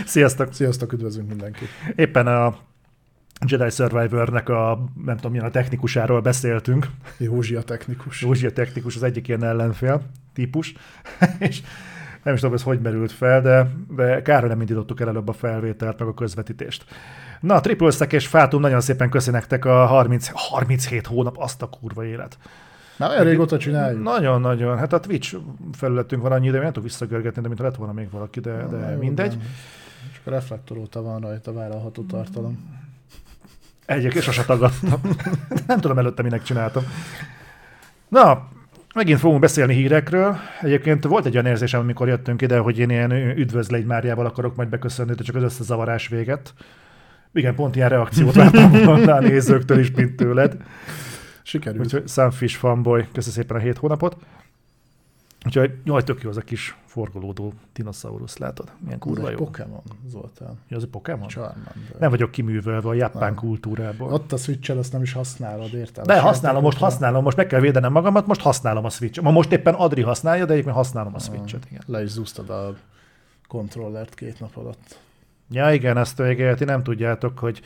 Sziasztok! Sziasztok, üdvözlünk mindenkit! Éppen a Jedi Survivor-nek nem tudom milyen a technikusáról beszéltünk. Józsia technikus. Józsia technikus az egyik ilyen ellenfél típus. És nem is tudom, ez hogy merült fel, de kár, hogy nem indítottuk el előbb a felvételt, meg a közvetítést. Na, Triple Stack és Fátum, nagyon szépen köszi nektek a 37 hónap, azt a kurva élet. Már olyan régóta csináljuk. Nagyon-nagyon. Hát a Twitch felületünk van annyi, de nem tudok visszagörgetni, de mint lett volna még valaki, de mindegy. Nem. Csak a reflektor óta van rajta vállalható tartalom. Egyébként sose tagadtam. Nem tudom előtte minek csináltam. Na, megint fogunk beszélni hírekről. Egyébként volt egy olyan érzésem, amikor jöttünk ide, hogy én ilyen üdvözlégy Máriával akarok majd beköszönni, de csak az összezavarás véget. Igen, pont ilyen reakciót láttam volna a nézőktől is, mint tőled. Sikerült. Úgyhogy Sunfish fanboy, köszi szépen a 7 hónapot. Úgyhogy jaj, tök jó az a kis forgolódó dinoszaurusz, látod? Milyen kurva jó. Pokémon, Zoltán. Ja, az egy Pokémon? Charmander. Nem vagyok kiművelve a japán kultúrából. Ott a Switch-el azt nem is használod, érted? De használom, most meg kell védenem magamat, most használom a Switch-et. Most éppen Adri használja, de egyébként használom a Switch-et. Igen. Le is zúztad a kontrollert 2 nap alatt. Ja igen, ezt ti nem tudjátok, hogy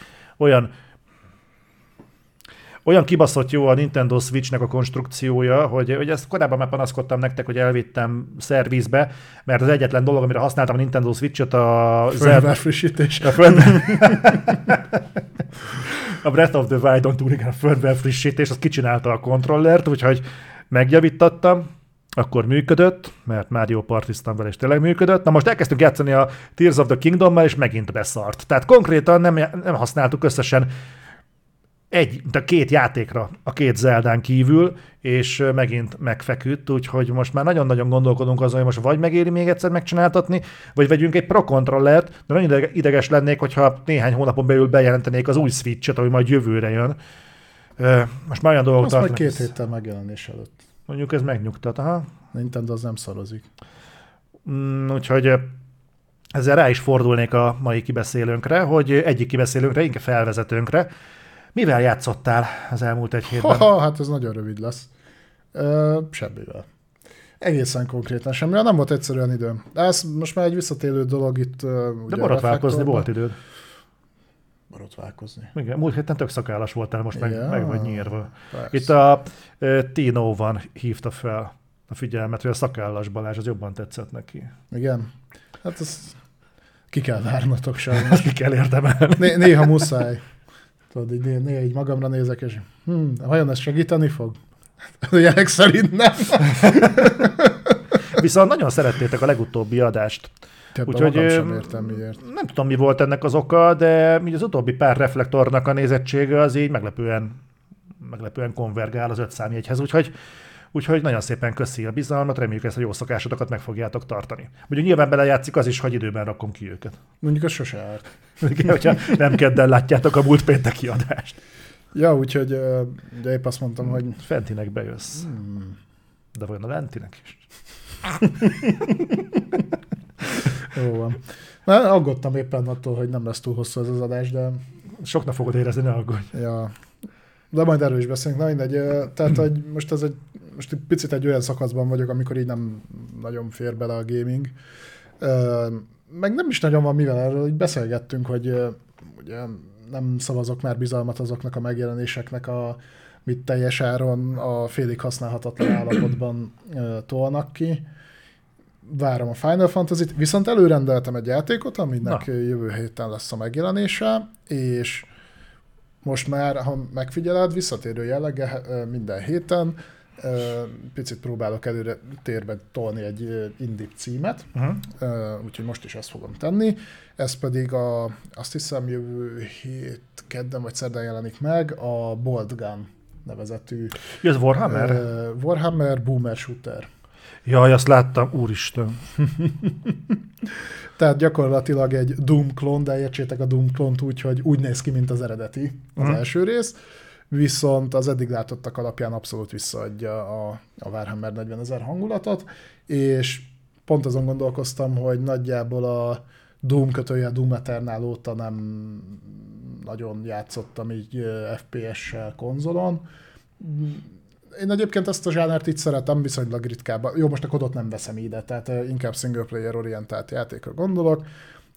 olyan kibaszott jó a Nintendo Switch-nek a konstrukciója, hogy ezt korábban már panaszkodtam nektek, hogy elvittem szervizbe, mert az egyetlen dolog, amire használtam a Nintendo Switch-et a firmware frissítés. A Breath of the Wild-on túl, igen, a firmware frissítés, az kicsinálta a kontrollert, úgyhogy megjavítattam, akkor működött, mert Mario Partiztam vele, és tényleg működött. Na most elkezdtünk játszani a Tears of the Kingdom-mal, és megint beszart. Tehát konkrétan nem használtuk összesen de 2 játékra a 2 Zeldán kívül, és megint megfeküdt, úgyhogy most már nagyon-nagyon gondolkodunk azon, hogy most vagy megéri még egyszer megcsináltatni, vagy vegyünk egy Pro Controllert, de nagyon ideges lennék, hogyha néhány hónapon belül bejelentenék az új Switch-et, ami majd jövőre jön. Most már olyan dolgok tartanak. Azt majd 2 héttel megjelenés előtt. Mondjuk ez megnyugtat, aha. Nintendo az nem szarozik. Úgyhogy ezzel rá is fordulnék a mai kibeszélőnkre, hogy egyik kibeszélőnkre, inkább felvezetőnkre. Mivel játszottál az elmúlt egy hétben? Hát ez nagyon rövid lesz. Semmivel. Egészen konkrétan semmivel. Nem volt egyszerűen időm. De ez most már egy visszatérő dolog itt. De borotválkozni volt időd. Borotválkozni. Igen, múlt héten tök szakállas voltál, most meg vagy nyírva. Persze. Itt a Tino van hívta fel a figyelmet, hogy a szakállas Balázs az jobban tetszett neki. Igen. Hát ezt ki kell várnatok sajnos. Ki kell érdemelni. Néha muszáj. Tudod, néha így magamra nézek, és vajon ez segíteni fog? Jelek szerint nem. Viszont nagyon szerettétek a legutóbbi adást. Úgyhogy sem értem miért. Nem tudom, mi volt ennek az oka, de az utóbbi pár reflektornak a nézettsége az így meglepően konvergál az 5 számjegyhez, úgyhogy nagyon szépen köszi a bizalmat, reméljük ezt a jó szokásotokat meg fogjátok tartani. Ugye nyilván belejátszik az is, hogy időben rakom ki őket. Mondjuk az sose árt. Hogyha nem kedden látjátok a múlt pénteki adást. Ja, úgyhogy ugye épp azt mondtam, hogy... Fentinek bejössz. De vajon a lentinek is? Jó van. Már aggódtam éppen attól, hogy nem lesz túl hosszú ez az adás, de... Soknak fogod érezni, ne aggódj. Ja. De majd erről is beszélünk. Na mindegy. Tehát, hogy most egy picit egy olyan szakaszban vagyok, amikor így nem nagyon fér bele a gaming. Meg nem is nagyon van mivel erről, így beszélgettünk, hogy ugye nem szavazok már bizalmat azoknak a megjelenéseknek, mit teljes áron a félig használhatatlan állapotban tolnak ki. Várom a Final Fantasy-t, viszont előrendeltem egy játékot, aminek jövő héten lesz a megjelenése, és most már, ha megfigyeled, visszatérő jelleggel minden héten, picit próbálok előre térbe tolni egy indie címet, úgyhogy most is ezt fogom tenni. Ez pedig azt hiszem jövő hét kedden vagy szerdán jelenik meg, a Bolt Gun nevezetű. Ez Warhammer? Warhammer Boomer Shooter. Jaj, azt láttam, úristen. Tehát gyakorlatilag egy Doom klón, de értsétek a Doom klónt úgy, hogy úgy néz ki, mint az eredeti, az első rész, viszont az eddig látottak alapján abszolút visszaadja a Warhammer 40 000 hangulatot, és pont azon gondolkoztam, hogy nagyjából a Doom Doom Eternal óta nem nagyon játszottam így FPS-sel konzolon. Én egyébként ezt a zsánert így szeretem, viszonylag ritkábban. Jó, most a kodot nem veszem ide, tehát inkább single player orientált játékra gondolok.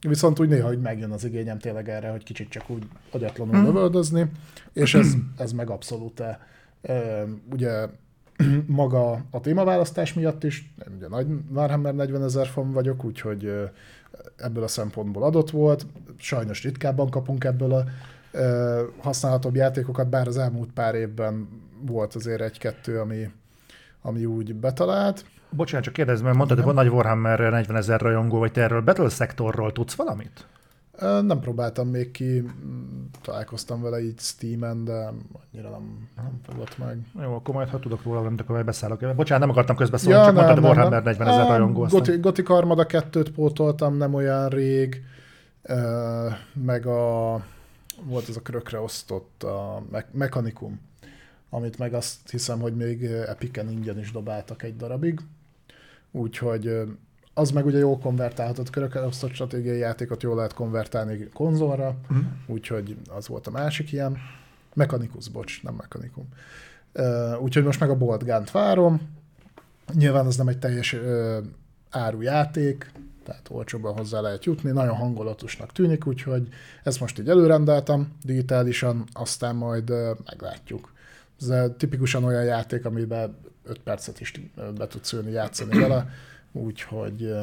Viszont úgy néha, hogy megjön az igényem tényleg erre, hogy kicsit csak úgy agyatlanul lövöldözni, és ez meg abszolút ugye maga a témaválasztás miatt is, én ugye nagy Warhammer 40 000 fan vagyok, úgyhogy ebből a szempontból adott volt. Sajnos ritkábban kapunk ebből a használhatóbb játékokat, bár az elmúlt pár évben volt azért egy-kettő, ami úgy betalált. Bocsánat, csak kérdezem, mert mondtad, hogy van nagy Warhammer 40 000 rajongó, vagy te erről Battle Sectorról tudsz valamit? Nem próbáltam még ki, találkoztam vele így Steamen, de annyira nem fogott meg. Jó, akkor majd ha tudok róla, nem akkor beszállok. Bocsánat, nem akartam közbeszólni, csak mondtad, hogy Warhammer 40 000 rajongó. Gothic Armada 2-t pótoltam nem olyan rég, meg volt ez a körökre osztott a Mechanicum, amit meg azt hiszem, hogy még Epic-en ingyen is dobáltak egy darabig. Úgyhogy az meg ugye jól konvertálhatott körökre osztott stratégiai játékot, jól lehet konvertálni konzolra, úgyhogy az volt a másik ilyen. Mechanicus, bocs, nem Mechanicum. Úgyhogy most meg a Bolt Gun-t várom. Nyilván az nem egy teljes áru játék, tehát olcsóban hozzá lehet jutni, nagyon hangulatosnak tűnik, úgyhogy ezt most így előrendeltem digitálisan, aztán majd meglátjuk. Ez tipikusan olyan játék, amiben 5 percet is be tudsz ülni, játszani vele, úgyhogy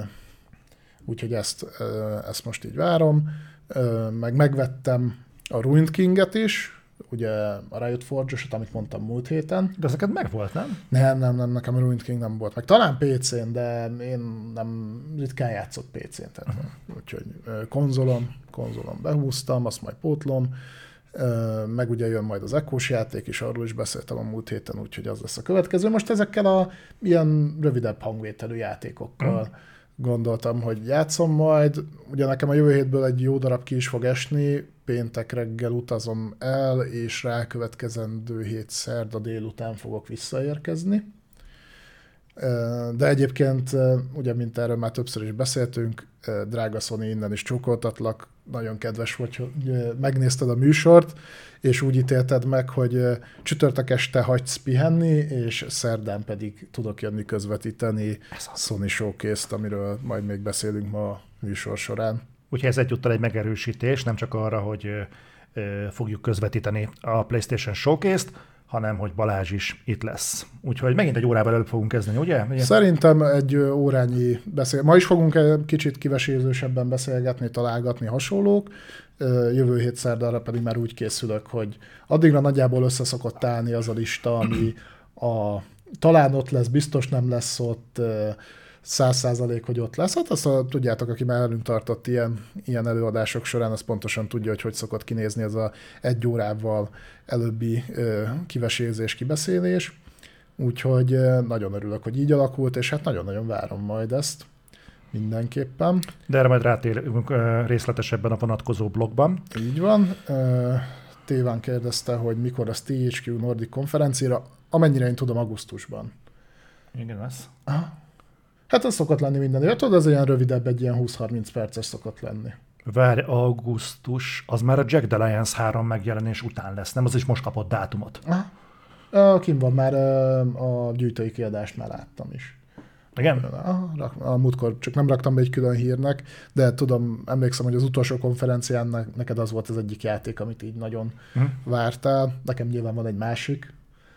ezt most így várom. Megvettem a Ruined King-et is, ugye a Riot Forge-osat, amit mondtam múlt héten. De ez neked megvolt, nem? Nem, nekem a Ruined King nem volt meg. Talán PC-n, de én nem ritkán játszott PC-n. Tehát, úgyhogy konzolon behúztam, azt majd pótlom. Meg ugye jön majd az Echoes játék is, arról is beszéltem a múlt héten, úgyhogy az lesz a következő. Most ezekkel a ilyen rövidebb hangvételű játékokkal gondoltam, hogy játszom majd. Ugye nekem a jövő hétből egy jó darab ki is fog esni, péntek reggel utazom el, és rákövetkezendő hét szerda délután fogok visszaérkezni. De egyébként, ugye, mint erről már többször is beszéltünk, drága Sony, innen is csókoltatlak, nagyon kedves vagy, hogy megnézted a műsort, és úgy ítélted meg, hogy csütörtök este hagysz pihenni, és szerdán pedig tudok jönni közvetíteni Sony Showcase-t, amiről majd még beszélünk ma a műsor során. Úgyhogy ez egyúttal egy megerősítés, nem csak arra, hogy fogjuk közvetíteni a PlayStation Showcase-t, hanem hogy Balázs is itt lesz. Úgyhogy megint egy órával előbb fogunk kezdeni, ugye? Szerintem egy órányi Ma is fogunk egy kicsit kivesézősebben beszélgetni, találgatni hasonlók. Jövő hét szerdára pedig már úgy készülök, hogy addigra nagyjából összeszokott állni az a lista, ami talán ott lesz, biztos nem lesz ott, 100%, hogy ott lesz. Hát azt tudjátok, aki már elünk tartott ilyen előadások során, az pontosan tudja, hogy szokott kinézni ez a 1 órával előbbi kivesézés, kibeszélés. Úgyhogy nagyon örülök, hogy így alakult, és hát nagyon-nagyon várom majd ezt mindenképpen. De erre majd rátérünk részletesebben a vonatkozó blogban. Így van. Téván kérdezte, hogy mikor a THQ Nordic konferenciára, amennyire én tudom, augusztusban. Igen, lesz. Hát az szokott lenni minden évet, az ilyen rövidebb, egy ilyen 20-30 perces szokott lenni. Várj, augusztus, az már a Jack the Lions 3 megjelenés után lesz, nem? Az is most kapott dátumot. Kim van már, a gyűjtői kiadást már láttam is. Igen? A múltkor csak nem raktam be egy külön hírnek, de tudom, emlékszem, hogy az utolsó konferencián neked az volt az egyik játék, amit így nagyon vártál. Nekem nyilván van egy másik.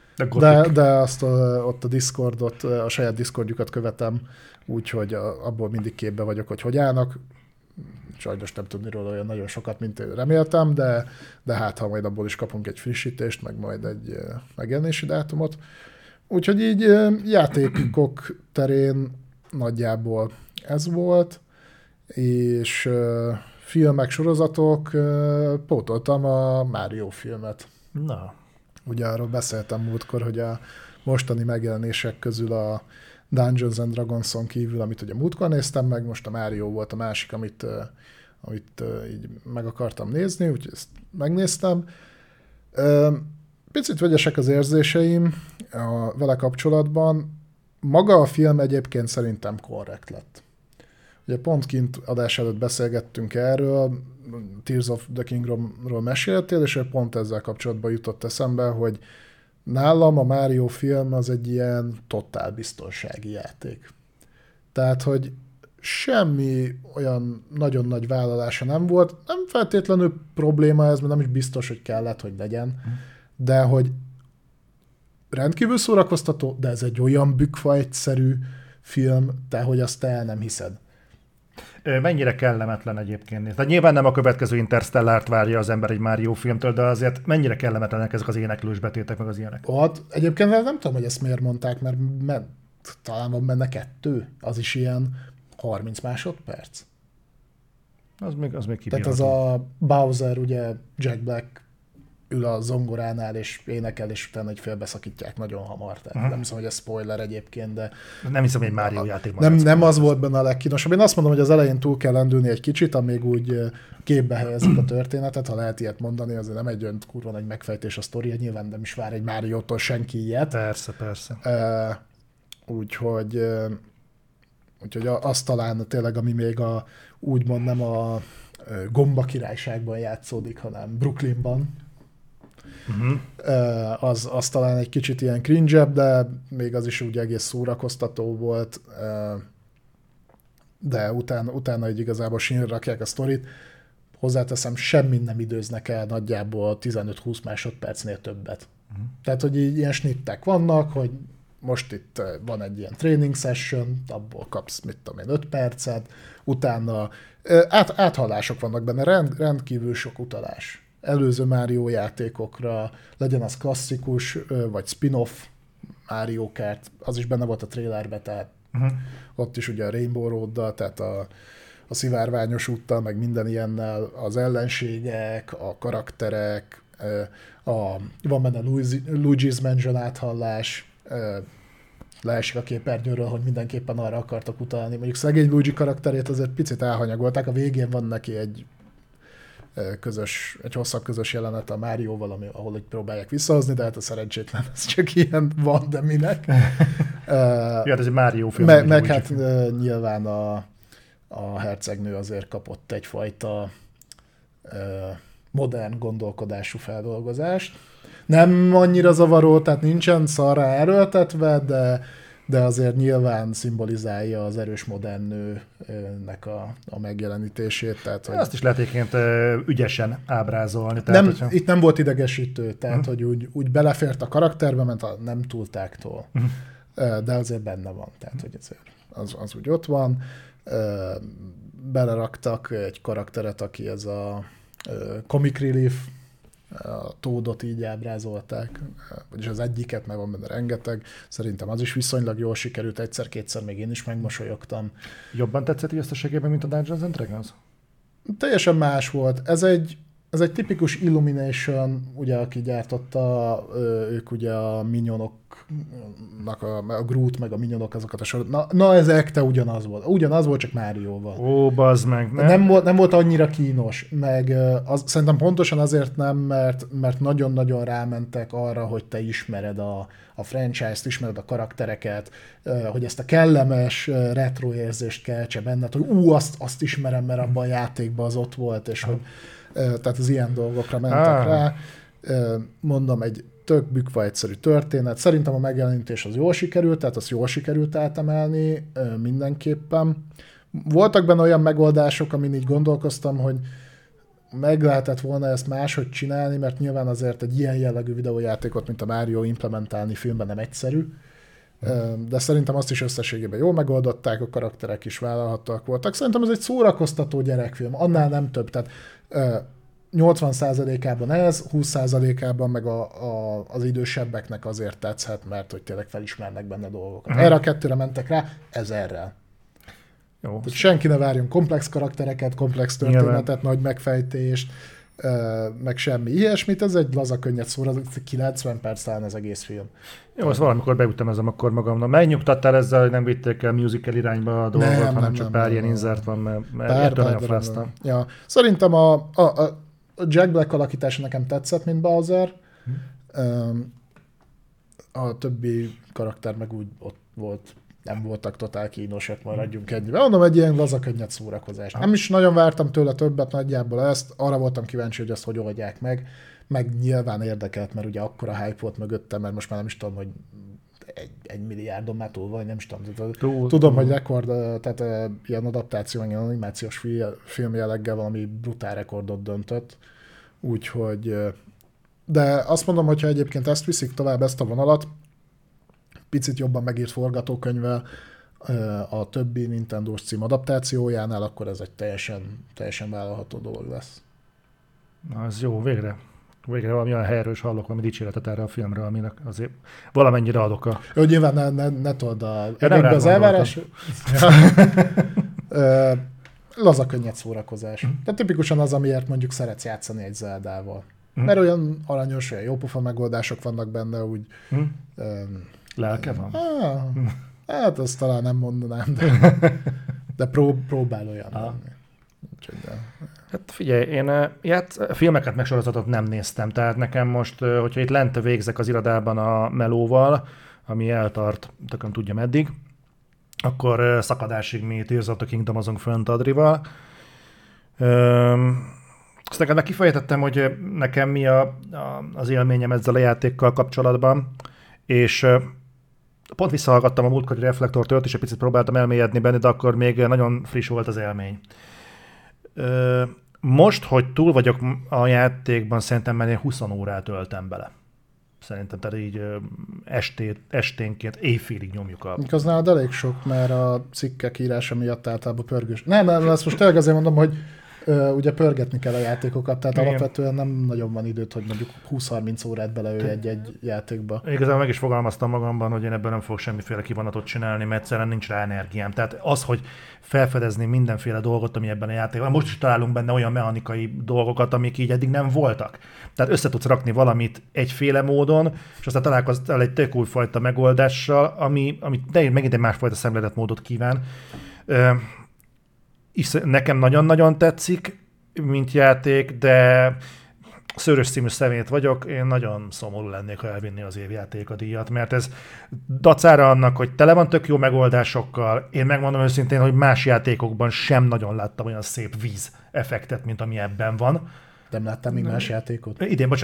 De azt ott a Discordot, a saját Discordjukat követem, úgyhogy abból mindig képbe vagyok, hogy állnak. Sajnos nem tudni róla olyan nagyon sokat, mint reméltem, de hát ha majd abból is kapunk egy frissítést, meg majd egy megjelenési dátumot. Úgyhogy így játékok terén nagyjából ez volt, és filmek, sorozatok, pótoltam a Mario filmet. Na. Ugye arról beszéltem múltkor, hogy a mostani megjelenések közül a Dungeons and Dragonson kívül, amit ugye múltkor néztem meg, most a Mario volt a másik, amit így meg akartam nézni, úgyhogy ezt megnéztem. Picit vegyesek az érzéseim vele kapcsolatban. Maga a film egyébként szerintem korrekt lett. Ugye pont kint adás előtt beszélgettünk erről, Tears of the Kingdomról meséltél, és pont ezzel kapcsolatban jutott eszembe, hogy nálam a Mario film az egy ilyen totál biztonsági játék. Tehát, hogy semmi olyan nagyon nagy vállalása nem volt. Nem feltétlenül probléma ez, mert nem is biztos, hogy kellett, hogy legyen. De hogy rendkívül szórakoztató, de ez egy olyan bükfa egyszerű film, te, hogy azt te el nem hiszed. Mennyire kellemetlen egyébként. Tehát nyilván nem a következő Interstellárt várja az ember egy Mario filmtől, de azért mennyire kellemetlenek ezek az éneklős betétek, meg az ilyenek. Ott egyébként nem tudom, hogy ezt miért mondták, mert talán van benne 2, az is ilyen 30 másodperc. Az még kibírható. Tehát az a Bowser, ugye Jack Black ül a zongoránál és énekel, és utána egy félbeszakítják nagyon hamar. Tehát nem hiszem, hogy ez spoiler egyébként, de... Nem hiszem, hogy egy Mario játék. Nem az volt benne a legkínosabb. Én azt mondom, hogy az elején túl kell lendülni egy kicsit, amíg úgy képbe helyezik a történetet, ha lehet ilyet mondani, azért nem egy olyan kurva nagy megfejtés a sztoria, nyilván nem is vár egy Máriótól senki ilyet. Persze. Úgyhogy az talán tényleg, ami még úgymond nem a Gomba királyságban játszódik, hanem Brooklynban. Az talán egy kicsit ilyen cringe-ebb, de még az is úgy egész szórakoztató volt, de utána így igazából sínre rakják a sztorit. Hozzáteszem, semmit nem időznek el nagyjából 15-20 másodpercnél többet. Tehát, hogy így ilyen snittek vannak, hogy most itt van egy ilyen training session, abból kapsz, 5 percet, utána áthallások vannak benne, rendkívül sok utalás. Előző Mario játékokra, legyen az klasszikus, vagy spin-off Mario Kart, az is benne volt a trailerbe, tehát ott is ugye a Rainbow Roaddal, tehát a szivárványos úttal, meg minden ilyennel, az ellenségek, a karakterek, van benne Luigi's Mansion áthallás, leesik a képernyőről, hogy mindenképpen arra akartak utalni. Mondjuk szegény Luigi karakterét azért picit elhanyagolták, a végén van neki egy hosszabb közös jelenet a Márióval, ahol próbálják visszahozni, de hát a szerencsétlen, ez csak ilyen van, de minek. Ja, ez egy Mario film. Meg hát nyilván a hercegnő azért kapott egyfajta modern gondolkodású feldolgozást. Nem annyira zavaró, tehát nincsen szarra erőltetve, de azért nyilván szimbolizálja az erős modern nőnek a megjelenítését. Tehát, hogy azt is lehet egyébként ügyesen ábrázolni. Tehát, itt nem volt idegesítő, tehát hogy úgy belefért a karakterbe, ment a nem túltáktól. De azért benne van, tehát hogy azért az úgy ott van. Beleraktak egy karakteret, aki ez a comic relief, a Toadot így ábrázolták, vagyis az egyiket, mert van benne rengeteg. Szerintem az is viszonylag jól sikerült, egyszer-kétszer még én is megmosolyogtam. Jobban tetszett így összességében, mint a Dungeons and Dragons? Teljesen más volt. Ez egy tipikus Illumination, ugye, aki gyártotta, ők ugye a Minionoknak, a Groot meg a Minionok, azokat a sorot. Na ez ekte ugyanaz volt. Ugyanaz volt, csak Márióval. Ó, bazd meg. Nem volt annyira kínos, meg szerintem pontosan azért nem, mert nagyon-nagyon rámentek arra, hogy te ismered a franchise-t, ismered a karaktereket, hogy ezt a kellemes retro érzést keltse benned, hogy azt ismerem, mert abban a játékban az ott volt, és hogy tehát az ilyen dolgokra mentek rá. Mondom, egy tök bükva egyszerű történet. Szerintem a megjelenítés az jól sikerült, tehát azt jól sikerült átemelni mindenképpen. Voltak benne olyan megoldások, amin így gondolkoztam, hogy meg lehetett volna ezt máshogy csinálni, mert nyilván azért egy ilyen jellegű videójátékot, mint a Mario implementálni filmben nem egyszerű. De szerintem azt is összességében jól megoldották, a karakterek is vállalhatóak voltak. Szerintem ez egy szórakoztató gyerekfilm, annál nem több. Tehát 80%-ában ez, 20%-ában meg az idősebbeknek azért tetszhet, mert hogy tényleg felismernek benne dolgokat. Erre a 2-re mentek rá, ez erre. Jó. Tehát senki ne várjon komplex karaktereket, komplex történetet, nagy megfejtést, meg semmi ilyesmit, ez egy laza könnyed szóra, 90 perc talán az egész film. Jó, azt valamikor beütemezem akkor magamnak. Megnyugtattál ezzel, hogy nem vitték el musical irányba a dolgot, hanem csak pár ilyen inzert van, mert ettől nagyon fráztam. Ja. Szerintem a Jack Black alakítása nekem tetszett, mint Bowser. A többi karakter meg úgy ott volt, nem voltak totál kínosak, maradjunk ennyiben. Mondom, egy ilyen laza könnyed szórakozás. Nem is nagyon vártam tőle többet, nagyjából ezt. Arra voltam kíváncsi, hogy azt hogy oldják meg nyilván érdekelt, mert ugye akkora hype volt mögöttem, mert most már nem is tudom, hogy egy milliárdon már túl vagy, nem is tudom. Tudom, Tudom, hogy rekord, tehát ilyen adaptáció, ilyen animációs film jelleggel valami brutál rekordot döntött. Úgyhogy, de azt mondom, hogyha egyébként ezt viszik tovább, ezt a vonalat, picit jobban megírt forgatókönyvvel a többi Nintendo-s cím adaptációjánál, akkor ez egy teljesen vállalható dolog lesz. Na, ez jó, végre valami olyan helyről is hallok valami dicséretet erre a filmre, aminek azért valamennyire adok a... Jó, nyilván ne told az gondoltam. elvárás. Laza, könnyed szórakozás. Tehát tipikusan az, amiért mondjuk szeretsz játszani egy Zeldával. Mert olyan aranyos, olyan jópofa megoldások vannak benne, úgy... Lelke van? Hát azt talán nem mondanám, de próbál olyan lenni. Hát figyelj, én filmeket meg sorozatot nem néztem, tehát nekem most, hogyha itt lent végzek az irodában a melóval, ami eltart, tököm tudja meddig, akkor szakadásig mi Tears of the Kingdom azon fönt Adrival. Azt neked meg kifejtettem, hogy nekem mi az élményem ezzel a játékkal kapcsolatban, és pont visszahallgattam a múltkori reflektortört, és egy picit próbáltam elmélyedni benne, de akkor még nagyon friss volt az élmény. Most, hogy túl vagyok a játékban, szerintem már 20 órát töltem bele. Szerintem, tehát így esténként éjfélig nyomjuk a... Az nálad elég sok, mert a cikkek írása miatt általában pörgős. Nem, ezt most tényleg azért mondom, hogy ugye pörgetni kell a játékokat, tehát igen. Alapvetően nem nagyon van időt, hogy mondjuk 20-30 órát beleölj egy játékba. Igazából meg is fogalmaztam magamban, hogy én ebben nem fogok semmiféle kivonatot csinálni, mert egyszerűen nincs rá energiám. Tehát az, hogy felfedezni mindenféle dolgot, ami ebben a játékban, most is találunk benne olyan mechanikai dolgokat, amik így eddig nem voltak. Tehát össze tudsz rakni valamit egyféle módon, és aztán találkoztál egy tök újfajta megoldással, ami megint egy másfajta szemléletmódot kíván. Nekem nagyon-nagyon tetszik, mint játék, de szőrös színű szemét vagyok, én nagyon szomorú lennék, ha elvinni az évjáték a díjat, mert ez dacára annak, hogy tele van tök jó megoldásokkal, én megmondom őszintén, hogy más játékokban sem nagyon láttam olyan szép víz effektet, mint ami ebben van. Nem láttam még más játékot?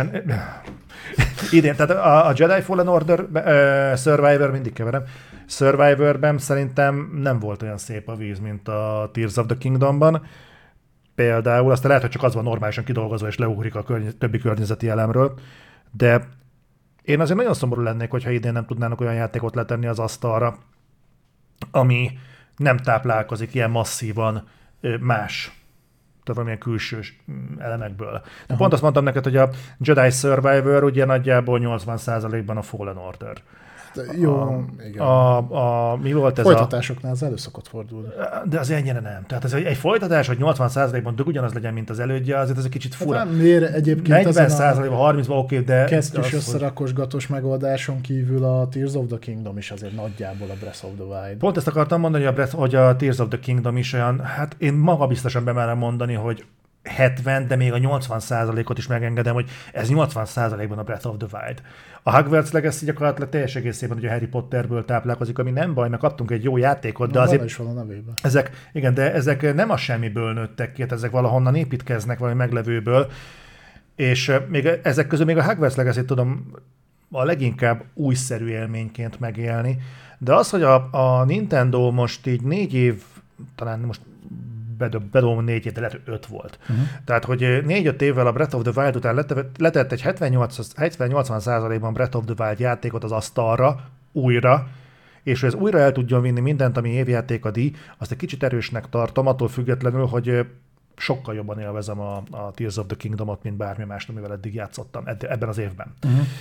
Idén, tehát a Jedi Fallen Order, Survivor, mindig keverem, Survivorben szerintem nem volt olyan szép a víz, mint a Tears of the Kingdomban. Például, aztán lehet, hogy csak az van normálisan kidolgozva, és leugrik a többi környezeti elemről, de én azért nagyon szomorú lennék, hogyha idén nem tudnának olyan játékot letenni az asztalra, ami nem táplálkozik ilyen masszívan más, tehát valamilyen külsős elemekből. Pont azt mondtam neked, hogy a Jedi Survivor ugye nagyjából 80%-ban a Fallen Order. Jó, igen. Mi volt ez folytatásoknál az elő szokott fordulni. De az ennyire nem. Tehát ez egy folytatás, hogy 80%-ban ugyanaz legyen, mint az elődje, azért ez egy kicsit fura. Hát miért egyébként 40%-ban, 30-ban oké, de... Kesztyűs összerakosgatós megoldáson kívül a Tears of the Kingdom is azért nagyjából a Breath of the Wild. Pont ezt akartam mondani, hogy a Tears of the Kingdom is olyan, hát én maga biztosan bemerem mondani, hogy 70, de még a 80%-ot is megengedem, hogy ez 80%-ban a Breath of the Wild. A Hogwarts Legacy gyakorlatilag teljes egészében ugye Harry Potterből táplálkozik, ami nem baj, mert kaptunk egy jó játékot, de azért... is van a nevében. Ezek nem a semmiből nőttek ki, ezek valahonnan építkeznek, valami meglevőből, és még ezek közül még a Hogwarts Legacy tudom a leginkább újszerű élményként megélni, de az, hogy a Nintendo most így 4 év, talán most bedobom 4 év, de lehet, hogy 5 volt. Tehát, hogy 4-5 évvel a Breath of the Wild után letett egy 70-80%-ban Breath of the Wild játékot az asztalra, újra, és hogy ez újra el tudjon vinni mindent, ami évjáték a díj, azt egy kicsit erősnek tartom, attól függetlenül, hogy sokkal jobban élvezem a Tears of the Kingdomot, mint bármi mást, amivel eddig játszottam ebben az évben.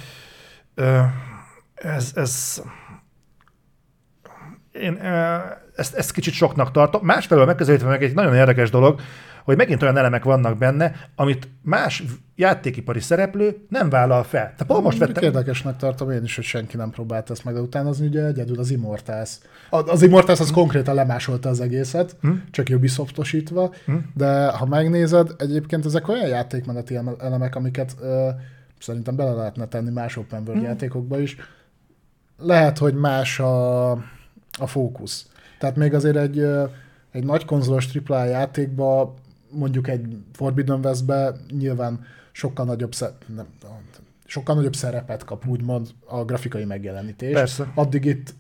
Én ezt kicsit soknak tartom. Másfelől megközelítve meg egy nagyon érdekes dolog, hogy megint olyan elemek vannak benne, amit más játékipari szereplő nem vállal fel. Érdekesnek tartom én is, hogy senki nem próbált ezt meg, de utána az ugye egyedül az Immortals. Az Immortals az konkrétan lemásolta az egészet, csak Ubisoftosítva, de ha megnézed, egyébként ezek olyan játékmeneti elemek, amiket szerintem bele lehetne tenni más open world játékokba is. Lehet, hogy más a fókusz. Tehát még azért egy nagy konzolos AAA játékba, mondjuk egy Forbidden Westbe nyilván sokkal nagyobb sokkal nagyobb szerepet kap, úgymond a grafikai megjelenítés. Persze. Addig itt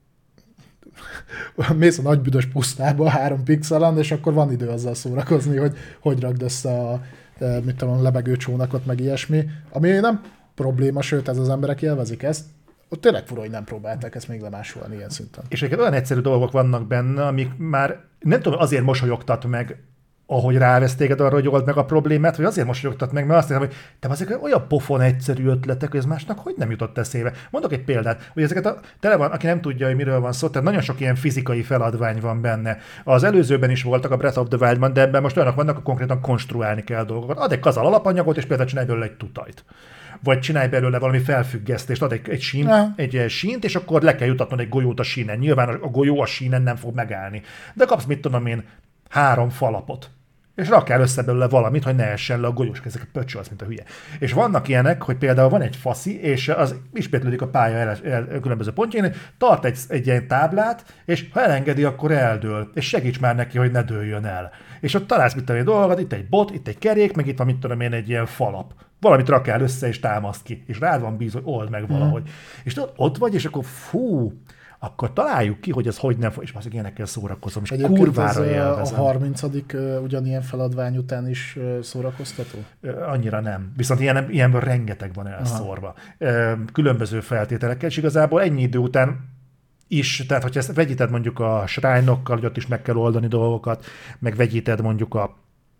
mész a nagy büdös pusztába 3 pixelen, és akkor van idő azzal szórakozni, hogy rakd össze a mit tudom, lebegő csónakot, meg ilyesmi. Ami nem probléma, sőt, ez az emberek élvezik ezt. Ott tényleg fura, hogy nem próbálták ezt még lemásolni ilyen szinten. És egyébként olyan egyszerű dolgok vannak benne, amik már nem tudom, azért mosolyogtat meg, ahogy rávesz téged arra, hogy old meg a problémát, vagy azért mosolyogtat meg, mert azt hiszem, hogy te azért olyan pofon egyszerű ötletek, hogy ez másnak hogy nem jutott eszébe. Mondok egy példát, hogy ezeket tele van, aki nem tudja, hogy miről van szó, tehát nagyon sok ilyen fizikai feladvány van benne. Az előzőben is voltak a Breath of the Wild-ban, de ebben most olyanok vannak, hogy konkrétan konstruálni kell dolgokat. Ad egy kazal alapanyagot, és például csinálj belőle egy tutajt. Vagy csinálj belőle valami felfüggesztést, ad egy sínt, és akkor le kell jutatnod egy golyót a sínen. Nyilván a golyó a sínen nem fog megállni. De kapsz, mit tudom én, 3 falapot. És rakjál össze belőle valamit, hogy ne essen le a golyós, ezek pöcsölsz, mint a hülye. És vannak ilyenek, hogy például van egy faszi, és az ismétlődik a pálya különböző pontjain, tart egy ilyen táblát, és ha elengedi, akkor eldől. És segíts már neki, hogy ne dőljön el. És ott találsz mit tudom én dolgokat, itt egy bot, itt egy kerék, meg itt van mit tudom én egy ilyen falap. Valamit rakjál össze, és támaszt ki. És rád van bíz, hogy old meg valahogy. És ott vagy, és akkor akkor találjuk ki, hogy ez hogy nem fog, és már ilyenekkel szórakozom, és egyébként kurvára élvezem. A 30. ugyanilyen feladvány után is szórakoztató? Annyira nem. Viszont ilyenből rengeteg van elszórva. Különböző feltételekkel, és igazából ennyi idő után is, tehát hogyha ezt vegyíted mondjuk a shrine-okkal, hogy ott is meg kell oldani dolgokat, meg vegyíted mondjuk a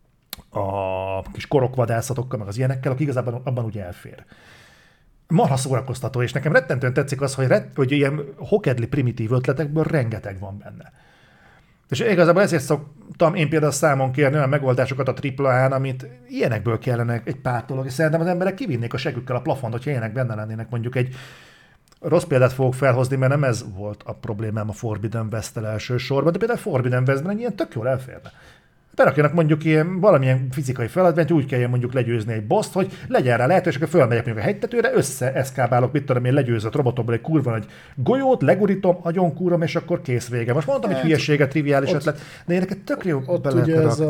kis korokvadászatokkal, meg az ilyenekkel, akkor igazából abban úgy elfér. Marha szórakoztató, és nekem rettentően tetszik az, hogy ilyen hokedli primitív ötletekből rengeteg van benne. És igazából ezért szoktam én például számon kérni olyan megoldásokat a AAA-n, amit ilyenekből kellene egy pár dolog, és szerintem az emberek kivinnék a segükkel a plafont, hogyha ilyenek benne lennének. Mondjuk egy rossz példát fogok felhozni, mert nem ez volt a problémám a Forbidden West-tel elsősorban, de például Forbidden Westben egy ilyen tök jól elférne. Berakjanak mondjuk ilyen valamilyen fizikai feladványt, úgy kelljen mondjuk legyőzni egy boszt, hogy legyen rá lehetőség, hogy fölmegyek mondjuk a hegytetőre, összeeszkábálok, mit tudom én, legyőzött robotomból egy kurva nagy golyót, legurítom, agyonкúrom, és akkor kész vége. Most mondtam, hogy hülyeséget, triviális ötlet, de ilyeneket tök jó ott be ugye lehetne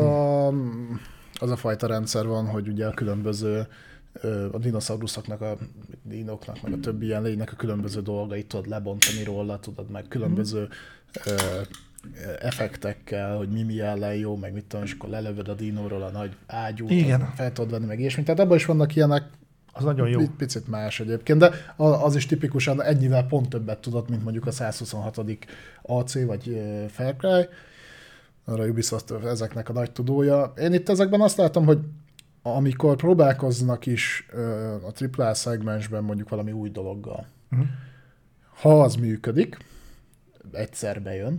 az a fajta rendszer van, hogy ugye a különböző a dinoszauruszoknak, a dinoknak, meg a többi ilyen lénynek a különböző dolgait tudod lebontani róla, tudod meg különböző effektekkel, hogy mi ellen jó, meg mit tudom, és akkor lelövöd a dinóról a nagy ágyút, fel tudod venni, meg ilyesmi. Tehát abban is vannak ilyenek, az nagyon jó. Picit más egyébként, de az is tipikusan ennyivel pont többet tudott, mint mondjuk a 126. AC vagy Far Cry. Arra Ubisoft ezeknek a nagy tudója. Én itt ezekben azt látom, hogy amikor próbálkoznak is a AAA szegmensben mondjuk valami új dologgal, ha az működik, egyszer bejön,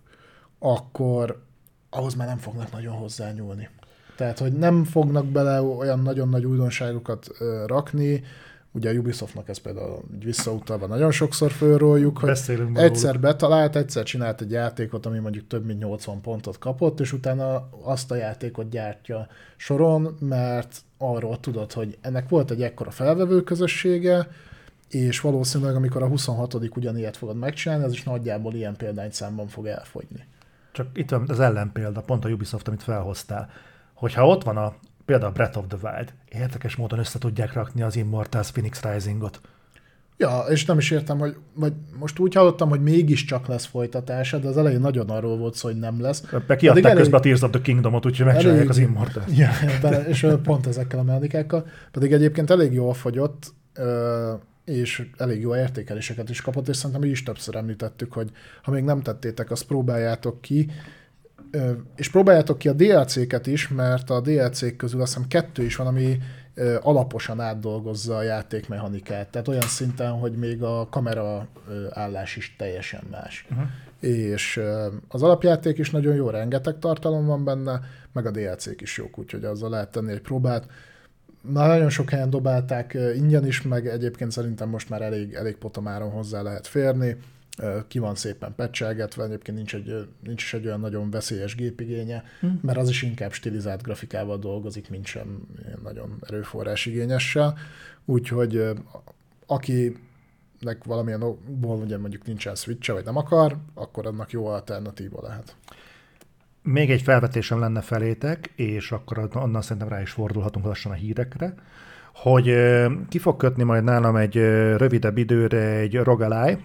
akkor ahhoz már nem fognak nagyon hozzányúlni. Tehát, hogy nem fognak bele olyan nagyon nagy újdonságokat rakni. Ugye a Ubisoftnak ez például visszautalva nagyon sokszor fölróljuk, hogy egyszer betalált, egyszer csinált egy játékot, ami mondjuk több mint 80 pontot kapott, és utána azt a játékot gyártja soron, mert arról tudod, hogy ennek volt egy ekkora felvevő közössége, és valószínűleg amikor a 26. ugyanilyet fogod megcsinálni, az is nagyjából ilyen példányszámban fog elfogyni. Csak itt van az ellenpélda, pont a Ubisoft, amit felhoztál, hogyha ott van például a Breath of the Wild, érdekes módon össze tudják rakni az Immortals Phoenix Rising-ot. Ja, és nem is értem, hogy vagy most úgy hallottam, hogy mégiscsak lesz folytatása, de az elején nagyon arról volt szó, hogy nem lesz. Kiadták közben a Tears of the Kingdomot, úgyhogy megcsinálják az Immortals. Ja, és pont ezekkel a mechanikákkal. Pedig egyébként elég jól fogyott, és elég jó értékeléseket is kapott, és szerintem is többször említettük, hogy ha még nem tettétek, azt próbáljátok ki, és próbáljátok ki a DLC-ket is, mert a DLC-k közül azt hiszem 2 is van, ami alaposan átdolgozza a játékmechanikát. Tehát olyan szinten, hogy még a kamera állás is teljesen más. És az alapjáték is nagyon jó, rengeteg tartalom van benne, meg a DLC-k is jók, úgyhogy azzal lehet tenni egy próbát. Már nagyon sok helyen dobálták ingyen is, meg egyébként szerintem most már elég potomáron hozzá lehet férni. Ki van szépen patchelgetve, egyébként nincs is egy olyan nagyon veszélyes gépigénye, mert az is inkább stilizált grafikával dolgozik, mint sem ilyen nagyon erőforrás igényessel. Úgyhogy akinek valamilyen okból ugye mondjuk nincsen Switch-e, vagy nem akar, akkor annak jó alternatíva lehet. Még egy felvetésem lenne felétek, és akkor onnan szerintem rá is fordulhatunk lassan a hírekre, hogy ki fog kötni majd nálam egy rövidebb időre egy roguelike,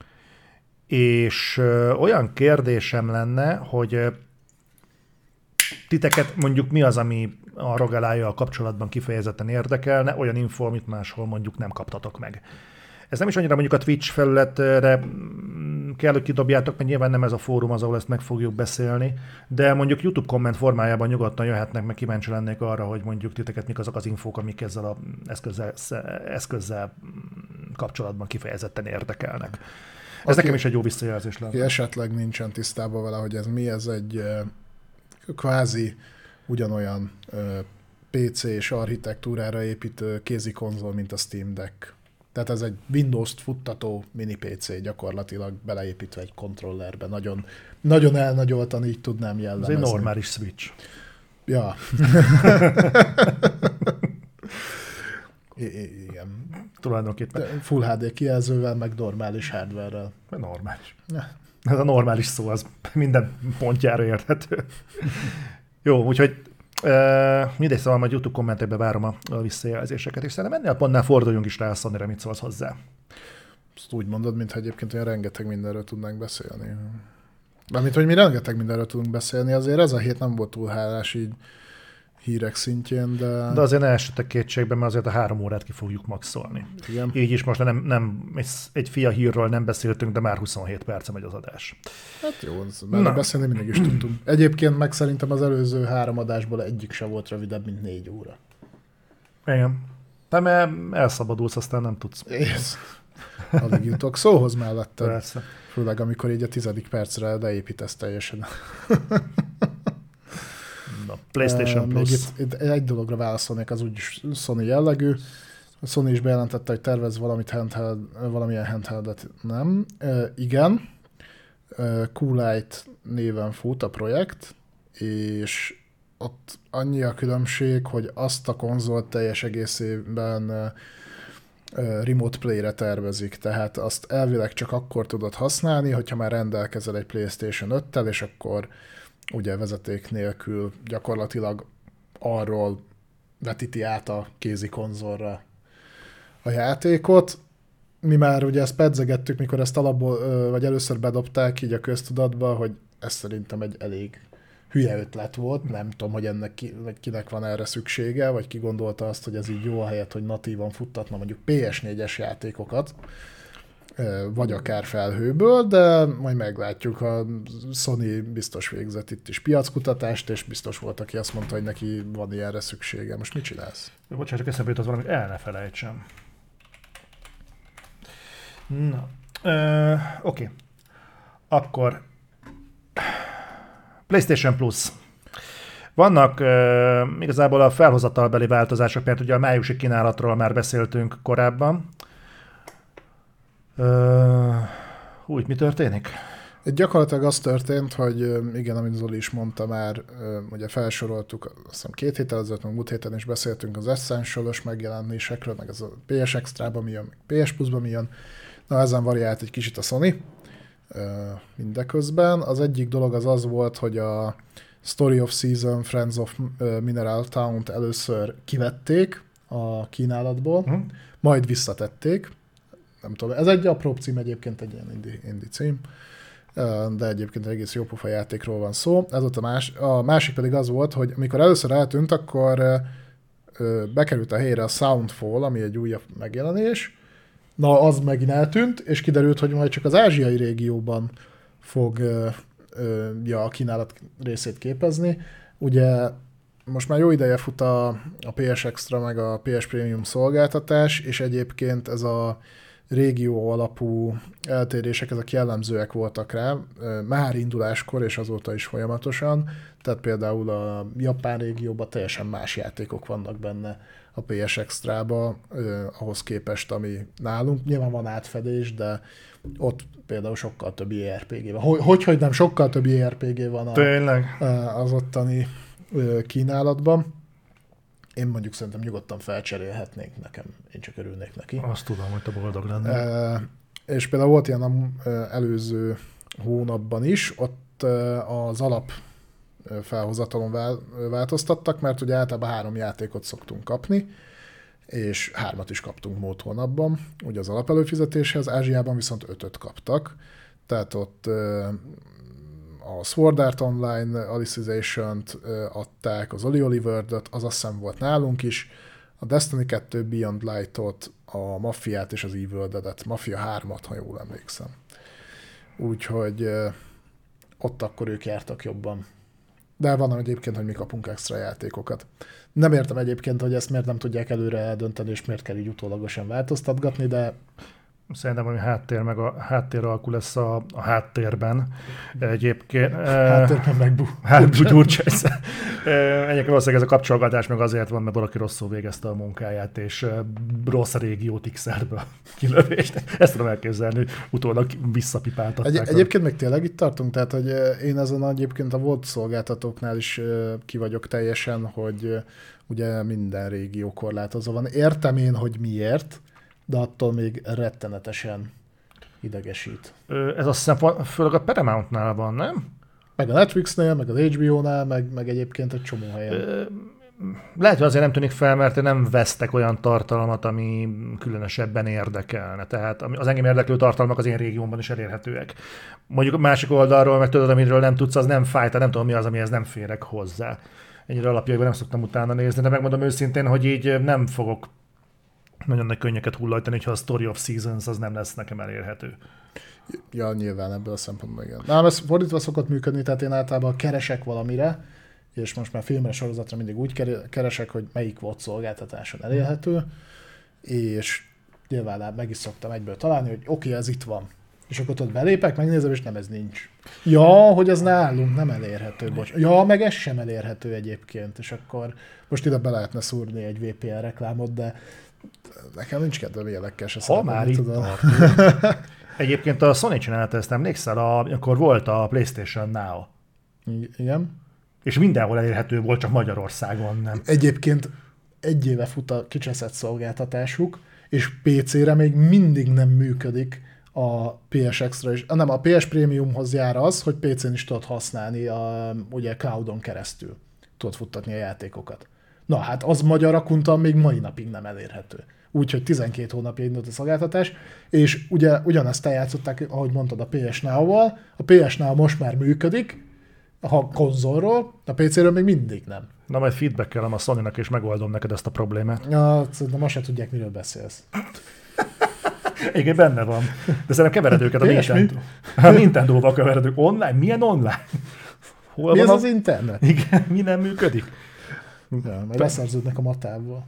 és olyan kérdésem lenne, hogy titeket mondjuk mi az, ami a roguelike-jal kapcsolatban kifejezetten érdekelne, olyan info, amit máshol mondjuk nem kaptatok meg. Ez nem is annyira mondjuk a Twitch felületre kell, hogy kidobjátok, mert nyilván nem ez a fórum az, ahol ezt meg fogjuk beszélni, de mondjuk YouTube komment formájában nyugodtan jöhetnek, meg kíváncsi lennék arra, hogy mondjuk titeket mik azok az infók, amik ezzel az eszközzel kapcsolatban kifejezetten érdekelnek. Ez nekem is egy jó visszajelzés lenne. Aki esetleg nincsen tisztában vele, hogy ez mi, ez egy kvázi ugyanolyan PC és architektúrára építő kézi konzol, mint a Steam Deck. Tehát ez egy Windows-t futtató mini PC gyakorlatilag beleépítve egy kontrollerbe. Nagyon, nagyon elnagyoltan így tudnám jellemezni. Ez egy normális Switch. Ja. Igen. Tulajdonképpen. Full HD kijelzővel, meg normális hardware-rel. Normális. Ez a normális szó, az minden pontjára érthető. Jó, úgyhogy mindegy, szóval majd YouTube kommentekbe várom a visszajelzéseket, és szerintem ennél a pontnál forduljunk is rá a Sonyra, mit szólsz hozzá. Ezt úgy mondod, mintha egyébként olyan rengeteg mindenről tudnánk beszélni. Mármint, hogy mi rengeteg mindenről tudunk beszélni, azért ez a hét nem volt túl hálás így hírek szintjén, de azért ne essetek kétségbe, mert azért a 3 órát ki fogjuk maxolni. Igen. Így is most nem egy fia hírről nem beszéltünk, de már 27 perce megy az adás. Hát jó, mert beszélni mindig is tudtunk. Egyébként meg szerintem az előző 3 adásból egyik se volt rövidebb, mint 4 óra. Igen. De mert elszabadulsz, aztán nem tudsz. Alig jutok szóhoz mellettem. Persze. Főleg, amikor így a 10. percre leépítesz teljesen. Na, PlayStation Plus. Még itt egy dologra válaszolnék, az úgyis Sony jellegű. A Sony is bejelentette, hogy tervez valamilyen handheldet, nem. Igen. Coolite néven fut a projekt, és ott annyi a különbség, hogy azt a konzolt teljes egészében remote play-re tervezik, tehát azt elvileg csak akkor tudod használni, hogyha már rendelkezel egy PlayStation 5-tel, és akkor ugye vezeték nélkül gyakorlatilag arról vetíti át a kézi konzolra a játékot. Mi már ugye ezt pedzegettük, mikor ezt alapból, vagy először bedobták így a köztudatba, hogy ez szerintem egy elég hülye ötlet volt, nem tudom, hogy kinek van erre szüksége, vagy ki gondolta azt, hogy ez így jó, ahelyett, hogy natívan futtatna mondjuk PS4-es játékokat, vagy akár felhőből, de majd meglátjuk. A Sony biztos végzett itt is piackutatást, és biztos volt, aki azt mondta, hogy neki van ilyenre szüksége. Most mit csinálsz? Bocsánat, csak eszembe jut az valamit, el ne felejtsem. Na, oké. Akkor PlayStation Plus. Vannak igazából a felhozatalbeli változások, mert ugye a májusi kínálatról már beszéltünk korábban. Úgy, mi történik? Gyakorlatilag az történt, hogy igen, amit Zoli is mondta már, ugye felsoroltuk, azt hiszem 2 héttel ezelőtt, meg múlt héten is beszéltünk az Essential-os megjelenésekről, meg az a PS Extra-ba mi jön, meg PS Plus-ba mi jön. Na, ezen variált egy kicsit a Sony mindeközben. Az egyik dolog az volt, hogy a Story of Season Friends of Mineral Town-t először kivették a kínálatból, majd visszatették. Nem tudom, ez egy apróbb cím egyébként, egy ilyen indie cím, de egyébként egy egész jópofa játékról van szó. Ez ott a másik pedig az volt, hogy amikor először eltűnt, akkor bekerült a helyre a Soundfall, ami egy újabb megjelenés. Na, az megint eltűnt, és kiderült, hogy majd csak az ázsiai régióban fog a kínálat részét képezni. Ugye most már jó ideje fut a PS Extra meg a PS Premium szolgáltatás, és egyébként ez a régió alapú eltérések, ezek jellemzőek voltak rá, már induláskor és azóta is folyamatosan, tehát például a japán régióban teljesen más játékok vannak benne a PS Extra-ba, ahhoz képest, ami nálunk. Nyilván van átfedés, de ott például sokkal több JRPG van. Hogy nem, sokkal több JRPG van az ottani kínálatban. Én mondjuk szerintem nyugodtan felcserélhetnék nekem, én csak örülnék neki. Azt tudom, hogy te boldog lennél. És például volt ilyen előző hónapban is, ott az alap felhozatalon változtattak, mert ugye általában 3 játékot szoktunk kapni, és 3-at is kaptunk múlt hónapban, ugye az alapelőfizetéshez, Ázsiában viszont 5-öt kaptak, tehát ott a Sword Art Online Alicization-t adták, az Oli World-ot, az azt hiszem volt nálunk is, a Destiny 2 Beyond Light-ot, a Mafiát és az Evil Dead-et, Mafia 3-at, ha jól emlékszem. Úgyhogy ott akkor ők jártak jobban. De van egyébként, hogy mi kapunk extra játékokat. Nem értem egyébként, hogy ezt miért nem tudják előre eldönteni, és miért kell így utólagosan változtatgatni, de... Szerintem valami háttér, meg a háttér alkul lesz a háttérben. Egyébként... Háttérben meg Egyébként valószínűleg ez a kapcsolgatás meg azért van, mert valaki rosszul végezte a munkáját, és rossz a régiót x-elt be a kilövést. Ezt tudom elképzelni, utólag visszapipáltatták. Egyébként még tényleg itt tartunk, tehát hogy én ezen egyébként a volt szolgáltatóknál is ki vagyok teljesen, hogy ugye minden régió korlátozva van. Értem én, hogy miért, de attól még rettenetesen idegesít. Ez azt hiszem főleg a Paramountnál van, nem? Meg a Netflixnél, meg az HBO-nál, meg egyébként egy csomó helyen. Lehet, hogy azért nem tűnik fel, mert nem vesztek olyan tartalmat, ami különösebben érdekelne. Tehát az engem érdeklő tartalmak az én régiómban is elérhetőek. Mondjuk a másik oldalról, meg tudod, amiről nem tudsz, az nem fáj, nem tudom mi az, amihez nem férek hozzá. Ennyire alapjaiban nem szoktam utána nézni, de megmondom őszintén, hogy így nem fogok nagyon nagy könnyeket hullajtani, hogyha a Story of Seasons az nem lesz nekem elérhető. Ja, nyilván ebből a szempontból igen. Nálam ez fordítva szokott működni, tehát én általában keresek valamire, és most már filmre, sorozatra mindig úgy keresek, hogy melyik volt szolgáltatáson elérhető, és nyilván meg is szoktam egyből találni, hogy oké, ez itt van. És akkor ott belépek, megnézem, és nem, ez nincs. Ja, hogy ez nálunk nem elérhető, bocs. Ja, meg ez sem elérhető egyébként, és akkor most ide be lehetne szúrni egy VPN reklámot, de nekem nincs kedvem ilyenekkel se ha már itt Egyébként a Sony csinálta ezt, emlékszel, akkor volt a PlayStation Now. Igen. És mindenhol elérhető volt, csak Magyarországon nem. Egyébként egy éve fut a kicseszett szolgáltatásuk, és PC-re még mindig nem működik a PS Extra is. Nem, a PS Premiumhoz jár az, hogy PC-n is tudod használni ugye cloudon keresztül. Tudod futtatni a játékokat. Na hát az magyar akuntal még mai napig nem elérhető. Úgyhogy 12 hónapja indult a szolgáltatás, és ugye ugyanezt eljátszották, ahogy mondtad, a PS Now-val. A PS Now most már működik, a konzolról, a PC-ről még mindig nem. Na majd feedbackelem a Sony-nak, és megoldom neked ezt a problémát. Ja, szerintem most se tudják, miről beszélsz. Igen, benne van. De szerintem kevered őket a Nintendo-val kevered ők. Online? Milyen online? Hol mi van az internet? Igen, mi nem működik? Ja, majd leszerződnek a matával.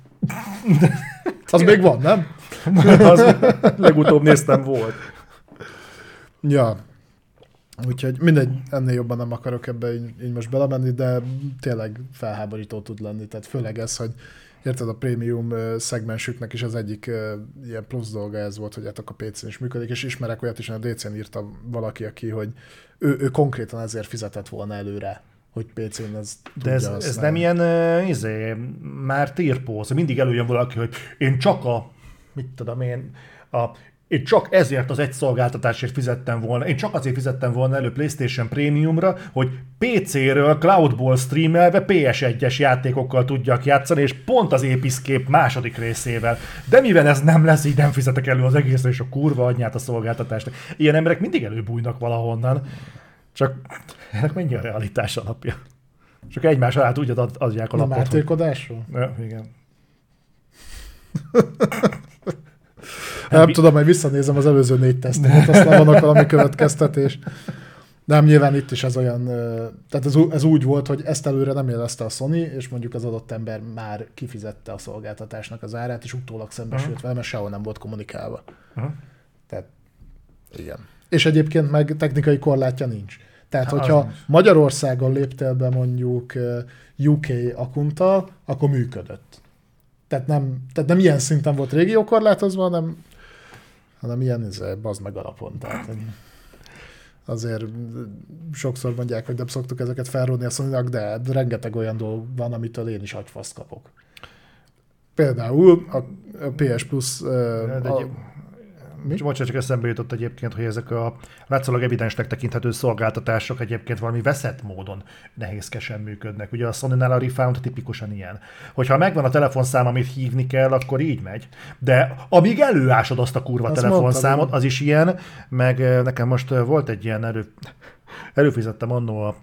Az még van, nem? Az legutóbb néztem volt. Ja. Úgyhogy mindegy, ennél jobban nem akarok ebbe így most belemenni, de tényleg felháborító tud lenni. Tehát főleg ez, hogy érted, a prémium szegmensüknek is az egyik ilyen plusz dolga ez volt, hogy hát a PC-n is működik, és ismerek olyat is, hogy a DC-n írta valaki, aki, hogy ő konkrétan ezért fizetett volna előre, hogy PC-n ez de ez nem ilyen már tírpóz, mindig előjön valaki, hogy én csak én csak ezért az egy szolgáltatásért fizettem volna, én csak azért fizettem volna elő PlayStation Premiumra, hogy PC-ről cloudból streamelve PS1-es játékokkal tudjak játszani, és pont az Escape második részével. De mivel ez nem lesz, így nem fizetek elő az egészre, és a kurva anyját a szolgáltatásnak. Ilyen emberek mindig előbújnak valahonnan. Csak ennek mennyi a realitás alapja? Csak egymás alá úgy adják a lapot. Nem ártérkodásról? Ja, igen. Nem tudom, majd visszanézem az előző 4 tesztemet, aztán vannak valami következtetés. Nem, nyilván itt is ez olyan, tehát ez úgy volt, hogy ezt előre nem érezte a Sony, és mondjuk az adott ember már kifizette a szolgáltatásnak az árát, és utólag szembesült vele, mert sehol nem volt kommunikálva. Tehát igen. És egyébként meg technikai korlátja nincs. Tehát, hogyha Magyarországon léptél be mondjuk UK akunttal, akkor működött. Tehát nem ilyen szinten volt régiókorlátozva, hanem ilyen bazd meg alapon. Tehát azért sokszor mondják, hogy nem szoktuk ezeket felródni a Sony-nak, de rengeteg olyan dolog van, amitől én is agyfaszt kapok. Például a PS Plus... Most csak eszembe jutott egyébként, hogy ezek a látszólag evidensnek tekinthető szolgáltatások egyébként valami veszett módon nehézkesen működnek. Ugye a Sony-nál a Refound tipikusan ilyen. Hogyha megvan a telefonszám, amit hívni kell, akkor így megy. De amíg előásod azt a kurva telefonszámot, az is ilyen, meg nekem most volt egy ilyen előfizettem annó a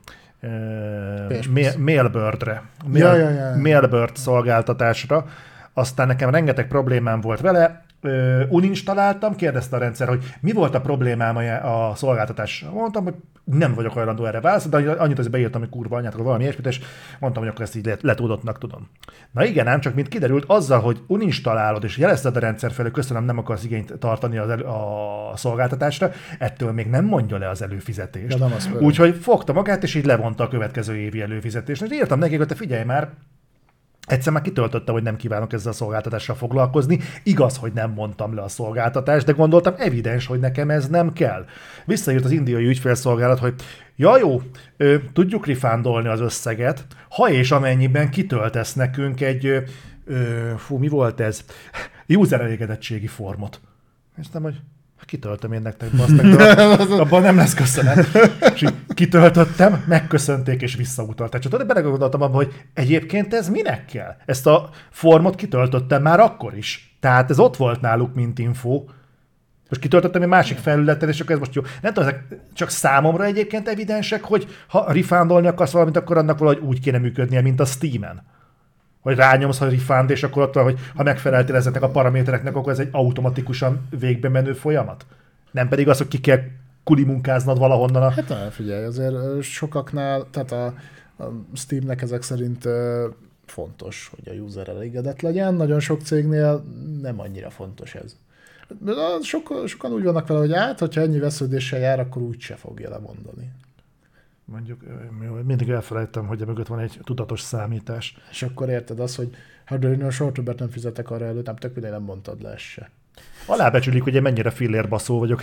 Mailbirdre. Mailbird szolgáltatásra. Aztán nekem rengeteg problémám volt vele, uninstalláltam, kérdezte a rendszer, hogy mi volt a problémám a szolgáltatással. Mondtam, hogy nem vagyok hajlandó erre válaszolni, de annyit azért beírtam, hogy kurva anyát, valami ilyesmit, és mondtam, hogy akkor ezt így letúdottnak tudom. Na igen, ám csak mint kiderült, azzal, hogy uninstallálod és jelezted a rendszer felé, köszönöm, nem akarsz igényt tartani a szolgáltatásra, ettől még nem mondja le az előfizetést. Úgyhogy fogta magát, és így levonta a következő évi előfizetést. És írtam nekik, hogy te figyelj már, egyszer már kitöltöttem, hogy nem kívánok ezzel a szolgáltatással foglalkozni. Igaz, hogy nem mondtam le a szolgáltatást, de gondoltam evidens, hogy nekem ez nem kell. Visszaírt az indiai ügyfélszolgálat, hogy ja jó, tudjuk refundolni az összeget, ha és amennyiben kitöltesz nekünk egy, mi volt ez? User elégedettségi formot. És nem, hogy kitöltöm én nektek, abban nem lesz köszönet. És így kitöltöttem, megköszönték és visszautalták. Csak tudod, belegondoltam abban, hogy egyébként ez minek kell? Ezt a formot kitöltöttem már akkor is. Tehát ez ott volt náluk, mint info. Most kitöltöttem egy másik felületen, és akkor ez most jó. Nem tudom, ezek csak számomra egyébként evidensek, hogy ha refundolni akarsz valamit, akkor annak valahogy úgy kéne működnie, mint a Steamen. Hogy rányomsz a refund, és akkor ott, hogy ha megfeleltél ezeknek a paramétereknek, akkor ez egy automatikusan végbe menő folyamat? Nem pedig az, hogy ki kell kulimunkáznod valahonnan. Hát nem, figyelj, azért sokaknál, tehát a Steamnek ezek szerint fontos, hogy a user elégedett legyen. Nagyon sok cégnél nem annyira fontos ez. Sokan úgy vannak vele, hogy hogyha ennyi vesződéssel jár, akkor úgyse fogja lemondani. Mondjuk, mindig elfelejtem, hogy mögött van egy tudatos számítás. És akkor érted azt, hogy hát de én soha többet nem fizetek arra előtt, nem tök mindegy, nem mondtad le ezt se. Alábecsülik, hogy én mennyire fillérbaszó vagyok.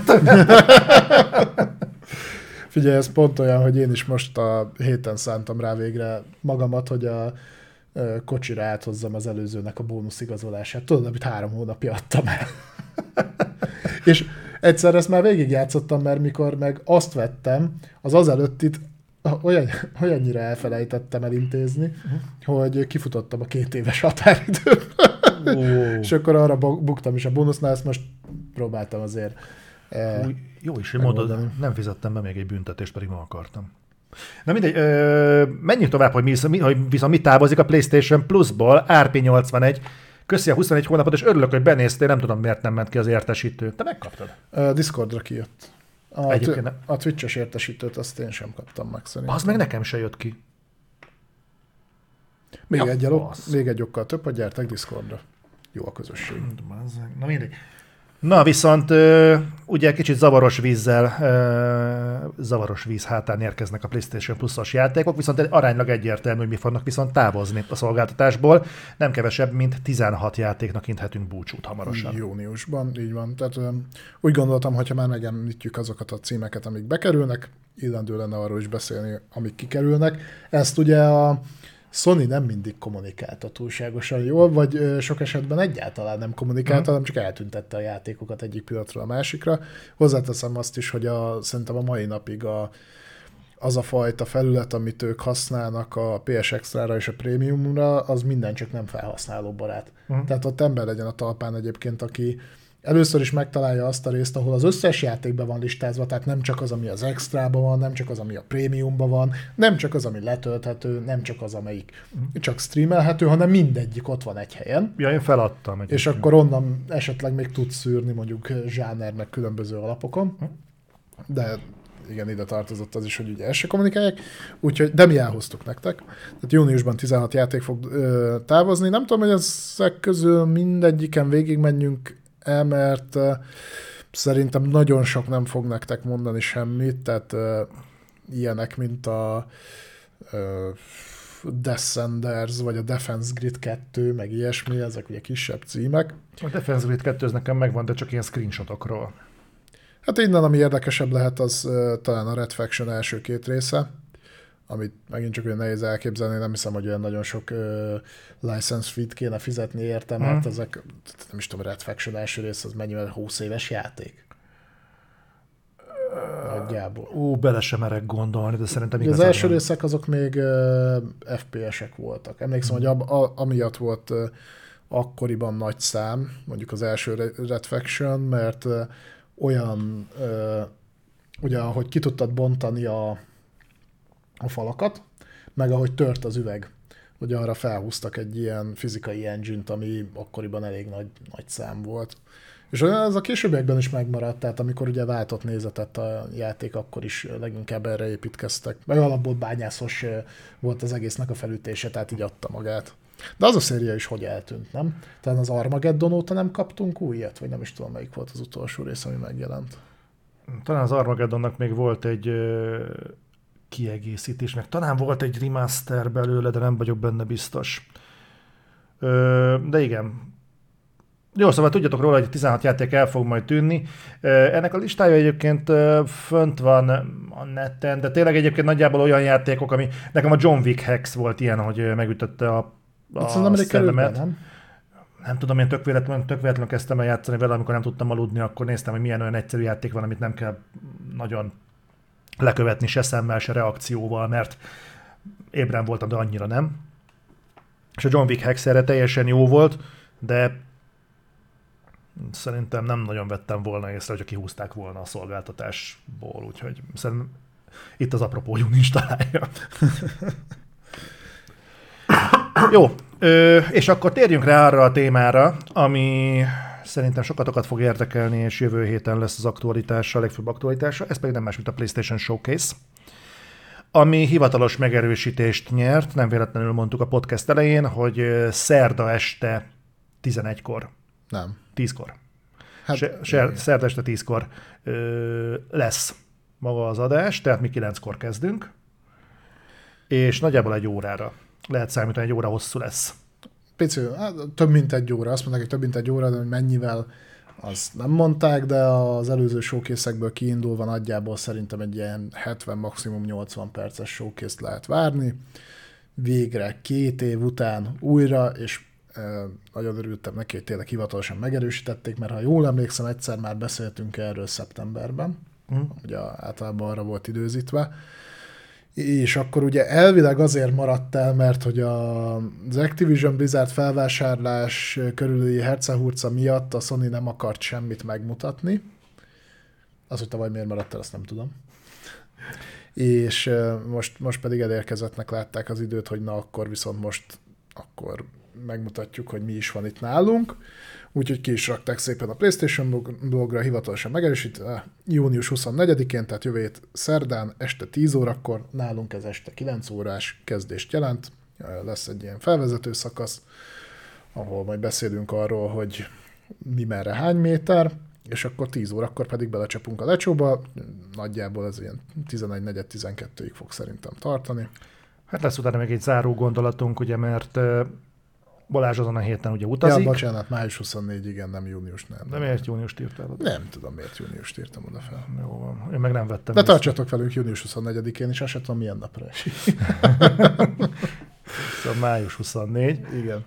Figyelj, ez pont olyan, hogy én is most a héten szántam rá végre magamat, hogy a kocsira áthozzam az előzőnek a bónuszigazolását. Tudod, amit 3 hónapja adtam el. És egyszer ezt már végigjátszottam, mert mikor meg azt vettem, az előttit olyannyira elfelejtettem elintézni, hogy kifutottam a 2 éves határidőt. És akkor arra buktam is a bónusznál, ezt most próbáltam azért jó is, hogy mondod, nem fizettem be még egy büntetést, pedig ma akartam. Na mindegy, menjünk tovább, hogy viszont mi távozik a PlayStation Plus-ból, RP81, köszi a 21 hónapot, és örülök, hogy benéztél, nem tudom, miért nem ment ki az értesítő. Te megkaptad? Discordra kijött. A Twitch-es értesítőt azt én sem kaptam meg szerintem. Az meg nekem se jött ki. Még egy okkal több, hogy gyertek Discordra. Jó a közösség. Na mindegy. Na viszont ugye kicsit zavaros víz hátán érkeznek a PlayStation Plus-os játékok, viszont aránylag egyértelmű, hogy mi fognak viszont távozni a szolgáltatásból. Nem kevesebb, mint 16 játéknak inthetünk búcsút hamarosan. Júniusban, így van. Tehát úgy gondoltam, hogyha már megemlítjük azokat a címeket, amik bekerülnek, illendő lenne arról is beszélni, amik kikerülnek. Ezt ugye a Sony nem mindig kommunikálta túlságosan jól, vagy sok esetben egyáltalán nem kommunikálta, hanem csak eltüntette a játékokat egyik pillanatról a másikra. Hozzáteszem azt is, hogy szerintem a mai napig az a fajta felület, amit ők használnak a PS Extra-ra és a Premiumra, az minden csak nem felhasználóbarát. Tehát ott ember legyen a talpán egyébként, aki először is megtalálja azt a részt, ahol az összes játékban van listázva, tehát nem csak az, ami az Extrában van, nem csak az, ami a Premiumban van, nem csak az, ami letölthető, nem csak az, amelyik csak streamelhető, hanem mindegyik ott van egy helyen. Ja, én feladtam egyébként. És akkor onnan esetleg még tudsz szűrni mondjuk zsánernek különböző alapokon. De igen, ide tartozott az is, hogy ugye ezt se kommunikálják. Úgyhogy, de mi elhoztuk nektek. Tehát júniusban 16 játék fog távozni. Nem tudom, hogy ezek közül mindegyiken végigmenjünk mert szerintem nagyon sok nem fog nektek mondani semmit, tehát ilyenek, mint a Descenders, vagy a Defense Grid 2, meg ilyesmi, ezek ugye kisebb címek. A Defense Grid 2 ez nekem megvan, de csak ilyen screenshotokról. Hát innen, ami érdekesebb lehet, az talán a Red Faction első 2 része, amit megint csak olyan nehéz elképzelni, nem hiszem, hogy olyan nagyon sok license fee-t kéne fizetni érte, mert ezek, nem is tudom, Red Faction első rész, az mennyivel 20 éves játék? Nagyjából. Bele sem merek gondolni, de szerintem igazán. Az első részek azok még FPS-ek voltak. Emlékszem, hogy amiatt volt akkoriban nagy szám, mondjuk az első Red Faction, mert olyan, ugye ahogy ki tudtad bontani a falakat, meg ahogy tört az üveg, hogy arra felhúztak egy ilyen fizikai engine-t, ami akkoriban elég nagy szám volt. És ez a későbbiekben is megmaradt, tehát amikor ugye váltott nézetet a játék, akkor is leginkább erre építkeztek. Meg alapból bányászos volt az egésznek a felütése, tehát így adta magát. De az a széria is hogy eltűnt, nem? Tehát az Armageddon óta nem kaptunk újat, vagy nem is tudom, melyik volt az utolsó rész, ami megjelent. Talán az Armageddonnak még volt egy kiegészítés, meg talán volt egy remaster belőle, de nem vagyok benne biztos. De igen. Jó, szóval tudjatok róla, hogy 16 játék el fog majd tűnni. Ennek a listája egyébként fönt van a neten, de tényleg egyébként nagyjából olyan játékok, ami nekem a John Wick Hex volt ilyen, hogy megütötte a szellemet. Nem tudom, én tök véletlenül kezdtem el játszani vele, amikor nem tudtam aludni, akkor néztem, hogy milyen olyan egyszerű játék van, amit nem kell nagyon lekövetni se szemmel, se reakcióval, mert ébren voltam, de annyira nem. És a John Wick Hex erre teljesen jó volt, de szerintem nem nagyon vettem volna észre, hogyha kihúzták volna a szolgáltatásból, úgyhogy szerintem itt az apropó Uninch találja. Jó, és akkor térjünk rá arra a témára, ami szerintem sokatokat fog érdekelni, és jövő héten lesz az aktualitása, a legfőbb aktualitása, ez pedig nem más, mint a PlayStation Showcase, ami hivatalos megerősítést nyert, nem véletlenül mondtuk a podcast elején, hogy szerda este 11-kor. Nem. 10-kor. Szerda este 10-kor lesz maga az adás, tehát mi 9-kor kezdünk, és nagyjából egy órára. Lehet számítani, egy óra hosszú lesz. Pici, több mint egy óra. Azt mondták, hogy több mint egy óra, de hogy mennyivel, azt nem mondták, de az előző showcase-ekből kiindulva nagyjából szerintem egy ilyen 70, maximum 80 perces showcase-t lehet várni. Végre 2 év után újra, és nagyon örültem neki, hogy tényleg hivatalosan megerősítették, mert ha jól emlékszem, egyszer már beszéltünk erről szeptemberben, ugye általában arra volt időzítve, és akkor ugye elvileg azért maradt el, mert hogy az Activision Blizzard felvásárlás körüli hercehurca miatt a Sony nem akart semmit megmutatni. Az, hogy tavaly miért maradt el, azt nem tudom. És most pedig elérkezettnek látták az időt, hogy na akkor viszont most akkor megmutatjuk, hogy mi is van itt nálunk. Úgyhogy ki is rakták szépen a PlayStation blogra, hivatalosan megerősítve június 24-én, tehát jövő hét szerdán este 10 órakor, nálunk ez este 9 órás kezdést jelent. Lesz egy ilyen felvezető szakasz, ahol majd beszélünk arról, hogy mi merre hány méter, és akkor 10 órakor pedig belecsapunk a lecsóba. Nagyjából ez ilyen 11-4-12-ig fog szerintem tartani. Hát lesz utána még egy záró gondolatunk, ugye, mert Balázs azon a héten ugye utazik. Ja, bocsánat, május 24, igen, nem június, nem. De miért júniust írtál oda? Nem tudom, miért júniust írtam oda fel. Jó van, én meg nem vettem. De tartsatok velünk június 24-én, és azt sem tudom, milyen napra esik. Szóval május 24. Igen.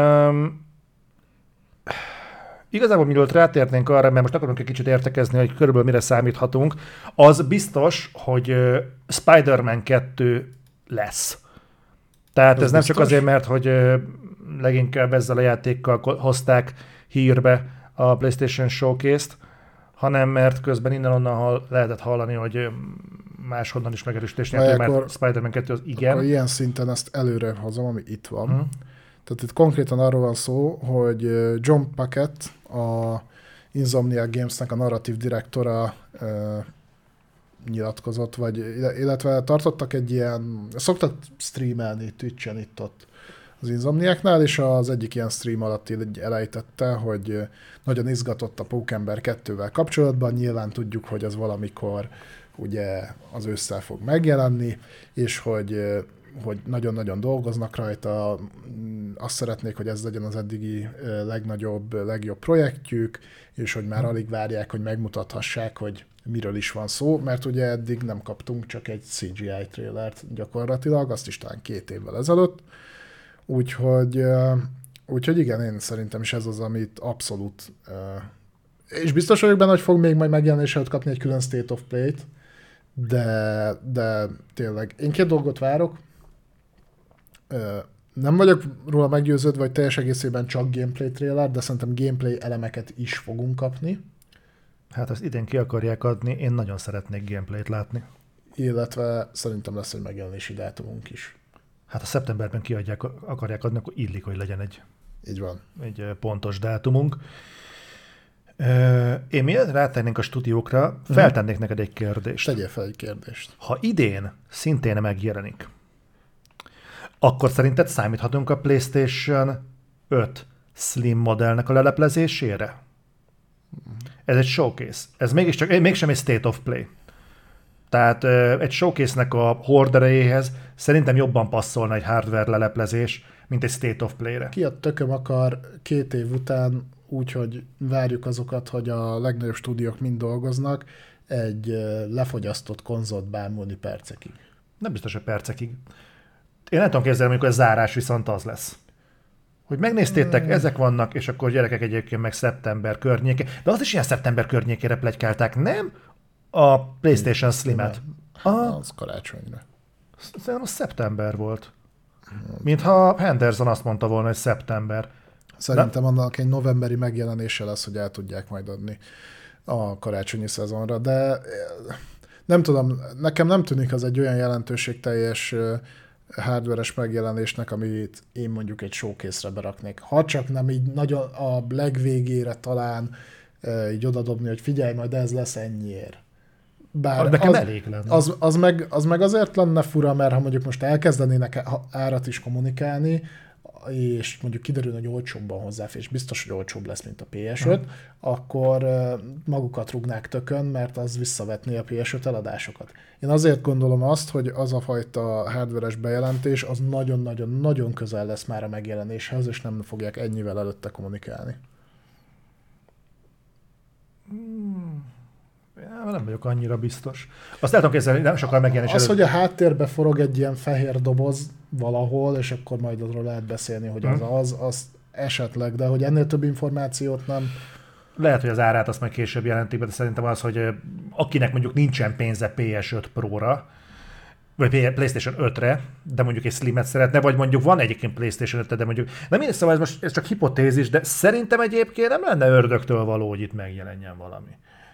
Igazából mielőtt rátérnénk arra, mert most akarunk egy kicsit értekezni, hogy körülbelül mire számíthatunk, az biztos, hogy Spider-Man 2 lesz. Tehát ez nem csak azért, mert hogy leginkább ezzel a játékkal hozták hírbe a PlayStation Showcase-t, hanem mert közben innen-onnan lehetett hallani, hogy máshonnan is megerősítés nyert, mert Spider-Man 2 az igen. Akkor ilyen szinten ezt előre hozom, ami itt van. Tehát itt konkrétan arról van szó, hogy John Puckett, a Insomniac Games-nek a narratív direktora nyilatkozott, illetve tartottak egy ilyen, szoktak streamelni Twitch-en itt-ott az Insomniacnál, és az egyik ilyen stream alatt elejtette, hogy nagyon izgatott a Pókember 2-vel kapcsolatban, nyilván tudjuk, hogy az valamikor ugye az ősszel fog megjelenni, és hogy hogy nagyon-nagyon dolgoznak rajta, azt szeretnék, hogy ez legyen az eddigi legjobb projektjük, és hogy már alig várják, hogy megmutathassák, hogy miről is van szó, mert ugye eddig nem kaptunk csak egy CGI trailert gyakorlatilag, azt is talán 2 évvel ezelőtt, úgyhogy igen, én szerintem is ez az, amit abszolút, és biztos vagyok benne, hogy fog még majd megjelenés előtt kapni egy külön State of Play-t, de tényleg én 2 dolgot várok. Nem vagyok róla meggyőződve, hogy teljes egészében csak gameplay trailer, de szerintem gameplay elemeket is fogunk kapni. Hát ezt idén ki akarják adni, én nagyon szeretnék gameplayt látni. Illetve szerintem lesz egy megjelenési dátumunk is. Hát ha szeptemberben akarják adni, akkor illik, hogy legyen Így van. egy pontos dátumunk. Én miért rátennénk a stúdiókra, feltennék neked egy kérdést. Tegyél fel egy kérdést. Ha idén szintén megjelenik, akkor szerinted számíthatunk a PlayStation 5 Slim modellnek a leleplezésére? Ez egy showcase. Ez mégsem egy State of Play. Tehát egy showcase-nek a horderejéhez szerintem jobban passzolna egy hardware leleplezés, mint egy State of Play-re. Ki a tököm akar 2 év után, úgyhogy várjuk azokat, hogy a legnagyobb stúdiók mind dolgoznak, egy lefogyasztott konzolt bámulni percekig. Nem biztos, hogy percekig. Én nem tudom képzelni, amikor ez zárás viszont az lesz. Hogy megnéztétek, ezek vannak, és akkor gyerekek egyébként meg szeptember környéke. De az is ilyen szeptember környékére pletykálták, nem? A PlayStation Slim-et. Az karácsonyra. Szerintem az szeptember volt. Mintha Henderson azt mondta volna, hogy szeptember. Szerintem annak egy novemberi megjelenése lesz, hogy el tudják majd adni a karácsonyi szezonra, de nem tudom, nekem nem tűnik az egy olyan jelentőségteljes hardware-es megjelenésnek, amit én mondjuk egy showcase-re beraknék. Ha csak nem így nagyon a legvégére talán így odadobni, hogy figyelj, majd ez lesz ennyiért. Bár nekem elég lenne. Az meg azért lenne fura, mert ha mondjuk most elkezdenének árat is kommunikálni, és mondjuk kiderül, hogy olcsóbban hozzáfér, és biztos, hogy olcsóbb lesz, mint a PS5, akkor magukat rúgnák tökön, mert az visszavetné a PS5 eladásokat. Én azért gondolom azt, hogy az a fajta hardware-es bejelentés, az nagyon-nagyon-nagyon közel lesz már a megjelenéshez, és nem fogják ennyivel előtte kommunikálni. Nem vagyok annyira biztos. Azt el tudom képzelni, nem sokkal megjelenés az, hogy a háttérbe forog egy ilyen fehér doboz valahol, és akkor majd arról lehet beszélni, hogy az esetleg, de hogy ennél több információt nem. Lehet, hogy az árát azt majd később jelentik, de szerintem az, hogy akinek mondjuk nincsen pénze PS5 Pro-ra, vagy PlayStation 5-re, de mondjuk egy Slim-et szeretne, vagy mondjuk van egyébként PlayStation 5, de mondjuk, nem mindegy, szóval ez csak hipotézis, de szerintem egyébként nem lenne ördögtől való, hogy itt megjelenjen valami.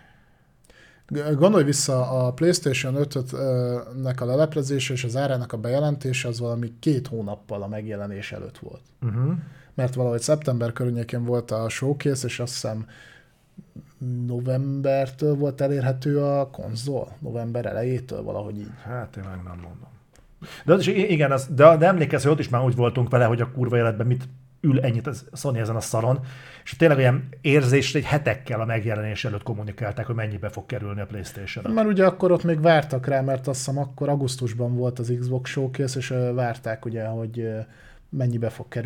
Gondolj vissza, a PlayStation 5-nek a leleplezése és az árának a bejelentése az valami 2 hónappal a megjelenés előtt volt. Mert valahogy szeptember környékén volt a showcase, és azt hiszem novembertől volt elérhető a konzol. November elejétől valahogy így. Hát én meg nem mondom. De az is, igen, de emlékezz, hogy ott is már úgy voltunk vele, hogy a kurva életben mit ül ennyit a Sony ezen a szaron, és tényleg olyan érzést egy hetekkel a megjelenés előtt kommunikálták, hogy mennyibe fog kerülni a PlayStation-ra. Mert ugye akkor ott még vártak rá, mert azt hiszem akkor augusztusban volt az Xbox Showcase, és várták ugye, hogy mennyibe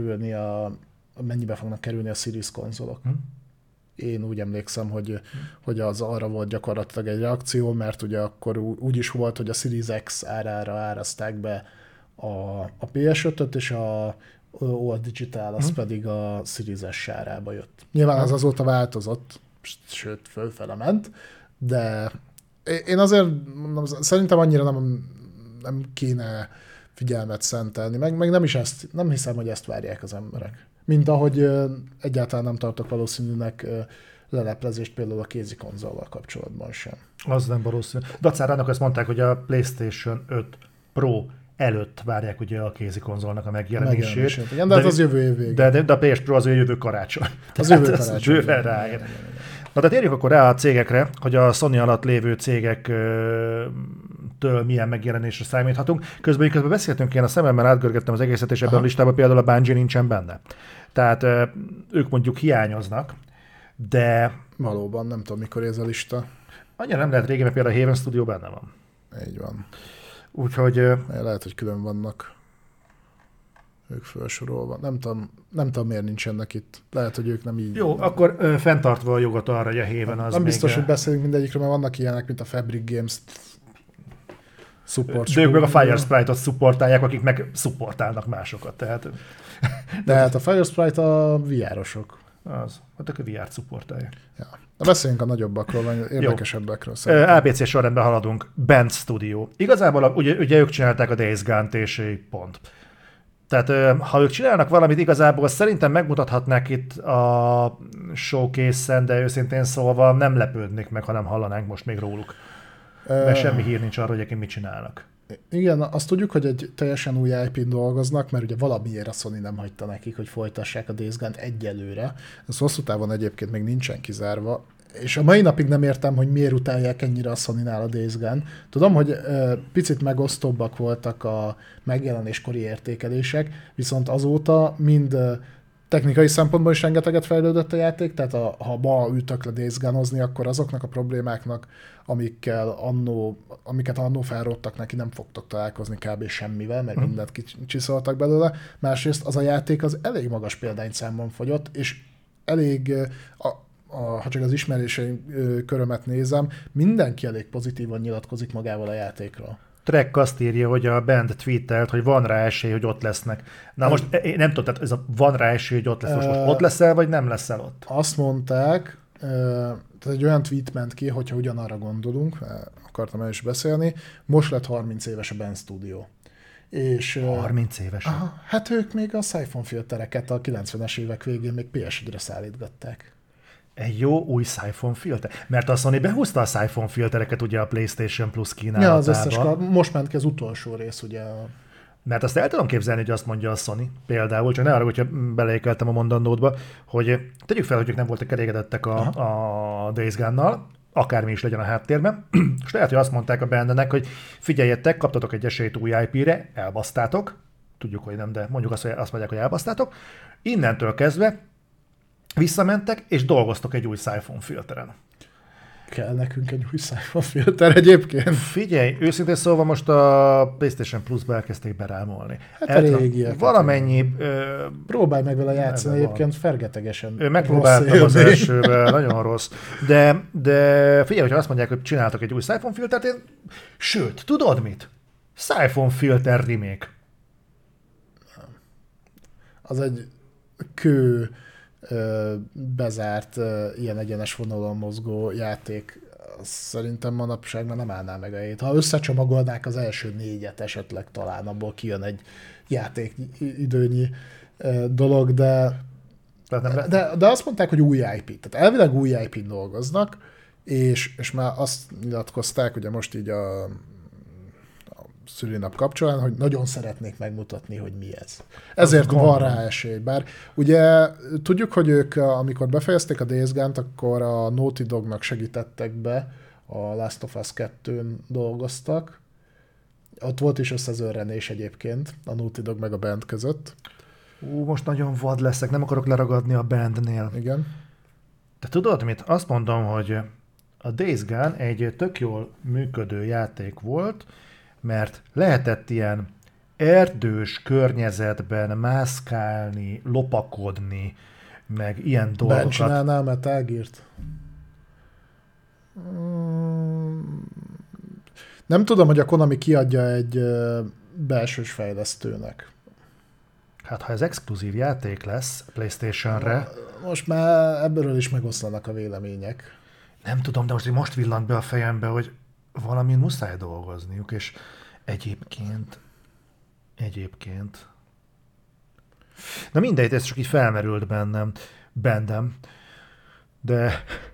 fognak kerülni a Series konzolok. Én úgy emlékszem, hogy az arra volt gyakorlatilag egy reakció, mert ugye akkor úgy is volt, hogy a Series X árára árazták be a PS5-öt, és a All Digital, az pedig a Series S árába jött. Nyilván az azóta változott, sőt, fölfele ment, de én azért szerintem annyira nem kéne figyelmet szentelni, meg nem hiszem, hogy ezt várják az emberek. Mint ahogy egyáltalán nem tartok valószínűnek leleplezést például a kézi konzollal kapcsolatban sem. Az nem valószínű. Dacára annak azt mondták, hogy a PlayStation 5 Pro előtt várják ugye a kézi konzolnak a megjelenését. Igen, de hát az jövő év végén. De a PS Pro az jövő karácsony. Az jövő karácsony. Bőven ráér. Na de térjük akkor rá a cégekre, hogy a Sony alatt lévő cégektől milyen megjelenésre számíthatunk. Közben beszéltünk, én a szememmel átgörgettem az egészet, és ebben a listában például a Bungie nincsen benne. Tehát ők mondjuk hiányoznak, de... Valóban, nem tudom, mikor ez a lista. Annyira nem lehet régen, mert például a Haven Studio benne van. Így van. Úgyhogy... Lehet, hogy külön vannak. ők felsorolva. Nem tudom, miért nincsenek itt. Lehet, hogy ők nem így... Jó, akkor fenntartva a jogot arra, hogy a Haven az nem még... biztos, hogy beszélünk mindegyikről, mert vannak ilyenek, mint a Fabric Games support. De ők meg a Firesprite-ot szupportálják, akik meg szupportálnak másokat, tehát... De hát a Firesprite a VR-osok. Az, hát ők a VR-t szupportálják. Ja. Na beszéljünk a nagyobbakról, vagy érdekesebbekről. ABC sorrendben haladunk. Band Studio. Igazából ugye ők csinálták a Days Gone-t és pont. Tehát ha ők csinálnak valamit, igazából szerintem megmutathatnák itt a showcase-en, de őszintén szólva nem lepődnék meg, ha nem hallanánk most még róluk. Mert semmi hír nincs arról, hogy egyébként mit csinálnak. Igen, azt tudjuk, hogy egy teljesen új IP-n dolgoznak, mert ugye valamiért a Sony nem hagyta nekik, hogy folytassák a Days Gone-t egyelőre. Ez hosszú távon egyébként még nincsen kizárva. És a mai napig nem értem, hogy miért utálják ennyire a Sonynál a Days Gone. Tudom, hogy picit megosztóbbak voltak a megjelenéskori értékelések, viszont azóta mind technikai szempontból is rengeteget fejlődött a játék, tehát ha ma ültök le Days Gone-ozni, akkor azoknak a problémáknak, amiket annó felróttak neki, nem fogtok találkozni kb. Semmivel, mert mindent kicsiszoltak belőle. Másrészt az a játék az elég magas példányszámban fogyott, és elég, ha csak az ismeréseim körömet nézem, mindenki elég pozitívan nyilatkozik magával a játékról. Track azt írja, hogy a band tweetelt, hogy van rá esély, hogy ott lesznek. Na most én nem tudom, tehát ez van rá esély, hogy ott lesz. Most ott leszel, vagy nem leszel ott? Azt mondták, tehát egy olyan tweet ment ki, hogyha ugyanarra gondolunk, akartam el is beszélni, most lett 30 éves a Band Studio. És, 30 éves? Hát ők még a Siphon filtereket a 90-es évek végén még PS1-re szállítgatták. Egy jó új Siphon filter? Mert a Sony behúzta a Siphon filtereket ugye a PlayStation Plus kínálatába. Ja, az összes, most ment ki az utolsó rész, ugye. Mert azt el tudom képzelni, hogy azt mondja a Sony például, csak ne arra, hogyha beleékeltem a mondandódba, hogy tegyük fel, hogy ők nem voltak elégedettek a Days Gone-nal, akármi is legyen a háttérben, és lehet, hogy azt mondták a bandnek, hogy figyeljetek, kaptatok egy esélyt új IP-re, elbasztátok, tudjuk, hogy nem, de mondjuk azt mondják, hogy elbasztátok, innentől kezdve visszamentek, és dolgoztok egy új Siphon filteren. Kell nekünk egy új Siphon filter egyébként? Figyelj, őszintén szólva most a PlayStation Plus-ba elkezdték berámolni. Hát a régiek. Valamennyi... Próbálj meg vele játszani, egyébként fergetegesen. Megpróbáltam az elsővel, nagyon rossz. De figyelj, hogyha azt mondják, hogy csináltak egy új Siphon filtert, sőt, tudod mit? Siphon filter remake. Az egy bezárt, ilyen egyenes vonalon mozgó játék. Szerintem manapság már nem állná meg a helyét. Ha összecsomagolnák az első 4-et esetleg talán, abból kijön egy játék időnyi dolog, de azt mondták, hogy új IP. Tehát elvileg új IP-n dolgoznak, és már azt nyilatkozták, ugye most így a szülinap kapcsolatban, hogy nagyon szeretnék megmutatni, hogy mi ez. Ezért van rá esély. Bár ugye tudjuk, hogy ők, amikor befejezték a Days Gone-t, akkor a Naughty Dognak segítettek be, a Last of Us 2-n dolgoztak. Ott volt is összezörrenés egyébként a Naughty Dog meg a band között. Most nagyon vad leszek, nem akarok leragadni a bandnél. Igen. De tudod mit? Azt mondom, hogy a Days Gone egy tök jól működő játék volt, mert lehetett ilyen erdős környezetben mászkálni, lopakodni, meg ilyen dolgokat. Ben csinálnál Metal Geart? Nem tudom, hogy a Konami kiadja egy belsős fejlesztőnek. Hát ha ez exkluzív játék lesz PlayStation-re... Most már ebből is megoszlanak a vélemények. Nem tudom, de most villant be a fejembe, hogy valamin muszáj dolgozniuk, és egyébként... Na mindegy, ez csak így felmerült bennem, de...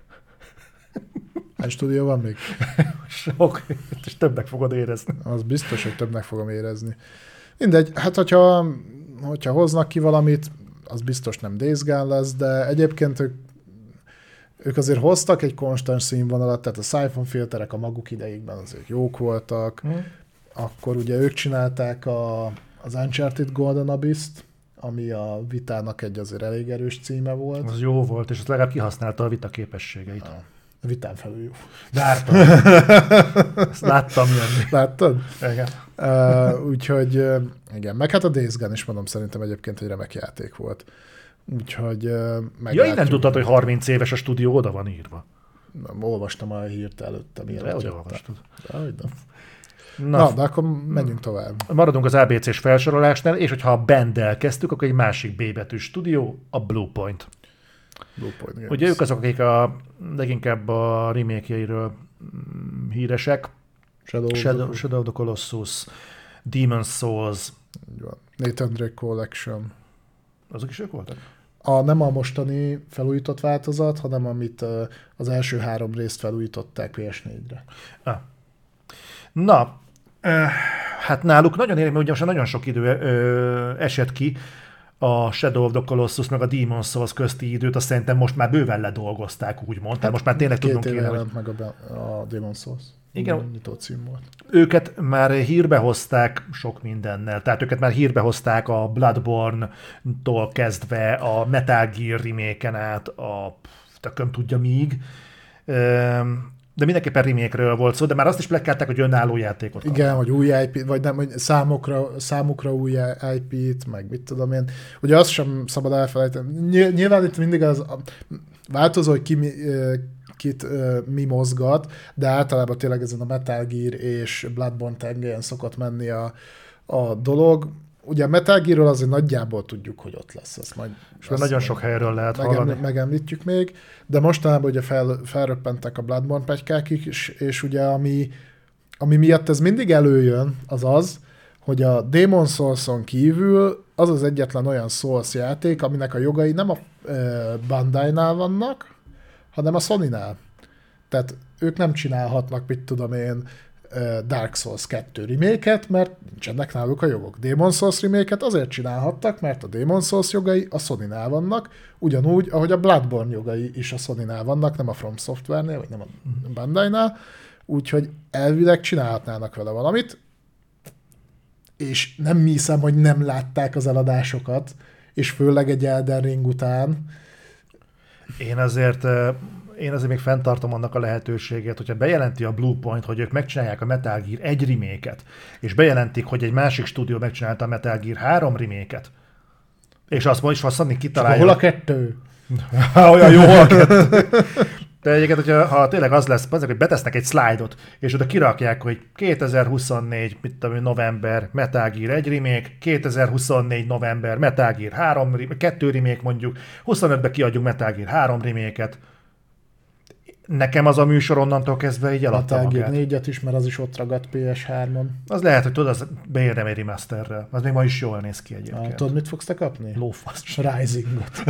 Egy stúdió van még? Sok, és többnek fogod érezni. Az biztos, hogy többnek fogom érezni. Mindegy, hát hogyha hoznak ki valamit, az biztos nem Days Gone lesz, de egyébként ők azért hoztak egy konstans színvonalat, tehát a Siphon filterek a maguk idejükben azért jók voltak. Akkor ugye ők csinálták az Uncharted Golden Abyss-t, ami a Vitának egy azért elég erős címe volt. Az jó volt, és az legalább kihasználta a Vita képességeit. A Vitán felül jó. Vártam. Ezt láttam jönni. Láttad? Igen. Úgyhogy igen, meg hát a Days Gone is mondom, szerintem egyébként egy remek játék volt. Úgyhogy meglátjuk. Ja, innen tudtad, hogy 30 éves a stúdió, oda van írva. Olvastam a hírt előtte. De hogy olvastad? Na, de akkor menjünk tovább. Maradunk az ABC-s felsorolásnál, és hogyha a Bend-del kezdtük, akkor egy másik B betűs stúdió, a Bluepoint. Bluepoint Games. Ugye ők azok, akik leginkább a remake-jeiről híresek. Shadow of the Colossus, Demon's Souls. Nathan Drake Collection. Azok is ők voltak? Nem a mostani felújított változat, hanem amit az első 3 részt felújították PS4-re. Na, hát náluk nagyon érdekes, mert ugye most nagyon sok idő esett ki a Shadow of the Colossus meg a Demon's Souls közti időt, azt szerintem most már bőven ledolgozták, úgymond. Tehát most már tényleg tudnunk kéne, hogy... meg a Demon's Souls. Igen, nyitó cím volt. Őket már hírbe hozták sok mindennel. Tehát őket már hírbe hozták a Bloodborne-tól kezdve a Metal Gear remake-en át, a tököm tudja míg. De mindenképpen remake-ről volt szó, de már azt is plekkálták, hogy önálló játékot kapnak. Igen, hogy új IP, vagy nem, hogy számukra új IP-t, meg mit tudom én. Ugye azt sem szabad elfelejteni. Nyilván itt mindig az változó, hogy kit mi mozgat, de általában tényleg ezen a Metal Gear és Bloodborne tengelyen szokott menni a dolog. Ugye a Metal Gearről azért nagyjából tudjuk, hogy ott lesz. Azt majd, és nagyon sok helyről lehet hallani. Megemlítjük még, de mostanában ugye felröppentek a Bloodborne pletykák is, és ugye ami miatt ez mindig előjön, az, hogy a Demon's Souls-on kívül az az egyetlen olyan Souls játék, aminek a jogai nem a Bandai-nál vannak, hanem a Sony-nál. Tehát ők nem csinálhatnak, mit tudom én, Dark Souls 2 remake-et, mert nincsenek náluk a jogok. Demon's Souls remake-et azért csinálhattak, mert a Demon's Souls jogai a Sony-nál vannak, ugyanúgy, ahogy a Bloodborne jogai is a Sony-nál vannak, nem a From Software-nél, vagy nem a Bandai-nál, úgyhogy elvileg csinálhatnának vele valamit, és nem hiszem, hogy nem látták az eladásokat, és főleg egy Elden Ring után. Én azért még fenntartom annak a lehetőséget, hogyha bejelenti a Bluepoint, hogy ők megcsinálják a Metal Gear 1 remake-et, és bejelentik, hogy egy másik stúdió megcsinálta a Metal Gear 3 remake-et, és azt mondja, hogy Sony kitalálja... Hol a 2? Olyan jó, hol a 2? De egyébként, ha tényleg az lesz, hogy betesznek egy szlájdot, és oda kirakják, hogy 2024, mit tudom, november, Metal Gear 1 remake, 2024 november, Metal Gear 2 remake mondjuk, 25-ben kiadjuk Metal Gear 3 remake-et. Nekem az a műsor onnantól kezdve így eladta magát. Metal Gear 4-et is, mert az is ott ragadt PS3-on. Az lehet, hogy tudod, az beérdem egy remasterrel. Az még ma is jól néz ki egyébként. Tudod, mit fogsz te kapni? Lófasz. Risingot.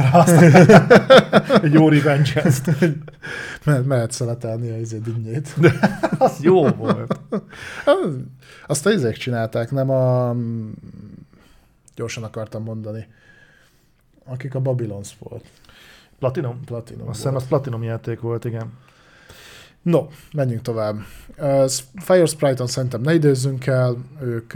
Egy jó Revenge-ezt. Mehet szeletelni a dinnyét. Az jó volt. Azt a izék csinálták, nem gyorsan akartam mondani. Akik a Babylons volt. Platinum? Platinum. Azt hiszem, az Platinum játék volt, igen. No, menjünk tovább. Fire Sprite-on szerintem ne időzzünk el, ők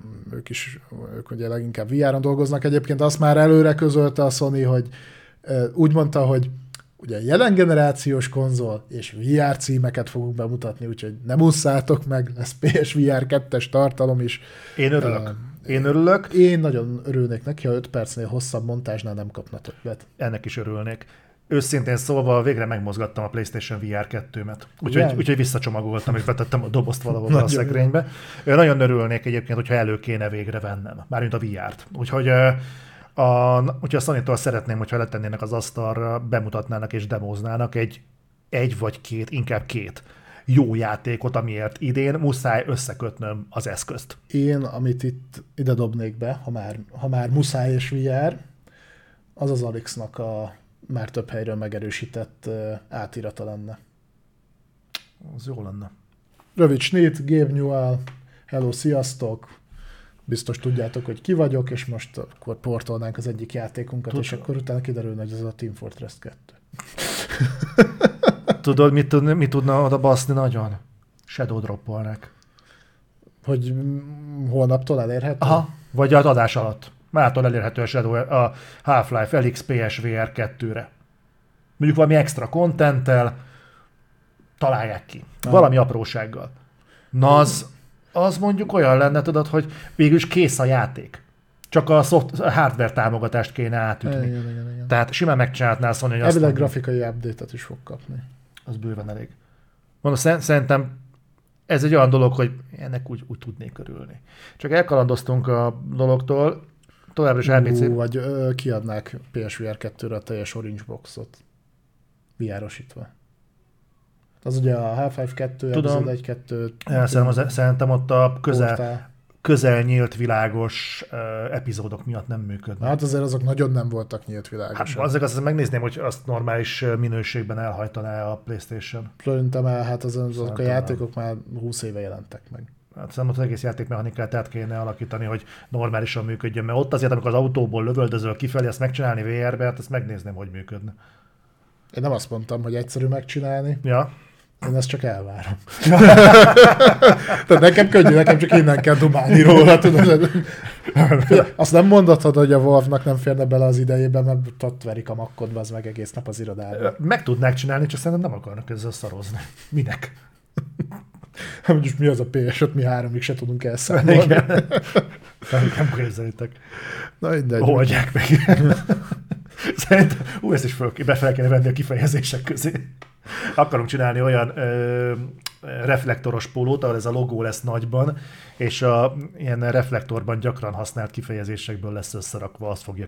ugye leginkább VR-on dolgoznak. Egyébként azt már előre közölte a Sony, hogy úgy mondta, hogy ugye jelen generációs konzol és VR címeket fogunk bemutatni, úgyhogy nem usszátok meg, lesz PSVR 2-es tartalom is. Én örülök. Én nagyon örülnék neki, ha 5 percnél hosszabb montázsnál nem kapna többet. Ennek is örülnék. Őszintén szólva végre megmozgattam a PlayStation VR 2-met. Úgyhogy visszacsomagoltam és betettem a dobozt valahol a szekrénybe. Nagyon örülnék egyébként, hogyha elő kéne végre vennem. Mármint a VR-t. Úgyhogy a Sony-tól szeretném, hogyha letennének az asztalra, bemutatnának és demóznának egy vagy két, inkább két jó játékot, amiért idén muszáj összekötnöm az eszközt. Én, amit ide dobnék be, ha már muszáj és VR, az Alyxnak a már több helyről megerősített átirata lenne. Az jó lenne. Rövid snit, Gabe Newell, hello, sziasztok! Biztos tudjátok, hogy ki vagyok, és most akkor portolnánk az egyik játékunkat, és akkor utána kiderülne, hogy ez a Team Fortress 2. Tudod, mit tudna oda baszni nagyon? Shadow droppolnak. Hogy holnaptól elérhető? Aha, vagy az adás alatt. Mártól elérhető a Shadow a Half-Life Alyx PSVR 2-re. Mondjuk valami extra contenttel találják ki. Valami aprósággal. Na az az mondjuk olyan lenne, tudod, hogy végülis kész a játék. Csak a hardware támogatást kéne átütni. Igen. Tehát simán megcsinálhatnál azt mondani, hogy azt elvileg grafikai update-et is fog kapni. Az bőven elég. Mondom, szerintem ez egy olyan dolog, hogy ennek úgy tudnék örülni. Csak elkalandoztunk a dologtól, továbbra is RPC... Vagy kiadnák PSVR 2-re a teljes Orange Boxot. VR-osítva. Az ugye a Half-Life 2, Tudom, Episode 1-2... Szerintem ott a közel nyílt világos epizódok miatt nem működnek. Hát azért azok nagyon nem voltak nyílt világosak. Hát azért azt megnézném, hogy azt normális minőségben elhajtaná a PlayStation. Szerintem hát azok a játékok már 20 éve jelentek meg. Hát szerintem az egész játékmechanikát át kéne alakítani, hogy normálisan működjön, mert ott azért, amikor az autóból lövöldözöl kifelé, ezt megcsinálni VR-be, hát ezt megnézném, hogy működne. Én nem azt mondtam, hogy egyszerű megcsinálni. Ja. Én ezt csak elvárom. Tehát nekem könnyű, nekem csak innen kell dumálni róla, tudod. Azt nem mondhatod, hogy a Valve-nak nem férne bele az idejébe, mert ott verik a makkodba, az meg egész nap az irodában. Meg tudnák csinálni, csak szerintem nem akarnak ezzel szarozni. Minek? Most mi az a PS5, mi 3-ig se tudunk elszámolni. Nem képzeljétek. Na mindegy. Oldják meg. Szerintem, ezt is fel kéne venni a kifejezések közé. Akarunk csinálni olyan reflektoros pólót, ahol ez a logó lesz nagyban, és ilyen reflektorban gyakran használt kifejezésekből lesz összerakva, azt fogja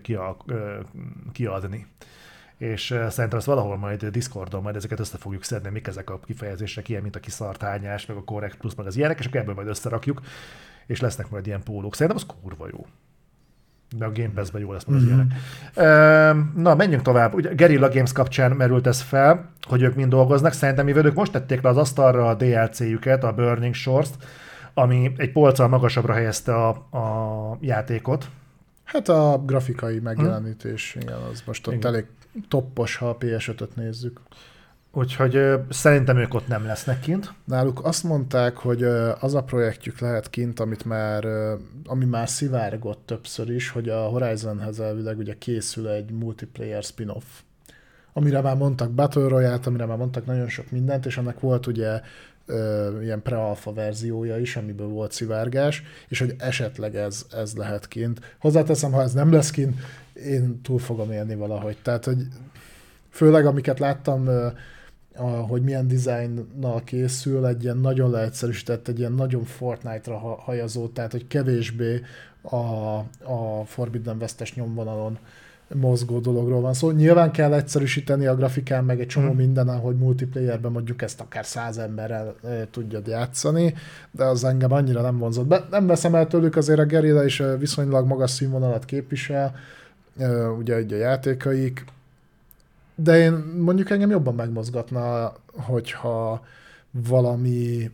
kiadni. És szerintem ezt valahol majd Discordon majd ezeket össze fogjuk szedni, mik ezek a kifejezések, ilyen, mint a kiszartányás, meg a correct plus, meg az ilyenek, és akkor ebből majd összerakjuk, és lesznek majd ilyen pólók. Szerintem az kurva jó. De a Game Pass-ben jó lesz meg az ilyenek. Na, menjünk tovább. Ugye Guerrilla Games kapcsán merült ez fel, hogy ők mind dolgoznak. Szerintem, mivel ők most tették le az asztalra a DLC-jüket, a Burning Shores-t, ami egy polccal magasabbra helyezte a játékot. Hát a grafikai megjelenítés, igen, az most ott elég toppos, ha a PS5-öt nézzük. Úgyhogy szerintem ők ott nem lesznek kint. Náluk azt mondták, hogy az a projektjük lehet kint, ami már szivárgott többször is, hogy a Horizonhez elvileg ugye készül egy multiplayer spin-off, amire már mondtak Battle Royale-t, amire már mondtak nagyon sok mindent, és annak volt ugye ilyen pre-alpha verziója is, amiből volt szivárgás, és hogy esetleg ez lehet kint. Hozzáteszem, ha ez nem lesz kint, én túl fogom élni valahogy. Tehát, hogy főleg amiket láttam, hogy milyen dizájnnal készül, egy ilyen nagyon leegyszerűsített, egy ilyen nagyon Fortnite-ra hajazó, tehát hogy kevésbé a Forbidden West-es nyomvonalon mozgó dologról van szó. Nyilván kell egyszerűsíteni a grafikán, meg egy csomó minden, hogy multiplayerben mondjuk ezt akár 100 emberrel tudjad játszani, de az engem annyira nem vonzott be. Nem veszem el tőlük, azért a Guerrilla is viszonylag magas színvonalat képvisel, ugye a játékaik, de én mondjuk engem jobban megmozgatna, hogyha valami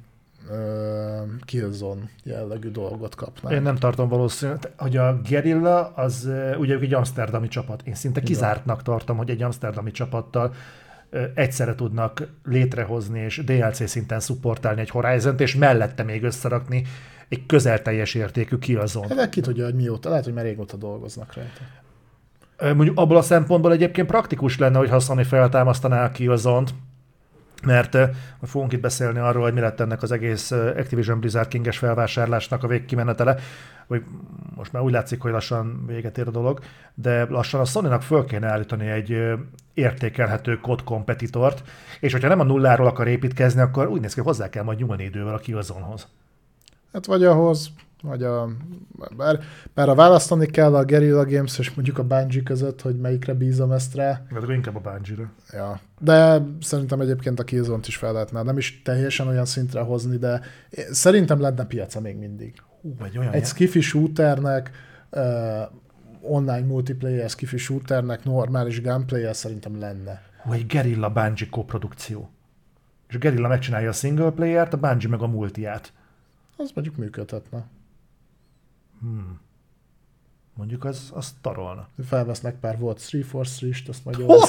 Killzone jellegű dolgot kapnánk. Én nem tartom valószínű, hogy a Guerrilla az ugye egy amszterdami csapat. Én szinte kizártnak tartom, hogy egy amszterdami csapattal egyszerre tudnak létrehozni és DLC szinten szupportálni egy Horizont, és mellette még összerakni egy közel teljes értékű Killzone. Hát ki tudja, hogy mióta, lehet, hogy már régóta dolgoznak rajta. Mondjuk abból a szempontból egyébként praktikus lenne, hogy Sony feltámasztaná a Killzone-t, mert fogunk itt beszélni arról, hogy mi lett ennek az egész Activision Blizzard King-es felvásárlásnak a végkimenetele, hogy most már úgy látszik, hogy lassan véget ér a dolog, de lassan a Sony-nak föl kéne állítani egy értékelhető COD kompetitort, és hogyha nem a nulláról akar építkezni, akkor úgy néz ki, hogy hozzá kell majd nyúlni idővel a Killzone-hoz. Hát vagy ahhoz, vagy bár a választani kell a Guerrilla Games és mondjuk a Bungie között, hogy melyikre bízom ezt rá. De akkor inkább a Bungie-ra. Ja. De szerintem egyébként a Killzone-t is fel lehetne, nem is teljesen olyan szintre hozni, de szerintem lenne piaca még mindig. Egy skifi shooternek, online multiplayer skifi shooternek, normális gunplayer szerintem lenne. Egy Guerrilla Bungie koprodukció. És a Guerrilla megcsinálja a single playert, a Bungie meg a multiát. Az mondjuk működhetne. Mondjuk az tarolna. Felvesznek pár volt 343-st, azt majd jól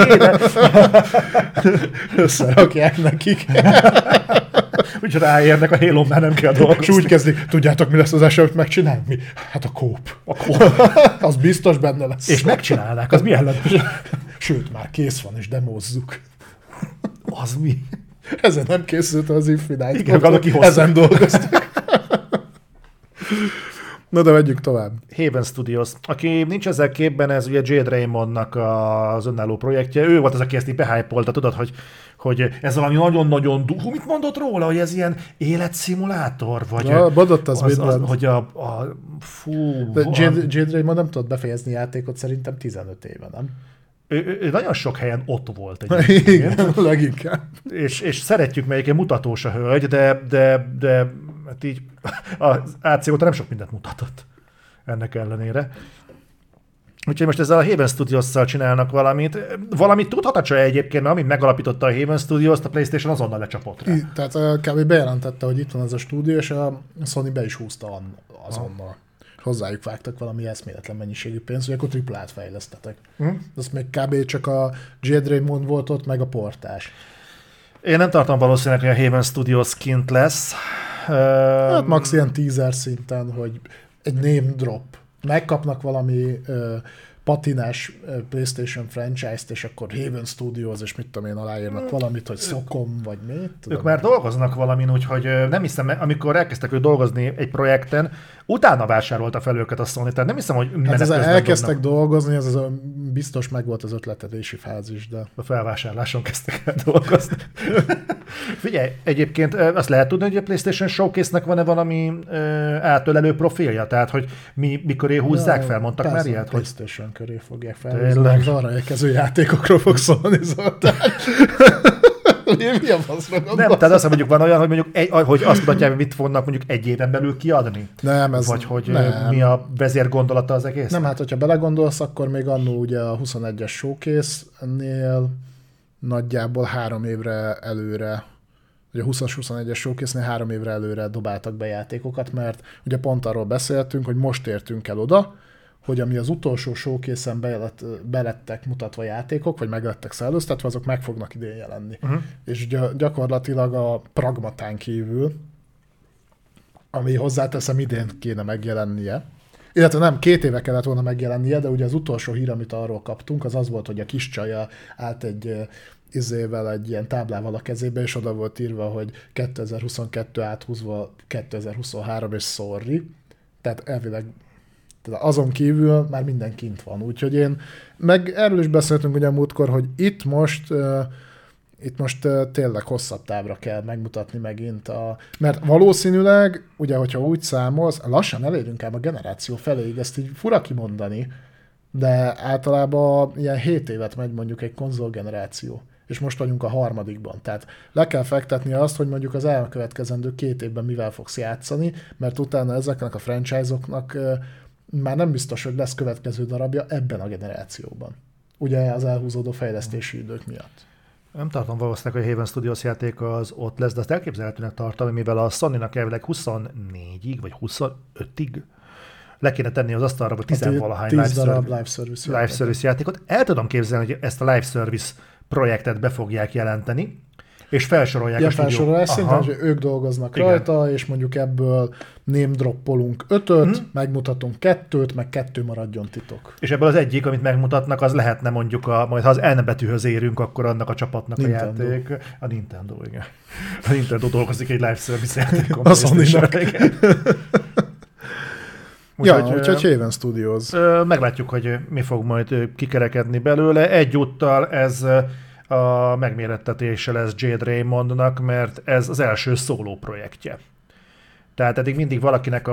összerakják nekik. Úgyhogy ráérnek, a Halo már nem kell dolgozni. És úgy kezdik, tudjátok, mi lesz az első, amit megcsinálni? Mi? Hát a kóp. Az biztos benne lesz. És megcsinálnák, az milyen lenne? Sőt, már kész van, és demózzuk. Az mi? Ezen nem készült az Infinite. Igen, ezen dolgoztak. Na de vegyük tovább. Haven Studios. Aki nincs ezzel képben, ez ugye Jade Raymondnak az önálló projektje. Ő volt az, aki ezt így behypolta, tudod, hogy ez valami nagyon-nagyon mit mondott róla, hogy ez ilyen életszimulátor? Vagy Badott az hogy fú... De Jade Raymond nem tudott befejezni játékot szerintem 15 éve, nem? Ő nagyon sok helyen ott volt egyébként. Igen, leginkább. És szeretjük, melyik mutatós a hölgy, de hát így az AC óta nem sok mindent mutatott ennek ellenére. Úgyhogy most ezzel a Haven Studios-szal csinálnak valamit. Valamit tudhat a csaj egyébként, mert amint megalapította a Haven Studios-t, a PlayStation azonnal lecsapott rá. Tehát kb. Bejelentette, hogy itt van ez a stúdió, és a Sony be is húzta azonnal. Hozzájuk vágtak valami eszméletlen mennyiségű pénzt, hogy akkor triplát fejlesztetek. Az még kb. Csak a Jade Raymond volt ott, meg a portás. Én nem tartom valószínűleg, hogy a Haven Studios kint lesz. Hát max ilyen teaser szinten, hogy egy name drop. Megkapnak valami patinás PlayStation franchise-t, és akkor Haven Studios, és mit tudom én, aláírnak valamit, hogy Socom, vagy mit. Ők már dolgoznak valamin, úgyhogy nem hiszem, amikor elkezdtek ők dolgozni egy projekten, utána vásárolta fel őket a Sony, tehát nem hiszem, hogy hát ez elkezdtek dolgozni, ez biztos meg volt az ötletelési fázis, de... A felvásárláson kezdtek el dolgozni. Figyelj, egyébként azt lehet tudni, hogy a PlayStation Showcase-nek van-e valami átölelő profilja? Tehát, hogy mikor húzzák fel, mondtak már ilyet? PlayStation köré fogják felhúzni, az arra elkező játékokról fog szólni, Zoltán. Mi a faszra gondolsz? Nem, tehát azt mondjuk van olyan, hogy mondjuk hogy azt mutatják, hogy mit fognak mondjuk egy éven belül kiadni? Nem, ez vagy hogy nem. Mi a vezérgondolata az egész? Nem, hát hogyha belegondolsz, akkor még annó ugye a 21-es showcase-nél nagyjából 3 évre előre, ugye a 20-21-es showcase-nél 3 évre előre dobáltak be játékokat, mert ugye pont arról beszéltünk, hogy most értünk el oda, hogy ami az utolsó showcase-en belettek mutatva játékok, vagy meglettek szellőztetve, azok meg fognak idén jelenni. És gyakorlatilag a Pragmatán kívül, ami hozzáteszem idén kéne megjelennie, illetve nem, 2 éve kellett volna megjelennie, de ugye az utolsó hír, amit arról kaptunk, az volt, hogy a kis csaja állt egy egy ilyen táblával a kezébe, és oda volt írva, hogy 2022 áthúzva 2023, és sorry. Tehát elvileg azon kívül már minden kint van. Úgyhogy meg erről is beszéltünk ugye múltkor, hogy itt most tényleg hosszabb távra kell megmutatni megint mert valószínűleg, ugye, hogyha úgy számolsz, lassan elérünk ám a generáció feléig, ezt így fura kimondani, de általában ilyen 7 évet megy mondjuk egy konzolgeneráció, és most vagyunk a 3. Tehát le kell fektetni azt, hogy mondjuk az elkövetkezendő 2 évben mivel fogsz játszani, mert utána ezeknek a franchise-oknak már nem biztos, hogy lesz következő darabja ebben a generációban. Ugye az elhúzódó fejlesztési idők miatt. Nem tartom valószínűleg, hogy a Haven Studios játék az ott lesz, de azt elképzelhetőnek tartom, mivel a Sony-nak elvileg 24-ig, vagy 25-ig le kéne tenni az asztalra, vagy 10-valahány live service játékot. El tudom képzelni, hogy ezt a live service projektet be fogják jelenteni, és felsorolják a stúdiót. Felsorolás szinten, hogy ők dolgoznak rajta, és mondjuk ebből name droppolunk 5-öt, megmutatunk 2-t, meg 2 maradjon titok. És ebből az egyik, amit megmutatnak, az lehetne mondjuk, majd ha az N betűhöz érünk, akkor annak a csapatnak Nintendo. A játék. A Nintendo, igen. A Nintendo dolgozik egy live service játékon. A Sony-nak. Úgyhogy Haven Studios. Meglátjuk, hogy mi fog majd kikerekedni belőle. Egyúttal ez a megmérettetése lesz Jade Raymondnak, mert ez az első szóló projektje. Tehát eddig mindig valakinek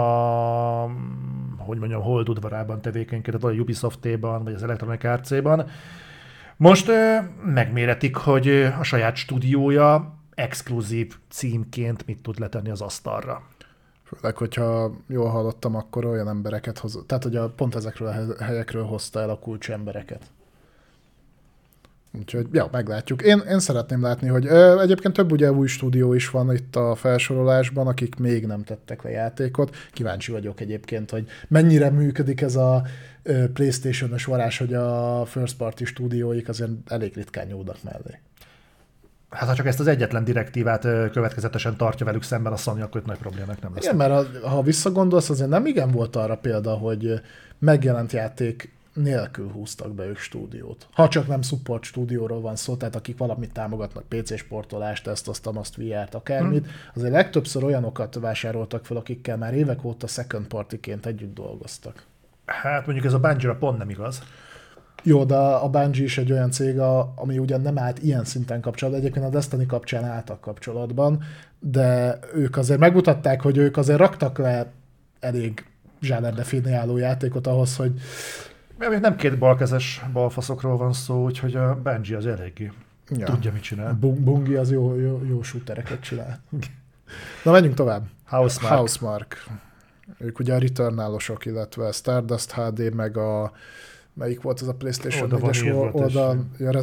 hogy mondjam, Hold udvarában tevékenykedett, vagy a Ubisoft-ban, vagy az Electronic Arts-ban. Most megméretik, hogy a saját stúdiója exkluzív címként mit tud letenni az asztalra. Főleg, hogyha jól hallottam, akkor olyan embereket hoz, tehát hogy pont ezekről a helyekről hozta el a kulcs embereket. Úgyhogy, meglátjuk. Én szeretném látni, hogy egyébként több ugye új stúdió is van itt a felsorolásban, akik még nem tettek le játékot. Kíváncsi vagyok egyébként, hogy mennyire működik ez a PlayStation-ös varázs, hogy a first party stúdióik azért elég ritkán nyúlnak mellé. Hát ha csak ezt az egyetlen direktívát következetesen tartja velük szemben a Sony, akkor itt nagy problémák nem lesznek. Igen, mert ha visszagondolsz, azért nem igen volt arra példa, hogy megjelent játék nélkül húztak be ők stúdiót. Ha csak nem support stúdióról van szó, tehát akik valamit támogatnak, PC sportolást, azt VR-t, akármit, azért legtöbbször olyanokat vásároltak fel, akikkel már évek óta second partyként együtt dolgoztak. Hát mondjuk ez a Bungie-ra pont nem igaz. Jó, de a Bungie is egy olyan cég, ami ugyan nem állt ilyen szinten kapcsolatban, egyébként a Destiny kapcsán álltak kapcsolatban, de ők azért megmutatták, hogy ők azért raktak le elég zsánerdefiniáló játékot ahhoz, hogy... Mert nem két balkezes balfaszokról van szó, úgyhogy a Bungie az eléggé tudja, mit csinál. Bungie az jó shootereket csinál. Na, menjünk tovább. Housemarque. Ők ugye a Returnal-osok, illetve Stardust HD, meg a... Melyik volt az a PlayStation 4-es oldal? Ja,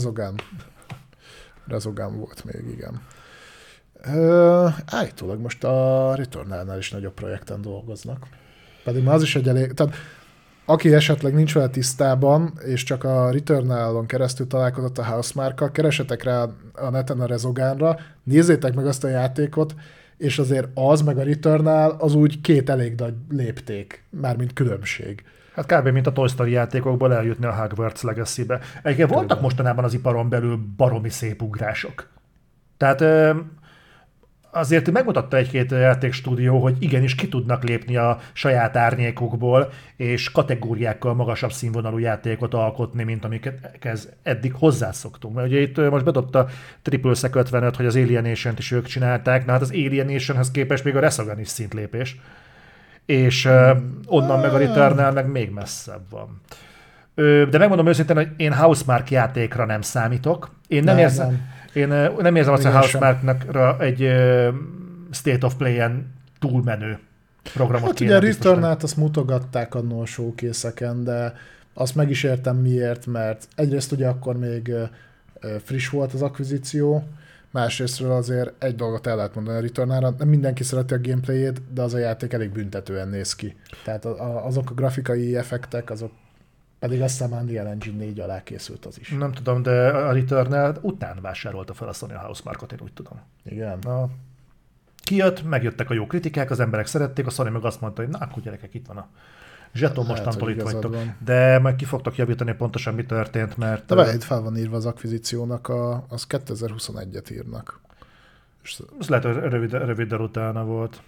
Resogun volt még, igen. Állítólag most a Returnal-nál is nagyobb projekten dolgoznak. Pedig már az is egy elég... Tehát aki esetleg nincs vele tisztában, és csak a Returnal-on keresztül találkozott a Housemarque-kal, keresetek rá a neten a Resogunra, nézzétek meg azt a játékot, és azért az meg a Returnal az úgy két elég nagy lépték, mármint különbség. Hát kb. Mint a Toy Story játékokból eljutni a Hogwarts Legacy-be. Egyébként voltak mostanában az iparon belül baromi szép ugrások. Tehát azért megmutatta egy-két játékstúdió, hogy igenis ki tudnak lépni a saját árnyékokból, és kategóriákkal magasabb színvonalú játékot alkotni, mint amiket eddig hozzászoktunk. Mert ugye itt most bedobta Triple Sec 55, hogy az Alienation-t is ők csinálták, na hát az Alienation-hez képest még a Resogun is szintlépés. És onnan meg a Returnal meg még messzebb van. De megmondom őszintén, hogy én Housemarque játékra nem számítok. Én nem érzem azt, hogy Housemarque-nak egy State of Play-en túlmenő programot kéne. Ugye a Returnal-t azt mutogatták annól a showcase-eken, de azt meg is értem miért, mert egyrészt ugye akkor még friss volt az akvizíció, másrésztről azért egy dolgot el lehet mondani a Returnalra, nem mindenki szereti a gameplayét, de az a játék elég büntetően néz ki. Tehát azok a grafikai effektek, azok pedig azt hiszem Unreal Engine 4 alá készült az is. Nem tudom, de a Returnal után vásárolta fel a Sony a Housemarque-ot, én úgy tudom. Igen. Kijött, megjöttek a jó kritikák, az emberek szerették, a Sony meg azt mondta, hogy na, akkor gyerekek, itt van a zseton, mostantól itt vagytok. Van. De majd ki fogtok javítani pontosan, mi történt, mert... De várj, itt fel van írva az akvizíciónak, az 2021-et írnak. Ez lehet, hogy röviddel utána volt.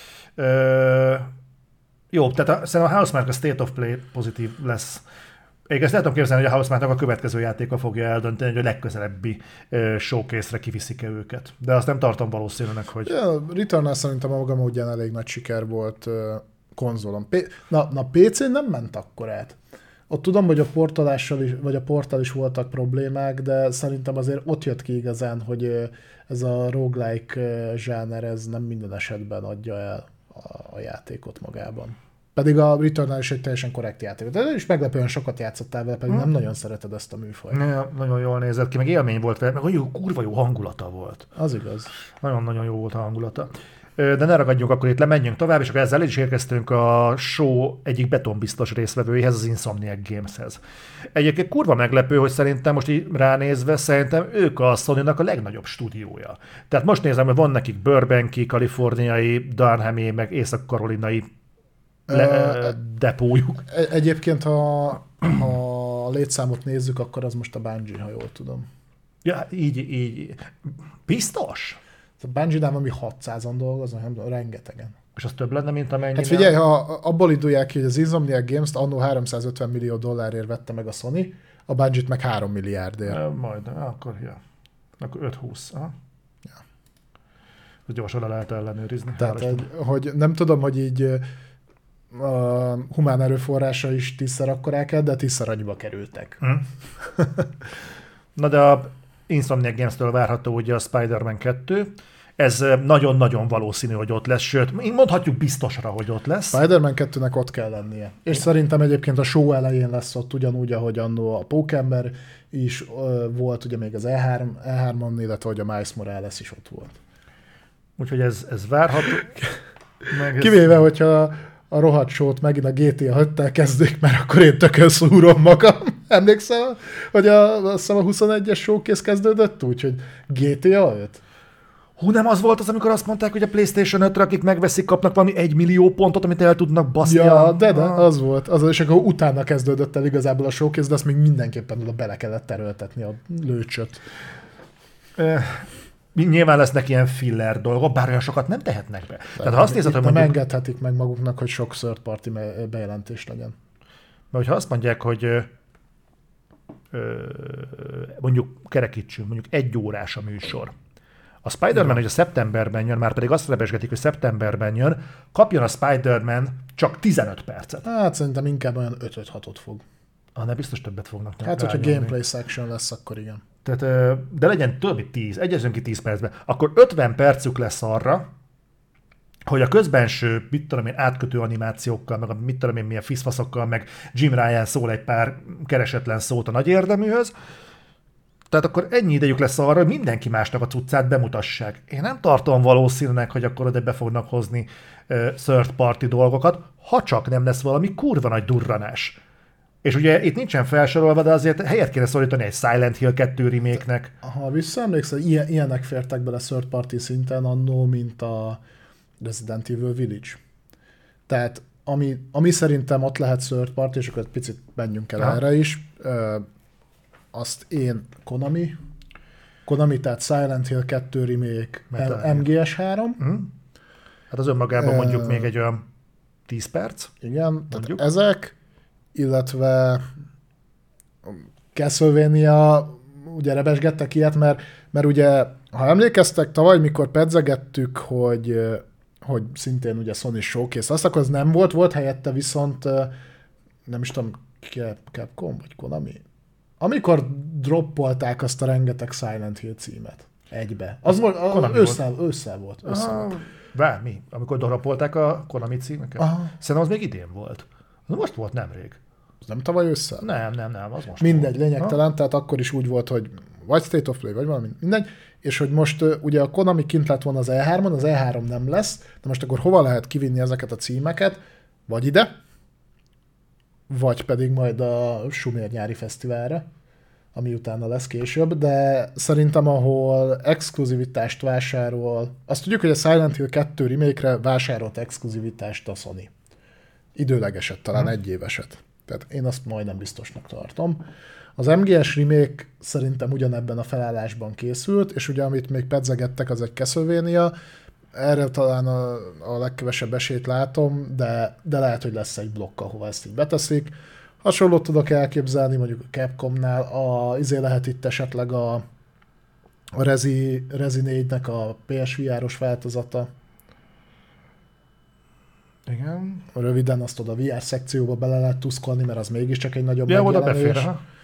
Jó, tehát szerintem a Housemarque a State of Play pozitív lesz. Én ezt el tudom képzelni, hogy a Housemarque-nak a következő játéka fogja eldönteni, hogy a legközelebbi showcase-re kiviszik-e őket. De azt nem tartom valószínűleg, hogy... Ja, Returnal szerintem a maga módján elég nagy siker volt konzolon. PC-n nem ment akkor át. Ott tudom, hogy a portolással is, vagy a porttal is voltak problémák, de szerintem azért ott jött ki igazán, hogy ez a roguelike zsáner, ez nem minden esetben adja el a játékot magában. Pedig a Returnal is egy teljesen korrekt játék. De is meglepően sokat játszottál vele, pedig nem nagyon szereted ezt a műfajt. Nagyon jól nézett ki, meg élmény volt vele, meg olyan kurva jó hangulata volt. Az igaz. Nagyon-nagyon jó volt a hangulata. De ne ragadjunk, akkor itt lemenjünk tovább, és akkor ezzel is érkeztünk a show egyik betonbiztos részvevőihez, az Insomniac Gameshez. Egyébként kurva meglepő, hogy szerintem most így ránézve, szerintem ők a Sony-nak a legnagyobb stúdiója. Tehát most nézem, hogy van nekik Burbanki, kaliforniai, Durhami, meg észak-karolinai depójuk. Egyébként, ha a létszámot nézzük, akkor az most a Bungie, ha jól tudom. Ja, így. Biztos? A Bungie-nál valami 600-an dolgoznak, nem tudom, rengetegen. És az több lenne, mint amennyi. Hát figyelj, ha abból indulják ki, hogy az Insomniac Games-t annó $350 millió vette meg a Sony, a Bungie-t meg 3 milliárdért. Majd, akkor 5-20. Ja. Gyorsan le lehet ellenőrizni. Tehát, hogy nem tudom, hogy így a humán erőforrása is 10-szer akkorák el, de 10-szer annyiba kerültek. Na de a Insomniac Games-től várható ugye a Spider-Man 2. Ez nagyon-nagyon valószínű, hogy ott lesz, sőt, mondhatjuk biztosra, hogy ott lesz. Spider-Man 2-nek ott kell lennie. És szerintem egyébként a show elején lesz ott ugyanúgy, ahogy annó a Pókember is volt, ugye még az E3-on, illetve hogy a Miles Morales is ott volt. Úgyhogy ez várható. Kivéve, hogyha a rohadt show-t megint a GTA 5-tel kezdik, mert akkor én tökön szúrom magam. Emlékszel, hogy a 21-es showcase kezdődött úgy, hogy GTA 5? Nem az volt az, amikor azt mondták, hogy a PlayStation 5-re, akik megveszik, kapnak valami 1 millió pontot, amit el tudnak baszni. Ja, de az volt. És akkor utána kezdődött el igazából a showcase, de azt még mindenképpen oda bele kellett terültetni a lőcsöt. Nyilván lesznek ilyen filler dolgok, bár olyan sokat nem tehetnek be. Tehát ha azt nézed, hogy mondjuk... Nem engedhetik meg maguknak, hogy sok third party bejelentés legyen. Mert hogyha azt mondják, hogy mondjuk kerekítsünk, mondjuk 1 órás a műsor. A Spider-Man, hogy a szeptemberben jön, már pedig azt rebesgetik, hogy szeptemberben jön, kapjon a Spider-Man csak 15 percet. Hát szerintem inkább olyan 5-6-ot fog. Ne biztos többet fognak. Hát, hogyha gameplay section lesz, akkor igen. Tehát, de legyen több, mint 10, egyezünk ki 10 percben. Akkor 50 percük lesz arra, hogy a közbenső, mit tudom én, átkötő animációkkal, meg a mit tudom én, milyen fiszfaszokkal, meg Jim Ryan szól egy pár keresetlen szót a nagy érdeműhöz. Tehát akkor ennyi idejük lesz arra, hogy mindenki másnak a cuccát bemutassák. Én nem tartom valószínűleg, hogy akkor oda be fognak hozni third party dolgokat, ha csak nem lesz valami kurva nagy durranás. És ugye itt nincsen felsorolva, de azért helyet kéne szólítani egy Silent Hill 2 remake-nek. Ha visszaemlékszel, ilyenek fértek bele third party szinten annó, mint a Resident Evil Village. Tehát ami szerintem ott lehet third party, és akkor egy picit menjünk el erre is, azt én Konami, tehát Silent Hill 2 remake, MGS3. Hát az önmagában mondjuk még egy olyan 10 perc. Igen, tehát ezek, illetve Castlevania, ugye rebesgettek ilyet, mert ugye, ha emlékeztek, tavaly, mikor pedzegettük, hogy szintén ugye Sony Showcase, azt akkor az nem volt helyette viszont, nem is tudom, Capcom vagy Konami? Amikor droppolták azt a rengeteg Silent Hill címet egybe. Az ősszel volt. Mi? Amikor droppolták a Konami címeket? Szerintem az még idén volt. Most volt nemrég. Az nem tavaly ősszel? Nem, az most mindegy, volt. Lényegtelen, tehát akkor is úgy volt, hogy vagy State of Play, vagy valami, mindegy, és hogy most ugye a Konami kint lett volna az E3-on, az E3 nem lesz, de most akkor hova lehet kivinni ezeket a címeket? Vagy ide, vagy pedig majd a Sumér nyári fesztiválra, ami utána lesz később, de szerintem ahol exkluzivitást vásárol, azt tudjuk, hogy a Silent Hill 2 remake-re vásárolt exkluzivitást a Sony. Időlegeset, talán 1 éveset. Tehát én azt majdnem biztosnak tartom. Az MGS remake szerintem ugyanebben a felállásban készült, és ugye amit még pedzegettek, az egy Castlevania, erre talán a legkevesebb esélyt látom, de lehet, hogy lesz egy blokk, ahova ezt így beteszik. Hasonlót tudok elképzelni, mondjuk a Capcomnál, lehet itt esetleg a Resi 4-nek a PSVR-os változata. Igen. Röviden azt oda VR szekcióba bele lehet tuszkolni, mert az mégiscsak egy nagyobb megjelenés.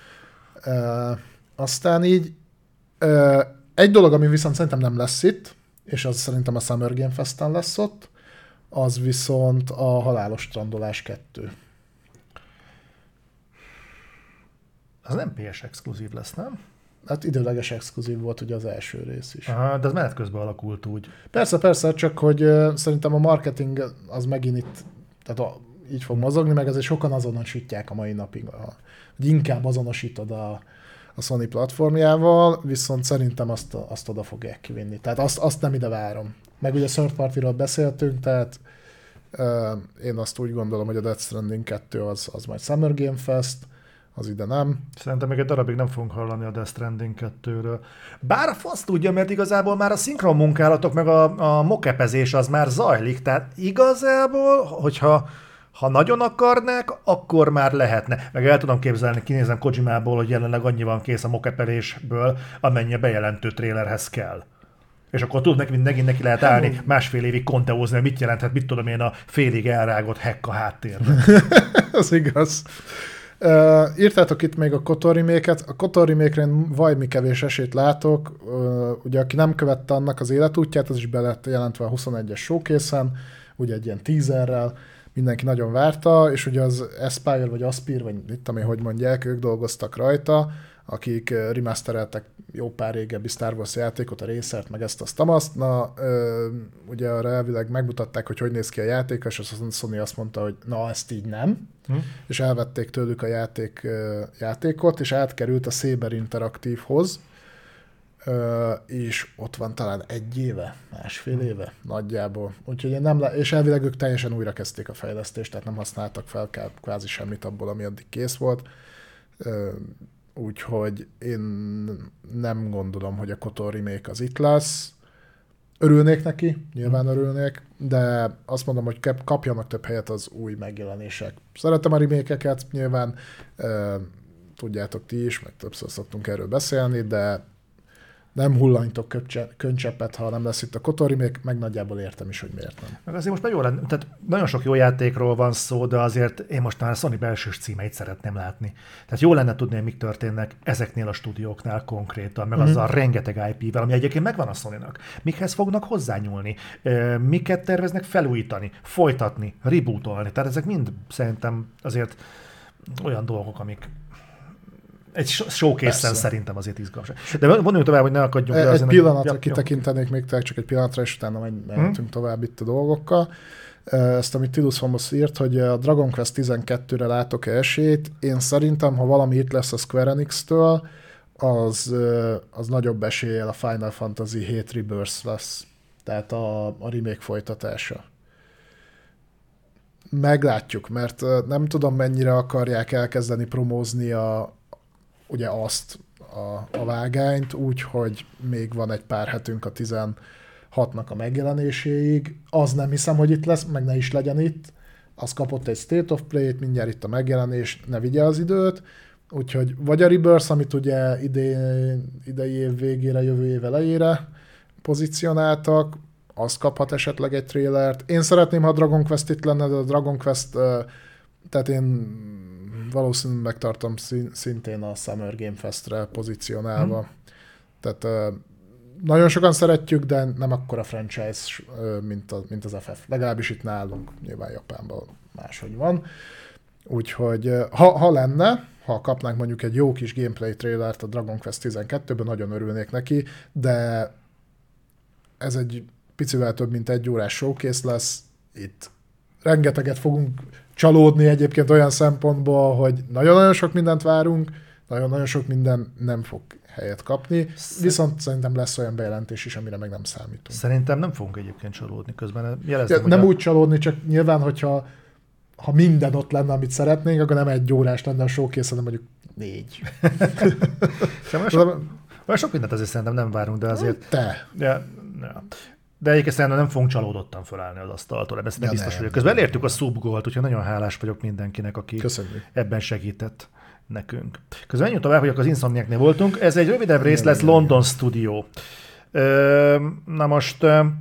Aztán így egy dolog, ami viszont szerintem nem lesz itt, és az szerintem a Summer Game Festen lesz ott, az viszont a Halálos Strandolás 2. Az nem PS exkluzív lesz, nem? Hát időleges exkluzív volt ugye az első rész is. Aha, de az menet közben alakult úgy. Persze, csak hogy szerintem a marketing az megint itt, tehát így fog mozogni, meg azért sokan azonosítják a mai napig, hogy inkább azonosítod a Sony platformjával, viszont szerintem azt oda fogják kivinni. Tehát azt nem ide várom. Meg ugye third party-ról beszéltünk, tehát én azt úgy gondolom, hogy a Death Stranding 2 az majd Summer Game Fest, az ide nem. Szerintem még egy darabig nem fogunk hallani a Death Stranding 2-ről. Bár a fasz tudja, mert igazából már a szinkron munkálatok, meg a mocapezés az már zajlik, tehát igazából, hogyha nagyon akarnák, akkor már lehetne. Meg el tudom képzelni, kinézem Kojimából, hogy jelenleg annyi van kész a mocapelésből, amennyi a bejelentő trélerhez kell. És akkor tudod, neki lehet állni, másfél évig konteózni, mit jelenthet, mit tudom én, a félig elrágott hack a háttérben. Az igaz. Írtátok itt még a KOTOR remake-et. A KOTOR remake-re én vajmi kevés esélyt látok. Ugye aki nem követte annak az életútját, az is be lett jelentve a 21-es showcase-en, ugye egy ilyen teaserrel, mindenki nagyon várta, és ugye az Aspire, vagy Aspire, vagy mit tudom én, hogy mondják, ők dolgoztak rajta, akik remastereltek jó pár régebbi Star Wars játékot, a Racert, meg ezt azt. Ugye arra elvileg megmutatták, hogy néz ki a játék, és a Sony azt mondta, hogy na, ezt így nem. És elvették tőlük a játékot, és átkerült a Saber Interactive-hoz. és ott van talán 1 éve, másfél éve nagyjából. Úgyhogy én nem és elvileg ők teljesen újra kezdték a fejlesztést, tehát nem használtak fel kvázi semmit abból, ami addig kész volt. Úgyhogy én nem gondolom, hogy a KOTOR remake az itt lesz. Örülnék neki, nyilván örülnék, de azt mondom, hogy kapjanak több helyet az új megjelenések. Szeretem a remake-eket, nyilván tudjátok ti is, meg többször szoktunk erről beszélni, de nem hullanytok könycseppet, ha nem lesz itt a KOTOR remake, meg nagyjából értem is, hogy miért nem. Meg azért most már jó lenne, tehát nagyon sok jó játékról van szó, de azért én most már a Sony belsős címeit szeretném látni. Tehát jó lenne tudni, hogy mik történnek ezeknél a stúdióknál konkrétan, meg azzal rengeteg IP-vel, ami egyébként megvan a Sony-nak. Mikhez fognak hozzányúlni, miket terveznek felújítani, folytatni, rebootolni. Tehát ezek mind szerintem azért olyan dolgok, amik egy showcase-szel szerintem azért izgalmas. De mondjuk tovább, hogy ne akadjunk le. Egy pillanatra kitekintenék még, csak egy pillanatra, és utána mentünk tovább itt a dolgokkal. Ezt, amit Tidus Homos írt, hogy a Dragon Quest 12-re látok-e esélyt. Én szerintem, ha valami itt lesz a Square Enix-től, az nagyobb eséllyel a Final Fantasy 7 Rebirth lesz. Tehát a remake folytatása. Meglátjuk, mert nem tudom, mennyire akarják elkezdeni promózni ugye azt a vágányt, úgyhogy még van egy pár hetünk a 16-nak a megjelenéséig. Az nem hiszem, hogy itt lesz, meg ne is legyen itt. Az kapott egy State of Play-t, mindjárt itt a megjelenés, ne vigye az időt. Úgyhogy vagy a Rebirth, amit ugye idei év végére, jövő év elejére pozícionáltak, az kaphat esetleg egy trailert. Én szeretném, ha a Dragon Quest itt lenne, de a Dragon Quest, tehát én valószínűleg megtartom szintén a Summer Game Festre pozícionálva. Tehát nagyon sokan szeretjük, de nem akkora franchise, mint az FF. Legalábbis itt nálunk, nyilván Japánban máshogy van. Úgyhogy ha lenne, ha kapnánk mondjuk egy jó kis gameplay trailert a Dragon Quest 12-ben, nagyon örülnék neki, de ez egy picivel több mint 1 órás showcase lesz. Itt rengeteget fogunk csalódni egyébként olyan szempontból, hogy nagyon-nagyon sok mindent várunk, nagyon-nagyon sok minden nem fog helyet kapni, viszont szerintem lesz olyan bejelentés is, amire meg nem számítunk. Szerintem nem fogunk egyébként csalódni közben. Nem úgy csalódni, csak nyilván, hogyha minden ott lenne, amit szeretnénk, akkor nem 1 órás lenne a showcase, hanem mondjuk 4. Sok mindent azért szerintem nem várunk, de azért... Ja. De egyébként szerintem nem fogunk csalódottan fölállni az asztaltól, ebben szerintem biztos vagyok. Közben elértük a subgoalt, úgyhogy nagyon hálás vagyok mindenkinek, aki ebben segített nekünk. Közben menjünk tovább, hogy az Insomniacnél voltunk. Ez egy rövidebb rész lesz, London Studio. Na most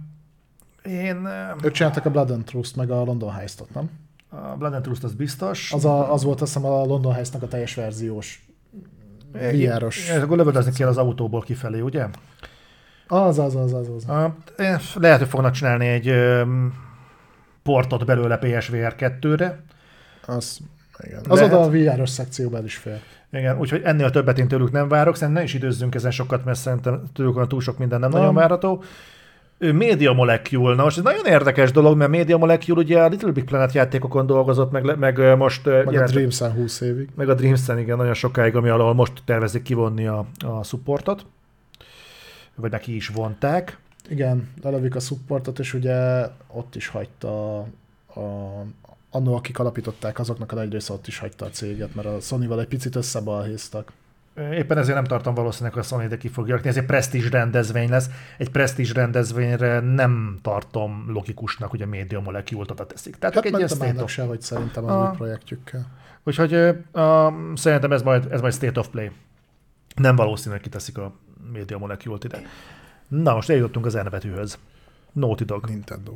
ők csináltak a Blood and Trust meg a London Heist-ot, nem? A Blood and Trust az biztos. Az volt azt hiszem a London Heist-nak a teljes verziós VR-os. Akkor lövöldözni kell az autóból kifelé, ugye? Az. Lehet, hogy fognak csinálni egy portot belőle PSVR 2-re. Igen. Az oda a VR-os szekcióban is fél. Igen, úgyhogy ennél többet én tőlük nem várok, szerintem ne is időzzünk ezen sokat, mert szerintem tőlük túl sok minden nem nagyon várható. Media Molecule, na most ez nagyon érdekes dolog, mert Media Molecule ugye a Little Big Planet játékokon dolgozott, meg most... Meg a Dreams-en 20 évig. Meg a Dreams-en, igen, nagyon sokáig, ami alól most tervezik kivonni a supportot. Vagy neki is vonták. Igen, lelövik a supportot, és ugye ott is hagyta annó, akik alapították, azoknak a nagy része ott is hagyta a céget, mert a Sony-val egy picit összebalhéztak. Éppen ezért nem tartom valószínűleg, hogy a Sony ide ki fogja rakni. Ez egy presztízs rendezvény lesz. Egy presztízs rendezvényre nem tartom logikusnak, hogy a Media Molecule-t oda teszik. Tehát hát egy State se, hogy szerintem az új projektjükkel. Úgyhogy szerintem ez majd State of Play. Nem valószínű, hogy kiteszik a Media Molecule-t ide. Na, most eljutottunk az elnevetűhöz. Naughty Dog. Nintendo.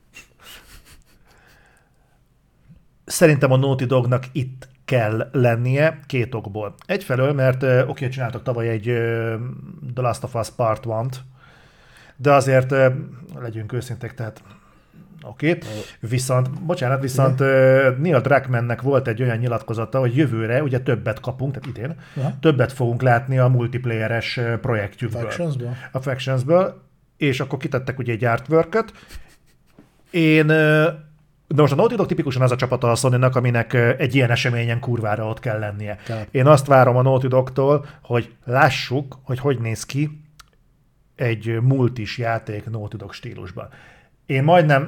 Szerintem a Naughty Dognak itt kell lennie 2 okból. Egyfelől, mert oké, csináltak tavaly egy The Last of Us Part 1-t, de azért legyünk őszintek, tehát oké. Viszont Neil Druckmannnek volt egy olyan nyilatkozata, hogy jövőre ugye többet kapunk, tehát idén, többet fogunk látni a multiplayeres projektjükből. A Factionsből, és akkor kitettek ugye egy artwork-öt. De most a Naughty Dog tipikusan az a csapata a Sony-nak, aminek egy ilyen eseményen kurvára ott kell lennie. Én azt várom a Naughty Dogtól, hogy lássuk, hogy néz ki egy multis játék Naughty Dog stílusban. Én majdnem,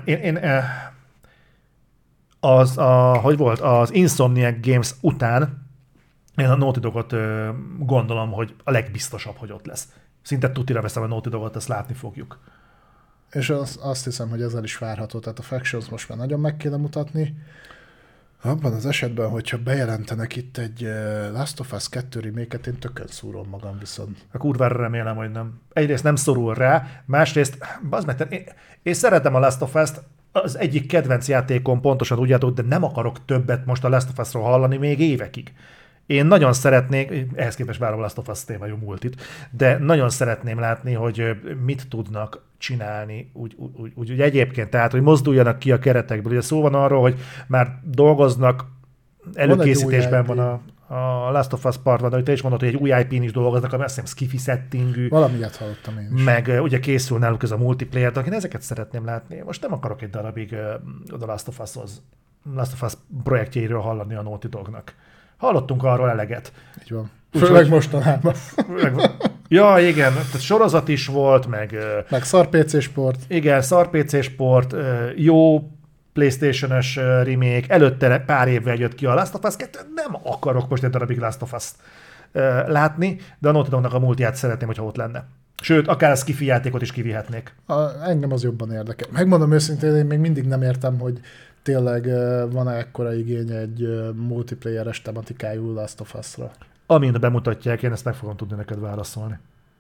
hogy volt, az Insomniac Games után én a Naughty Dogot gondolom, hogy a legbiztosabb, hogy ott lesz. Szinte tutira veszem a Naughty Dogot, ezt látni fogjuk. És azt hiszem, hogy ezzel is várható. Tehát a Factions most már nagyon meg kéne mutatni. Abban az esetben, hogyha bejelentenek itt egy Last of Us 2 remake-et, én tökön szúrom magam viszont. A kurvára remélem, hogy nem. Egyrészt nem szorul rá, másrészt, bazd meg, én szeretem a Last of Us-t, az egyik kedvenc játékom, pontosan tudjátok, de nem akarok többet most a Last of Us-ról hallani még évekig. Én nagyon szeretnék, ehhez képest várom a Last of Us téma jó multit, de nagyon szeretném látni, hogy mit tudnak csinálni úgy egyébként, tehát, hogy mozduljanak ki a keretekből. Ugye szó van arról, hogy már dolgoznak, előkészítésben van a Last of Us Part 1, de te is mondod, hogy egy új IP-n is dolgoznak, ami azt hiszem skifi settingű. Valamilyet hallottam én is. Meg ugye készül náluk ez a multiplayer, de én ezeket szeretném látni. Most nem akarok egy darabig a Last of Us projektjeiről hallani a Naughty Dognak. Hallottunk arról eleget. Így van. Főleg mostanában. Ja, igen, tehát sorozat is volt, meg szar PC sport. Igen, szar PC sport, jó PlayStation-ös remake, előtte pár évvel jött ki a Last of Us 2, nem akarok most egy darabig Last of Us-t látni, de a Naughty Dognak a multiát szeretném, hogyha ott lenne. Sőt, akár a skifi játékot is kivihetnék. Engem az jobban érdekel. Megmondom őszintén, én még mindig nem értem, hogy tényleg van-e ekkora igény egy multiplayeres tematikájú Last of Us-ra. Amint bemutatják, én ezt meg fogom tudni neked válaszolni.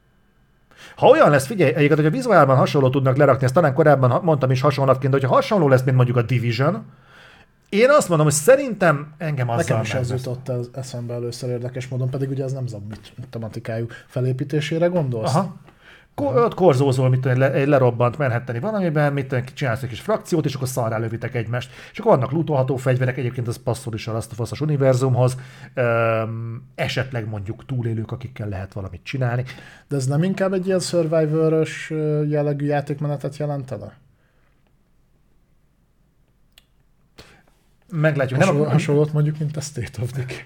Ha olyan lesz, figyelj, egyébként, hogy a vizuálban hasonló tudnak lerakni, ezt talán korábban mondtam is hasonlatként, de hogyha hasonló lesz, mint mondjuk a Division, én azt mondom, hogy szerintem engem azzal nekem is ez jutott eszembe először érdekes módon, pedig ugye ez nem zombie tematikájú felépítésére gondolsz? Aha. Ott korzózol, egy lerobbant Manhattani valamiben, csinálsz egy kis frakciót, és akkor szarrá lövitek egymást. És akkor vannak lootolható fegyverek, egyébként az passzol is a Last of Us-os univerzumhoz. Esetleg mondjuk túlélők, akikkel lehet valamit csinálni. De ez nem inkább egy ilyen Survivor-ös jellegű játékmenetet jelentene? Meglátjuk. Hasonlót mondjuk, mint a State of Decay.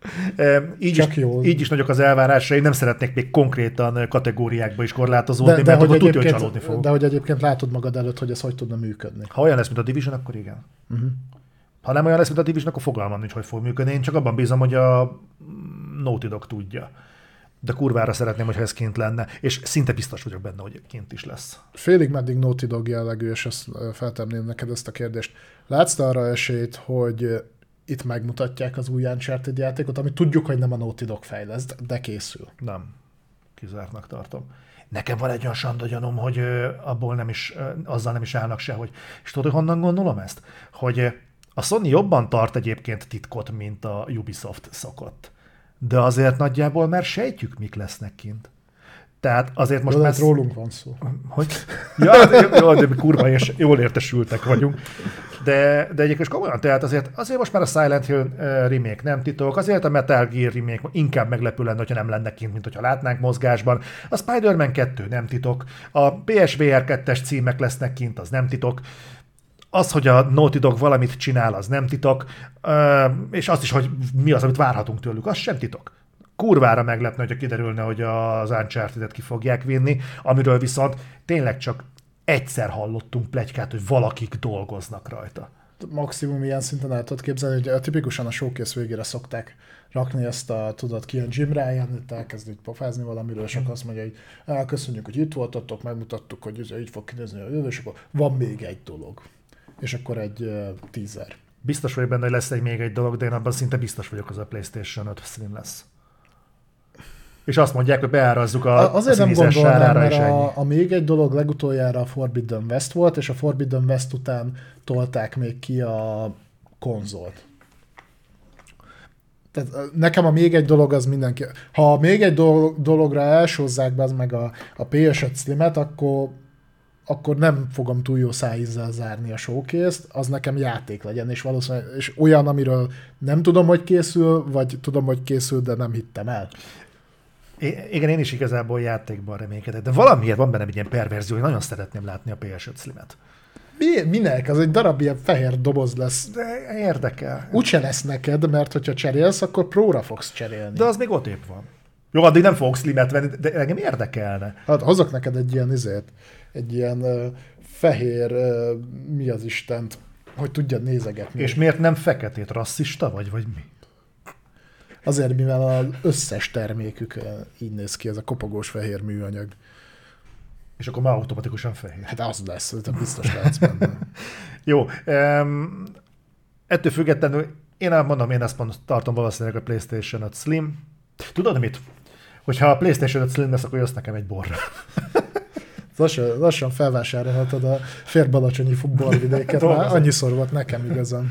Így is nagyok az elvárásaim, nem szeretnék még konkrétan kategóriákba is korlátozódni, mert akkor tudja, hogy csalódni fogok. De hogy egyébként látod magad előtt, hogy ez hogy tudna működni. Ha olyan lesz, mint a Division, akkor igen. Ha nem olyan lesz, mint a Division, akkor fogalmam nincs, hogy fog működni. Én csak abban bízom, hogy a Naughty Dog tudja. De kurvára szeretném, hogyha ez kint lenne, és szinte biztos vagyok benne, hogy kint is lesz. Félig meddig Naughty Dog jellegű, és ezt feltenném neked ezt a kérdést. Látsz arra esélyt, hogy itt megmutatják az új Uncharted játékot, amit tudjuk, hogy nem a Naughty Dog fejleszt, de készül? Nem. Kizártnak tartom. Nekem van egy olyan sanda gyanom, hogy abból azzal nem is állnak sehogy. És tudod, hogy honnan gondolom ezt? Hogy a Sony jobban tart egyébként titkot, mint a Ubisoft szokott. De azért nagyjából már sejtjük, mik lesznek kint. Tehát azért most már... rólunk van szó. Hogy? Ja, de kurva, és jól értesültek vagyunk. De egyébként komolyan, tehát azért most már a Silent Hill remake nem titok, azért a Metal Gear remake inkább meglepő lenne, hogyha nem lenne kint, mint hogyha látnánk mozgásban. A Spider-Man 2 nem titok, a PSVR 2-es címek lesznek kint, az nem titok. Az, hogy a Naughty Dog valamit csinál, az nem titok, és az is, hogy mi az, amit várhatunk tőlük, az sem titok. Kurvára meglepne, hogyha kiderülne, hogy az Uncharted-et ki fogják vinni, amiről viszont tényleg csak egyszer hallottunk pletykát, hogy valakik dolgoznak rajta. Maximum ilyen szinten el tudod képzelni, hogy tipikusan a showcase végére szokták rakni ezt a, tudod, ki a Jim Ryan, itt elkezd így pofázni valamiről, és akkor azt mondja, hogy köszönjük, hogy itt voltatok, megmutattuk, hogy így fog kinézni a jövő, és akkor van még egy dolog. És akkor egy teaser. Biztos vagyok benne, hogy lesz még egy dolog, de én abban szinte biztos vagyok, az a PlayStation 5 stream lesz. És azt mondják, hogy beárazzuk azért nem gondolnám, mert a még egy dolog legutoljára a Forbidden West volt, és a Forbidden West után tolták még ki a konzolt. Tehát nekem a még egy dolog az mindenki... Ha még egy dologra elshozzák be az meg a PS5 Slim-et, akkor nem fogom túl jó szájízzel zárni a showcase-t, az nekem játék legyen, és valószínűleg és olyan, amiről nem tudom, hogy készül, vagy tudom, hogy készül, de nem hittem el. Igen, én is igazából játékban reménykedek, de valamiért van bennem egy ilyen perverzió, hogy nagyon szeretném látni a PS5 Slim-et. Minek? Az egy darab ilyen fehér doboz lesz. De érdekel. Úgyse lesz neked, mert hogyha cserélsz, akkor Pro-ra fogsz cserélni. De az még ott épp van. Jó, addig nem fogok Slimet venni, de engem érdekelne. Hát hozok neked egy ilyen fehér, mi az Istent, hogy tudjad nézegetni. És miért nem feketét? Rasszista vagy mi? Azért, mivel az összes termékük így néz ki, ez a kopogós fehér műanyag. És akkor már automatikusan fehér. Hát az lesz, hogy biztos látsz benne. Jó. Ettől függetlenül én ezt tartom valószínűleg a PlayStation 5 Slim. Tudod mit? Hogyha a PlayStation 5 Slim lesz, akkor jössz nekem egy borra. Lassan felvásárolhatod a Férbalacsanyi futballvidéket, már annyiszor volt nekem igazán.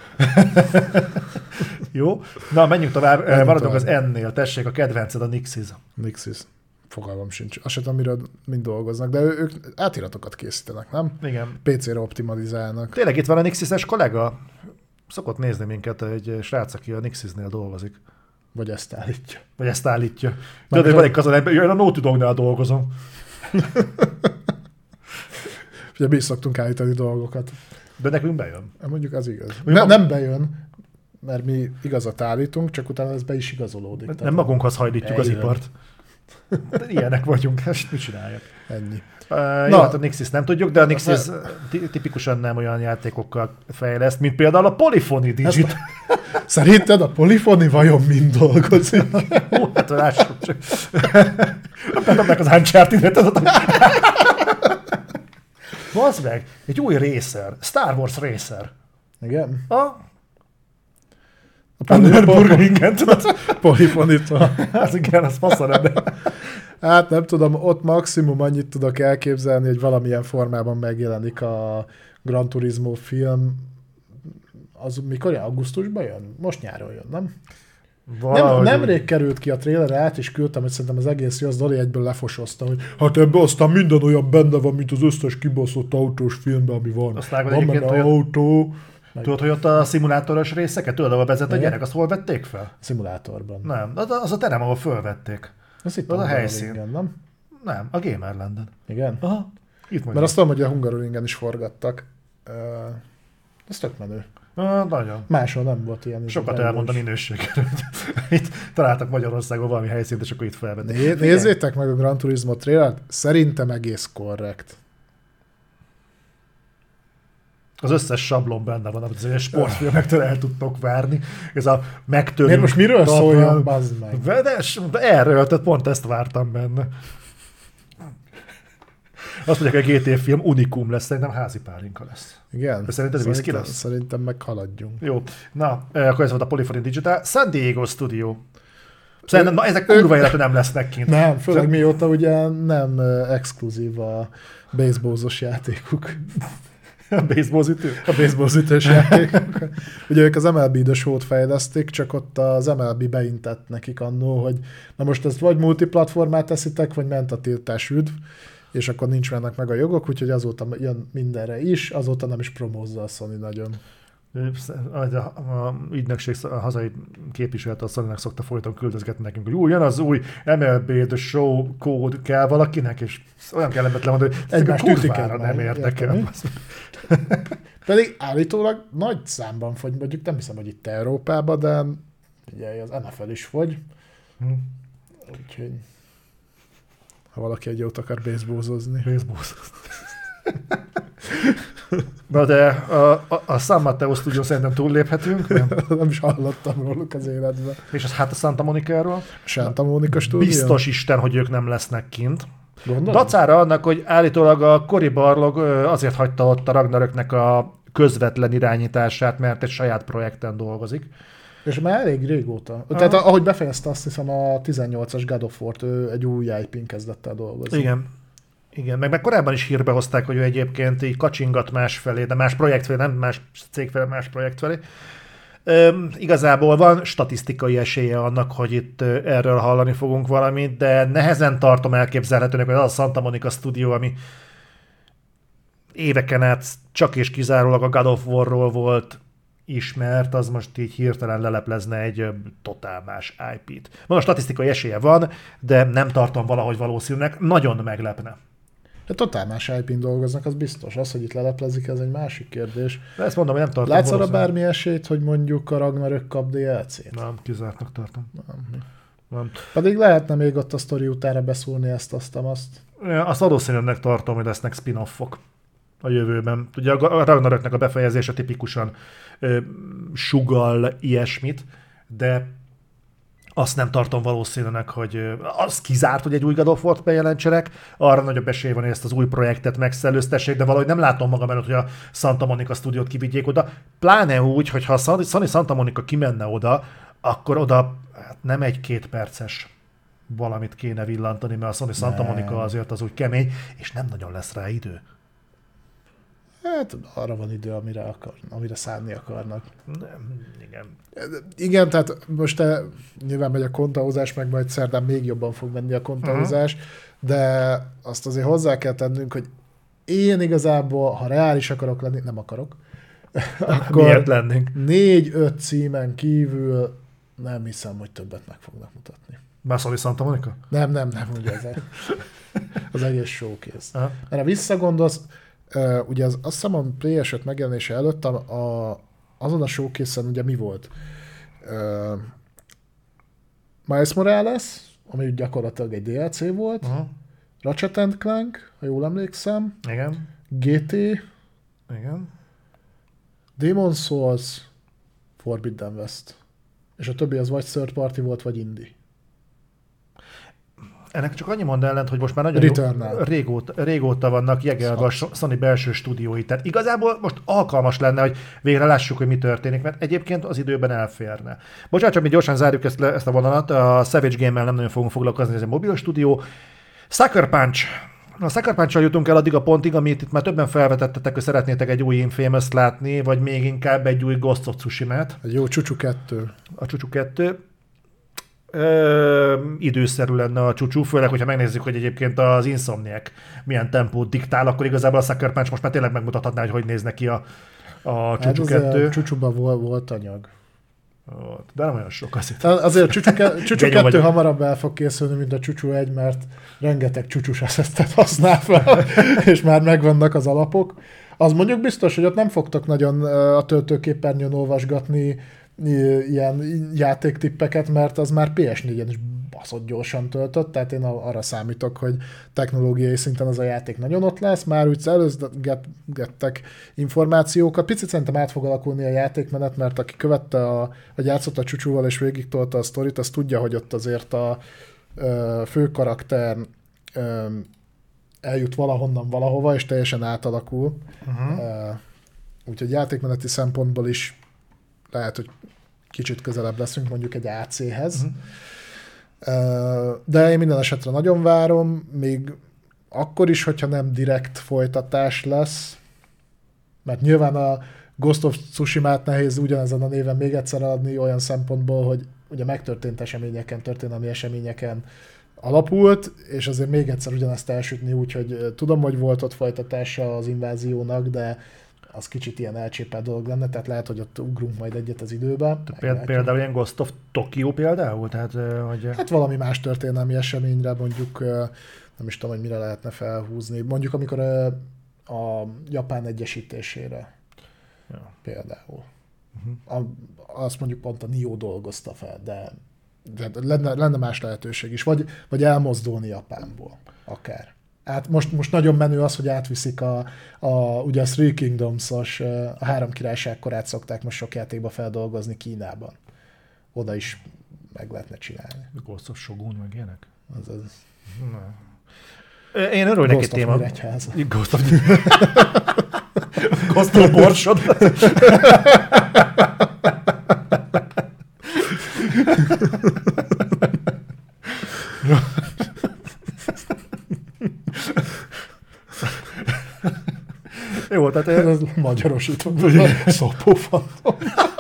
Jó. Na, menjünk tovább. Maradunk az N-nél. Tessék, a kedvenced a Nixis. Nixis. Fogalmam sincs. Azt sem tudom, miről mind dolgoznak, de ők átiratokat készítenek, nem? Igen. PC-re optimalizálnak. Tényleg itt van a Nixis-es kollega? Szokott nézni minket egy srác, aki a Nixisnél dolgozik. Vagy ezt állítja. Tudod, hogy van egy kazan, én a Naughty Dognál dolgozom. Ugye mi is szoktunk állítani dolgokat. De nekünk bejön. Mondjuk az igaz. Nem bejön, mert mi igazat állítunk, csak utána ez be is igazolódik. Nem magunkhoz hajlítjuk az ipart. De ilyenek vagyunk, ezt mit csináljak? Ennyi. Jó, hát a Nixis nem tudjuk, de a Nixis tipikusan nem olyan játékokkal fejleszt, mint például a Polyphony Digit. Szerinted a Polyphony vajon mind dolgozik? Hát lássuk csak. Bedobnak az Uncharted-et. Bazd meg, egy új racer, Star Wars racer. Igen? A Nürburgringen, tudod? Polyphony-tól. Az igen, az faszal, de... Hát nem tudom, ott maximum annyit tudok elképzelni, hogy valamilyen formában megjelenik a Gran Turismo film. Az mikor jön? Augusztusban jön? Most nyáron jön, nem? Nemrég került ki a trailer, át is küldtem, hogy szerintem az egész jó, az Dali egyből lefosozta, hogy hát ebben aztán minden olyan benne van, mint az összes kibaszott autós filmben, ami van. Azt vágod van egyébként, benne autó. Tudod, hogy ott a szimulátoros részeket, tudod, ahol vezet a gyerek, azt hol vették fel? A szimulátorban. Nem, az a terem, ahol fölvették. Az itt az a helyszín. Igen, nem? Nem, a Gamerlanden. Igen? Aha. Itt mert azt tudom, hogy a Hungaroringen is forgattak. Ez tök menő. Nagyon. Máshol nem volt ilyen. Sokat elmond a minőségről. Itt találtak Magyarországon valami helyszínt, és akkor itt felvették. Nézzétek meg a Gran Turismo trailert, szerintem egész korrekt. Az összes sablon benne van, amit az sportfilmektől el tudtok várni. Ez a megtörő. Miért most miről szóljon, bazd meg? De erről, tehát pont ezt vártam benne. Azt mondják, hogy a GT film unikum lesz, szerintem házi pálinka lesz. Igen. De szerinted whisky lesz? Szerintem meghaladjunk. Jó. Na, akkor ez volt a Polyphony Digital. San Diego Studio. Szerintem ezek kurva életben nem lesznek kint. Nem, főleg mióta ugye nem exkluzív a baseballzos játékuk. A baseballzütő? A baseballzütős játékok. Ugye ők az MLB The Show-t fejlesztik, csak ott az MLB beintett nekik annó, hogy na most ezt vagy multiplatformát teszitek, vagy ment a tiltás üdv, és akkor nincs mennek meg a jogok, úgyhogy azóta jön mindenre is, azóta nem is promózza a Sony nagyon. A ügynökség, a hazai képviselete a Sony-nak szokta folyton küldözgetni nekünk, hogy jön az új MLB The Show kód kell valakinek, és olyan kellemetlen van, hogy egymást kurvára nem érdekel. Pedig állítólag nagy számban fogy, mondjuk nem hiszem, hogy itt Európában, de ugye az NFL is fogy. Úgyhogy ha valaki egy jót akar baseballozni. Na de a San Mateo Studio szerintem túlléphetünk. Nem is hallottam róluk az életben. És az hát a Santa Monica-ról? Santa Monica Studio? Biztos Isten, hogy ők nem lesznek kint. Gondolod? Dacára annak, hogy állítólag a Cory Barlog azért hagyta ott a Ragnaröknek a közvetlen irányítását, mert egy saját projekten dolgozik. És már elég régóta. Tehát ahogy befejezte, azt hiszem a 18-as God of War-t, ő egy új IP-n kezdett el dolgozni. Igen, meg korábban is hírbe hozták, hogy ő egyébként így kacsingat másfelé, de más projekt felé, nem más cég felé, más projekt felé. Igazából van statisztikai esélye annak, hogy itt erről hallani fogunk valamit, de nehezen tartom elképzelhetőnek, hogy az a Santa Monica Studio, ami éveken át csak és kizárólag a God of War-ról volt ismert, az most így hirtelen leleplezne egy totál más IP-t. Van, a statisztikai esélye van, de nem tartom valahogy valószínűnek, nagyon meglepne. De totál más IP-n dolgoznak, az biztos. Az, hogy itt leleplezik, ez egy másik kérdés. De ezt mondom, hogy nem tartom. Látsz arra bármi esélyt, hogy mondjuk a Ragnarök kap DLC-t? Nem, kizártnak tartom. Nem. Pedig lehetne még ott a sztori utára beszúrni ezt, azt. Azt valószínűleg tartom, hogy lesznek spin-offok a jövőben. Ugye a Ragnaröknek a befejezése tipikusan sugall ilyesmit, de azt nem tartom valószínűleg, hogy az kizárt, hogy egy új God of War-t bejelentsenek, arra nagyobb esély van, hogy ezt az új projektet megszellőztessék, de valahogy nem látom magam előtt, hogy a Santa Monica stúdiót kivigyék oda. Pláne úgy, hogy ha a Sony Santa Monica kimenne oda, akkor oda hát nem egy 2 perces valamit kéne villantani, mert a Sony Santa Monica azért az úgy kemény, és nem nagyon lesz rá idő. Hát arra van idő, amire szánni akarnak. Nem, igen. Igen, tehát most nyilván megy a kontaozás, meg majd szerdán még jobban fog menni a kontaozás, de azt azért hozzá kell tennünk, hogy én igazából, ha reális akarok lenni, nem akarok, akkor miért lennénk? 4-5 címen kívül nem hiszem, hogy többet meg fognak mutatni. Már Sony Santa Monica? Nem, ugye az egész showcase. Mert ha visszagondolsz, ugye azt hiszem a PS5 megjelenése előtt azon a showcase-en ugye mi volt? Miles Morales, ami gyakorlatilag egy DLC volt, Ratchet & Clank, ha jól emlékszem, Igen. GT, Igen. Demon's Souls, Forbidden West. És a többi az vagy third party volt, vagy indie. Ennek csak annyi mond ellent, hogy most már nagyon régóta vannak jegelve a Sony belső stúdiói. Tehát igazából most alkalmas lenne, hogy végre lássuk, hogy mi történik, mert egyébként az időben elférne. Bocsánat, csak mi gyorsan zárjuk ezt a vonalat. A Savage Game-mel nem nagyon fogunk foglalkozni, ez egy mobil stúdió. Sucker Punch. A Sucker Punch-sal jutunk el addig a pontig, amit itt már többen felvetettetek, hogy szeretnétek egy új Infamous látni, vagy még inkább egy új Ghost of Tsushima-t. Egy jó Csúcsú 2. A Csúcsú 2. Időszerű lenne a Csúcsú, főleg, hogyha megnézzük, hogy egyébként az Insomniac milyen tempót diktál, akkor igazából a Sucker Punch most már tényleg megmutathatná, hogy néz neki a Csúcsú 2. A Csúcsúban volt anyag. De nem olyan sok azért. Azért Csúcsú 2 hamarabb el fog készülni, mint a Csúcsú 1, mert rengeteg csúcsús asszetet használ fel, és már megvannak az alapok. Az mondjuk biztos, hogy ott nem fogtok nagyon a töltőképernyőn olvasgatni ilyen játéktippeket, mert az már PS4-en is baszott gyorsan töltött, tehát én arra számítok, hogy technológiai szinten az a játék nagyon ott lesz, már úgy előzgettek információkat. Picit szerintem át fog alakulni a játékmenet, mert aki követte, vagy játszott a Csúcsúval és végig tolta a sztorit, az tudja, hogy ott azért a fő karakter eljut valahonnan valahova, és teljesen átalakul. Úgyhogy játékmeneti szempontból is lehet, hogy kicsit közelebb leszünk mondjuk egy AC-hez. De én minden esetre nagyon várom, még akkor is, hogyha nem direkt folytatás lesz, mert nyilván a Ghost of Tsushima-t nehéz ugyanezen a néven még egyszer adni olyan szempontból, hogy ugye megtörtént eseményeken, történelmi eseményeken alapult, és azért még egyszer ugyanezt elsütni úgy, hogy tudom, hogy volt ott folytatása az inváziónak, de az kicsit ilyen elcsépelt dolog lenne, tehát lehet, hogy ott ugrunk majd egyet az időbe. Például ilyen Ghost of Tokyo például? Tehát, hogy... Hát valami más történelmi eseményre mondjuk, nem is tudom, hogy mire lehetne felhúzni. Mondjuk amikor a Japán egyesítésére például. Azt mondjuk pont a Nioh dolgozta fel, de lenne más lehetőség is. Vagy elmozdulni Japánból akár. Most nagyon menő az, hogy átviszik ugye a Three Kingdoms-os, a Három Királyság korát szokták most sok játékba feldolgozni Kínában. Oda is meg lehetne csinálni. Ghost of Shogun, meg ilyenek? Azaz. Én örülök egy téma. Ghost of Ghost of Borsod. Jó, tehát ez magyarosítva. Szopófantom.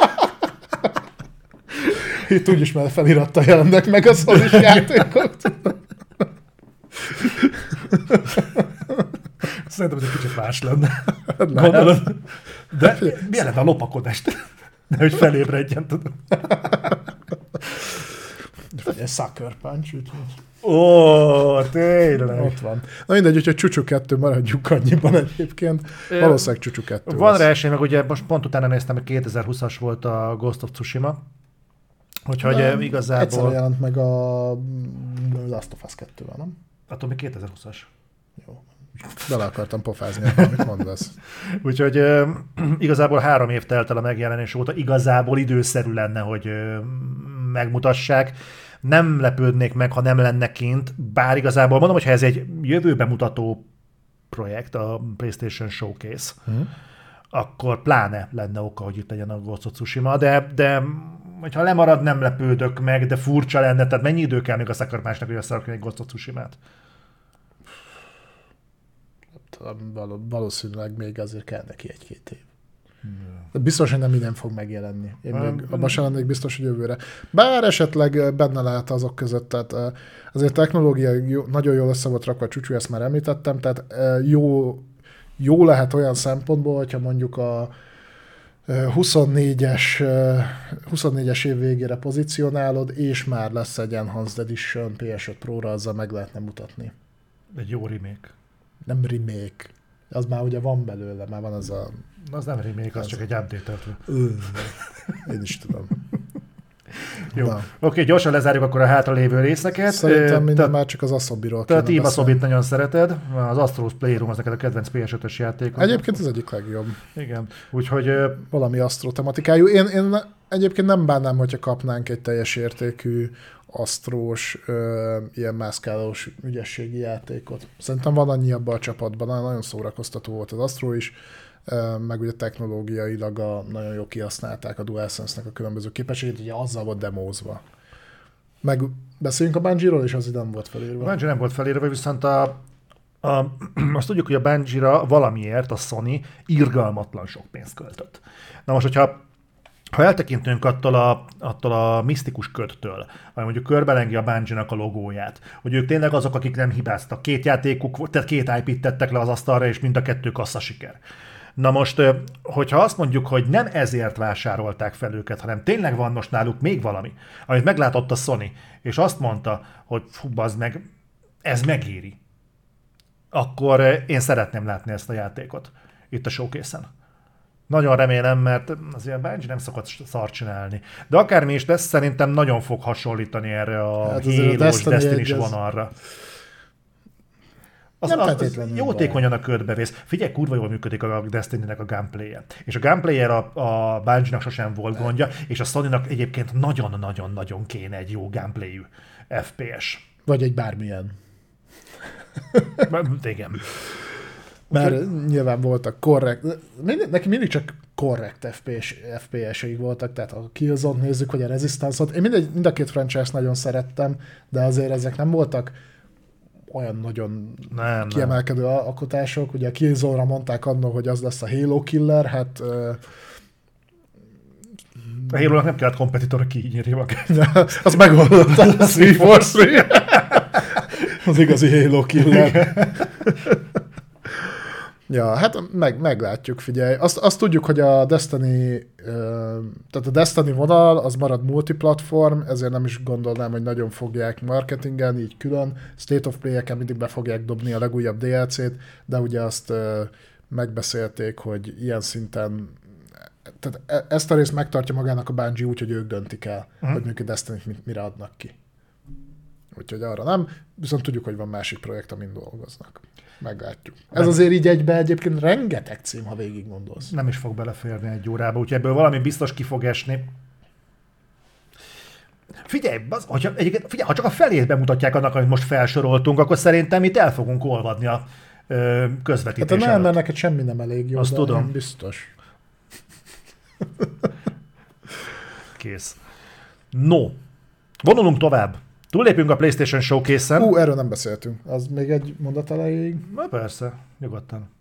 Itt úgyis már felirattal jelennek meg a szolis játékok. Szerintem ez egy kicsit más lenne. Gondolod? De milyen lenne a lopakodást? De hogy felébredjen, tudom. Vagy egy Sucker Punch, úgyhogy... Ó, tényleg. Ott van. Na mindegy, hogyha Csúcsú 2 maradjuk annyiban egyébként. Valószínűleg Csúcsú 2 van rá esély, meg ugye most pont utána néztem, hogy 2020-as volt a Ghost of Tsushima, Úgyhogy igazából... Egyszerűen jelent meg a Last of Us 2-vel, nem? Attól még 2020-as. Jó. Bele akartam pofázni, amit mondasz. Úgyhogy igazából 3 év telt el a megjelenés óta, igazából időszerű lenne, hogy megmutassák. Nem lepődnék meg, ha nem lenne kint, bár igazából mondom, hogy ha ez egy jövőbe mutató projekt, a PlayStation Showcase, akkor pláne lenne oka, hogy itt legyen a Ghost of Tsushima, de hogyha lemarad, nem lepődök meg, de furcsa lenne, tehát mennyi idő kell még a Sucker Punchnak, hogy összerakni egy Ghost of Tsushima-t? Valószínűleg még azért kell neki 1-2 év. De biztos, hogy nem minden fog megjelenni. Én még abban sem lennék biztos, hogy jövőre. Bár esetleg benne lehet azok között, tehát azért technológia nagyon jól össze volt rakva a csúcsú, ezt már említettem, tehát jó lehet olyan szempontból, hogyha mondjuk a 24-es év végére pozícionálod, és már lesz egy Enhanced Edition PS5 Pro-ra, azzal meg lehetne mutatni. Egy jó remake. Nem remake. Az már ugye van belőle, már van az a... Az nem remake, az csak egy update-et. Én is tudom. Jó. Oké, gyorsan lezárjuk akkor a hátralévő részeket. Szerintem minden már csak az Asobiról kéne beszélni. Tehát Asobit nagyon szereted, az Astro's Playroom az neked a kedvenc PS5-ös játék. Egyébként az egyik legjobb. Igen, újhogy... Valami Astro tematikájú. Én egyébként nem bánnám, hogyha kapnánk egy teljes értékű asztrós, ilyen mászkálós ügyességi játékot. Szerintem van annyi abban a csapatban, nagyon szórakoztató volt az Astro is, meg ugye technológiailag nagyon jól kihasználták a DualSense-nek a különböző képességét, ugye azzal volt demózva. Meg beszéljünk a Bungie-ról, és az ide nem volt felírva. A Bungie nem volt felírva, viszont azt tudjuk, hogy a Bungie-ra valamiért a Sony irgalmatlan sok pénzt költött. Na most, hogyha eltekintünk attól a misztikus ködtől, vagy mondjuk körbelengi a Bungie-nak a logóját, hogy ők tényleg azok, akik nem hibáztak. 2 játékuk, tehát 2 IP-t tettek le az asztalra, és mind a 2 kasszasiker. Na most, hogyha azt mondjuk, hogy nem ezért vásárolták fel őket, hanem tényleg van most náluk még valami, amit meglátott a Sony, és azt mondta, hogy fú, bazd meg, ez megéri, akkor én szeretném látni ezt a játékot itt a showcase-en. Nagyon remélem, mert azért a Bungie nem szokott szart csinálni. De akármi is lesz, szerintem nagyon fog hasonlítani erre a Halo-s Destiny-s vonalra. Az jótékonyan a ködbe vész. Figyelj, kurva jól működik a Destiny-nek a gameplay-je. És a gameplay-je a Bungie-nak sosem volt gondja, és a Sony-nak egyébként nagyon-nagyon-nagyon kéne egy jó gameplay-ű FPS. Vagy egy bármilyen. Igen. Mert nyilván voltak korrekt, neki mindig csak korrekt FPS-eik voltak, tehát a Killzone-t nézzük, vagy a Resistance-ot. Én mind a 2 franchise-t nagyon szerettem, de azért ezek nem voltak olyan nagyon kiemelkedő alkotások. Ugye a Killzone-ra mondták annak, hogy az lesz a Halo Killer, hát... A Halo-nak nem kellett kompetitor, aki így írja magát. Az megoldott a 343. Az igazi Halo Killer. Ja, hát meglátjuk, figyelj. Azt tudjuk, hogy a Destiny, tehát a Destiny vonal, az marad multiplatform, ezért nem is gondolnám, hogy nagyon fogják marketingen, így külön. State of Play-eken mindig be fogják dobni a legújabb DLC-t, de ugye azt megbeszélték, hogy ilyen szinten, tehát ezt a részt megtartja magának a Bungie úgy, hogy ők döntik el, hogy mondjuk a Destiny-t mire adnak ki. Úgyhogy arra nem, viszont tudjuk, hogy van másik projekt, amin dolgoznak. Meglátjuk. Ez azért így egyébként rengeteg cím, ha végig gondolsz. Nem is fog beleférni 1 órába, úgyhogy ebből valami biztos ki fog esni. Figyelj, ha csak a felét bemutatják annak, amit most felsoroltunk, akkor szerintem itt el fogunk olvadni a közvetítés hát előtt. Mert neked semmi nem elég jó, azt tudom. Biztos. Kész. No, vonulunk tovább. Túllépünk a PlayStation Showcase-en. Erről nem beszéltünk. Az még egy mondat elejéig? Na persze, nyugodtan.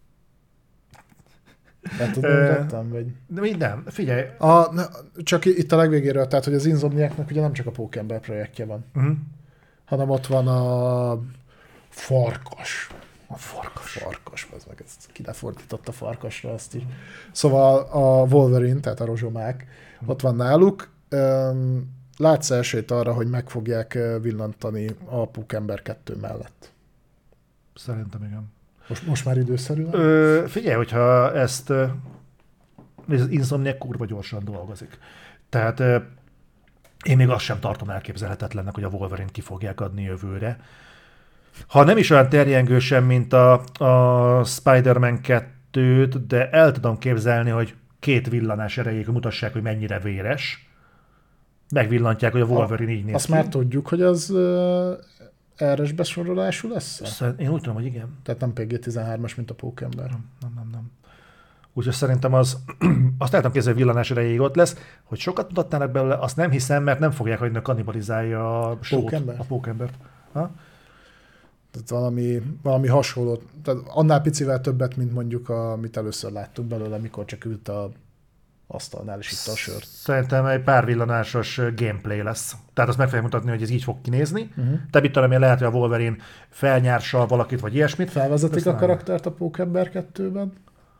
Nem tudom, vagy... Nem, figyelj. Csak itt a legvégéről, tehát hogy az Insomniacnak ugye nem csak a Pókember projektje van, hanem ott van a Farkas. Farkas, az meg ezt ki lefordított a Farkasra azt is. Szóval a Wolverine, tehát a rozsomák, ott van náluk. Látsz esélyt arra, hogy meg fogják villantani a Pókember 2 mellett? Szerintem igen. Most már időszerű? Figyelj, hogyha ezt az Insomniac kurva gyorsan dolgozik. Tehát Én még azt sem tartom elképzelhetetlennek, hogy a Wolverine ki fogják adni jövőre. Ha nem is olyan terjengősen, mint a Spider-Man 2-t, de el tudom képzelni, hogy 2 villanás erejéig mutassák, hogy mennyire véres. Megvillantják, hogy a Wolverine így néz Azt ki. már tudjuk, hogy az RS besorolású lesz? Én úgy tudom, hogy igen. Tehát nem PG-13-as, mint a Pókember. Nem. Úgyhogy szerintem azt el tudom képzelni, hogy villanás erejéig ott lesz. Hogy sokat mutatnának belőle, azt nem hiszem, mert nem fogják hagyni, kannibalizálja a Pókembert. Tehát valami hasonló, tehát annál picivel többet, mint mondjuk, amit először láttunk belőle, mikor csak ült a asztalnál és itta a sört. Szerintem egy pár villanásos gameplay lesz. Tehát azt meg fogják mutatni, hogy ez így fog kinézni. Te mit tudom én, lehet, hogy a Wolverine felnyársal valakit, vagy ilyesmit. Felvezetik a karaktert a Pókember 2-ben?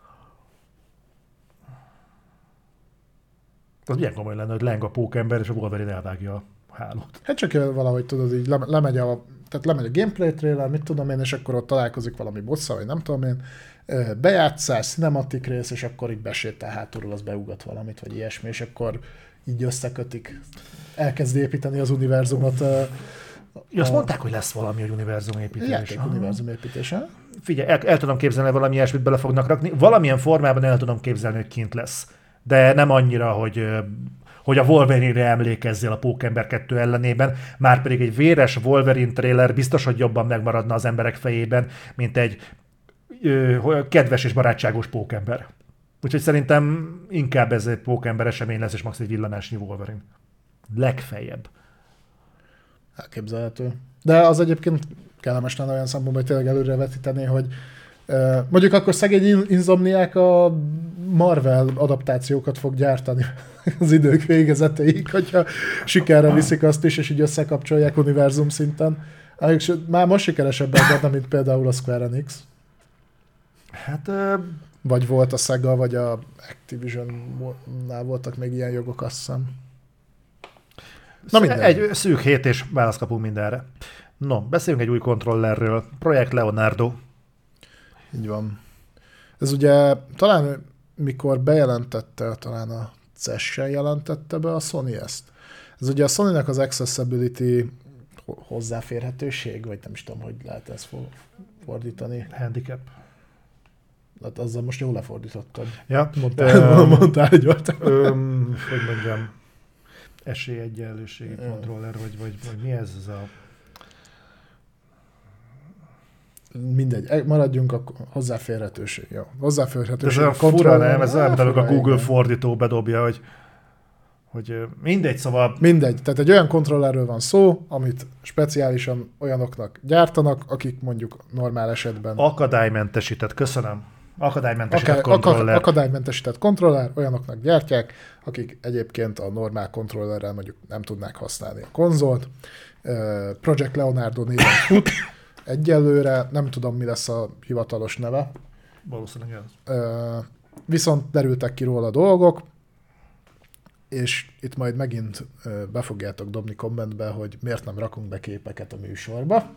Az milyen komoly lenne, hogy leng a Pókember, és a Wolverine elvágja a hálót. Hát csak valahogy tudod, így lemegy a gameplay trailer, mit tudom én, és akkor ott találkozik valami bosszal, vagy nem tudom én, bejátszás, cinematic rész, és akkor így besétál hátulról, az beugat valamit, vagy ilyesmi, és akkor így összekötik. Elkezd építeni az univerzumot. Azt mondták, hogy lesz valami, hogy univerzumépítés. Játék univerzumépítés, ha? Figyelj, el tudom képzelni, hogy valami ilyesmit bele fognak rakni. Valamilyen formában el tudom képzelni, hogy kint lesz. De nem annyira, hogy a Wolverine-re emlékezzél a Pókember 2 ellenében, már pedig egy véres Wolverine trailer biztos, hogy jobban megmaradna az emberek fejében, mint egy kedves és barátságos Pókember. Úgyhogy szerintem inkább ez egy Pókember esemény lesz, és max. Egy villanásnyi Wolverine. Legfeljebb. Elképzelhető. De az egyébként kellemes lenne olyan szempontból, hogy tényleg előrevetíteni, hogy mondjuk akkor szegény Insomniac a Marvel adaptációkat fog gyártani az idők végezetéig, hogyha sikerre viszik azt is, és így összekapcsolják univerzum szinten. Már most sikeresebben benne, mint például a Square Enix. Hát... Vagy volt a Sega, vagy a Activision-nál voltak még ilyen jogok, azt hiszem. Na minden. Egy szűk hét, és választ kapunk mindenre. No, beszéljünk egy új kontrollerről. Projekt Leonardo. Így van. Ez ugye talán mikor bejelentette, talán a CES-sel jelentette be a Sony ezt. Ez ugye a Sony-nek az accessibility hozzáférhetőség, vagy nem is tudom, hogy lehet ezt fordítani. Handicap. Hát azzal most jól lefordítottam. Ja. Mondtál egy olyat. Hogy mondjam, esélyegyenlőségi kontroller, vagy mi ez a... Mindegy, maradjunk a hozzáférhetőség. Jó. Hozzáférhetőség. Ez a fura, nem? Ez olyan, mint a Google fordító bedobja, hogy mindegy, szóval... Mindegy, tehát egy olyan kontrollerről van szó, amit speciálisan olyanoknak gyártanak, akik mondjuk normál esetben... Akadálymentesített, köszönöm. Akadálymentesített kontroller. Akadálymentesített kontroller, olyanoknak gyártják, akik egyébként a normál kontrollerrel mondjuk nem tudnák használni a konzolt. Project Leonardo néven fut. Egyelőre nem tudom, mi lesz a hivatalos neve. Valószínűleg ez. Viszont derültek ki róla dolgok, és itt majd megint be fogjátok dobni kommentbe, hogy miért nem rakunk be képeket a műsorba.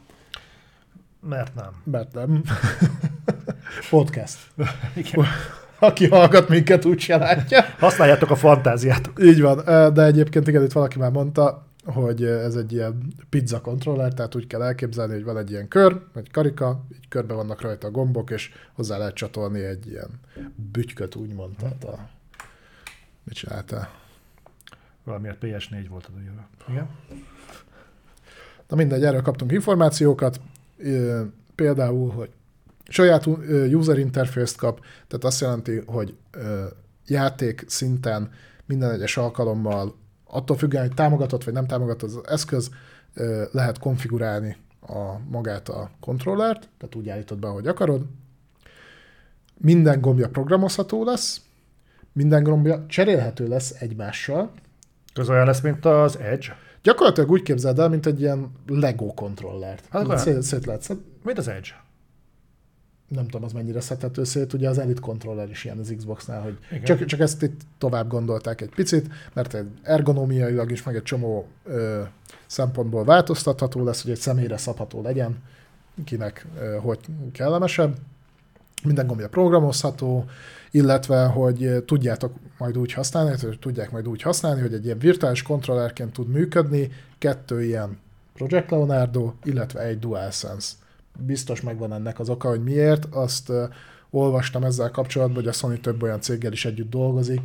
Mert nem. Podcast. Igen. Aki hallgat minket, úgyse látja. Használjátok a fantáziát. Így van, de egyébként igen, itt valaki már mondta, hogy ez egy ilyen pizza kontroller, tehát úgy kell elképzelni, hogy van egy ilyen kör, egy karika, így körbe vannak rajta a gombok, és hozzá lehet csatolni egy ilyen bütyköt, úgymond. Tehát mit csináltál? Valamiért PS4 volt az jövő. Igen? Na mindegy, erről kaptunk információkat, például, hogy saját user interface-t kap, tehát azt jelenti, hogy játék szinten minden egyes alkalommal, attól függően, hogy támogatott vagy nem támogatott az eszköz, lehet konfigurálni magát a kontrollert, tehát úgy állítod be, ahogy akarod. Minden gombja programozható lesz, minden gombja cserélhető lesz egymással. Ez olyan lesz, mint az Edge? Gyakorlatilag úgy képzeld el, mint egy ilyen Lego kontrollert. Hát szét lehet szed. Mint az Edge? Nem tudom, az mennyire szedhető szét, ugye az Elite controller is ilyen az Xboxnál, hogy csak ezt itt tovább gondolták egy picit, mert egy ergonómiailag is, meg egy csomó szempontból változtatható lesz, hogy egy személyre szabható legyen, kinek hogy kellemesebb. minden gombja programozható, illetve, hogy tudják majd úgy használni, hogy egy ilyen virtuális kontrollerként tud működni, 2 ilyen Project Leonardo, illetve egy DualSense. Biztos megvan ennek az oka, hogy miért. Azt olvastam ezzel kapcsolatban, hogy a Sony több olyan céggel is együtt dolgozik,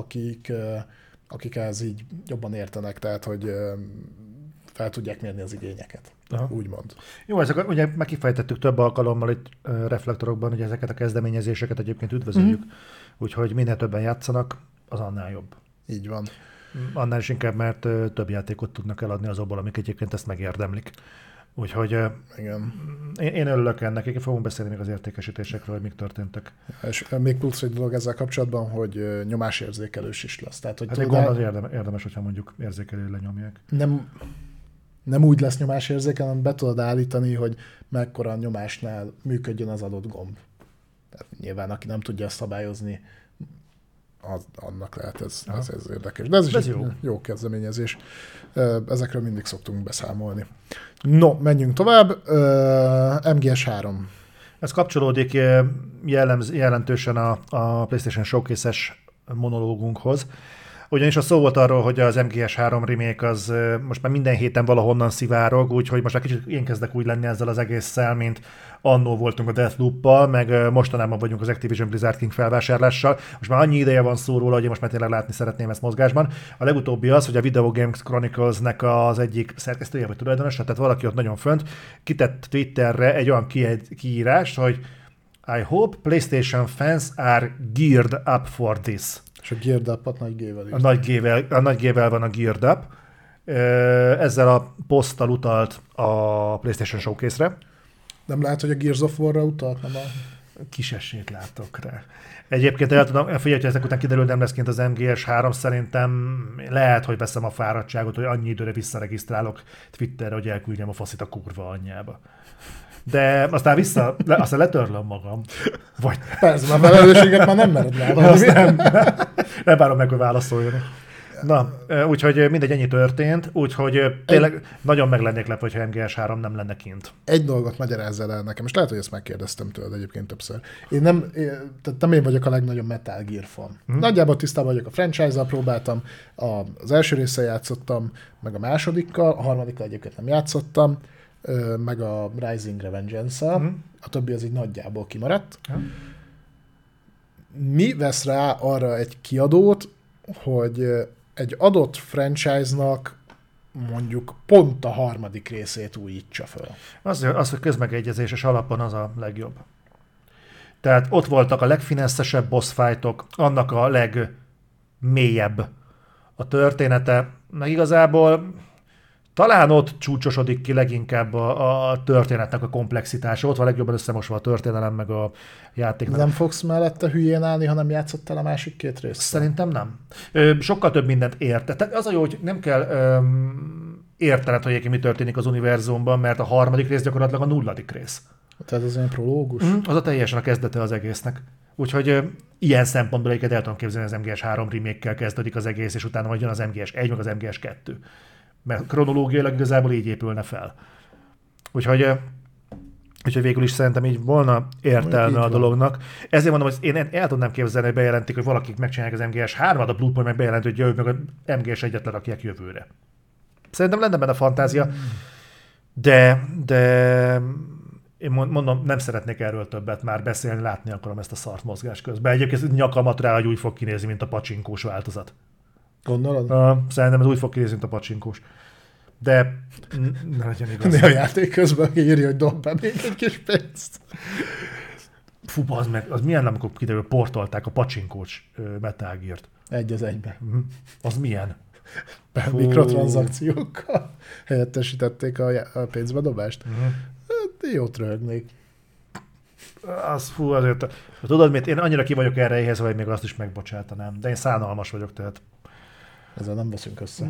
akik ehhez így jobban értenek, tehát hogy fel tudják mérni az igényeket. Aha. Úgymond. Jó, ezek ugye meg kifejtettük több alkalommal itt reflektorokban, hogy ezeket a kezdeményezéseket egyébként üdvözöljük, úgyhogy minél többen játszanak, az annál jobb. Így van. Annál is inkább, mert több játékot tudnak eladni azokból, amik egyébként ezt megérdemlik. Úgyhogy igen. Én örülök ennek, fogunk beszélni még az értékesítésekről, hogy mik történtek. És még plusz egy dolog ezzel kapcsolatban, hogy nyomásérzékelős is lesz. Tehát, hogy hát egy gond az érdemes, hogyha mondjuk érzékelő lenyomják. Nem úgy lesz nyomásérzékel, hanem be tudod állítani, hogy mekkora nyomásnál működjön az adott gomb. Tehát nyilván, aki nem tudja ezt szabályozni, annak lehet ez érdekes. De ez is jó kezdeményezés. Ezekről mindig szoktunk beszámolni. No, menjünk tovább. MGS3. Ez kapcsolódik jelentősen a PlayStation Showcase-es monológunkhoz. Ugyanis a szó volt arról, hogy az MGS3 remake az most már minden héten valahonnan szivárog, úgyhogy most már kicsit én kezdek úgy lenni ezzel az egésszel, mint annó voltunk a Deathloop-pal, meg mostanában vagyunk az Activision Blizzard King felvásárlással. Most már annyi ideje van szó róla, hogy most már tényleg látni szeretném ezt mozgásban. A legutóbbi az, hogy a Video Games Chronicles-nek az egyik szerkesztője vagy tulajdonosa, tehát valaki ott nagyon fönt, kitett Twitterre egy olyan kiírást, hogy I hope PlayStation fans are geared up for this. És a Geared Up-at nagy G-vel is. A nagy G-vel van a Geared Up. Ezzel a poszttal utalt a PlayStation Showcase-re. Nem lehet, hogy a Gears of War-ra utalt, nem a... Kis esélyt látok rá. Egyébként el tudom, figyelj, hogy ezek után kiderül, nem lesz kint az MGS3, szerintem lehet, hogy veszem a fáradtságot, hogy annyi időre visszaregisztrálok Twitterre, hogy elküldjem a faszit a kurva anyjába. De aztán aztán letörlöm magam. Vagy persze, a felelősséget már nem mered vállalni. Nem várom meg, hogy válaszoljon. Na, úgyhogy mindegy, ennyi történt, úgyhogy tényleg nagyon meg lennék lepve, hogyha MGS3 nem lenne kint. Egy dolgot magyarázzál el nekem, és lehet, hogy ezt megkérdeztem tőled egyébként többször. Tehát nem én vagyok a legnagyobb Metal Gear fan. Nagyjából tisztában vagyok a franchise-zal, próbáltam, az első résszel játszottam, meg a másodikkal, a harmadikkal egyébként nem játszottam, meg a Rising Revengeance-szel, a többi az így nagyjából kimaradt. Mi vesz rá arra egy kiadót, hogy egy adott franchise-nak mondjuk pont a harmadik részét újítsa föl? Az, hogy közmegegyezéses alapon az a legjobb. Tehát ott voltak a legfineszesebb boss fightok, annak a legmélyebb a története, meg igazából talán ott csúcsosodik ki leginkább a történetnek a komplexitása. Ott van legjobban összemosva a történelem, meg a játék. Nem fogsz mellette hülyén állni, ha nem játszottál a másik 2 részt? Szerintem nem. Sokkal több mindent ért. Tehát az a jó, hogy nem kell értened, hogy mi történik az univerzumban, mert a harmadik rész gyakorlatilag a 0. rész. Tehát az olyan prológus? Az a teljesen a kezdete az egésznek. Úgyhogy ilyen szempontból egyébként el tudom képzelni, az MGS3 remake-kel kezdődik az egész, és utána majd jön az MGS1, meg az MGS2. Mert kronológiailag igazából így épülne fel. Úgyhogy végül is szerintem így volna értelme a dolognak. Ezért mondom, hogy én el tudnám képzelni, hogy bejelentik, hogy valakik megcsinálják az MGS3-at, a Bluepoint meg bejelenti, hogy jövő, meg a MGS1-et lerakják jövőre. Szerintem lenne benne fantázia, de én mondom, nem szeretnék erről többet már beszélni, látni akarom ezt a szart mozgás közben. Egyébként nyakamat rá, hogy úgy fog kinézni, mint a pacsinkós változat. Gondolod? Szerintem ez úgy fog kinézni, mint a pacsinkós. De ne legyen igaz. Néha játék közben írja, hogy dob be még egy kis pénzt. Fú, az milyen, amikor kiderül, portolták a pacsinkós Metal Geart. 1-1. Az milyen? Mikrotranszakciókkal helyettesítették a pénzbedobást. Hát, jót röhögnék. Azért, tudod mit, én annyira ki vagyok erre éhez, hogy még azt is megbocsátanám. De én szánalmas vagyok, tehát. Ezzel nem veszünk össze.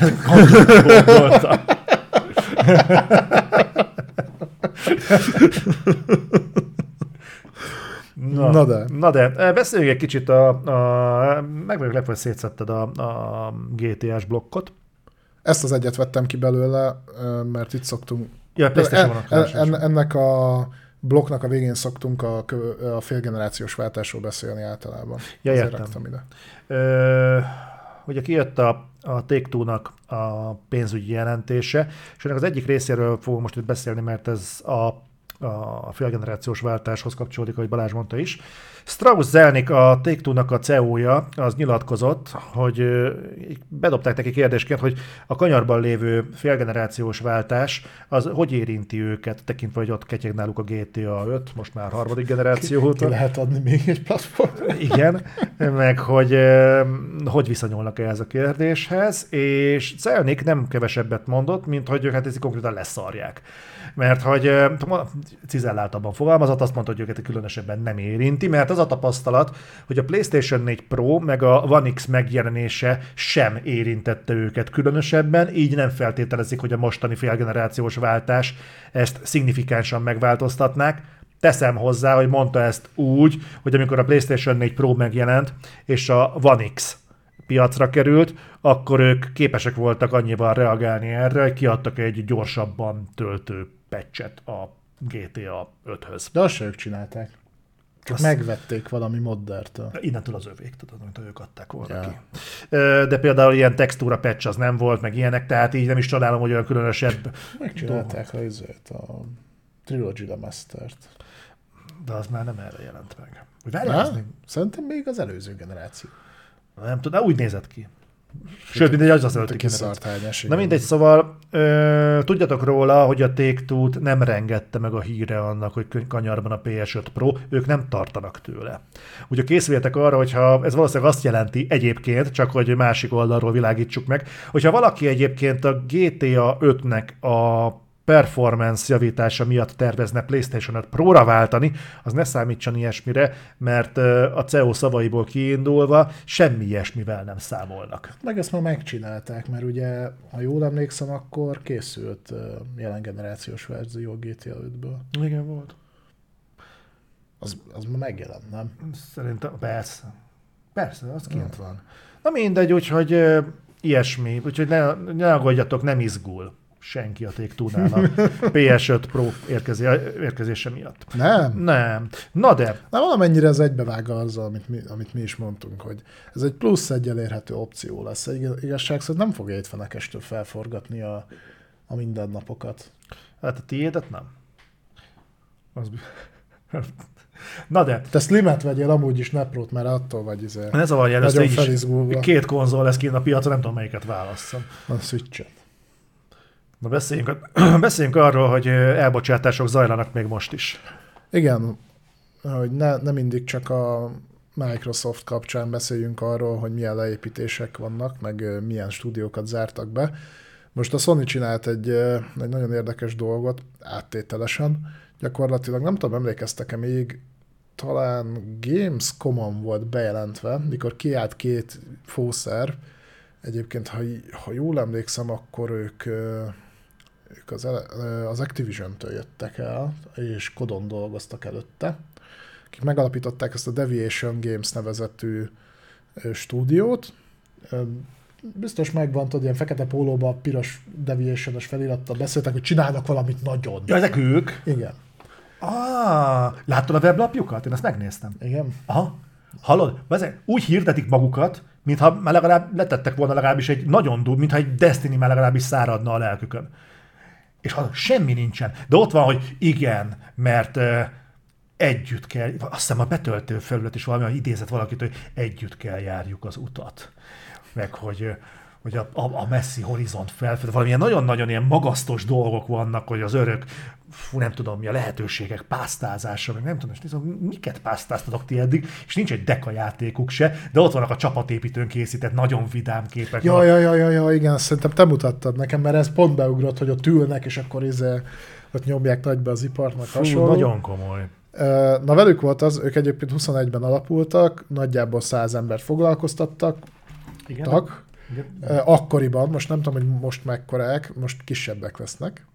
Na de, beszéljünk egy kicsit meg vagyok lepve, hogy szétszetted a GTA-s blokkot. Ezt az egyet vettem ki belőle, mert itt szoktunk. Ja, PlayStation van ennek a blokknak a végén szoktunk a félgenerációs váltásról beszélni általában. Ja, Ezért értem. raktam ide. Ugye kijött a Take-Two-nak a pénzügyi jelentése, és ennek az egyik részéről fogunk most itt beszélni, mert ez a félgenerációs váltáshoz kapcsolódik, ahogy Balázs mondta is. Strauss Zelnick, a Take-Two-nak a CEO-ja, az nyilatkozott, hogy bedobták neki kérdésként, hogy a kanyarban lévő félgenerációs váltás, az hogy érinti őket, tekintve, hogy ott ketyeg náluk a GTA 5, most már harmadik generáció Ki óta. lehet adni még egy platform? Igen, meg hogy viszonyulnak ehhez a kérdéshez, és Zelnick nem kevesebbet mondott, mint hogy ők hát ezt konkrétan leszarják. Mert hogy cizelláltabban fogalmazott, azt mondta, hogy őket különösebben nem érinti, mert az a tapasztalat, hogy a PlayStation 4 Pro meg a One X megjelenése sem érintette őket különösebben, így nem feltételezik, hogy a mostani félgenerációs váltás ezt szignifikánsan megváltoztatnák. Teszem hozzá, hogy mondta ezt úgy, hogy amikor a PlayStation 4 Pro megjelent, és a One X piacra került, akkor ők képesek voltak annyiban reagálni erre, hogy kiadtak egy gyorsabban töltő patchet a GTA 5-höz. De azt se ők csinálták. Csak megvették valami moddertől. Innentől az övék, tudod, mint ők adták volna Ja. ki. De például ilyen textúra patch az nem volt, meg ilyenek, tehát így nem is csodálom, hogy olyan különösebb. Megcsinálták a Trilogy Remastert. De az már nem erre jelent meg. Hogy várjál, ez még... Szerintem még az előző generáció. Nem tudom, úgy nézett ki. Sőt, mindegy, az az előtti kiszart hányás. Na mindegy, szóval tudjatok róla, hogy a Take-Two-t nem rengette meg a híre annak, hogy kanyarban a PS5 Pro, ők nem tartanak tőle. Ugye készüljetek arra, hogyha ez valószínűleg azt jelenti egyébként, csak hogy másik oldalról világítsuk meg, hogyha valaki egyébként a GTA 5-nek a performance javítása miatt tervezne PlayStation 5 Pro-ra váltani, az ne számítson ilyesmire, mert a CEO szavaiból kiindulva semmi ilyesmivel nem számolnak. Meg ezt már megcsinálták, mert ugye, ha jól emlékszem, akkor készült jelen generációs verzió a GTA 5-ből. Igen, volt. Az már megjelent, nem? Szerintem, persze. Persze, az kint van. Na mindegy, úgyhogy ilyesmi, úgyhogy ne aggódjatok, nem izgul senki a Take-Two-nál a PS5 Pro érkezése miatt. Nem? Nem. Na de... Na valamennyire ez egybevág azzal, amit mi is mondtunk, hogy ez egy plusz egy elérhető opció lesz. Igazság szerint nem fogja egy fenekestől felforgatni a mindennapokat. Hát a tiédet nem. Az... Na de... Te Slimet vegyél amúgy is, ne Pro-t, mert attól vagy Ne zavarj el, nagyon így felizgulva. két konzol lesz kint a piacon, nem tudom melyiket válasszam. A Switch-et. Na beszéljünk arról, hogy elbocsátások zajlanak még most is. Igen, hogy ne mindig csak a Microsoft kapcsán beszéljünk arról, hogy milyen leépítések vannak, meg milyen stúdiókat zártak be. Most a Sony csinált egy nagyon érdekes dolgot, áttételesen. Gyakorlatilag nem tudom, emlékeztek-e még, talán Gamescom-on volt bejelentve, mikor kiállt két fószer. Egyébként, ha jól emlékszem, akkor ők az Activision-től jöttek el, és Kodon dolgoztak előtte, akik megalapították ezt a Deviation Games nevezetű stúdiót. Biztos megvan, tudod, ilyen fekete pólóba, piros Deviation-os felirattal beszéltek, hogy csinálnak valamit nagyon. Ja, ezek ők? Igen. Láttad a weblapjukat? Én ezt megnéztem. Igen. Aha. Hallod? Ezek úgy hirdetik magukat, mintha már legalább letettek volna legalábbis egy nagyon mintha egy Destiny már legalábbis száradna a lelkükön. És semmi nincsen. De ott van, hogy igen, mert együtt kell, azt hiszem a betöltő felület is valami, hogy idézett valakit, hogy együtt kell járjuk az utat. Meg hogy a messzi horizont felfed, valamilyen nagyon-nagyon ilyen magasztos dolgok vannak, hogy az örök, nem tudom mi a lehetőségek pásztázása, meg nem tudom, és nézem, miket pásztáztatok ti eddig, és nincs egy deka játékuk se, de ott vannak a csapatépítőn készített nagyon vidám képek. Ja, igen, szerintem te mutattad nekem, mert ez pont beugrott, hogy ott ülnek, és akkor ott nyomják nagyba az ipart, meg hasonló. Nagyon komoly. Na velük volt az, ők egyébként 21-ben alapultak, nagyjából 100 embert foglalkoztattak. Igen. Akkoriban, most nem tudom, hogy most mekkorák, most kisebbek lesznek.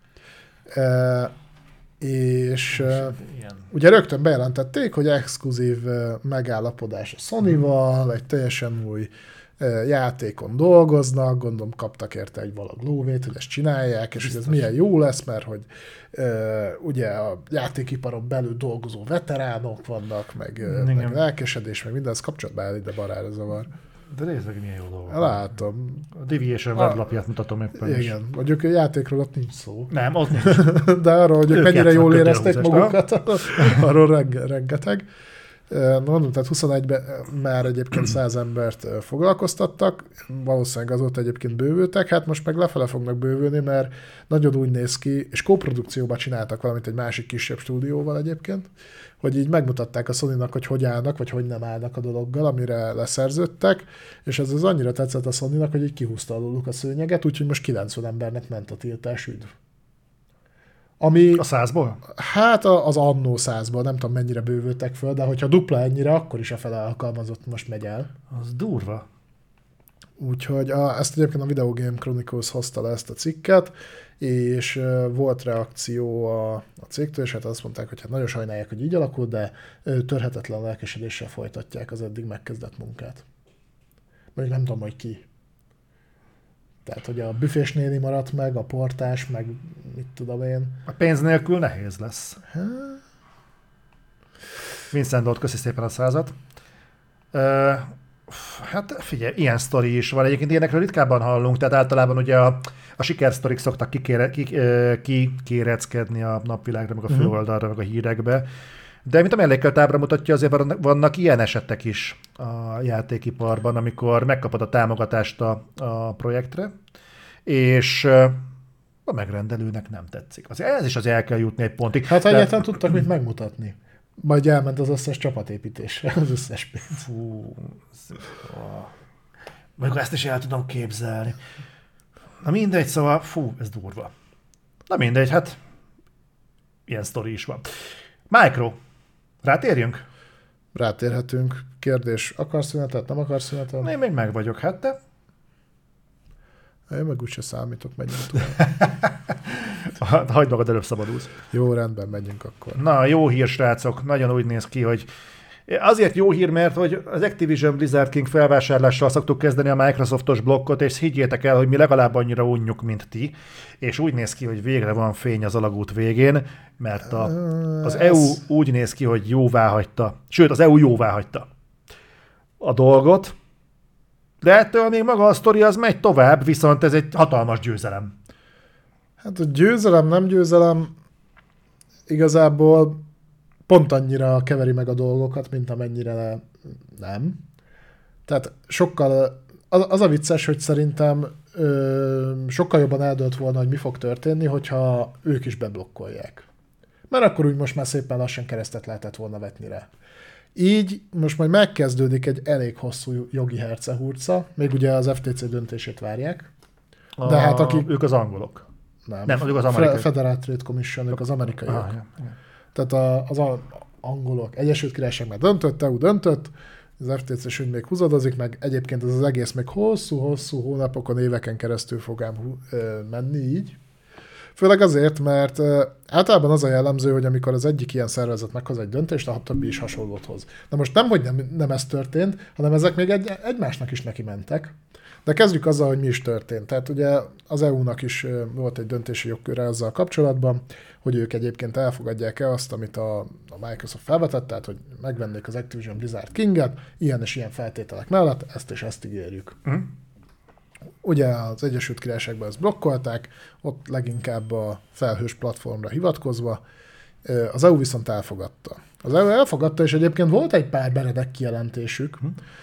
És ugye rögtön bejelentették, hogy exkluzív megállapodás a Sony-val, egy teljesen új játékon dolgoznak, gondolom kaptak érte egy valag lóvét, hogy ezt csinálják, és hogy ez milyen jó lesz, mert hogy ugye a játékiparon belül dolgozó veteránok vannak, meg lelkesedés, meg minden, ez kapcsolatban áll ide barára zavar. De nézd meg, milyen jó dolgok. Látom. A Deviation weblapját mutatom éppen is. Igen, mondjuk a játékról ott nincs szó. Nem, ott nincs. De arról, hogy ők mennyire jól érezték magukat, arról rengeteg. Mondom, tehát 21-ben már egyébként 100 embert foglalkoztattak, valószínűleg azóta egyébként bővültek, hát most meg lefele fognak bővülni, mert nagyon úgy néz ki, és kóprodukcióban csináltak valamit egy másik kisebb stúdióval egyébként, hogy így megmutatták a Sony-nak, hogy állnak, vagy hogy nem állnak a dologgal, amire leszerződtek, és ez az annyira tetszett a Sony-nak, hogy így kihúzta alóluk a szőnyeget, úgyhogy most 90 embernek ment a tiltás, üdv. Ami, a 100-ból? Hát az annó 100-ból, nem tudom mennyire bővültek föl, de hogyha dupla ennyire, akkor is a fele alkalmazott most megy el. Az durva. Úgyhogy ezt egyébként a Video Game Chronicles hozta le ezt a cikket, és volt reakció a cégtől, és hát azt mondták, hogy hát nagyon sajnálják, hogy így alakult, de törhetetlen lelkesedéssel folytatják az eddig megkezdett munkát. Mondjuk nem tudom, hogy ki. Tehát, hogy a büfés néni maradt meg, a portás, meg mit tudom én. A pénz nélkül nehéz lesz. Vincent Dott, köszi szépen a 100-at. Hát figyelj, ilyen sztori is van. Egyébként ilyenekről ritkábban hallunk, tehát általában ugye a sikersztorik szoktak kikéreckedni a napvilágra, meg a főoldalra, meg a hírekbe. De mint a mellékelt ábra mutatja, azért vannak ilyen esetek is a játékiparban, amikor megkapod a támogatást a projektre, és a megrendelőnek nem tetszik. Azért ez is azért el kell jutni egy pontig. Hát egyáltalán tudtak mit megmutatni. Majd elment az összes csapatépítésre, az összes pénz. Fú, mondjuk ezt is el tudom képzelni. Na mindegy, szóval, fú, ez durva. Na mindegy, hát ilyen sztori is van. Micro, rátérjünk? Rátérhetünk. Kérdés, akarsz szünetet, nem akarsz szünetet? Én még meg vagyok, hát te? Én meg úgyse számítok, menjünk tovább. Hagyd magad, előbb szabadulsz. Jó, rendben, menjünk akkor. Na, jó hír, srácok. Nagyon úgy néz ki, hogy azért jó hír, mert hogy az Activision Blizzard King felvásárlással szoktuk kezdeni a Microsoftos blokkot, és higgyétek el, hogy mi legalább annyira unjuk, mint ti, és úgy néz ki, hogy végre van fény az alagút végén, mert az EU úgy néz ki, hogy jóvá hagyta, sőt, az EU jóvá hagyta a dolgot, de ettől még maga a sztori az megy tovább, viszont ez egy hatalmas győzelem. Hát a győzelem, nem győzelem, igazából pont annyira keveri meg a dolgokat, mint amennyire nem. Tehát sokkal, az a vicces, hogy szerintem sokkal jobban eldölt volna, hogy mi fog történni, hogyha ők is beblokkolják. Mert akkor úgy most már szépen lassan keresztet lehetett volna vetni rá. Így most majd megkezdődik egy elég hosszú jogi hercehurca, még ugye az FTC döntését várják. De hát akik... Ők az angolok. Nem, ők az amerikai. Federal Trade Commission, ők az amerikaiak. Ja. Tehát az angolok, Egyesült Királyság már döntött, EU döntött, az FTC-s ügy még húzadozik, meg egyébként ez az egész még hosszú hónapokon, éveken keresztül fog ám menni így. Főleg azért, mert általában az a jellemző, hogy amikor az egyik ilyen szervezet meghoz egy döntést, a többi is hasonlót hoz. Na most nem, hogy nem ez történt, hanem ezek még egymásnak is neki mentek. De kezdjük azzal, hogy mi is történt. Tehát ugye az EU-nak is volt egy döntési jogköre azzal kapcsolatban, hogy ők egyébként elfogadják-e azt, amit a Microsoft felvetett, tehát hogy megvennék az Activision Blizzard Kinget, ilyen és ilyen feltételek mellett, ezt és ezt ígérjük. Ugye az Egyesült Királyságban ezt blokkolták, ott leginkább a felhős platformra hivatkozva, az EU viszont elfogadta. Az EU elfogadta, és egyébként volt egy pár benedek kijelentésük.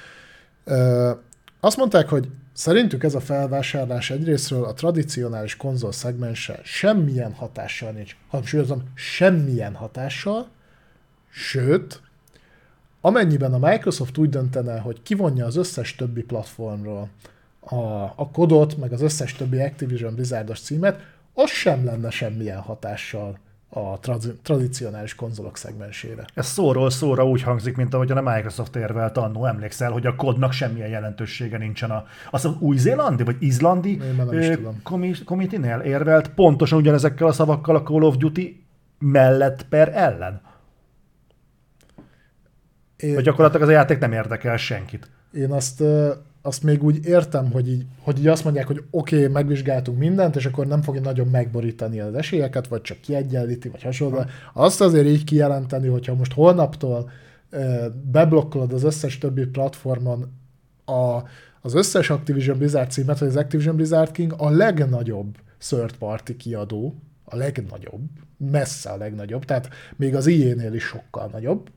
Azt mondták, hogy szerintük ez a felvásárlás egyrésztről a tradicionális konzol szegmenssel semmilyen hatással nincs. Hangsúlyozom, semmilyen hatással, sőt, amennyiben a Microsoft úgy döntene, hogy kivonja az összes többi platformról a kodot, meg az összes többi Activision Blizzardos címet, az sem lenne semmilyen hatással a tradicionális konzolok szegmensére. Ez szóról szóra úgy hangzik, mint ahogyan a Microsoft érvelt annó. Emlékszel, hogy a kodnak semmilyen jelentősége nincsen az új-zélandi vagy izlandi committee-nél érvelt pontosan ugyanezekkel a szavakkal a Call of Duty mellett per ellen. Vagy gyakorlatilag az a játék nem érdekel senkit. Én azt azt még úgy értem, hogy így azt mondják, hogy oké, megvizsgáltunk mindent, és akkor nem fogja nagyon megborítani az esélyeket, vagy csak kiegyenlíti, vagy hasonló. Azt azért így kijelenteni, hogyha most holnaptól beblokkolod az összes többi platformon az összes Activision Blizzard címet, vagy az Activision Blizzard King a legnagyobb third party kiadó, a legnagyobb, messze a legnagyobb, tehát még az EA-nél is sokkal nagyobb,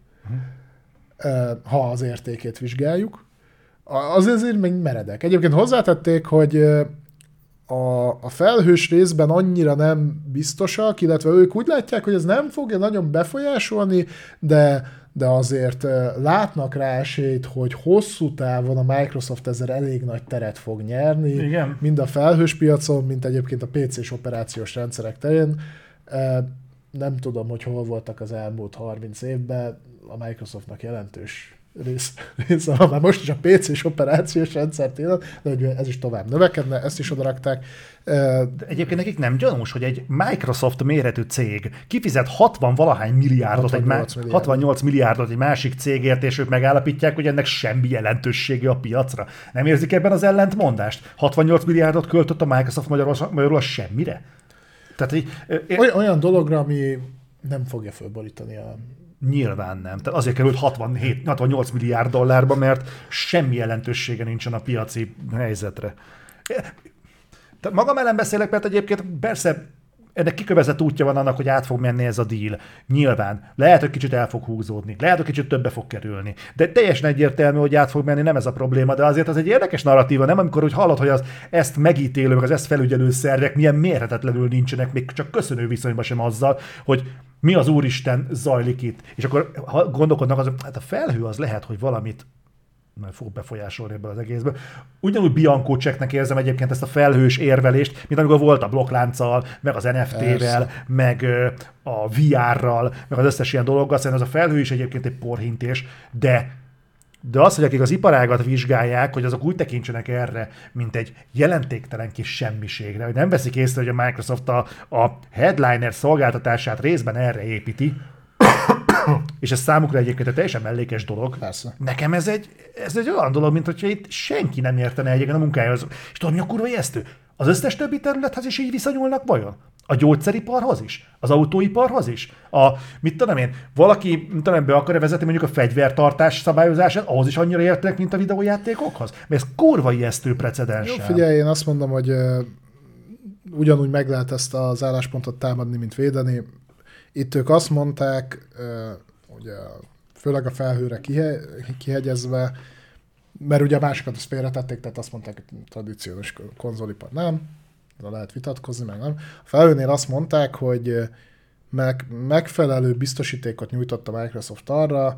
ha az értékét vizsgáljuk. Azért még meredek. Egyébként hozzátették, hogy a felhős részben annyira nem biztosak, illetve ők úgy látják, hogy ez nem fogja nagyon befolyásolni, de azért látnak rá esélyt, hogy hosszú távon a Microsoft ezzel elég nagy teret fog nyerni, igen, mind a felhős piacon, mint egyébként a PC-s operációs rendszerek terén. Nem tudom, hogy hol voltak az elmúlt 30 évben, a Microsoftnak jelentős része van már most is a PC-s operációs rendszert élet, de hogy ez is tovább növekedne, ezt is odarakták. De egyébként nekik nem gyanús, hogy egy Microsoft méretű cég kifizet 68 milliárdot egy másik cégért, és ők megállapítják, hogy ennek semmi jelentősége a piacra. Nem érzik ebben az ellentmondást? 68 milliárdot költött a Microsoft magyarul a semmire? Tehát, olyan dologra, ami nem fogja fölborítani a... Nyilván nem. Tehát azért került 68 milliárd dollárba, mert semmi jelentősége nincsen a piaci helyzetre. Tehát magam ellen beszélek, mert egyébként persze ennek kikövezett útja van annak, hogy át fog menni ez a deal. Nyilván. Lehet, hogy kicsit el fog húzódni. Lehet, hogy kicsit többe fog kerülni. De teljesen egyértelmű, hogy át fog menni, nem ez a probléma, de azért az egy érdekes narratíva, nem? Amikor úgy hallod, hogy ezt megítélő, meg az ezt felügyelő szervek milyen mérhetetlenül nincsenek, még csak köszönő viszonyban sem azzal, hogy mi az úristen zajlik itt. És akkor ha gondolkodnak azon, hát a felhő az lehet, hogy valamit fog befolyásolni ebből az egészből. Ugyanúgy Bianco Checknek érzem egyébként ezt a felhős érvelést, mint amikor volt a blokklánccal, meg az NFT-vel, meg a VR-ral, meg az összes ilyen dologgal. Szerintem az a felhő is egyébként egy porhintés, de az, hogy akik az iparágat vizsgálják, hogy azok úgy tekintsenek erre, mint egy jelentéktelen kis semmiségre, hogy nem veszik észre, hogy a Microsoft a headliner szolgáltatását részben erre építi, és ez számukra egyébként egy teljesen mellékes dolog. Persze. Nekem ez egy olyan dolog, mint hogyha itt senki nem értene egyébként a munkájához. És tudod, mi a kurva ijesztő? Az összes többi területhez is így viszonyulnak vajon? A gyógyszeriparhoz is? Az autóiparhoz is? Mit tudom én, valaki be akarja vezetni mondjuk a fegyvertartás szabályozását, ahhoz is annyira értenek, mint a videójátékokhoz? Mert ez kurva ijesztő precedens. Jó, figyelj, én azt mondom, hogy ugyanúgy meg lehet ezt az álláspontot támadni, mint védeni. Itt ők azt mondták, ugye főleg a felhőre kihegyezve, mert ugye a másikat azt félretették, tehát azt mondták, hogy tradíciós konzolipar nem, de lehet vitatkozni, meg nem. A felhőnél azt mondták, hogy megfelelő biztosítékot nyújtott a Microsoft arra,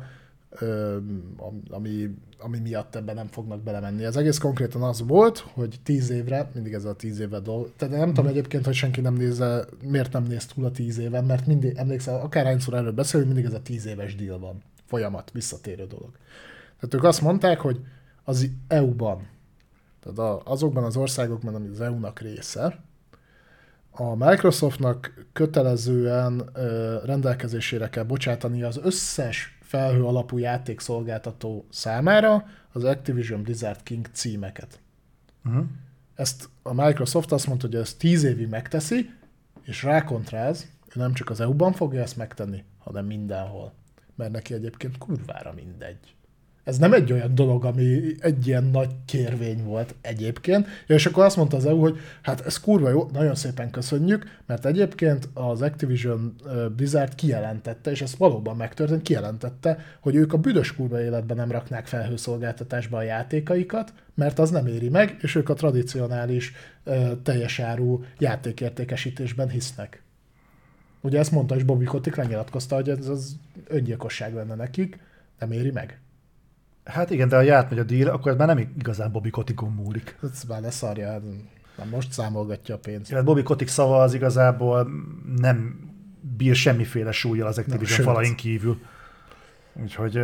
ami miatt ebben nem fognak belemenni. Ez egész konkrétan az volt, hogy 10 évre, mindig ez a 10 évvel tehát nem tudom egyébként, hogy senki nem nézze, miért nem néz túl a 10 éven, mert mindig, emlékszel, akárhányszor erről beszélünk, mindig ez a 10 éves deal van. Folyamat, visszatérő dolog. Tehát ők azt mondták, hogy az EU-ban, tehát azokban az országokban, ami az EU-nak része, a Microsoftnak kötelezően rendelkezésére kell bocsátani az összes felhő alapú játékszolgáltató számára az Activision Blizzard King címeket. Ezt a Microsoft azt mondta, hogy ezt 10 évig megteszi, és rákontráz, ő nem csak az EU-ban fogja ezt megtenni, hanem mindenhol. Mert neki egyébként kurvára mindegy. Ez nem egy olyan dolog, ami egy ilyen nagy kérvény volt egyébként. És akkor azt mondta az EU, hogy hát ez kurva jó, nagyon szépen köszönjük, mert egyébként az Activision Blizzard kijelentette, és ez valóban megtörtént, kijelentette, hogy ők a büdös kurva életben nem raknák felhőszolgáltatásba a játékaikat, mert az nem éri meg, és ők a tradicionális teljes áru játékértékesítésben hisznek. Ugye ezt mondta, és Bobby Kotick lenyilatkozta, hogy ez az öngyilkosság lenne nekik, nem éri meg. Hát igen, de ha átmegy a deal, akkor ez már nem igazán Bobby Kotickon múlik. Ez már leszarja, már most számolgatja a pénzt. Igen, Bobby Kotick szava az igazából nem bír semmiféle súllyal az Activision falain kívül. Úgyhogy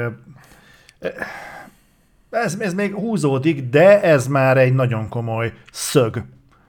ez még húzódik, de ez már egy nagyon komoly szög.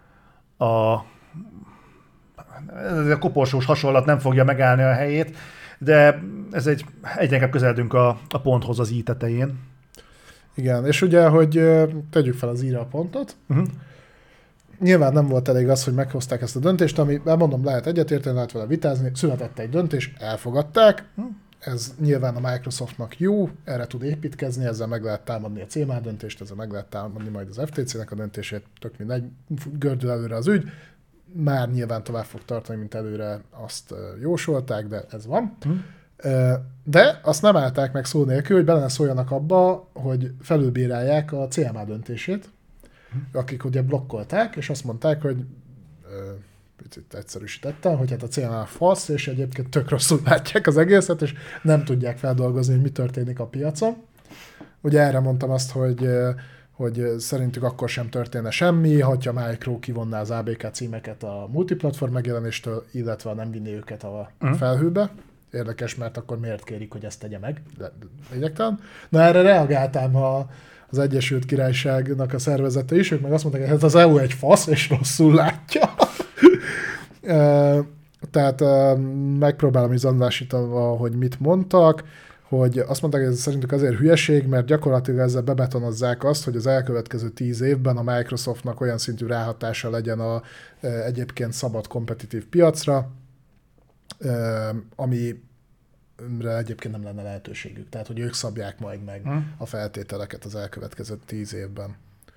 Ez a koporsós hasonlat nem fogja megállni a helyét, de ez egyre inkább közeledünk a ponthoz az i tetején. Igen, és ugye, hogy tegyük fel az írja pontot. Nyilván nem volt elég az, hogy meghozták ezt a döntést, ami, mondom, lehet egyetérteni, lehet vele vitázni, született egy döntés, elfogadták, ez nyilván a Microsoftnak jó, erre tud építkezni, ezzel meg lehet támadni a CMA döntést, ezzel meg lehet támadni majd az FTC-nek a döntését, tök mindegy, gördül előre az ügy, már nyilván tovább fog tartani, mint előre azt jósolták, de ez van. De azt nem állták meg szó nélkül, hogy bele ne szóljanak abba, hogy felülbírálják a CMA döntését, akik ugye blokkolták, és azt mondták, hogy picit egyszerűsítettem, hogy hát a CMA fasz, és egyébként tök rosszul látják az egészet, és nem tudják feldolgozni, hogy mi történik a piacon. Ugye erre mondtam azt, hogy szerintük akkor sem történne semmi, hogyha Micro kivonná az ABK címeket a multiplatform megjelenéstől, illetve nem vinné őket a felhőbe. Érdekes, mert akkor miért kérik, hogy ezt tegye meg? De lényegtelen. Na erre reagáltam az Egyesült Királyságnak a szervezete is, ők meg azt mondták, hogy hát az EU egy fasz, és rosszul látja. Tehát megpróbálom izandásítani, hogy mit mondtak, hogy azt mondták, hogy ez szerintük azért hülyeség, mert gyakorlatilag ezzel bebetonozzák azt, hogy az elkövetkező 10 évben a Microsoftnak olyan szintű ráhatása legyen a egyébként szabad kompetitív piacra, amire egyébként nem lenne lehetőségük. Tehát, hogy ők szabják majd meg a feltételeket az elkövetkező 10 évben.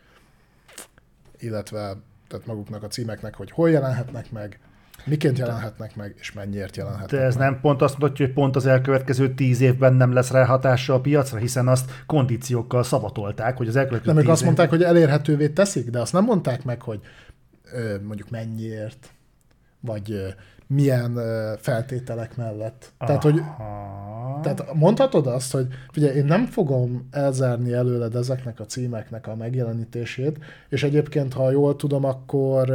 Illetve tehát maguknak a címeknek, hogy hol jelenhetnek meg, miként jelenhetnek meg, és mennyiért jelenhetnek meg. De ez nem pont azt mutatja, hogy pont az elkövetkező 10 évben nem lesz rá hatása a piacra, hiszen azt kondíciókkal szavatolták, hogy az elkövetkező 10 évben... azt mondták, hogy elérhetővé teszik, de azt nem mondták meg, hogy mondjuk mennyiért, vagy milyen feltételek mellett. Tehát mondhatod azt, hogy figyelj, én nem fogom elzárni előled ezeknek a címeknek a megjelenítését, és egyébként, ha jól tudom, akkor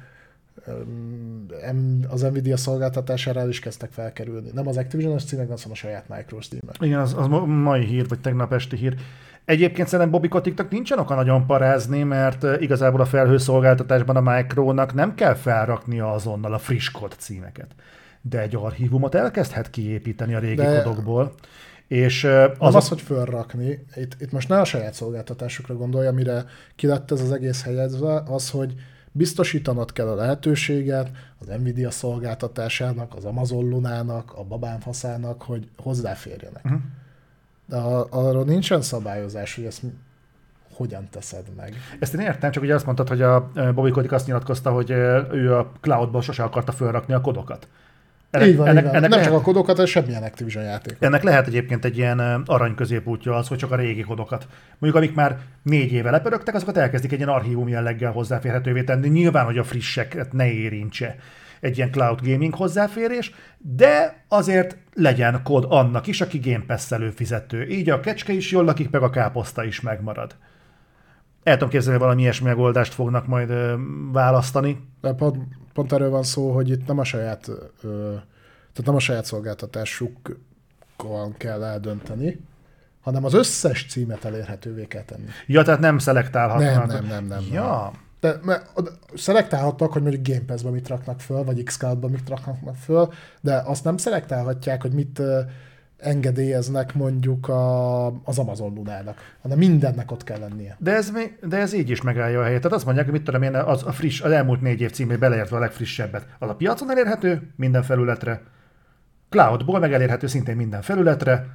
az Nvidia szolgáltatására el is kezdtek felkerülni. Nem az Activision-es címek, hanem a saját Micros címek. Igen, az mai hír, vagy tegnap esti hír. Egyébként szerintem Bobby Koticknak nincsen oka nagyon parázni, mert igazából a felhőszolgáltatásban a Micronak nem kell felraknia azonnal a friss kód címeket. De egy archívumot elkezdhet kiépíteni a régi kodokból. És az, hogy felrakni, itt most ne a saját szolgáltatásukra gondolja, amire ki lett ez az egész helyezve, az, hogy biztosítanod kell a lehetőséget az Nvidia szolgáltatásának, az Amazon Lunának, a babánfaszának, hogy hozzáférjenek. De arról nincsen szabályozás, hogy ezt hogyan teszed meg. Ezt én értem, csak ugye azt mondtad, hogy a Bobby Kotick azt nyilatkozta, hogy ő a cloudban sose akarta felrakni a kodokat. Így van, nem csak a kodokat, hanem semmilyen Activision játékot. Ennek lehet egyébként egy ilyen arany középútja az, hogy csak a régi kodokat. Mondjuk amik már 4 éve lepörögtek, azokat elkezdik egy ilyen archívum jelleggel hozzáférhetővé tenni. Nyilván, hogy a frisseket ne érintse egy ilyen cloud gaming hozzáférés, de azért legyen kód annak is, aki Game Pass előfizető. Így a kecske is jól lakik, meg a káposzta is megmarad. El tudom képzelni, valami ilyesmi megoldást fognak majd választani. De pont erről van szó, hogy itt nem a saját, tehát nem a saját szolgáltatásukkal kell eldönteni, hanem az összes címet elérhetővé kell tenni. Ja, tehát nem szelektálhatnak. Nem. Ja. De szelektálhatnak, hogy mondjuk Game Pass-ba mit raknak föl, vagy Xcloud-ba mit raknak föl, de azt nem szelektálhatják, hogy mit engedélyeznek mondjuk az Amazon Lunának, hanem mindennek ott kell lennie. De ez így is megállja a helyet. Tehát azt mondják, hogy mit tudom én, az elmúlt 4 év címé beleértve a legfrissebbet. Az a piacon elérhető minden felületre, cloudból meg elérhető szintén minden felületre,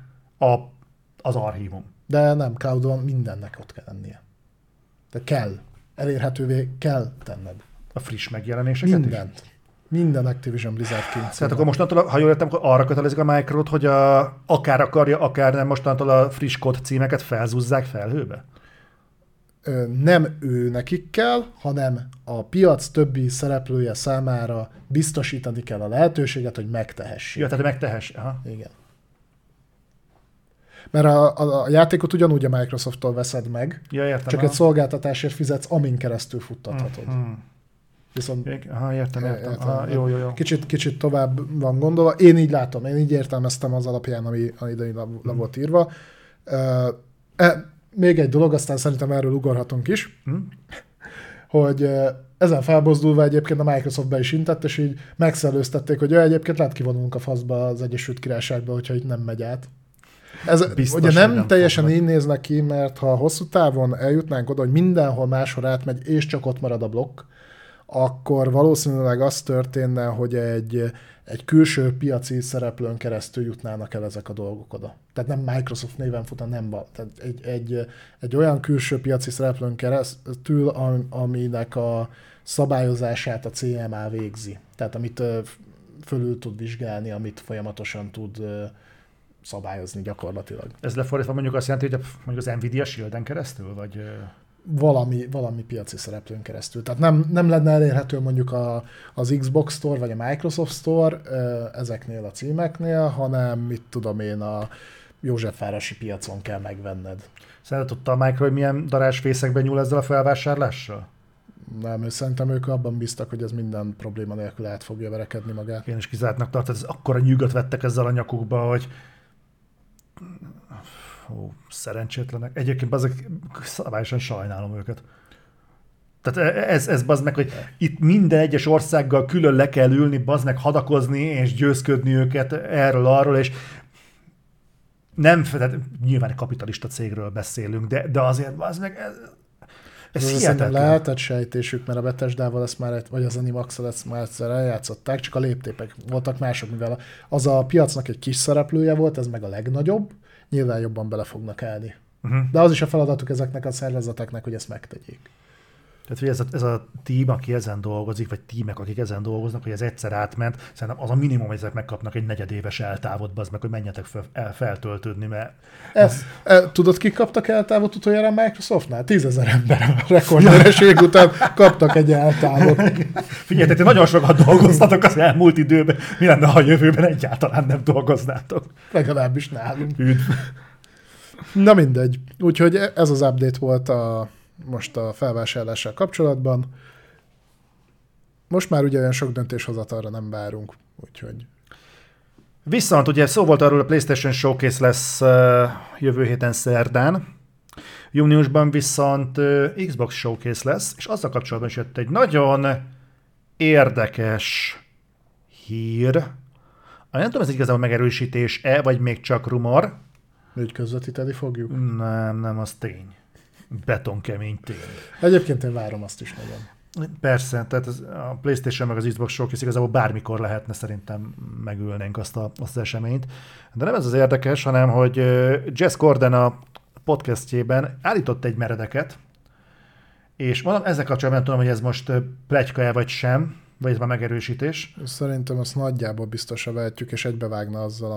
az archívum. De nem, cloudon mindennek ott kell lennie. De kell. Elérhetővé kell tenned. A friss megjelenéseket mindent. Is? Minden Activision Blizzard kényszer. Tehát akkor mostantól, ha jól értem, akkor arra kötelezik a Microt, hogy akár akarja, akár nem mostantól a friss kód címeket felzúzzák felhőbe? Nem ő nekik kell, hanem a piac többi szereplője számára biztosítani kell a lehetőséget, hogy megtehessék. Ja, tehát megtehess. Aha. Igen. Mert a játékot ugyanúgy a Microsofttól veszed meg, ja, értem, csak egy szolgáltatásért fizetsz, amin keresztül futtathatod. Viszont... értem. Jó. Kicsit tovább van gondolva. Én így látom, én így értelmeztem az alapján, ami ide le volt írva. Még egy dolog, aztán szerintem erről ugorhatunk is, hogy ezen felbozdulva egyébként a Microsoft be is intett, és így megszellőztették, hogy egyébként lehet kivonulunk a faszba az Egyesült Királyságba, hogyha itt nem megy át. Ez Biztos, ugye hogy nem teljesen fognak. így néznek ki, mert ha hosszú távon eljutnánk oda, hogy mindenhol máshol átmegy, és csak ott marad a blokk, akkor valószínűleg az történne, hogy egy külső piaci szereplőn keresztül jutnának el ezek a dolgok oda. Tehát nem Microsoft néven fut, nem tehát egy olyan külső piaci szereplőn keresztül, aminek a szabályozását a CMA végzi. Tehát amit fölül tud vizsgálni, amit folyamatosan tud szabályozni gyakorlatilag. Ez lefordítva mondjuk azt jelenti, hogy mondjuk az Nvidia Shield-en keresztül, vagy... Valami piaci szereplőn keresztül. Tehát nem lenne elérhető mondjuk az Xbox Store vagy a Microsoft Store ezeknél a címeknél, hanem mit tudom én, a Józsefvárosi piacon kell megvenned. Szerinted tudta a Micro, hogy milyen darásfészekben nyúl ezzel a felvásárlással? Nem, szerintem ők abban bíztak, hogy ez minden probléma nélkül át fogja verekedni magát. Én is kizártnak tartott, ez akkora nyűgöt vettek ezzel a nyakukba, hogy szerencsétlenek. Egyébként azok szabályosan sajnálom őket. Tehát ez bazd meg, hogy itt minden egyes országgal külön le kell ülni, bazd meg hadakozni és győzködni őket erről-arról, és nem, tehát nyilván egy kapitalista cégről beszélünk, de azért bazd meg, ez hihetetlen. Lehetett sejtésük, mert a Bethesdával ezt már, vagy az Animax-al ezt már egyszer eljátszották, csak a léptépek voltak mások, mivel az a piacnak egy kis szereplője volt, ez meg a legnagyobb, nyilván jobban bele fognak állni. De az is a feladatuk ezeknek a szervezeteknek, hogy ezt megtegyék. Tehát, hogy ez a tím, aki ezen dolgozik, vagy tímek, akik ezen dolgoznak, hogy ez egyszer átment, szerintem az a minimum, hogy ezek megkapnak egy negyedéves eltávot, az meg, hogy menjetek feltöltődni, mert... Tudod, kik kaptak eltávot utoljára a Microsoftnál? 10 000 ember a rekordvereség után kaptak egy eltávot. Figyeljetek, ti nagyon sokat dolgoztatok az elmúlt időben, mi lenne, ha a jövőben egyáltalán nem dolgoznátok? Legalábbis nálunk. Üdv. Na mindegy. Úgyhogy ez az update volt most a felvásárlással kapcsolatban. Most már ugye olyan sok döntéshozatalra nem várunk, úgyhogy... Viszont ugye szó volt arról, a PlayStation Showcase lesz jövő héten szerdán. Júniusban viszont Xbox Showcase lesz, és azzal kapcsolatban is jött egy nagyon érdekes hír. Nem tudom, ez igazából megerősítés-e, vagy még csak rumor. Úgy közvetíteni fogjuk? Nem, az tény. Betonkemény tény. Egyébként én várom azt is nagyon. Persze, tehát a PlayStation meg az Xbox Showcase igazából bármikor lehetne, szerintem megülnénk azt az eseményt. De nem ez az érdekes, hanem hogy Jez Corden a podcastjében állított egy meredeket, és mondom, ezzel kapcsolatban nem tudom, hogy ez most pletyka-e vagy sem, vagy ez már megerősítés. Szerintem azt nagyjából biztosra vehetjük, és egybevágna azzal,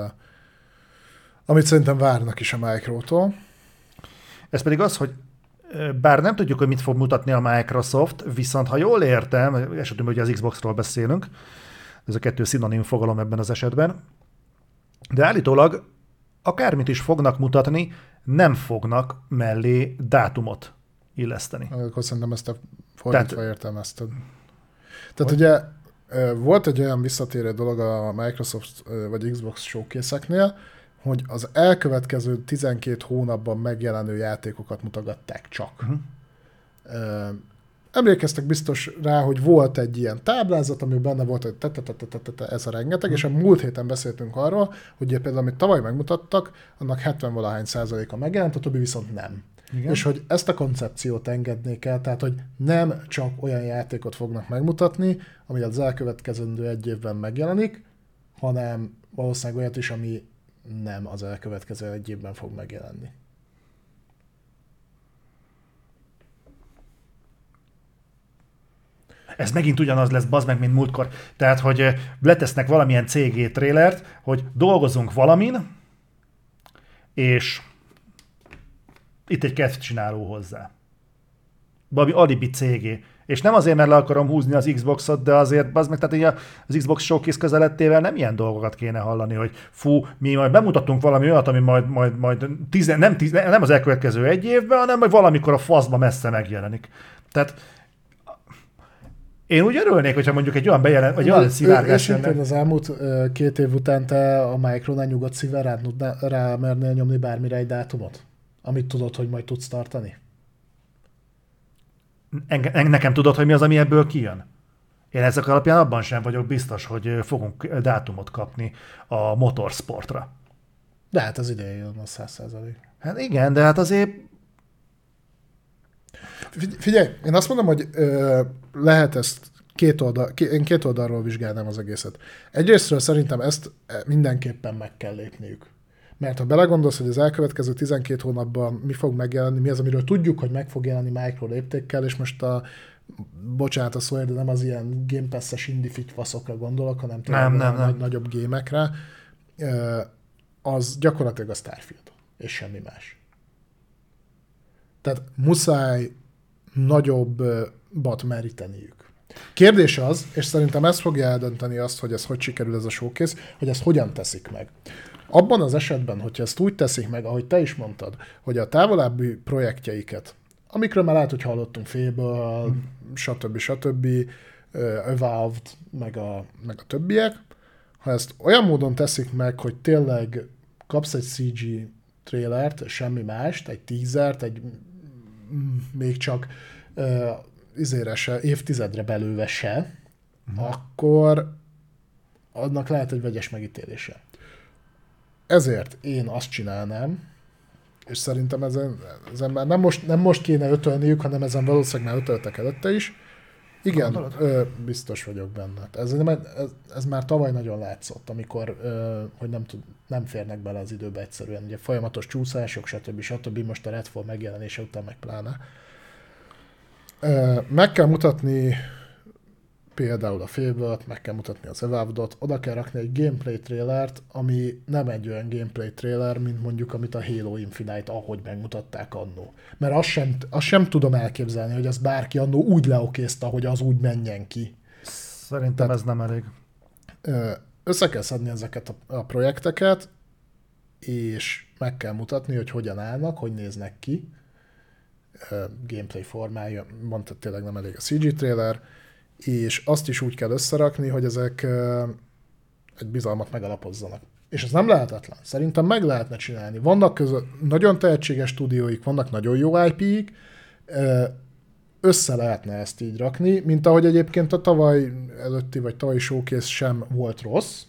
amit szerintem várnak is a Microtól. Ez pedig az, hogy bár nem tudjuk, hogy mit fog mutatni a Microsoft, viszont ha jól értem, esetünkben ugye az Xboxról beszélünk, ez a kettő szinonim fogalom ebben az esetben, de állítólag akármit is fognak mutatni, nem fognak mellé dátumot illeszteni. Akkor szerintem ezt a fordítva értelmezted. Tehát ugye volt egy olyan visszatérő dolog a Microsoft vagy Xbox showcase-eknél, hogy az elkövetkező 12 hónapban megjelenő játékokat mutogatták csak. Emlékeztek biztos rá, hogy volt egy ilyen táblázat, ami benne volt, hogy ez a rengeteg, és a múlt héten beszéltünk arról, hogy például amit tavaly megmutattak, annak 70-valahány% megjelent, a többi viszont nem. Igen. És hogy ezt a koncepciót engednék el, tehát hogy nem csak olyan játékot fognak megmutatni, ami az elkövetkezendő egy évben megjelenik, hanem valószínűleg olyat is, ami nem az elkövetkező egy évben fog megjelenni. Ez megint ugyanaz lesz, bazd meg, mint múltkor. Tehát, hogy letesznek valamilyen CG trailert, hogy dolgozunk valamin, és itt egy kedvcsináló hozzá. Valami alibi CG. És nem azért, mert le akarom húzni az Xboxot, de azért, bazd meg, tehát az Xbox Showcase közelettével nem ilyen dolgokat kéne hallani, hogy fú, mi majd bemutatunk valami olyat, ami majd nem az elkövetkező egy évben, hanem majd valamikor a faszba messze megjelenik. Tehát én úgy örülnék, hogyha mondjuk egy olyan bejelent, vagy olyan szivárgás lenne. És az elmúlt 2 év után te a Micronál nyugodt szívvel rá mernél nyomni bármire egy dátumot? Amit tudod, hogy majd tudsz tartani? Nekem tudod, hogy mi az, ami ebből kijön? Én ezek alapján abban sem vagyok biztos, hogy fogunk dátumot kapni a motorsportra. De hát az idején jön a 100%. Hát igen, de hát azért... Figyelj, én azt mondom, hogy lehet ezt én két oldalról vizsgálnám az egészet. Egyrésztről szerintem ezt mindenképpen meg kell lépniük. Mert ha belegondolsz, hogy az elkövetkező 12 hónapban mi fog megjelenni, mi az, amiről tudjuk, hogy meg fog jelenni micro léptékkel, és most bocsánat a szóért, de nem az ilyen Game Pass-es indie faszokra gondolok, hanem nem. nagyobb gémekre, az gyakorlatilag a Starfield, és semmi más. Tehát muszáj nagyobbat meríteniük. Kérdés az, és szerintem ez fogja eldönteni azt, hogy ez hogy sikerül ez a showcase, hogy ezt hogyan teszik meg. Abban az esetben, hogyha ezt úgy teszik meg, ahogy te is mondtad, hogy a távolabbi projektjeiket, amikről már lehet, hogy hallottunk Fable, stb. Evolved, meg a többiek, ha ezt olyan módon teszik meg, hogy tényleg kapsz egy CG trailert, semmi mást, egy teasert, egy még csak évtizedre belőve se, akkor annak lehet egy vegyes megítélése. Ezért én azt csinálnám, és szerintem ezen már nem most kéne ötölniük, hanem ezen valószínűleg már ötöltek előtte is. Igen, biztos vagyok benne. Ez már tavaly nagyon látszott, amikor hogy nem férnek bele az időbe egyszerűen. Ugye folyamatos csúszások, stb. Most a Redfall megjelenése után meg pláne. Meg kell mutatni például a Fable-t, meg kell mutatni az Evolved-ot, oda kell rakni egy gameplay trailert, ami nem egy olyan gameplay trailer, mint mondjuk amit a Halo Infinite, ahogy megmutatták annó. Mert azt sem tudom elképzelni, hogy az bárki annó úgy leokézta, hogy az úgy menjen ki. Szerintem ez nem elég. Össze kell szedni ezeket a projekteket, és meg kell mutatni, hogy hogyan állnak, hogy néznek ki. Gameplay formája, mondtad, tényleg nem elég a CG trailer, és azt is úgy kell összerakni, hogy ezek egy bizalmat megalapozzanak. És ez nem lehetetlen. Szerintem meg lehetne csinálni. Vannak nagyon tehetséges stúdióik, vannak nagyon jó IP-ik, össze lehetne ezt így rakni, mint ahogy egyébként a tavaly előtti, vagy tavalyi showcase sem volt rossz.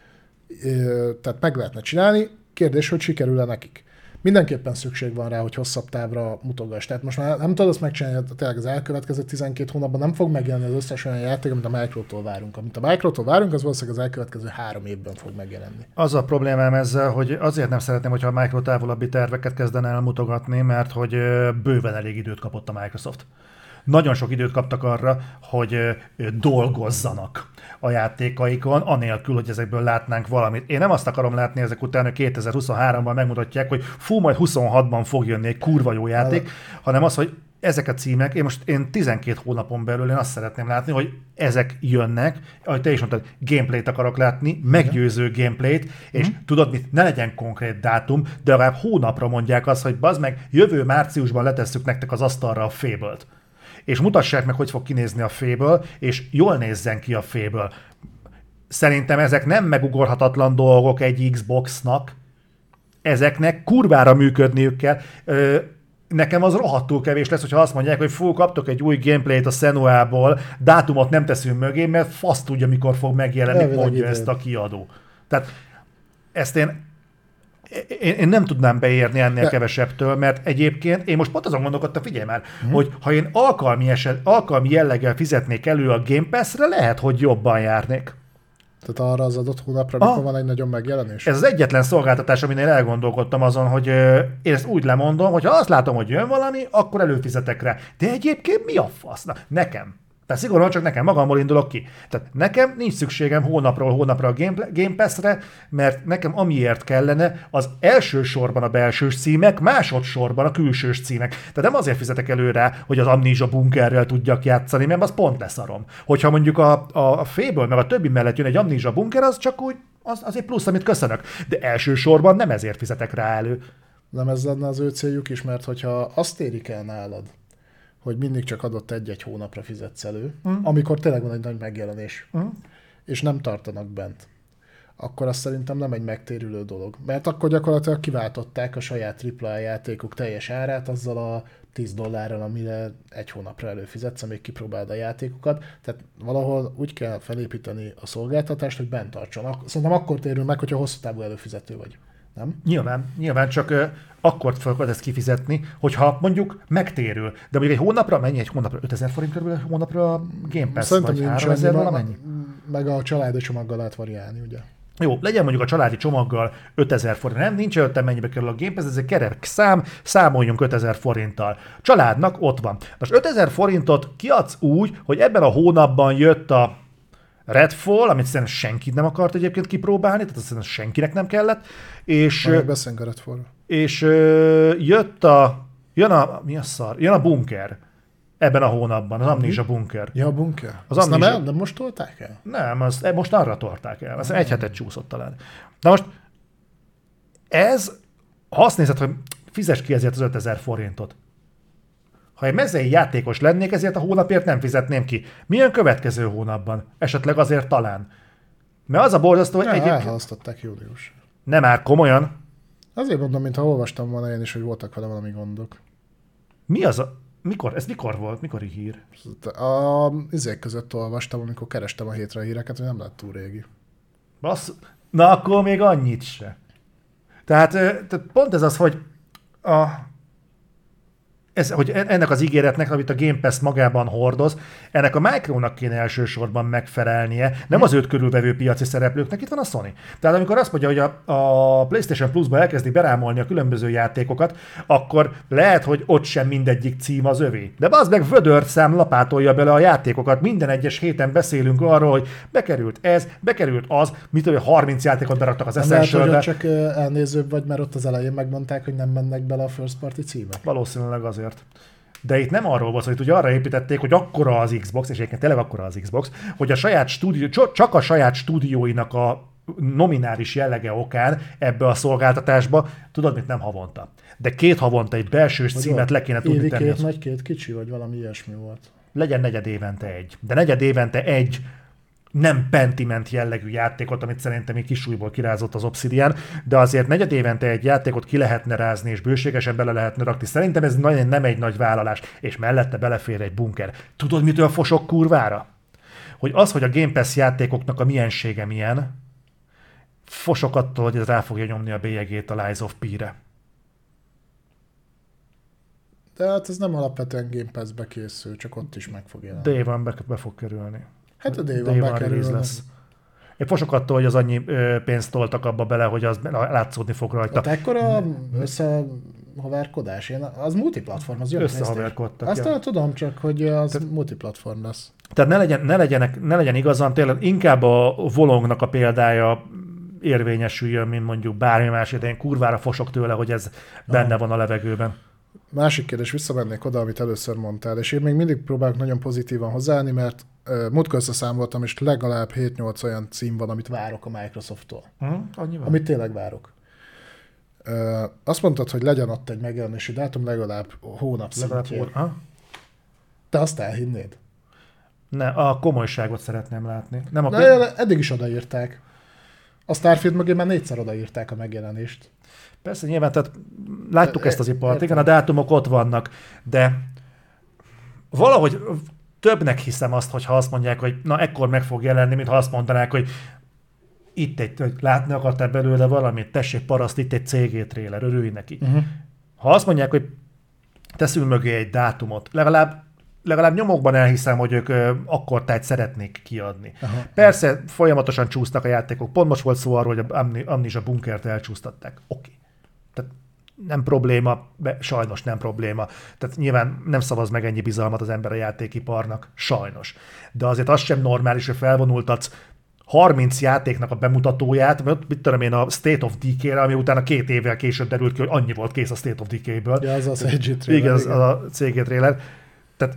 Tehát meg lehetne csinálni. Kérdés, hogy sikerül-e nekik. Mindenképpen szükség van rá, hogy hosszabb távra mutogass. Tehát most már nem tudod azt megcsinálni, hogy tényleg az elkövetkező 12 hónapban nem fog megjelenni az összes olyan játék, amit a Microtól várunk. Amit a Microtól várunk, az valószínűleg az elkövetkező 3 évben fog megjelenni. Az a problémám ezzel, hogy azért nem szeretném, hogyha a Micro távolabbi terveket kezdene el mutogatni, mert hogy bőven elég időt kapott a Microsoft. Nagyon sok időt kaptak arra, hogy dolgozzanak a játékaikon, anélkül, hogy ezekből látnánk valamit. Én nem azt akarom látni ezek után, hogy 2023-ban megmutatják, hogy majd 26-ban fog jönni egy kurva jó játék, hanem az, hogy ezek a címek, én 12 hónapon belül én azt szeretném látni, hogy ezek jönnek, ahogy te is mondtad, gameplayt akarok látni, meggyőző gameplayt, és tudod mit, ne legyen konkrét dátum, de legalább hónapra mondják azt, hogy bazd meg, jövő márciusban letesszük nektek az asztalra a Fable-t. És mutassák meg, hogy fog kinézni a Fable, és jól nézzen ki a Fable. Szerintem ezek nem megugorhatatlan dolgok egy Xboxnak, ezeknek kurvára működniük kell. Nekem az rohadtul kevés lesz, hogyha azt mondják, hogy kaptok egy új gameplayt a Senuából, dátumot nem teszünk mögé, mert fasz tudja, mikor fog megjelenni, mondja ezt a kiadó. Tehát ezt én nem tudnám beérni ennél kevesebbtől, mert egyébként én most pont azon gondolkodtam, figyelj már, hogy ha én alkalmi jelleggel fizetnék elő a Game Pass-re, lehet, hogy jobban járnék. Tehát arra az adott hónapra, amikor van egy nagyon megjelenés? Ez az egyetlen szolgáltatás, amin én elgondolkodtam azon, hogy én ezt úgy lemondom, hogy ha azt látom, hogy jön valami, akkor előfizetek rá. De egyébként mi a fasz? Na, nekem. Tehát szigorúan csak nekem, magamból indulok ki. Tehát nekem nincs szükségem hónapról hónapra a Game Pass-re, mert nekem amiért kellene, az elsősorban a belsős címek, másodszorban a külsős címek. Tehát nem azért fizetek elő rá, hogy az Amnesia bunkerrel tudjak játszani, mert az pont leszarom. Hogyha mondjuk a Fable meg a többi mellett jön egy Amnesia bunker, az csak úgy, az egy plusz, amit köszönök. De elsősorban nem ezért fizetek rá elő. Nem ez lenne az ő céljuk is, mert hogyha azt érik el nálad, hogy mindig csak adott egy-egy hónapra fizetsz elő, amikor tényleg van egy nagy megjelenés, és nem tartanak bent, akkor azt szerintem nem egy megtérülő dolog. Mert akkor gyakorlatilag kiváltották a saját AAA játékuk teljes árát azzal a $10, amire egy hónapra előfizetsz, amíg kipróbáld a játékokat. Tehát valahol úgy kell felépíteni a szolgáltatást, hogy bent tartson. Szerintem akkor térül meg, hogyha hosszú távú előfizető vagy. nem? Nyilván csak akkor fogod ezt kifizetni, hogyha mondjuk megtérül. De mondjuk egy hónapra, mennyi egy hónapra? 5000 forint körül egy hónapra a Game Pass, Szerintem vagy nincs 3000 annyi, valamennyi? meg a családi csomaggal lehet variálni, ugye? Jó, legyen mondjuk a családi csomaggal 5000 forint. Nem, nincs előttem mennyibe kerül a Game Pass, ez egy kerek szám, számoljunk 5000 forinttal. Családnak ott van. Most 5000 forintot kiadsz úgy, hogy ebben a hónapban jött a Redfall, amit szerintem senki nem akart egyébként kipróbálni, tehát azt szerintem senkinek nem kellett, és... Beszélünk a Redfallról. És jön a Bunker ebben a hónapban, az Amnesia Bunker. Ja, a Bunker. Az Azt Amnesia... nem most tolták el? Nem, most arra tolták el. Azt egy hetet csúszott talán. Na most ha azt nézed, hogy fizes ki ezért az 5000 forintot. Ha egy mezei játékos lennék, ezért a hónapért nem fizetném ki. Milyen következő hónapban? Esetleg azért talán. Mert az a borzasztó, hogy egyébként... Elhalasztották július. Nem már komolyan. Azért mondom, mintha olvastam volna én is, hogy voltak vele valami gondok. Mi az a... Mikor? Ez mikor volt? Mikori hír? A izék között olvastam, amikor kerestem a hétre a híreket, hogy nem lett túl régi. Na akkor még annyit se. Tehát pont ez az, hogy hogy ennek az ígéretnek, amit a Game Pass magában hordoz, ennek a Micronak kéne elsősorban megfelelnie, nem az őt körülvevő piaci szereplőknek, itt van a Sony. Tehát amikor azt mondja, hogy a PlayStation Plus-ba elkezdi berámolni a különböző játékokat, akkor lehet, hogy ott sem mindegyik cím az övé. De az meg vödört szám lapátolja bele a játékokat. Minden egyes héten beszélünk arról, hogy bekerült ez, bekerült az, mit tudom, 30 játékot beraktak az Essential-be. Lehet, hogy csak elnézőbb vagy, mert ott az elején megmondták, hogy nem mennek bele a first party címek. Valószínűleg azért. De itt nem arról volt, hogy ugye arra építették, hogy akkora az Xbox, és egyébként tényleg akkora az Xbox, hogy a saját csak a saját stúdióinak a nominális jellege okán ebbe a szolgáltatásba, tudod mit, nem havonta. De 2 havonta egy belsős címet le kéne tudni tenni. Évi 2 nagy, 2 kicsi, vagy valami ilyesmi volt. Legyen negyed évente egy. De negyed évente egy nem Pentiment jellegű játékot, amit szerintem egy kisújból kirázott az Obsidian, de azért negyed évente egy játékot ki lehetne rázni, és bőségesen bele lehetne rakni. Szerintem ez nem egy nagy vállalás, és mellette belefér egy bunker. Tudod, mitől fosok kurvára? Hogy a Game Pass játékoknak a miensége milyen, fosok attól, hogy ez rá fogja nyomni a bélyegét a Lies of P-re. De hát ez nem alapvetően Game Pass-be készül, csak ott is meg fog jelenni. Day One be fog kerülni. Hát a Day One bekerül. Lesz. Én fosok attól, hogy az annyi pénzt toltak abba bele, hogy az látszódni fog rajta. Hát ekkora összehaverkodás? Az multiplatform, az jön. Összehaverkodtak. Azt tudom, csak hogy az multiplatform lesz. Tehát ne legyen igazán, tényleg inkább a Volongnak a példája érvényesüljön, mint mondjuk bármi más, de én kurvára fosok tőle, hogy ez benne van a levegőben. Másik kérdés, visszamennék oda, amit először mondtál, és én még mindig próbálok nagyon pozitívan hozzáállni, mert múltkor összeszámoltam, és legalább 7-8 olyan cím van, amit várok a Microsofttól. Amit tényleg várok. Azt mondtad, hogy legyen ott egy megjelenési dátum legalább hónap szintjén. Te azt elhinnéd? Ne, a komolyságot szeretném látni. Nem eddig is odaírták. A Starfield mögé már 4-szer odaírták a megjelenést. Persze, nyilván, tehát láttuk ezt az ipart, igen, a dátumok ott vannak, de valahogy többnek hiszem azt, hogyha azt mondják, hogy na ekkor meg fog jelenni, mint ha azt mondanák, hogy hogy látni akartál belőle valamit, tessék paraszt, itt egy CG trailer, örülj neki. Ha azt mondják, hogy teszünk mögé egy dátumot, legalább nyomokban elhiszem, hogy ők akkortájt szeretnék kiadni. Persze, folyamatosan csúsznak a játékok. Pont most volt szó arról, hogy a Amnesia Bunkert elcsúsztatták. Oké. Tehát nem probléma, sajnos nem probléma. Tehát nyilván nem szavaz meg ennyi bizalmat az ember a játékiparnak, sajnos. De azért az sem normális, hogy felvonultatsz 30 játéknak a bemutatóját, mit tudom én, a State of Decay-re, ami utána 2 évvel később derült ki, hogy annyi volt kész a State of Decay-ből. Ja, az a CG trailer. Igen, az a CG trailer. Tehát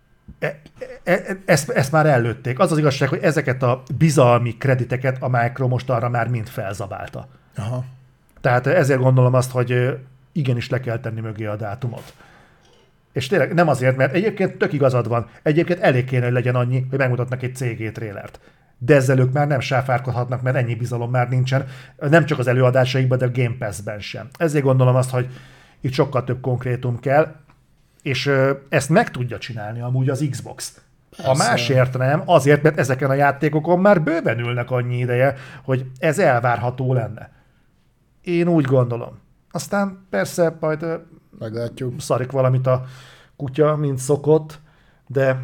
ezt már előtték. Az az igazság, hogy ezeket a bizalmi krediteket a Micro most arra már mind felzabálta. Aha. Tehát ezért gondolom azt, hogy igenis le kell tenni mögé a dátumot. És tényleg nem azért, mert egyébként tök igazad van. Egyébként elég kéne, hogy legyen annyi, hogy megmutatnak egy CG trailert. De ezzel ők már nem sáfárkodhatnak, mert ennyi bizalom már nincsen, nem csak az előadásaikban, de a Game Pass-ben sem. Ezért gondolom azt, hogy itt sokkal több konkrétum kell, és ezt meg tudja csinálni amúgy az Xbox. Persze. A másért nem, azért, mert ezeken a játékokon már bőven ülnek annyi ideje, hogy ez elvárható lenne. Én úgy gondolom. Aztán persze majd Meglátjuk. szarik valamit a kutya, mint szokott, de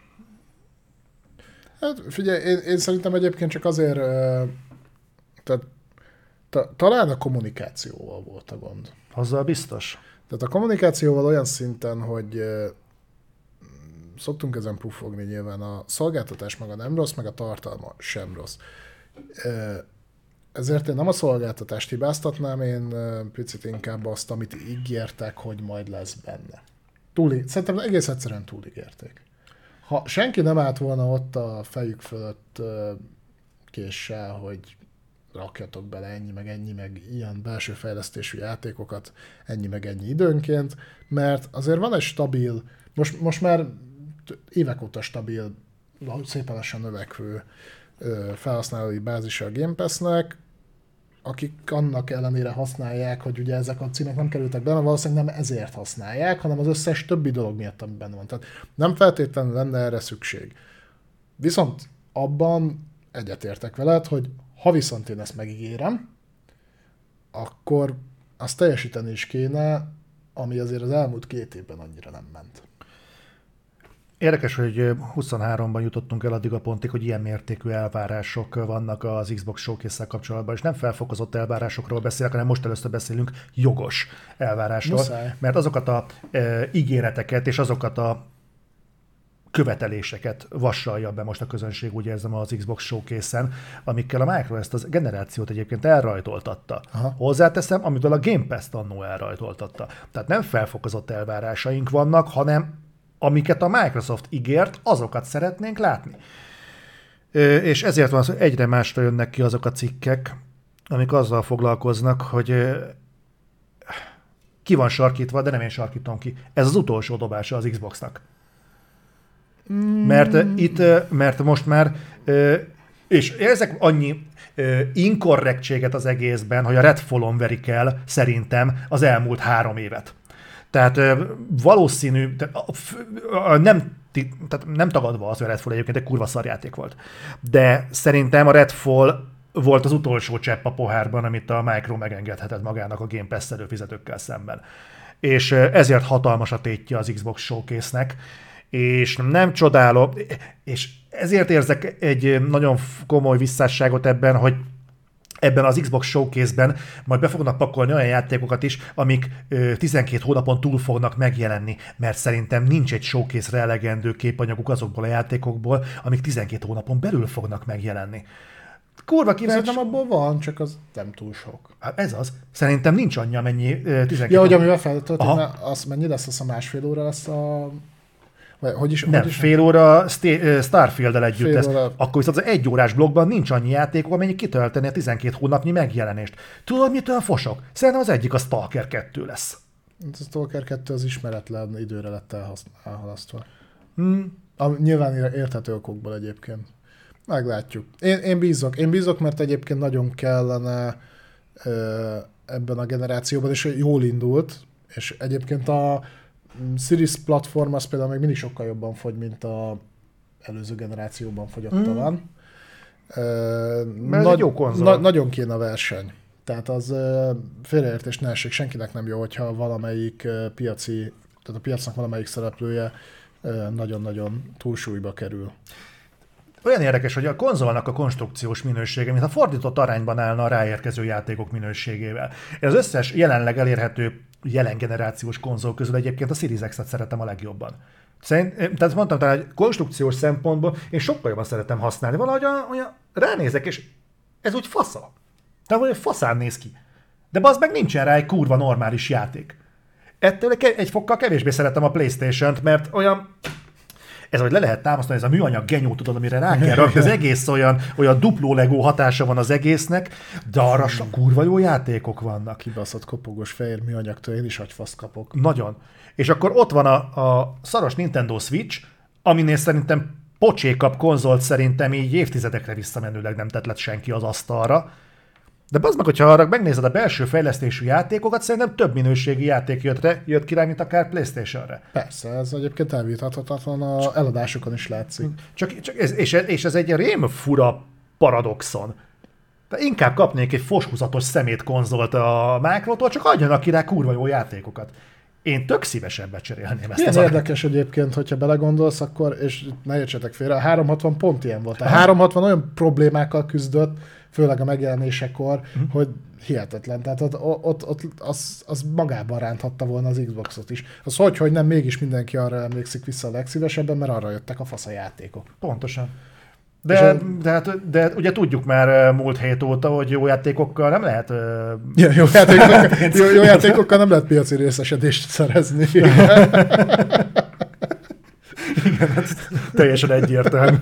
Hát figyelj, én szerintem egyébként csak azért, tehát talán a kommunikációval volt a gond. azzal biztos. Tehát a kommunikációval olyan szinten, hogy szoktunk ezen puffogni nyilván, a szolgáltatás maga nem rossz, meg a tartalma sem rossz. Ezért én nem a szolgáltatást hibáztatnám, én picit inkább azt, amit ígértek, hogy majd lesz benne. Szerintem egész egyszerűen túligérték. Ha senki nem állt volna ott a fejük fölött késsel, hogy rakjatok bele ennyi, meg ilyen belső fejlesztésű játékokat, ennyi, meg ennyi időnként, mert azért van egy stabil, most már évek óta stabil, szépen lassan növekvő felhasználói bázisa a Game Pass-nek, akik annak ellenére használják, hogy ugye ezek a címek nem kerültek bele, valószínűleg nem ezért használják, hanem az összes többi dolog miatt, ami benne van. Tehát nem feltétlenül lenne erre szükség. Viszont abban egyetértek veled, hogy ha viszont én ezt megígérem, akkor azt teljesíteni is kéne, ami azért az elmúlt 2 évben annyira nem ment. Érdekes, hogy 23-ban jutottunk el addig a pontig, hogy ilyen mértékű elvárások vannak az Xbox Showcase-szel kapcsolatban, és nem felfokozott elvárásokról beszélek, hanem most először beszélünk jogos elvárásról, Muszáj. mert azokat a ígéreteket és azokat a követeléseket vassalja be most a közönség, úgy érzem, az Xbox Showcase-en, amikkel a Micro ezt az generációt egyébként elrajtoltatta. Aha. Hozzáteszem, amitől a Game Pass-t annó elrajtoltatta. Tehát nem felfokozott elvárásaink vannak, hanem amiket a Microsoft ígért, azokat szeretnénk látni. És ezért van az, hogy egyre másra jönnek ki azok a cikkek, amik azzal foglalkoznak, hogy ki van sarkítva, de nem én sarkítom ki. Ez az utolsó dobása az Xboxnak. Mert most már, és ezek annyi inkorrektséget az egészben, hogy a Redfallon verik el szerintem az elmúlt 3 évet. Tehát valószínű, nem tagadva az, hogy a Redfall egyébként egy kurva szarjáték volt. De szerintem a Redfall volt az utolsó csepp a pohárban, amit a Micro megengedhetett magának a Game Pass előfizetőkkel szemben. És ezért hatalmas a tétje az Xbox Showcase-nek, és nem csodálom, és ezért érzek egy nagyon komoly visszásságot ebben, hogy ebben az Xbox Showcase-ben majd be fognak pakolni olyan játékokat is, amik 12 hónapon túl fognak megjelenni, mert szerintem nincs egy Showcase-re elegendő képanyaguk azokból a játékokból, amik 12 hónapon belül fognak megjelenni. Kurva kíváncsi. Szerintem abból van, csak az nem túl sok. Hát ez az. Szerintem nincs annyi, amennyi 12 Ja, hogy amivel feltöltött, az mennyi lesz, az a 1,5 óra lesz a... Nem, fél óra Starfield-el együtt lesz. Óra. Akkor viszont az 1 órás blogban nincs annyi játék, amennyi kitölteni a 12 hónapnyi megjelenést. Tudod, mitől fosok? Szerintem az egyik a Stalker 2 lesz. A Stalker 2 az ismeretlen időre lett elhalasztva. Nyilván érthető okokból egyébként. Meglátjuk. Én bízok, mert egyébként nagyon kellene ebben a generációban, és jól indult, és egyébként a Series platform az például még mindig sokkal jobban fogy, mint a előző generációban fogyott talán. Mert egy jó konzol. Nagyon kéne a verseny. Tehát az félreértés ne essék, senkinek nem jó, hogyha valamelyik tehát a piacnak valamelyik szereplője nagyon-nagyon túlsúlyba kerül. Olyan érdekes, hogy a konzolnak a konstrukciós minősége, mintha fordított arányban állna a ráérkező játékok minőségével. Az összes jelenleg elérhető jelen generációs konzol közül egyébként a Series X-et szeretem a legjobban. Tehát mondtam talán, hogy konstrukciós szempontból én sokkal jobban szeretem használni. Valahogy olyan ránézek, és ez úgy fasza. Tehát valahogy faszán néz ki. De az meg nincsen rá egy kurva normális játék. Ettől egy fokkal kevésbé szeretem a PlayStation-t, mert olyan... Ez, hogy le lehet támasztani, ez a műanyag genyó, tudod, amire rá kell rakni, az egész olyan dupló legó hatása van az egésznek, de arra kurva jó játékok vannak. Kibaszott kopogós fehér műanyagtól én is agyfaszt kapok. Nagyon. És akkor ott van a szaros Nintendo Switch, aminél szerintem pocsékabb konzolt szerintem így évtizedekre visszamenőleg nem tett lett senki az asztalra. De bazd meg, hogyha arra megnézed a belső fejlesztésű játékokat, szerintem több minőségi játék jött ki rá, mint akár PlayStation-re. Persze, ez egyébként elvitathatatlan, a eladásokon is látszik. És ez egy rém fura paradoxon. De inkább kapnék egy foshúzatos szemétkonzolt a Microtól, csak adjanak ki rá kurva jó játékokat. Én tök szívesen becserélném ezt. Milyen érdekes egyébként, hogyha belegondolsz, akkor, és ne értsetek félre, a 360 pont ilyen volt. A 360 olyan problémákkal küzdött, főleg a megjelenésekor, hogy hihetetlen. Tehát ott az magában ránthatta volna az Xboxot is. Az hogy nem, mégis mindenki arra emlékszik vissza a legszívesebben, mert arra jöttek a fasz a játékok. Pontosan. De ugye tudjuk már múlt hét óta, hogy jó játékokkal nem lehet... Jó játékokkal nem lehet piaci részesedést szerezni. Igen, teljesen egyértelmű.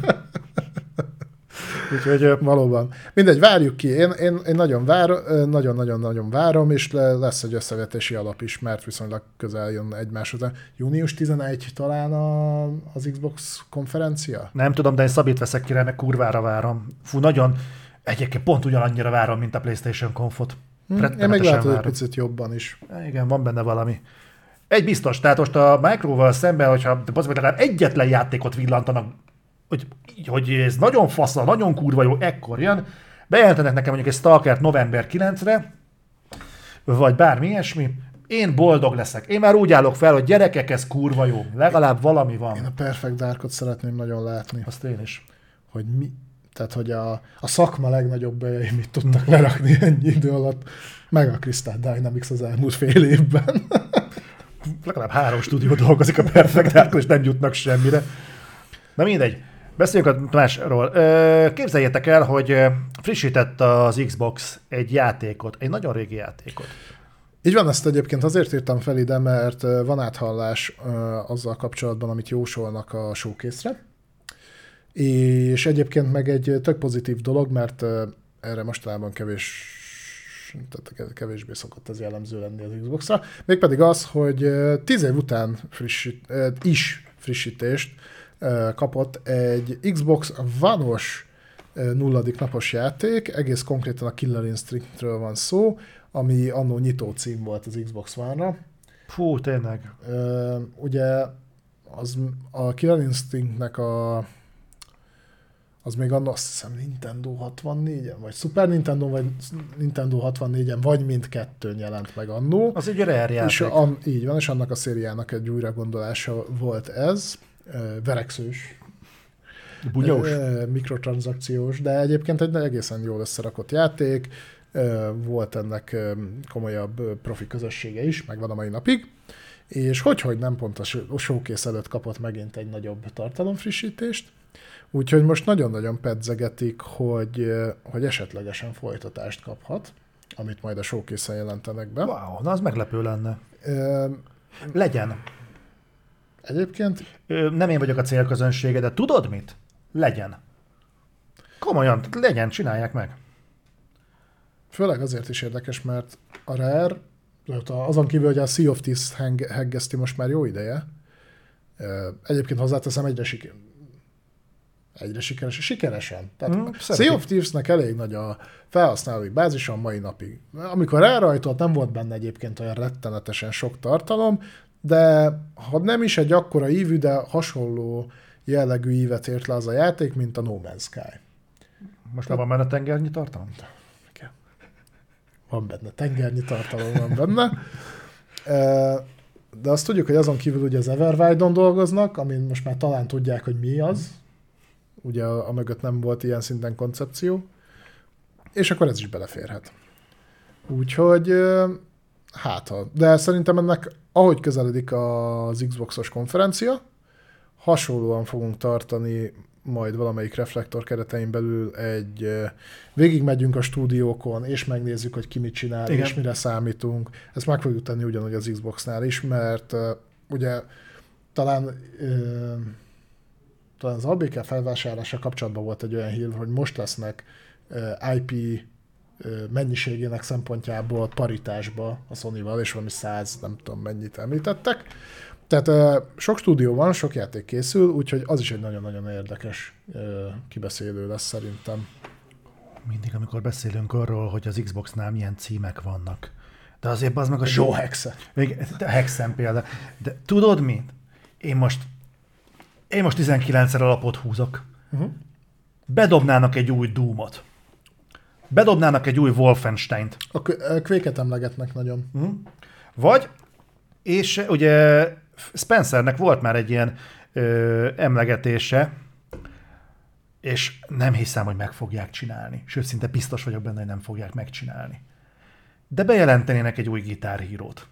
Úgyhogy valóban. Mindegy, várjuk ki. Én nagyon-nagyon várom, és lesz egy összevetési alap is, mert viszonylag közel jön egymáshoz. Június 11 talán az Xbox konferencia? Nem tudom, de én Szabit veszek ki rá, meg kurvára várom. Fú, nagyon, egyébként pont ugyanannyira várom, mint a PlayStation Confot. Én meg látom, hogy picit jobban is. Igen, van benne valami. Egy biztos, tehát most a Microval szemben, hogyha legalább egyetlen játékot villantanak, hogy ez nagyon fasza, nagyon kurva jó, ekkor jön, bejelentenek nekem mondjuk egy Stalkert november 9-re, vagy bármi ilyesmi, én boldog leszek. Én már úgy állok fel, hogy gyerekek, ez kurva jó. Legalább valami van. Én a Perfect Darkot szeretném nagyon látni. Azt én is. Hogy mi? Tehát, hogy a szakma legnagyobb bejei mit tudtak lerakni ennyi idő alatt, meg a Crystal Dynamics az elmúlt fél évben. Legalább 3 stúdió dolgozik a Perfect Darkon, és nem jutnak semmire. Na mindegy. Beszéljünk a másról. Képzeljétek el, hogy frissített az Xbox egy játékot, egy nagyon régi játékot. Így van, ezt egyébként azért írtam fel ide, mert van áthallás azzal kapcsolatban, amit jósolnak a showcase-re. És egyébként meg egy tök pozitív dolog, mert erre mostanában kevésbé szokott ez jellemző lenni az Xbox-ra. Mégpedig az, hogy 10 év után frissítést kapott egy Xbox One-os 0. napos játék, egész konkrétan a Killer Instinct-ről van szó, ami annó nyitó cím volt az Xbox One-ra. Fú, tényleg. Ugye a Killer Instinct-nek az még annó, azt hiszem Nintendo 64-en, vagy Super Nintendo, vagy Nintendo 64-en, vagy mindkettőn jelent meg annó. Az egy rare játék. És így van, és annak a szériának egy újragondolása volt ez. Verekszős, bunyós, mikrotranszakciós, de egyébként egy egészen jól összerakott játék, volt ennek komolyabb profi közössége is, meg van a mai napig, és hogy nem pont a showcase előtt kapott megint egy nagyobb tartalomfrissítést, úgyhogy most nagyon-nagyon pedzegetik, hogy esetlegesen folytatást kaphat, amit majd a showcase-en jelentenek be. Wow, na az meglepő lenne. Legyen. Egyébként? Nem én vagyok a célközönsége, de tudod mit? Legyen. Komolyan, legyen, csinálják meg. Főleg azért is érdekes, mert a Rare, azon kívül, hogy a Sea of Thieves heggeszti most már jó ideje, egyébként hozzáteszem egyre sikeresen. Tehát Sea of Thieves-nek elég nagy a felhasználói bázis a mai napig. Amikor elrajtolt, nem volt benne egyébként olyan rettenetesen sok tartalom, de ha nem is egy akkora ívű, de hasonló jellegű ívet ért le az a játék, mint a No Man's Sky. Most már van benne tengernyi tartalom? Van benne tengernyi tartalom, van benne. De azt tudjuk, hogy azon kívül ugye az Everwild-on dolgoznak, amin most már talán tudják, hogy mi az. Ugye a mögött nem volt ilyen szinten koncepció. És akkor ez is beleférhet. Úgyhogy de szerintem ennek, ahogy közeledik az Xbox-os konferencia, hasonlóan fogunk tartani majd valamelyik reflektor keretein belül végigmegyünk a stúdiókon, és megnézzük, hogy ki mit csinál, igen, és mire számítunk. Ezt meg fogjuk tenni ugyanúgy az Xbox-nál is, mert ugye talán az ABK felvásárlása kapcsolatban volt egy olyan hír, hogy most lesznek IP mennyiségének szempontjából paritásba a Sony-val, és valami 100, nem tudom mennyit említettek. Tehát sok stúdió van, sok játék készül, úgyhogy az is egy nagyon-nagyon érdekes kibeszélő lesz szerintem. Mindig, amikor beszélünk arról, hogy az Xboxnál milyen címek vannak. De azért az meg a jó Hexe. A Hexen például. De tudod mit? Én most 19-szer alapot húzok. Bedobnának egy új Doom-ot. bedobnának egy új Wolfensteint. A Quake-et emlegetnek nagyon. Vagy, és ugye Spencernek volt már egy ilyen emlegetése, és nem hiszem, hogy meg fogják csinálni. Sőt, szinte biztos vagyok benne, hogy nem fogják megcsinálni. De bejelentenének egy új gitárhírót.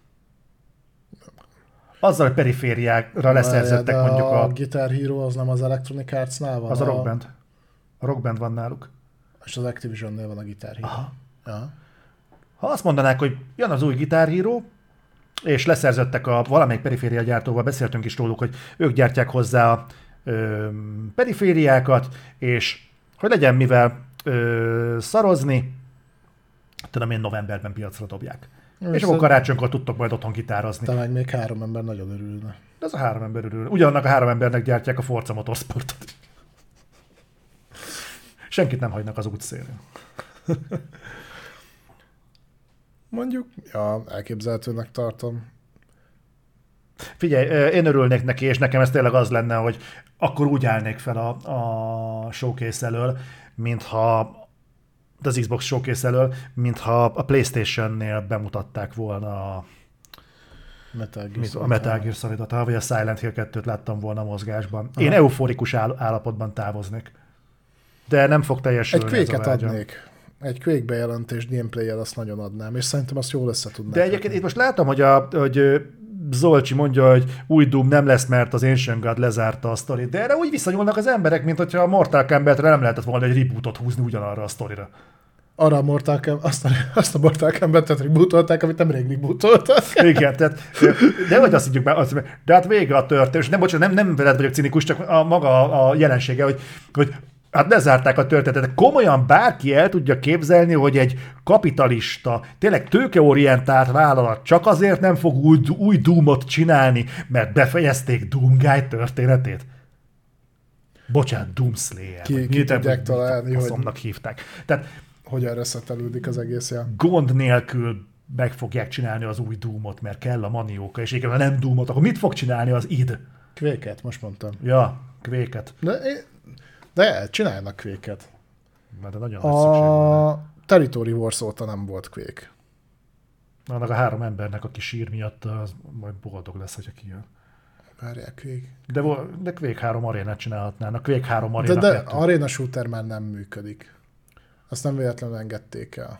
Azzal, hogy perifériákra leszerzettek mondjuk a Guitar Hero az nem az Electronic Arts-nál van? Az a Rock Band. A Rock Band van náluk. És az Activision-nél van a Guitar Hero. Aha. Ja. Ha azt mondanák, hogy jön az új gitárhíró, és leszerzettek a valamelyik periféria gyártóval, beszéltünk is róluk, hogy ők gyártják hozzá a perifériákat, és hogy legyen mivel szarozni, tudom én novemberben piacra dobják. És akkor karácsonykor tudtok majd otthon gitározni. Te meg még 3 ember nagyon örülne. De az a 3 ember örül. Ugyanannak a 3 embernek gyártják a Forza Motorsportot. Senkit nem hagynak az útszélén. Mondjuk, ja, elképzelhetőnek tartom. Figyelj, én örülnék neki, és nekem ez tényleg az lenne, hogy akkor úgy állnék fel a showcase elől, mintha az Xbox showcase elől, mintha a PlayStation-nél bemutatták volna a Metal Gear Solid-ot, vagy a Silent Hill 2-t láttam volna mozgásban. Aha. Én euforikus állapotban távoznék. De nem fog teljesülni. Egy Quake-et adnék. Egy Quake bejelentést gameplay-jel azt nagyon adnám, és szerintem azt jól össze tudnám. De egyébként itt most látom, hogy Zolcsi mondja, hogy új Doom nem lesz, mert az Ancient God lezárta a sztorit, de erre úgy viszonyulnak az emberek, mint hogyha a Mortal Kombat-re nem lehetett volna egy rebootot húzni ugyanarra a sztorira. Arra a Mortal Kombat, azt a Mortal Kombat-et rebootolták, amit nemrég rebootoltak. Igen, tehát, de hogy azt mondjuk már, de hát vége a történet, és nem veled vagyok cinikus, csak maga a jelensége, hogy hát lezárták a történetet. Komolyan bárki el tudja képzelni, hogy egy kapitalista, tényleg tőkeorientált vállalat csak azért nem fog új Doomot csinálni, mert befejezték Doom Guy történetét. Bocsánat, Doom Slayer. Ki tudják találni, hogy hívták. Tehát hogyan reszetelődik az egész jel. Gond nélkül meg fogják csinálni az új Doomot, mert kell a manióka, és igen, ha nem Doomot, akkor mit fog csinálni az id? Quake-et, most mondtam. Ja, Quake-et. De csinálnak Quake-et. De nagyon nagy szükség van. Territory Wars óta nem volt Quake. Annak a 3 embernek, aki sír miatt, az majd boldog lesz, hogyha kijön. Várják, Quake. De Quake 3 arénát csinálhatnának. Quake 3 aréna de aréna shooter már nem működik. Azt nem véletlenül engedték el.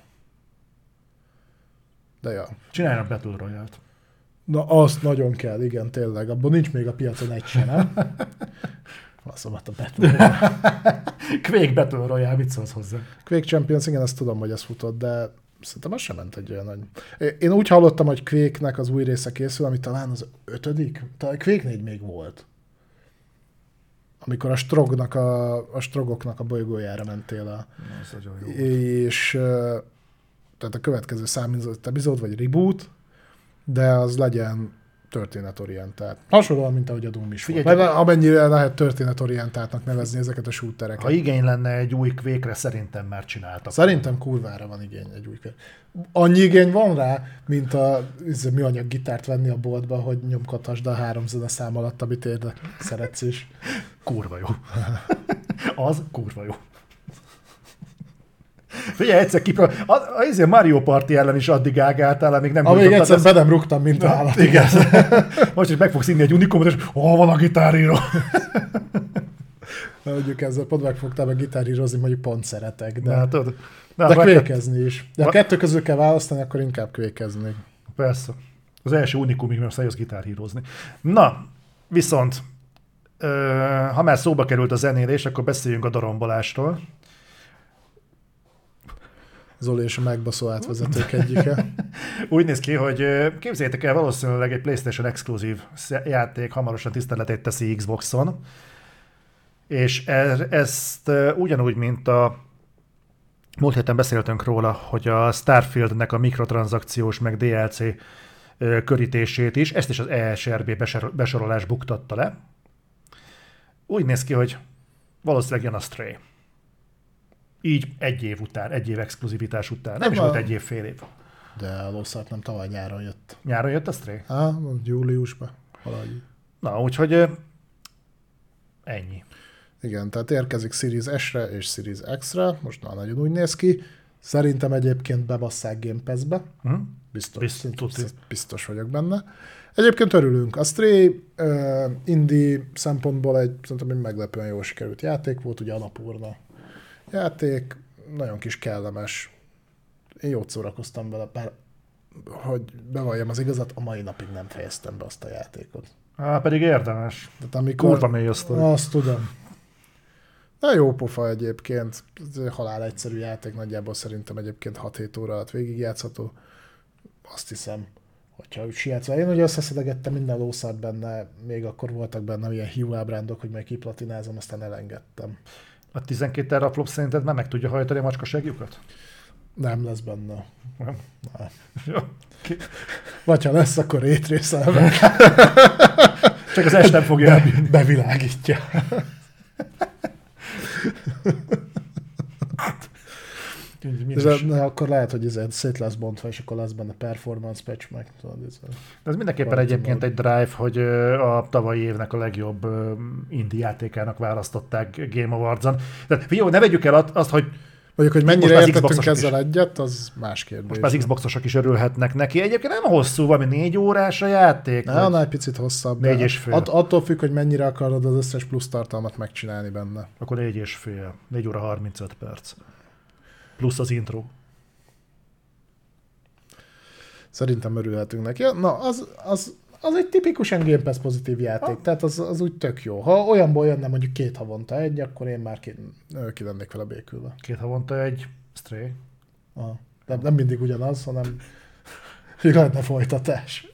De ja. Csináljanak Battle Royale-t. Na, azt nagyon kell, igen, tényleg. Abban nincs még a piacon egy se, nem? Faszomat a Battle Royale. Quake Battle Royale, mit szólsz hozzá? Quake Champions, igen, azt tudom, hogy ez futott, de szerintem az sem ment egy olyan nagy... Én úgy hallottam, hogy Quake-nek az új része készül, ami talán az 5. Talán Quake 4 még volt. Amikor a Strogoknak a bolygójára mentél el. Az nagyon jó. És tehát a következő számított epizód, vagy reboot, de az legyen történetorientált. Hasonlóan, mint ahogy a Doom is volt. Amennyire lehet történetorientáltnak nevezni ezeket a shootereket. Ha igény lenne egy új Quake-re, szerintem már csináltak. Szerintem kurvára van igény egy új Quake. Annyi igény van rá, mint a műanyag gitárt venni a boltba, hogy nyomkodhassd a 3 zeneszám alatt, amit szeretsz is. Kurva jó. Az kurva jó. Figyelj, egyszer azért Mario Party ellen is addig ágáltál, amíg nem amíg egyszer be nem rúgtam, mint állat. Igen. Most is meg fogsz inni egy unikumot, és van a gitáríró. Mondjuk ezzel pont megfogtál meg gitárhírozni, mondjuk pont szeretek, de kvékezni is. De a kettő közül kell választani, akkor inkább kvékezni. Persze. Az első unikumig nem szállsz gitárhírozni. Na, viszont ha már szóba került a zenélés, akkor beszéljünk a darombolásról. Zoli és a megbaszó átvezetők egyike. Úgy néz ki, hogy képzeljétek el, valószínűleg egy PlayStation exkluzív játék hamarosan tiszteletét teszi Xboxon, és ezt ugyanúgy, mint a múlt héten beszéltünk róla, hogy a Starfieldnek a mikrotranszakciós meg DLC körítését is, ezt is az ESRB besorolás buktatta le. Úgy néz ki, hogy valószínűleg jön a Stray. Így egy év exkluzivitás után. Nem is volt egy év, fél év. De a Lost Ark nem tavaly nyáron jött. Nyáron jött a Stray? Júliusban. Valahogy. Na, úgyhogy ennyi. Igen, tehát érkezik Series S-re és Series X-re, most már nagyon úgy néz ki. Szerintem egyébként bebasszák Game Pass-be. Biztos. Biztos vagyok benne. Egyébként örülünk. A Stray indie szempontból szerintem egy meglepően jól sikerült játék volt, ugye Annapurna játék, nagyon kis kellemes. Én jót szórakoztam vele, bár hogy bevalljam az igazat, a mai napig nem fejeztem be azt a játékot. Pedig érdemes. Kurva mély a sztori. Azt tudom. De jó pofa egyébként. Halál egyszerű játék, nagyjából szerintem egyébként 6-7 óra alatt végigjátszható. Azt hiszem, hogyha úgy sietsz. Én ugye összeszedegettem minden lószart benne, még akkor voltak benne ilyen hiú ábrándok, hogy meg kiplatinázom, aztán elengedtem. A 12 teraflop szerinted már meg tudja hajtani a macskasegjukat? Nem lesz benne. Nem. Vagy ha lesz, akkor rétrészelve. Csak az est nem fogja bevilágítja. Akkor lehet, hogy szét lesz bontva, és akkor lesz benne performance patch meg. Ez mindenképpen egyébként egy drive, hogy a tavalyi évnek a legjobb indie játékának választották Game Awards-on. Tehát jó, ne vegyük el azt, hogy mondjuk, hogy mennyire értettünk ezzel egyet, az más kérdés. Most már az Xboxosok is örülhetnek neki. Egyébként nem hosszú, valami 4 órás a játék. Annál picit hosszabb. 4,5. Attól függ, hogy mennyire akarod az összes plusz tartalmat megcsinálni benne. Akkor 4,5. 4 óra 35 perc. Plusz az intro. Szerintem örülhetünk neki. Na, az egy tipikusan Game Pass pozitív játék, tehát az úgy tök jó. Ha olyanból jönne mondjuk 2 havonta egy, akkor én már ki lennék vele békülve. 2 havonta egy Stray. Nem mindig ugyanaz, hanem lehetne folytatás.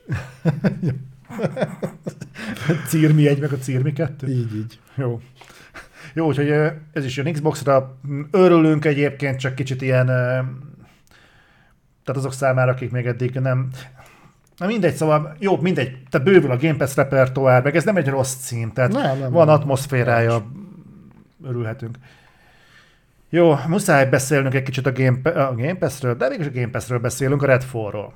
Círmi 1, meg a Círmi 2? Így. Jó, úgyhogy ez is jön Xboxra. Örülünk egyébként, csak kicsit ilyen... Tehát azok számára, akik még eddig nem... Na mindegy, szóval jó, mindegy, tehát bővül a Game Pass repertoár, meg ez nem egy rossz cím, tehát van atmoszférája, örülhetünk. Jó, muszáj beszélnünk egy kicsit a Game Pass-ről, de mégis a Game Pass-ről beszélünk, a Redfall-ról.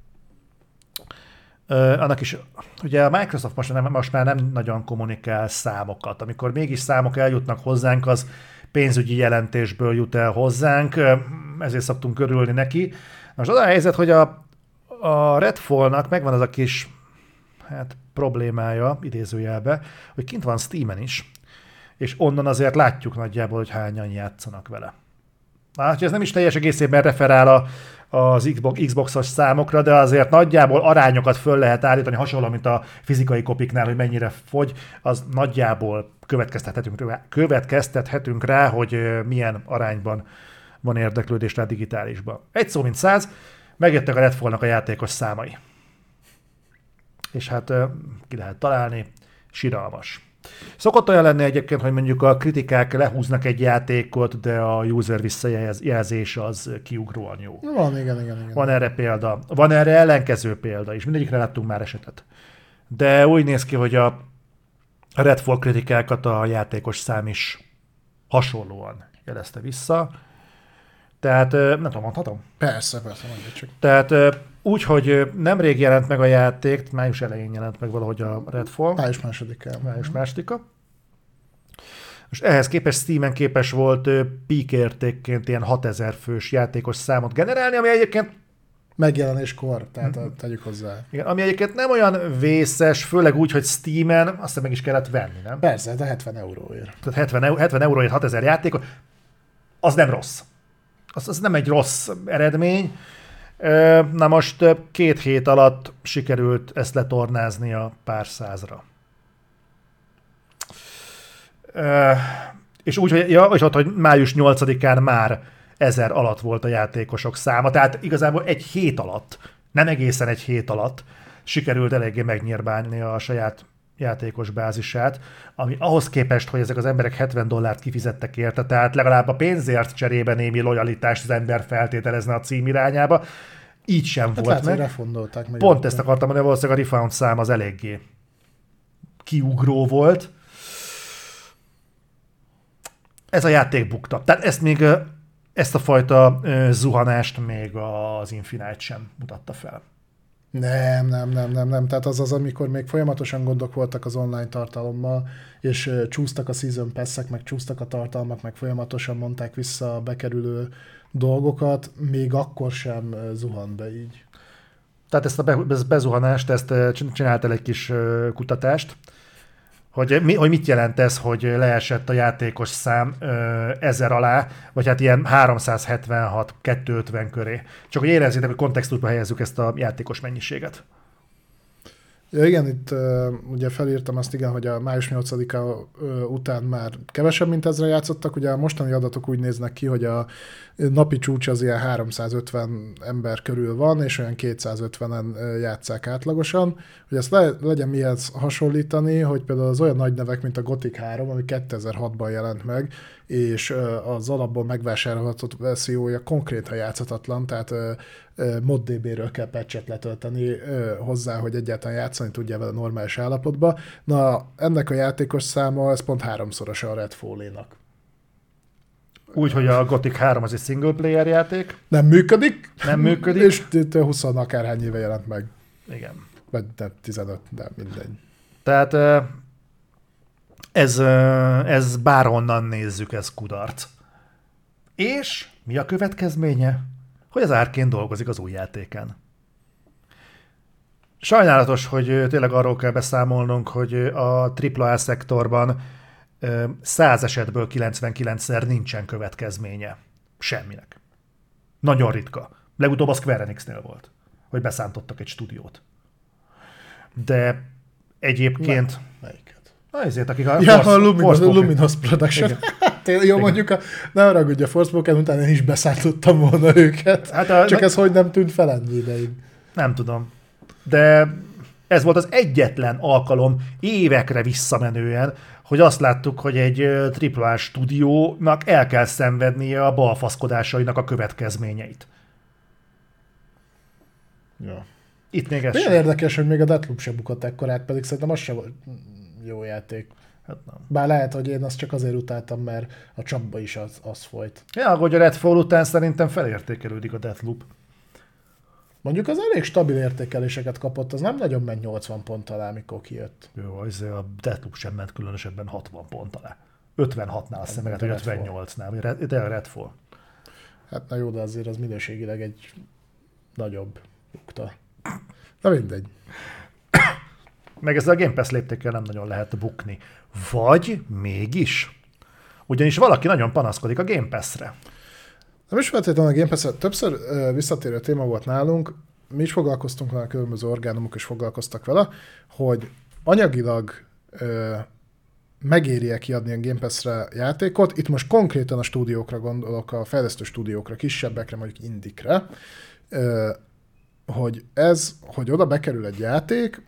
Annak is, ugye a Microsoft most már nem nagyon kommunikál számokat. Amikor mégis számok eljutnak hozzánk, az pénzügyi jelentésből jut el hozzánk, ezért szoktunk örülni neki. Most az a helyzet, hogy a Redfall-nak megvan az a kis problémája, idézőjelbe, hogy kint van Steamen is, és onnan azért látjuk nagyjából, hogy hányan játszanak vele. Hát, ez nem is teljes egészében referál az Xbox-os számokra, de azért nagyjából arányokat föl lehet állítani, hasonló, mint a fizikai kopiknál, hogy mennyire fogy, az nagyjából következtethetünk rá, hogy milyen arányban van érdeklődés rá digitálisban. Egy szó mint 100, megjöttek a Redfall-nak a játékos számai. És hát ki lehet találni, siralmas. Szokott olyan lenni egyébként, hogy mondjuk a kritikák lehúznak egy játékot, de a user visszajelzés az kiugróan jó. Van, igen. Van erre példa. Van erre ellenkező példa is. Mindegyikre láttunk már esetet. De úgy néz ki, hogy a Redfall kritikákat a játékos szám is hasonlóan jelezte vissza. Tehát, nem tudom, mondhatom? Persze, mondjuk csak. Tehát úgy, hogy nemrég jelent meg a játék, május elején jelent meg valahogy a Redfall. Május 2-a. Most ehhez képest Steamen képes volt peak értékként ilyen 6000 fős játékos számot generálni, ami egyébként megjelenéskor, tehát tegyük hozzá. Igen, ami egyébként nem olyan vészes, főleg úgy, hogy Steamen azt meg is kellett venni, nem? Persze, de 70 euróért. Tehát 70 euróért 6000 játékot, az nem rossz. Az nem egy rossz eredmény. Na most 2 hét alatt sikerült ezt letornázni a pár százra. És úgy, hogy május 8-án már 1000 alatt volt a játékosok száma, tehát igazából egy hét alatt, nem egészen egy hét alatt sikerült eléggé megnyírbálni a saját játékos bázisát, ami ahhoz képest, hogy ezek az emberek $70 kifizettek érte, tehát legalább a pénzért cserébe némi lojalitást az ember feltételezne a cím irányába, így sem volt meg. Pont ezt akartam mondani, valószínűleg a refound szám az eléggé kiugró volt. Ez a játék bukta. Tehát ezt a fajta zuhanást még az Infinite sem mutatta fel. Nem. Tehát az, amikor még folyamatosan gondok voltak az online tartalommal, és csúsztak a season pass-ek, meg csúsztak a tartalmak, meg folyamatosan mondták vissza a bekerülő dolgokat, még akkor sem zuhant be így. Tehát ezt a bezuhanást, ezt csináltál egy kis kutatást, hogy mit jelent ez, hogy leesett a játékos szám 1000 alá, vagy hát ilyen 376-250 köré. Csak hogy érezzétek, hogy kontextusba helyezzük ezt a játékos mennyiséget. Ja igen, itt ugye felírtam azt, igen, hogy a május 8-a után már kevesebb, mint 1000 játszottak. Ugye a mostani adatok úgy néznek ki, hogy a napi csúcs az ilyen 350 ember körül van, és olyan 250-en játsszák átlagosan. Hogy ezt legyen mihez hasonlítani, hogy például az olyan nagy nevek, mint a Gothic 3, ami 2006-ban jelent meg, és az alapból megvásárolható verziója konkrétan játszhatatlan, tehát ModDB-ről kell patchet letölteni hozzá, hogy egyáltalán játszani tudja vele normális állapotba. Na, ennek a játékos száma, ez pont 3-szorosa a Redfall-énak. Úgy, hogy a Gothic 3 az egy single player játék. Nem működik. És 20 akárhány éve jelent meg. Igen. Vagy nem, 15, de mindegy. Tehát ez bárhonnan nézzük, ez kudarc. És mi a következménye? Hogy az Arkane dolgozik az új játéken. Sajnálatos, hogy tényleg arról kell beszámolnunk, hogy a AAA szektorban 100 esetből 99-szer nincsen következménye. Semminek. Nagyon ritka. Legutóbb a Square Enixnél volt, hogy beszántottak egy stúdiót. De egyébként... Melyiket? Ezért, akik a Luminous Production. Jó, mondjuk, ne haragudj, a Forspoken után én is beszálltottam volna őket. Hát csak ez hogy nem tűnt fel ennyi ideig? Nem tudom. De ez volt az egyetlen alkalom évekre visszamenően, hogy azt láttuk, hogy egy AAA stúdiónak el kell szenvednie a balfaszkodásainak a következményeit. Ja. Itt még ez milyen érdekes, hogy még a Deathloop se bukott ekkorát, pedig szerintem az sem volt jó játék. Hát nem. Bár lehet, hogy én azt csak azért utáltam, mert a csapba is az folyt. Ja, hogy a Redfall után szerintem felértékelődik a Deathloop. Mondjuk az elég stabil értékeléseket kapott, az nem nagyon ment 80 pont alá, mikor kijött. Jó, a Deathloop sem ment különösebben 60 pont alá. 56-nál, azt hiszem, 58-nál, de a Redfall. Hát na jó, de azért az minőségileg egy nagyobb lukta. Na mindegy. Meg ezzel a Game Pass léptékkel nem nagyon lehet bukni. Vagy mégis? Ugyanis valaki nagyon panaszkodik a Game Pass-re. Nem is feltétlenül a Game Pass-re. Többször visszatérő téma volt nálunk, mi is foglalkoztunk vele, a különböző orgánumok is foglalkoztak vele, hogy anyagilag megéri-e kiadni a Game Pass-re játékot. Itt most konkrétan a stúdiókra gondolok, a fejlesztő stúdiókra, kisebbekre, mondjuk indikre, hogy oda bekerül egy játék,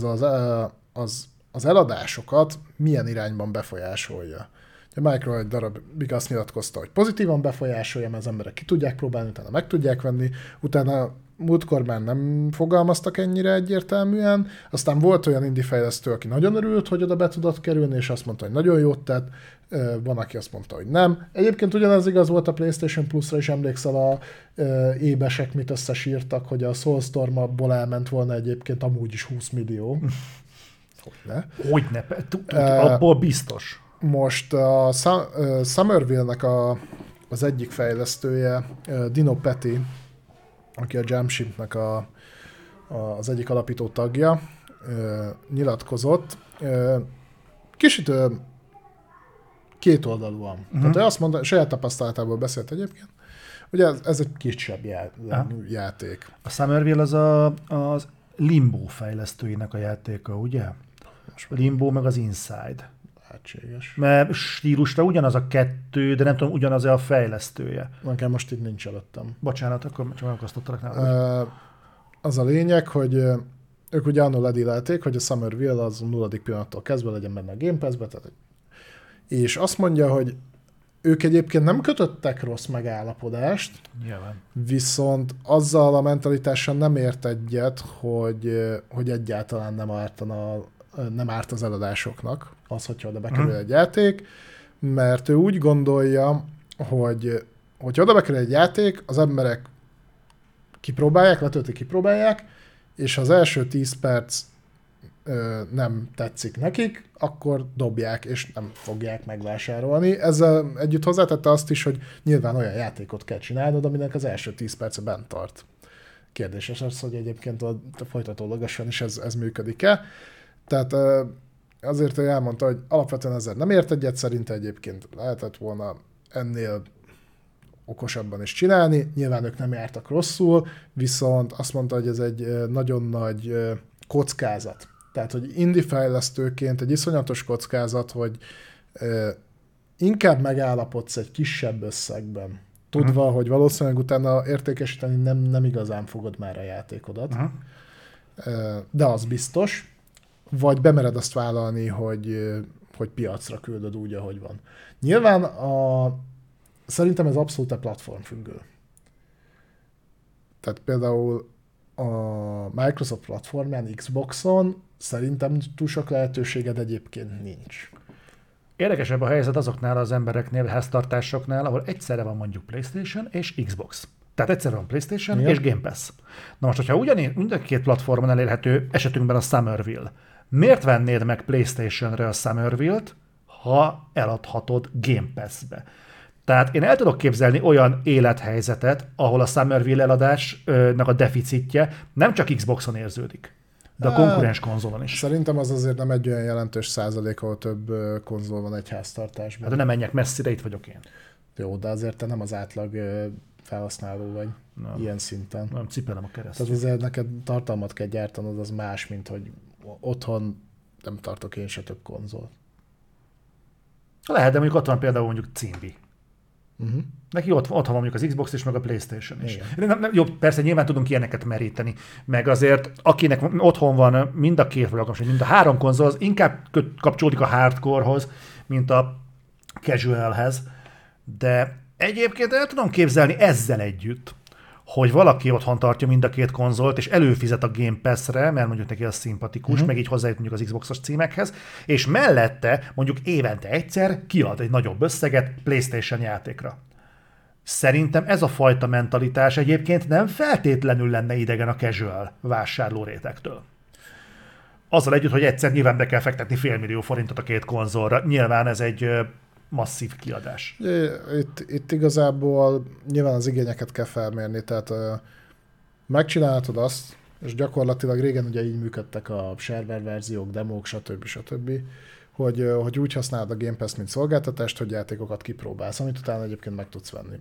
az eladásokat milyen irányban befolyásolja. A Micro egy darabig azt nyilatkozta, hogy pozitívan befolyásolja, mert az emberek ki tudják próbálni, utána meg tudják venni, utána múltkor már nem fogalmaztak ennyire egyértelműen, aztán volt olyan indie fejlesztő, aki nagyon örült, hogy oda be tudott kerülni, és azt mondta, hogy nagyon jót tett, van, aki azt mondta, hogy nem. Egyébként ugyanez igaz volt a PlayStation Plus-ra, és emlékszel a ébesek mit összesírtak, hogy a Soulstorm-ból elment volna egyébként amúgy is 20 millió. Hogyne, abból biztos. Most a Somerville-nek az egyik fejlesztője, Dino Petty, aki a Jumpship-nek az egyik alapító tagja, nyilatkozott. Kicsit kétoldalúan. Tehát ő azt mondta, saját tapasztalatából beszélt egyébként, hogy ez egy kisebb játék. A Somerville az Limbo fejlesztőinek a játéka, ugye? Limbo meg az Inside. Lehetséges. Mert stílusra ugyanaz a kettő, de nem tudom, ugyanaz a fejlesztője. Nekem most itt nincs előttem. Bocsánat, akkor csak megakasztottalak nálad. Az a lényeg, hogy ők ugye annól ledílelték, hogy a Somerville az 0. pillanattól kezdve legyen benne a Game Pass-be, és azt mondja, hogy ők egyébként nem kötöttek rossz megállapodást, nyilván. Viszont azzal a mentalitással nem ért egyet, hogy egyáltalán nem árt az eladásoknak, az, hogyha oda bekerül egy játék, mert ő úgy gondolja, hogy oda bekerül egy játék, az emberek kipróbálják, letöltik, kipróbálják, és ha az első 10 perc nem tetszik nekik, akkor dobják, és nem fogják megvásárolni. Ezzel együtt hozzátette azt is, hogy nyilván olyan játékot kell csinálnod, aminek az első 10 perce bent tart. Kérdéses az, hogy egyébként folytatólagosan is ez működik-e. Tehát azért ő elmondta, hogy alapvetően ezzel nem ért egyet, szerinte egyébként lehetett volna ennél okosabban is csinálni. Nyilván ők nem jártak rosszul, viszont azt mondta, hogy ez egy nagyon nagy kockázat. Tehát, hogy indie fejlesztőként egy iszonyatos kockázat, hogy inkább megállapodsz egy kisebb összegben, tudva, hogy valószínűleg utána értékesíteni nem igazán fogod már a játékodat. De az biztos, vagy bemered azt vállalni, hogy piacra küldöd úgy, ahogy van. Nyilván szerintem ez abszolút a platformfüggő. Tehát például a Microsoft platformján, Xboxon szerintem túl sok lehetőséged egyébként nincs. Érdekesebb a helyzet azoknál az embereknél, háztartásoknál, ahol egyszerre van mondjuk PlayStation és Xbox. Tehát egyszerre van PlayStation és Game Pass. Na most, hogyha mind a két platformon elérhető, esetünkben a Somerville, miért vennéd meg PlayStation-re a Somerville-t, ha eladhatod Game Pass-be? Tehát én el tudok képzelni olyan élethelyzetet, ahol a Somerville eladásnak a deficitje nem csak Xboxon érződik, de a konkurens konzolon is. Szerintem az azért nem egy olyan jelentős százalék, ahol több konzol van egy háztartásban. Hát de nem menjek messzire, itt vagyok én. Jó, de azért te nem az átlag felhasználó vagy ilyen szinten. Nem, cipelem a kereszt. Tehát azért neked tartalmat kell gyártanod, az más, mint hogy otthon nem tartok én se több konzolt. Lehet, de mondjuk ott van például mondjuk Cimbi. Neki ott van mondjuk az Xbox és meg a PlayStation is. Jó, persze nyilván tudunk ilyeneket meríteni, meg azért akinek otthon van mind a két vagy mind a három konzol, az inkább kapcsolódik a hardcorehoz, mint a casualhez, de egyébként el tudom képzelni ezzel együtt, hogy valaki otthon tartja mind a két konzolt, és előfizet a Game Pass-re, mert mondjuk neki az szimpatikus, meg így hozzájut mondjuk az Xboxos címekhez, és mellette mondjuk évente egyszer kiad egy nagyobb összeget PlayStation játékra. Szerintem ez a fajta mentalitás egyébként nem feltétlenül lenne idegen a casual vásárlórétektől. Azzal együtt, hogy egyszer nyilván be kell fektetni $500 000 forintot a két konzolra. Nyilván ez egy masszív kiadás. Itt igazából nyilván az igényeket kell felmérni, tehát megcsinálhatod azt, és gyakorlatilag régen ugye így működtek a shareware verziók, demók, stb. Hogy úgy használod a Game Pass, mint szolgáltatást, hogy játékokat kipróbálsz, amit utána egyébként meg tudsz venni.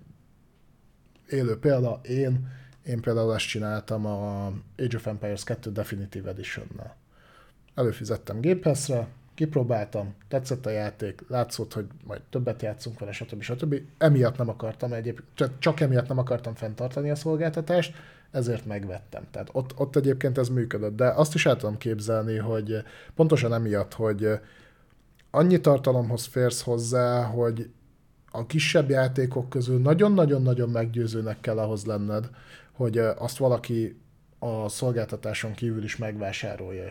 Élő példa, én például ezt csináltam a Age of Empires 2 Definitive Edition-nel. Előfizettem Game Pass-re, kipróbáltam, tetszett a játék, látszott, hogy majd többet játszunk vele, stb. Emiatt nem akartam csak emiatt nem akartam fenntartani a szolgáltatást, ezért megvettem. Tehát ott egyébként ez működött, de azt is el tudom képzelni, hogy pontosan emiatt, hogy annyi tartalomhoz férsz hozzá, hogy a kisebb játékok közül nagyon-nagyon-nagyon meggyőzőnek kell ahhoz lenned, hogy azt valaki a szolgáltatáson kívül is megvásárolja.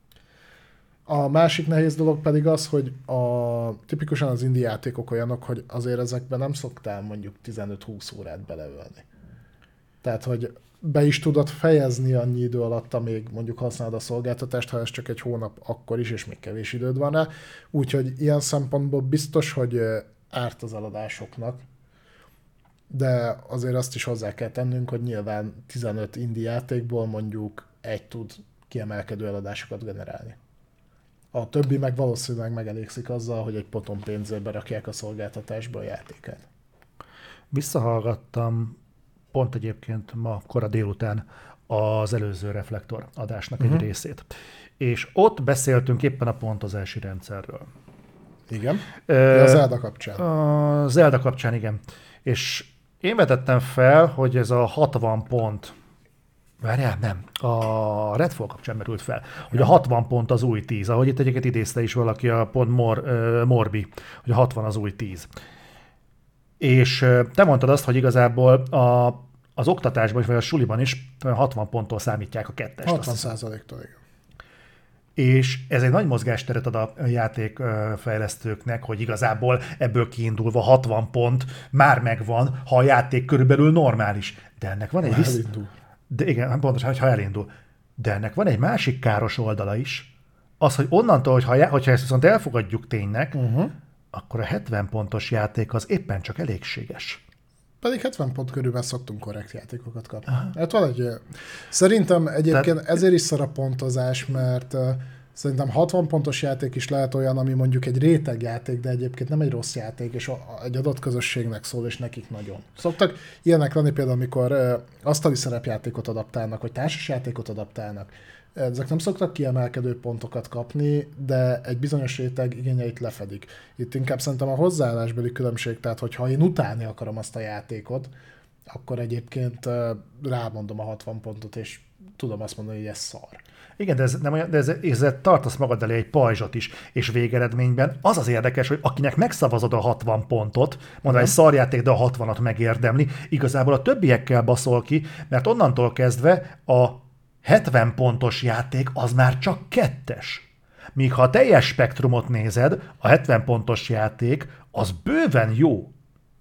A másik nehéz dolog pedig az, hogy tipikusan az indie játékok olyanok, hogy azért ezekben nem szoktál mondjuk 15-20 órát beleölni. Tehát, hogy be is tudod fejezni annyi idő alatt, amíg mondjuk használod a szolgáltatást, ha ez csak egy hónap, akkor is, és még kevés időd van rá. Úgyhogy ilyen szempontból biztos, hogy árt az eladásoknak, de azért azt is hozzá kell tennünk, hogy nyilván 15 indie játékból mondjuk egy tud kiemelkedő eladásokat generálni. A többi meg valószínűleg megelégszik azzal, hogy egy potom pénzért berakják a szolgáltatásba a játékát. Visszahallgattam pont egyébként ma kora délután az előző Reflektor adásnak egy részét. És ott beszéltünk éppen a pontozási rendszerről. Igen? A Zelda kapcsán. A Zelda kapcsán, igen. És én vetettem fel, hogy ez a 60 pont, várjál, nem, a Redfall kapcsán merült fel, hogy a 60 pont az új 10, ahogy itt egyébként idézte is valaki a pont Morbi, hogy a 60 az új 10. És te mondtad azt, hogy igazából az oktatásban, vagy a suliban is 60 ponttól számítják a kettest. 60%-tól, igen. És ez egy nagy mozgásteret ad a játékfejlesztőknek, hogy igazából ebből kiindulva 60 pont már megvan, ha a játék körülbelül normális. De ennek van egy elindul. De igen, pontosan, ha elindul. De ennek van egy másik káros oldala is, az, hogy onnantól, hogyha ezt viszont elfogadjuk ténynek, akkor a 70 pontos játék az éppen csak elégséges. Pedig 70 pont körül már szoktunk korrekt játékokat kapni. Hát van egy... Szerintem egyébként ezért is szar a pontozás, mert szerintem 60 pontos játék is lehet olyan, ami mondjuk egy rétegjáték, de egyébként nem egy rossz játék, és egy adott közösségnek szól, és nekik nagyon. Szoktak ilyenek lenni például, amikor asztali szerepjátékot adaptálnak, vagy társasjátékot adaptálnak. Ezek nem szoktak kiemelkedő pontokat kapni, de egy bizonyos réteg igényeit lefedik. Itt inkább szerintem a hozzáállásbeli különbség, tehát hogyha én utálni akarom azt a játékot, akkor egyébként rámondom a 60 pontot, és tudom azt mondani, hogy ez szar. Igen, de ezzel tartasz magad elé egy pajzsot is, és végeredményben az az érdekes, hogy akinek megszavazod a 60 pontot, mondom, egy szarjáték, de a 60-at megérdemli, igazából a többiekkel baszol ki, mert onnantól kezdve a 70 pontos játék az már csak 2-es. Míg ha a teljes spektrumot nézed, a 70 pontos játék az bőven jó.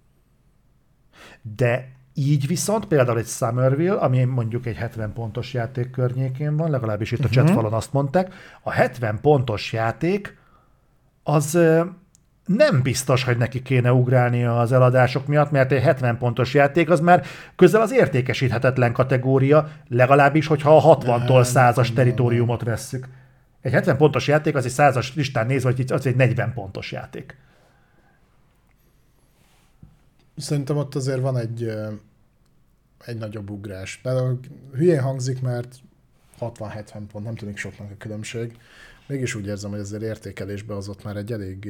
De így viszont például egy Somerville, ami mondjuk egy 70 pontos játék környékén van, legalábbis itt a chatfalon azt mondták, a 70 pontos játék az nem biztos, hogy neki kéne ugrálnia az eladások miatt, mert egy 70 pontos játék az már közel az értékesíthetetlen kategória, legalábbis, hogyha a 60-tól 100-as teritoriumot vesszük. Egy 70 pontos játék az egy 100-as listán nézve, hogy az egy 40 pontos játék. Szerintem ott azért van egy nagyobb ugrás. De hülyén hangzik, mert 60-70 pont, nem tűnik soknak a különbség. Mégis úgy érzem, hogy azért értékelésben az ott már egy elég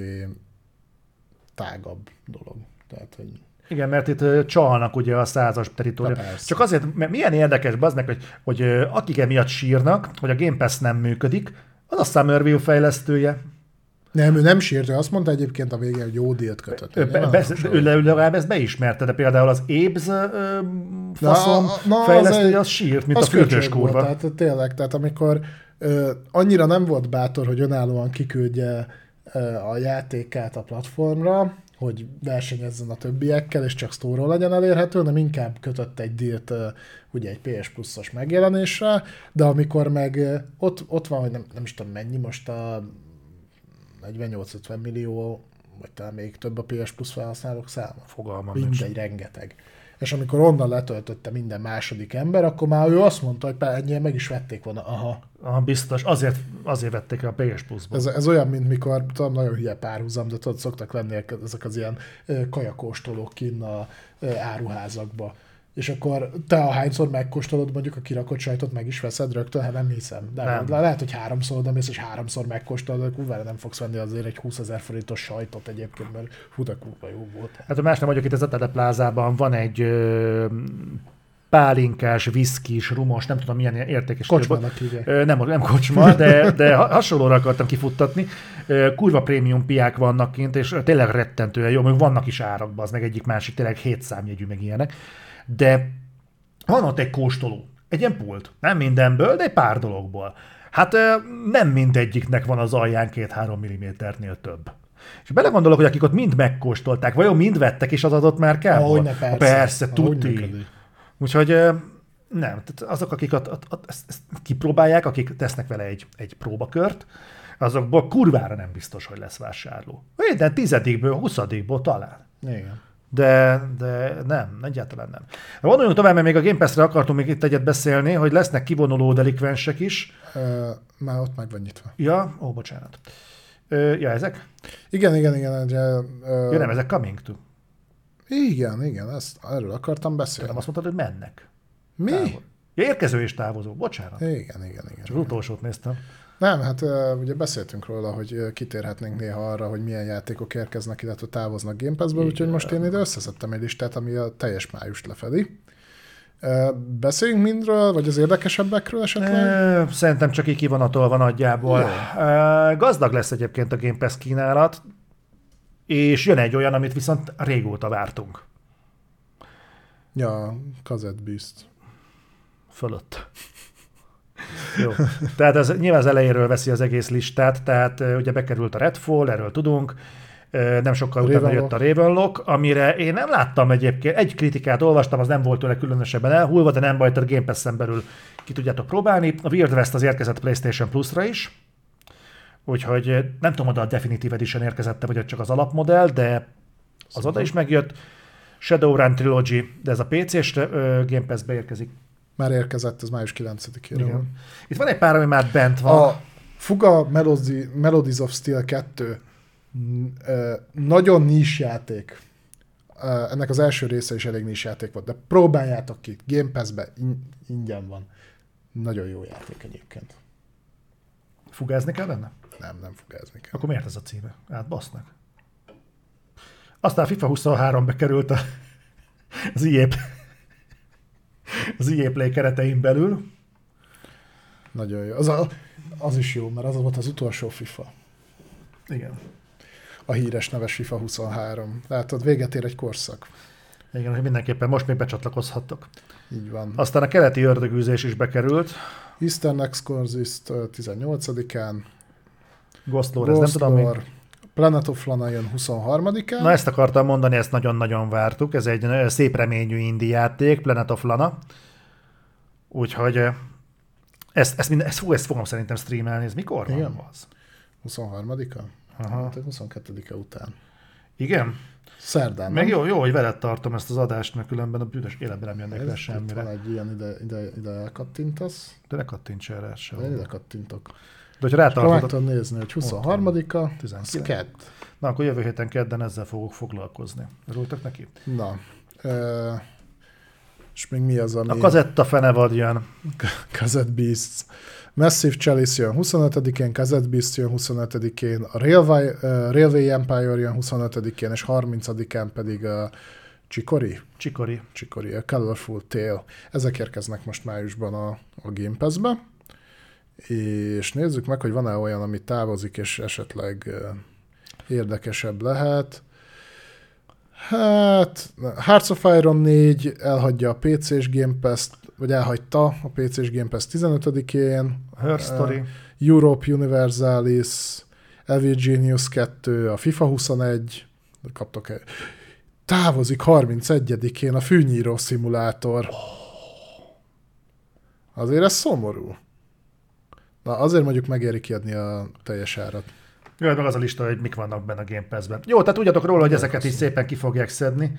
tágabb dolog. Tehát, hogy... Igen, mert itt csalnak ugye a 100-as teritorium. Csak azért, mert milyen érdekes bazd meg, hogy akik emiatt sírnak, hogy a Game Pass nem működik, az a Somerville fejlesztője. Nem, ő nem sírt, ő azt mondta egyébként a végén, hogy jó dílt kötött. Ő legalább ezt beismerte, de például az Abe's faszom fejlesztője az sírt, mint a fürdős kurva. Tehát tényleg, tehát amikor annyira nem volt bátor, hogy önállóan kiküldje a játékát a platformra, hogy versenyezzen a többiekkel, és csak store-ról legyen elérhető, hanem inkább kötött egy dílt ugye egy PS Plus-os megjelenésre, de amikor meg ott van, hogy nem is tudom mennyi most a 48-50 millió, vagy talán még több a PS Plus felhasználók száma. Fogalmam mindegy, rengeteg. És amikor onnan letöltötte minden második ember, akkor már ő azt mondta, hogy ennyien meg is vették volna. Aha, biztos. Azért vették a PS Plus-ból. Ez olyan, mint mikor, tudom, nagyon hülye párhuzam, de tudod, szoktak lenni ezek az ilyen kajakóstolók kinn a áruházakba. És akkor te ahányszor megkóstolod mondjuk a kirakott sajtot, meg is veszed rögtön, hát nem hiszem. De nem. Lehet, hogy 3-szor oda mész, és 3-szor megkóstolod, akkor kurvára nem fogsz venni azért egy 20 000 forintos sajtot egyébként, mert hú, de kurva jó volt. Hát a más nem vagyok, itt az Atade Plázában van egy pálinkás, viszkis, rumos, nem tudom milyen értékes. Kocsmának hívják. Nem kocsma, de hasonlóra akartam kifuttatni. Kurva prémium piák vannak kint, és tényleg rettentően jó, még vannak is árakban, az meg egyik másik, tényleg 7 számjegyű meg ilyenek. De van ott egy kóstoló, egy ilyen pult. Nem mindenből, de egy pár dologból. Hát nem mindegyiknek van az alján 2-3 mm-nél több. És belegondolok, hogy akik ott mind megkóstolták, vajon mind vettek, és az adott már kell? Persze, tuti. Úgyhogy nem, azok, akik ezt kipróbálják, akik tesznek vele egy próbakört, azokból kurvára nem biztos, hogy lesz vásárló. De 10-ből, 20-ból talán. Igen. De nem, egyáltalán nem. Vonuljunk tovább, mert még a Game Pass-re akartunk még itt egyet beszélni, hogy lesznek kivonuló delikvensek is. Már ott meg van nyitva. Ja, bocsánat. Ja, ezek? Igen. Ja, nem, ezek coming to. Igen, erről akartam beszélni. Nem azt mondtad, hogy mennek. Mi? Ja, érkező és távozó, bocsánat. Igen. Csak az utolsót néztem. Nem, hát ugye beszéltünk róla, hogy kitérhetnénk néha arra, hogy milyen játékok érkeznek, illetve távoznak Game Pass-ből, úgyhogy most én ide összeszedtem egy listát, ami a teljes májust lefedi. Beszéljünk mindről, vagy az érdekesebbekről esetleg? Szerintem csak így kivonatolva nagyjából. Gazdag lesz egyébként a Game Pass kínálat, és jön egy olyan, amit viszont régóta vártunk. Ja, Kazett Beast. Fölött. Jó. Tehát ez nyilván az elejéről veszi az egész listát, tehát ugye bekerült a Redfall, erről tudunk, nem sokkal utána jött a Ravenlock, amire én nem láttam egyébként, egy kritikát olvastam, az nem volt tőle különösebben elhullva, de nem baj, tehát Game Pass-en belül ki tudjátok próbálni. A Weird West az érkezett PlayStation Plus-ra is, úgyhogy nem tudom, oda a Definitive Edition érkezette, vagy csak az alapmodell, de az oda is megjött. Shadowrun Trilogy, de ez a PC-s Game Pass-be érkezik. Már érkezett, ez május 9-ére. Itt van egy pár, ami már bent van. A Fuga Melodies of Steel 2 nagyon nis játék. Ennek az első része is elég nis játék volt, de próbáljátok ki, Game Pass-be ingyen van. Nagyon jó játék egyébként. Fugázni kell benne? Nem fugázni kell. Akkor miért ez a címe? Átbasznak. Aztán FIFA 23 bekerült az EA Play keretein belül. Nagyon jó. Az is jó, mert az volt az utolsó FIFA. Igen. A híres neves FIFA 23. Látod, véget ér egy korszak. Igen, hogy mindenképpen most még becsatlakozhattok. Így van. Aztán a keleti ördögűzés is bekerült. Eastern Exorcist 18-án. Ghost Lore, ez nem tudom mi. Planet of Lana jön 23-án. Na ezt akartam mondani, ezt nagyon-nagyon vártuk. Ez egy szép reményű indie játék, Planet of Lana. Úgyhogy ezt fogom szerintem streamelni. Ez mikor van? Igen? Az? 23-a? Aha. 22-e után. Igen? Szerdán. Meg jó, hogy veled tartom ezt az adást, mert különben a büdös életben nem jönnek le semmire. Van egy ilyen, ide elkattintasz. De ne kattints erre se. De ide kattintok. De hogy rátartod... Meg tudom nézni, hogy 23-a, 19. Na, akkor jövő héten kedden ezzel fogok foglalkozni. Örültök neki? Na. És még mi az, ami... A Kazetta fenevad jön. Cassette Beasts. Massive Chalice jön 25-én, Cassette Beasts jön 25-én, a Railway Empire jön 25-én, és 30-án pedig a Chicory, a Colorful Tale. Ezek érkeznek most májusban a Game Pass-be. És nézzük meg, hogy van-e olyan, ami távozik, és esetleg érdekesebb lehet. Hát, Hearts of Iron 4 elhagyja a PC-s Game Pass-t, vagy elhagyta a PC-s Game Pass 15-én. Her Story. Europe Universalis, Evil Genius 2, a FIFA 21, kaptok távozik 31-én a fűnyíró szimulátor. Azért ez szomorú. Na, azért mondjuk megéri kiadni a teljes árat. Jöjjön meg az a lista, hogy mik vannak benne a Game Pass-ben. Jó, tehát tudjatok róla, hogy ezeket is szépen ki fogják szedni.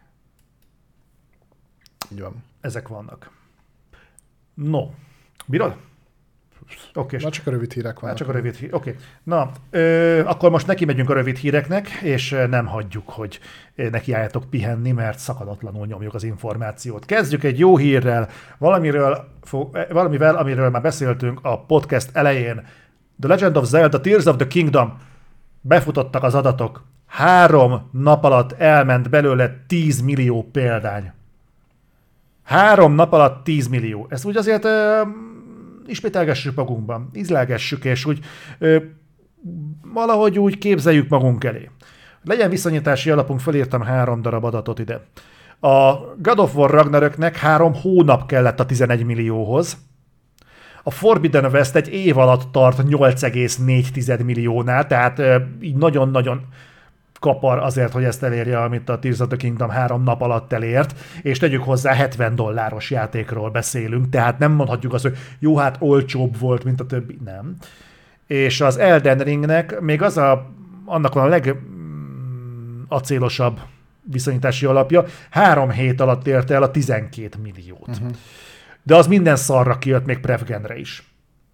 Így van. Ezek vannak. No. Bírod? Okay. Már csak a rövid hírek vannak. Csak a rövid hírek. Oké. Na, akkor most neki megyünk a rövid híreknek, és nem hagyjuk, hogy nekiálljatok pihenni, mert szakadatlanul nyomjuk az információt. Kezdjük egy jó hírrel, valamivel, amiről már beszéltünk a podcast elején. The Legend of Zelda Tears of the Kingdom. Befutottak az adatok. 3 nap alatt elment belőle 10 millió példány. 3 nap alatt 10 millió. Ezt úgy azért ismételgessük magunkban, ízlelgessük, és úgy valahogy úgy képzeljük magunk elé. Legyen viszonyítási alapunk, felírtam 3 darab adatot ide. A God of War Ragnaröknek 3 hónap kellett a 11 millióhoz. A Forbidden West egy év alatt tart 8,4 milliónál, tehát így nagyon-nagyon kapar azért, hogy ezt elérje, amit a Tears of the Kingdom 3 nap alatt elért, és tegyük hozzá $70 játékról beszélünk, tehát nem mondhatjuk azt, hogy jó, hát olcsóbb volt, mint a többi, nem. És az Elden Ringnek még annak van a legacélosabb viszonyítási alapja, 3 hét alatt érte el a 12 milliót. Uh-huh. De az minden szarra kijött, még Prevgenre is.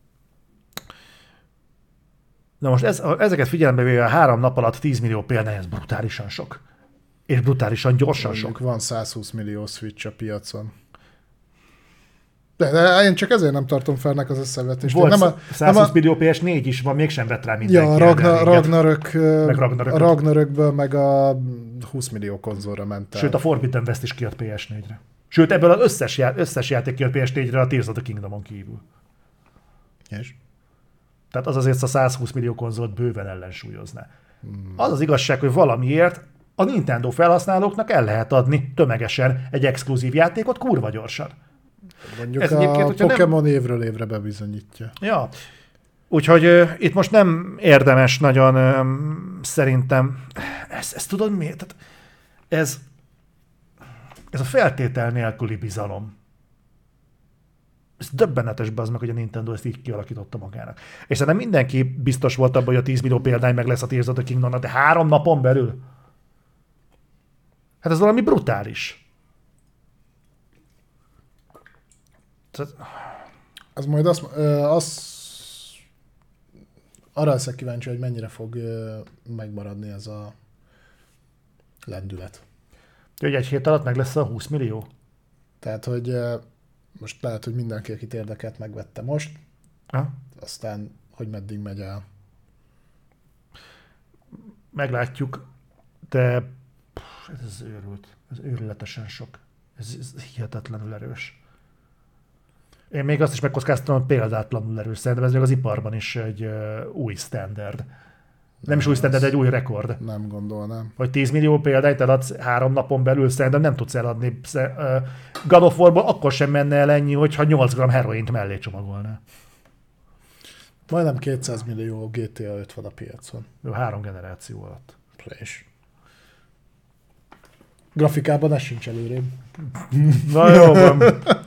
Na most ezeket figyelembe véve a 3 nap alatt 10 millió példány, ez brutálisan sok. És brutálisan gyorsan sok. Van 120 millió Switch a piacon. De én csak ezért nem tartom felnek az összevetést. Volt 120 millió PS4 is van, mégsem vett rá mindenki. Ja, Ragnarökből meg a 20 millió konzolra ment el. Sőt, a Forbidden West is kijött PS4-re. Sőt, ebből az összes játék kijött PS4-re a Tears of the Kingdomon kívül. És? Tehát az azért a 120 millió konzolt bőven ellensúlyozná. Az az igazság, hogy valamiért a Nintendo felhasználóknak el lehet adni tömegesen egy exkluzív játékot kurva gyorsan. Mondjuk ez a Pokémon évről évre bebizonyítja. Ja. Úgyhogy itt most nem érdemes nagyon szerintem, ezt tudod miért? Tehát ez a feltétel nélküli bizalom. Ez döbbenetes, bazd meg, hogy a Nintendo ezt így kialakította magának. És szerintem mindenki biztos volt abban, hogy a 10 millió példány meg lesz a Tears of the Kingdomnak, de 3 napon belül? Hát ez valami brutális. Az majd arra leszek kíváncsi, hogy mennyire fog megmaradni ez a lendület. Hogy egy hét alatt meg lesz a 20 millió? Tehát, hogy most lehet, hogy mindenki, akit érdekelt, megvette most, aztán, hogy meddig megy el. Meglátjuk, de ez őrült. Ez őrületesen sok. Ez hihetetlenül erős. Én még azt is megkockáztam, hogy példátlanul erős. Szerintem ez még az iparban is egy új standard. Nem is új standard, egy új rekord. Nem gondolnám. Hogy 10 millió példányt eladsz 3 napon belül, szerintem nem tudsz eladni. God of War-ból akkor sem menne el ennyi, hogyha 8 g heroint mellé csomagolná. Majdnem 200 millió GTA 5 van a piacon. Jó, 3 generáció alatt. És grafikában ez sincs előrébb. Na jó van.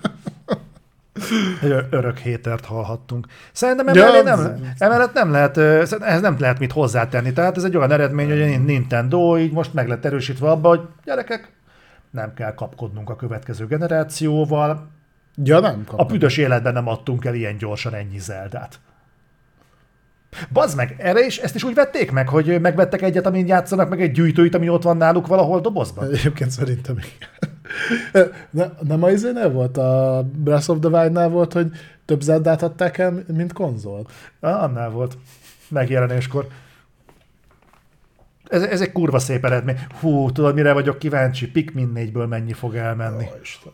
Egy örök hétert hallhattunk. Szerintem emellett nem lehet, ehhez nem lehet mit hozzátenni. Tehát ez egy olyan eredmény, hogy a Nintendo így most meg lett erősítve abba, hogy gyerekek, nem kell kapkodnunk a következő generációval. Ja, nem kapkodunk. A büdös életben nem adtunk el ilyen gyorsan ennyi Zeldát. Bazd meg, ezt is úgy vették meg, hogy megvettek egyet, amin játszanak, meg egy gyűjtőit, ami ott van náluk valahol dobozban? Egyébként szerintem igen. Nem a izénél volt? A Breath of the Wild-nál volt, hogy több Zeldát adták el, mint konzolt? Annál volt. Megjelenéskor. Ez egy kurva szép eredmény. Hú, tudod, mire vagyok kíváncsi? Pikmin 4-ből mennyi fog elmenni. Isten.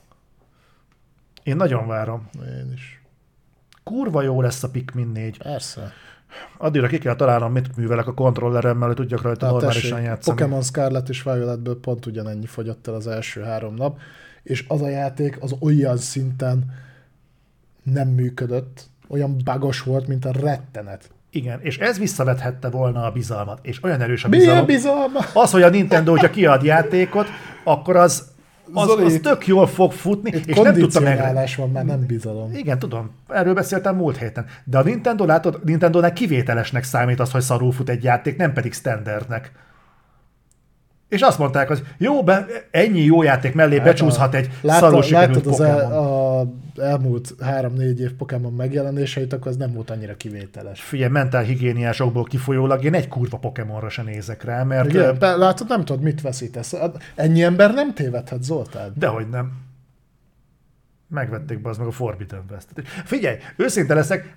Én nagyon várom. Én is. Kurva jó lesz a Pikmin 4. Persze. Addigra ki kell találnom, mit művelek a kontrolleremmel, hogy tudjak rajta normálisan játszani. Pokémon Scarlet és Violetből pont ugyanennyi fogyott el az első 3 nap, és az a játék az olyan szinten nem működött, olyan bugos volt, mint a rettenet. Igen, és ez visszavethette volna a bizalmat, és olyan erős a bizalom. Milyen bizalma? Az, hogy a Nintendo, hogyha kiad játékot, akkor az tök jól fog futni, és nem tudta meg... van, már nem bizalom. Igen, tudom, erről beszéltem múlt héten. De a Nintendo, látod, Nintendónál kivételesnek számít az, hogy szarul fut egy játék, nem pedig standardnek. És azt mondták, hogy jó, ennyi jó játék mellé becsúszhat egy szarul sikerült Pokémon. Az elmúlt 3-4 év Pokémon megjelenéseit, akkor az nem volt annyira kivételes. Figyelj, mentálhigiéniásokból kifolyólag én egy kurva Pokémonra se nézek rá, mert... Igen, látod, nem tudod, mit veszítesz. Ennyi ember nem tévedhet, Zoltán. Dehogy nem. Megvették be az meg a Forbidden West-et. Figyelj, őszinte leszek,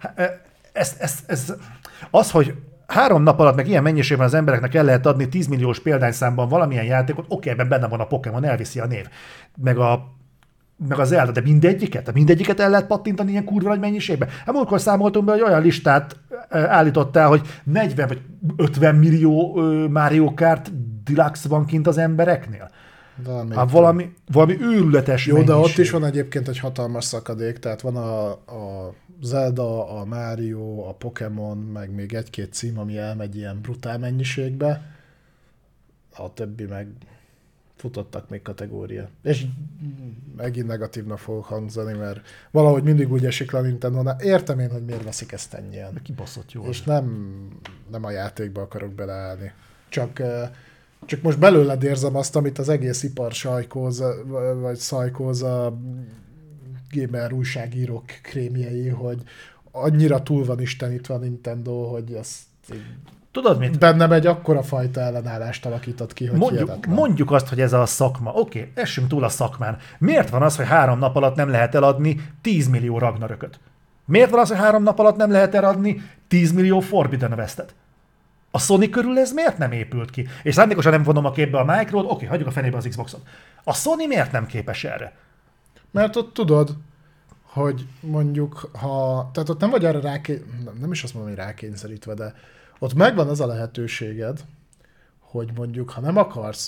az, hogy 3 nap alatt meg ilyen mennyiségben az embereknek el lehet adni 10 milliós példányszámban valamilyen játékot, oké, ebben benne van a Pokémon, elviszi a név. Meg az Zelda, de mindegyiket el lehet pattintani ilyen kurva nagy mennyiségben. Hát múltkor számoltunk be, hogy olyan listát állítottál, hogy 40 vagy 50 millió Mario Kart Deluxe van kint az embereknél. Valami őrületes jó, mennyiség. de ott is van egyébként egy hatalmas szakadék, tehát van a Zelda, a Mario, a Pokémon, meg még 1-2 cím, ami elmegy ilyen brutál mennyiségbe, a többi meg futottak még kategória. És megint negatívnak fogok hangzani, mert valahogy mindig úgy esik le a Nintendo-nál. Értem én, hogy miért veszik ezt ennyien. Kibaszott jó. És nem a játékba akarok beleállni. Csak most belőled érzem azt, amit az egész ipar szajkóz a gamer újságírók krémjei, hogy annyira túl van istenítve a Nintendo, hogy azt tudod mit? Bennem egy akkora fajta ellenállást alakított ki, hogy mondjuk azt, hogy ez a szakma. Oké, essünk túl a szakmán. Miért van az, hogy 3 nap alatt nem lehet eladni 10 millió Ragnarököt? Miért van az, hogy 3 nap alatt nem lehet eladni 10 millió Forbidden West-et? A Sony körül ez miért nem épült ki? És szándékosan nem vonom a képbe a Micro-t, oké, hagyjuk a fenébe az Xboxot. A Sony miért nem képes erre? Mert ott tudod, hogy mondjuk, tehát ott nem vagy arra nem is azt mondom, hogy rákényszerítve, de ott megvan az a lehetőséged, hogy mondjuk, ha nem akarsz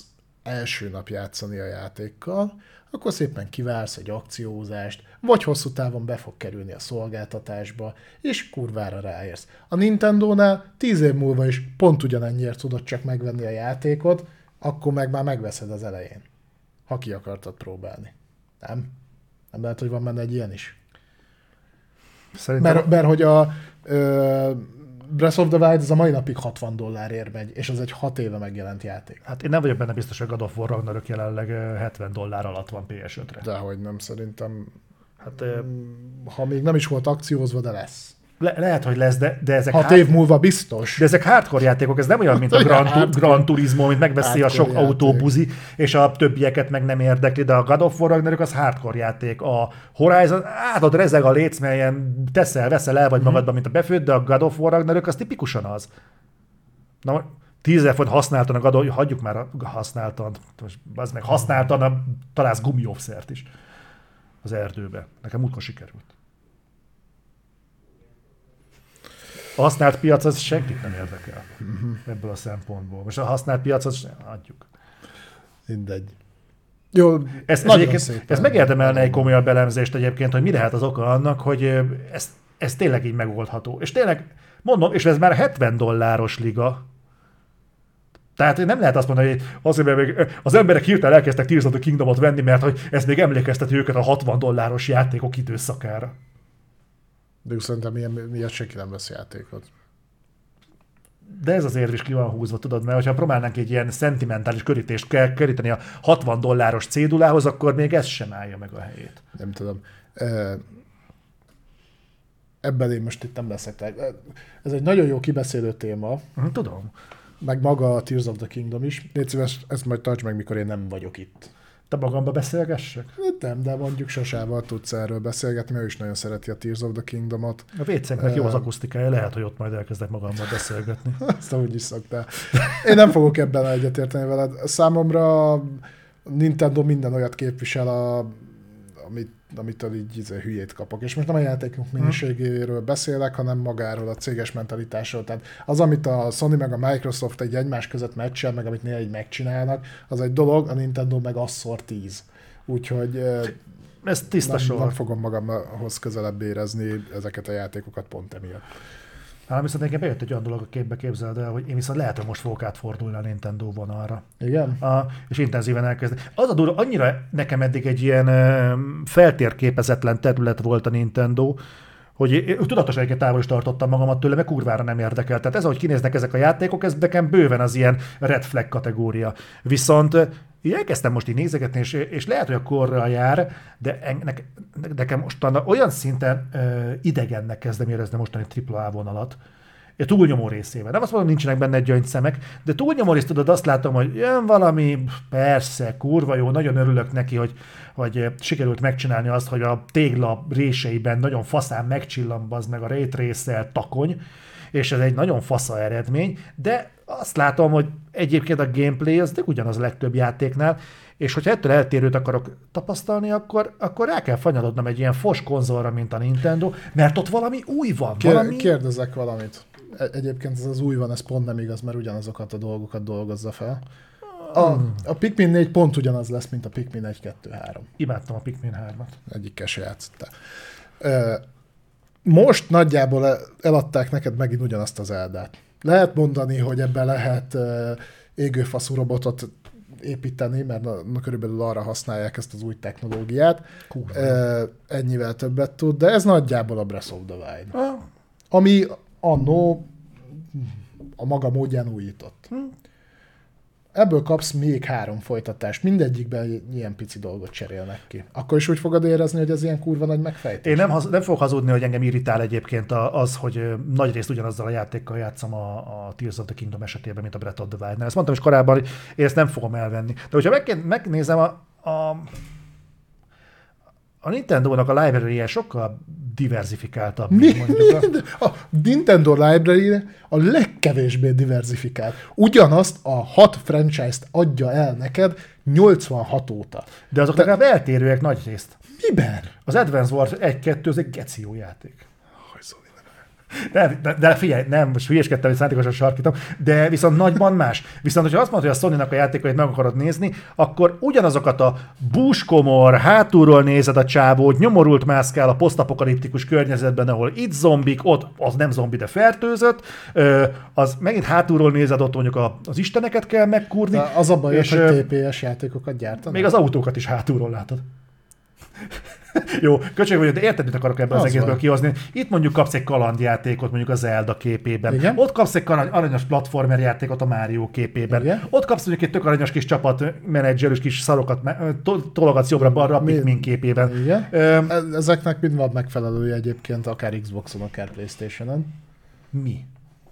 első nap játszani a játékkal, akkor szépen kiválsz egy akciózást, vagy hosszú távon be fog kerülni a szolgáltatásba, és kurvára ráérsz. A Nintendónál 10 év múlva is pont ugyanennyiért tudod csak megvenni a játékot, akkor meg már megveszed az elején, ha ki akartad próbálni. Nem? Nem lehet, hogy van benne egy ilyen is? Szerintem... Mert hogy a Breath of the Wild az a mai napig $60 megy, és az egy 6 éve megjelent játék. Hát én nem vagyok benne biztos, hogy God of War Ragnarök jelenleg $70 alatt van PS5-re. Dehogy nem, szerintem. Hát, ha még nem is volt akciózva, de lesz. Lehet, hogy lesz, de ezek... 6 év múlva biztos. De ezek hardcore játékok, ez nem olyan, mint a Gran Turismo, mint megveszi a sok autóbuzi, és a többieket meg nem érdekli, de a God of War Ragnarök az hardcore játék. A Horizon, ott rezeg a léc, melyen teszel, veszel el vagy magadban, mint a befőtt, de a God of War Ragnarök az tipikusan az. Na, 10 000 font használtan a God of, hagyjuk már a használtan, az meg használtan, találsz gumióvszert is az erdőbe. Nekem múltkor sikerült. A használt piac az senkit nem érdekel ebből a szempontból. Most a használt piacot adjuk. Mindegy. Jó, ez megérdemelne egy komolyabb elemzést egyébként, hogy mi lehet az oka annak, hogy ez tényleg így megoldható. És tényleg, mondom, és ez már $70 liga. Tehát nem lehet azt mondani, hogy azért, mert az emberek hirtelen elkezdtek Tears of the Kingdomot venni, mert hogy ez még emlékezteti őket a $60 játékok időszakára. De szerintem miért senki nem vesz játékot. De ez az érv is ki van húzva, tudod, mert ha próbálnánk egy ilyen szentimentális körítést keríteni a $60 cédulához, akkor még ez sem állja meg a helyét. Nem tudom. Ebben én most itt nem leszek. Ez egy nagyon jó kibeszélő téma. Tudom. Meg maga a Tears of the Kingdom is. Légy szíves, ezt majd tarts meg, mikor én nem vagyok itt. Te magamba beszélgessek? Nem, de mondjuk Sasával tudsz erről beszélgetni, mert ő is nagyon szereti a Tears of the Kingdomot. A WC-nknek jó az akusztikája, lehet, hogy ott majd elkezdek magammal beszélgetni. Azt úgy is szoktál. Én nem fogok ebben egyetérteni veled. Számomra a Nintendo minden olyat képvisel, amitől így hülyét kapok. És most nem a játékunk minőségéről beszélek, hanem magáról, a céges mentalitásról. Tehát az, amit a Sony meg a Microsoft egy egymás között meccsel, meg amit néha így megcsinálnak, az egy dolog, a Nintendo meg asszor 10. Úgyhogy ez tiszta sor. Nem fogom magamhoz közelebb érezni ezeket a játékokat pont emiatt. Viszont nekem bejött egy olyan dolog a képbe, képzeld el, hogy én viszont lehet, hogy most fogok átfordulni a Nintendo vonalra. Igen? És intenzíven elkezdeni. Az a durva, annyira nekem eddig egy ilyen feltérképezetlen terület volt a Nintendo, hogy tudatosan egyébként távol is tartottam magamat tőle, mert kurvára nem érdekel. Tehát ez, ahogy kinéznek ezek a játékok, ez nekem bőven az ilyen red flag kategória. Viszont így elkezdtem most így nézegetni, és lehet, hogy a korral jár, de nekem mostan olyan szinten idegennek kezdem érezni mostani AAA vonalat. A túlnyomó részében. Nem azt mondom, nincsenek benne gyöngyszemek, de túlnyomó részt tudod, azt látom, hogy jön valami, persze, kurva jó, nagyon örülök neki, hogy sikerült megcsinálni azt, hogy a tégla réseiben nagyon faszán megcsillan az meg a ray tracer takony, és ez egy nagyon fasza eredmény, de azt látom, hogy egyébként a gameplay az de ugyanaz a legtöbb játéknál, és hogyha ettől eltérőt akarok tapasztalni, akkor rá kell fanyalodnom egy ilyen fos konzolra, mint a Nintendo, mert ott valami új van. Kérdezek valamit. Egyébként ez az új van, ez pont nem igaz, mert ugyanazokat a dolgokat dolgozza fel. A Pikmin 4 pont ugyanaz lesz, mint a Pikmin 1, 2, 3. Imádtam a Pikmin 3-at. Egyikkel se játszottál. Most nagyjából eladták neked megint ugyanazt az Eldát. Lehet mondani, hogy ebben lehet égőfaszú robotot építeni, mert körülbelül arra használják ezt az új technológiát. Ennyivel többet tud, de ez nagyjából a Breath of the Wild. Ami annó a maga módján újított. Ebből kapsz még 3 folytatást. Mindegyikben ilyen pici dolgot cserélnek ki. Akkor is úgy fogod érezni, hogy ez ilyen kurva nagy megfejtés? Én nem fogok hazudni, hogy engem irritál egyébként az, hogy nagyrészt ugyanazzal a játékkal játszom a Tears of the Kingdom esetében, mint a Breath of the Wild-nál. Ezt mondtam is korábban, hogy én ezt nem fogom elvenni. De hogyha megnézem a Nintendo-nak a library-je sokkal diversifikáltabb. A Nintendo library a legkevésbé diversifikált. Ugyanazt a 6 franchise-t adja el neked 86 óta. De azok legalább eltérőek nagy részt. Miben? Az Advance Wars 1-2 az egy geci jó játék. De figyelj, nem, most hülyeskedtem, hogy szándékosan sarkítom, de viszont nagyban más. Viszont, hogyha azt mondod, hogy a Sony-nak a játékait meg akarod nézni, akkor ugyanazokat a búskomor, hátulról nézed a csávót, nyomorult mászkál a posztapokaliptikus környezetben, ahol itt zombik, ott az nem zombi, de fertőzött, az megint hátulról nézed, ott mondjuk az isteneket kell megkúrni. De az a baj, hogy TPS játékokat gyártanak. Még az autókat is hátulról látod. Jó, köcsög vagyok, de érted, mit akarok ebben az egészből kihozni. Itt mondjuk kapsz egy kalandjátékot, mondjuk a Zelda képében. Igen? Ott kapsz egy aranyos platformer játékot a Mario képében. Igen? Ott kapsz mondjuk egy tök aranyos kis csapatmenedzserős kis szarokat, tologatsz jobbra-balra a Pikmin képében. Igen? Ezeknek mind van megfelelője egyébként, akár Xboxon, akár PlayStation-on. Mi?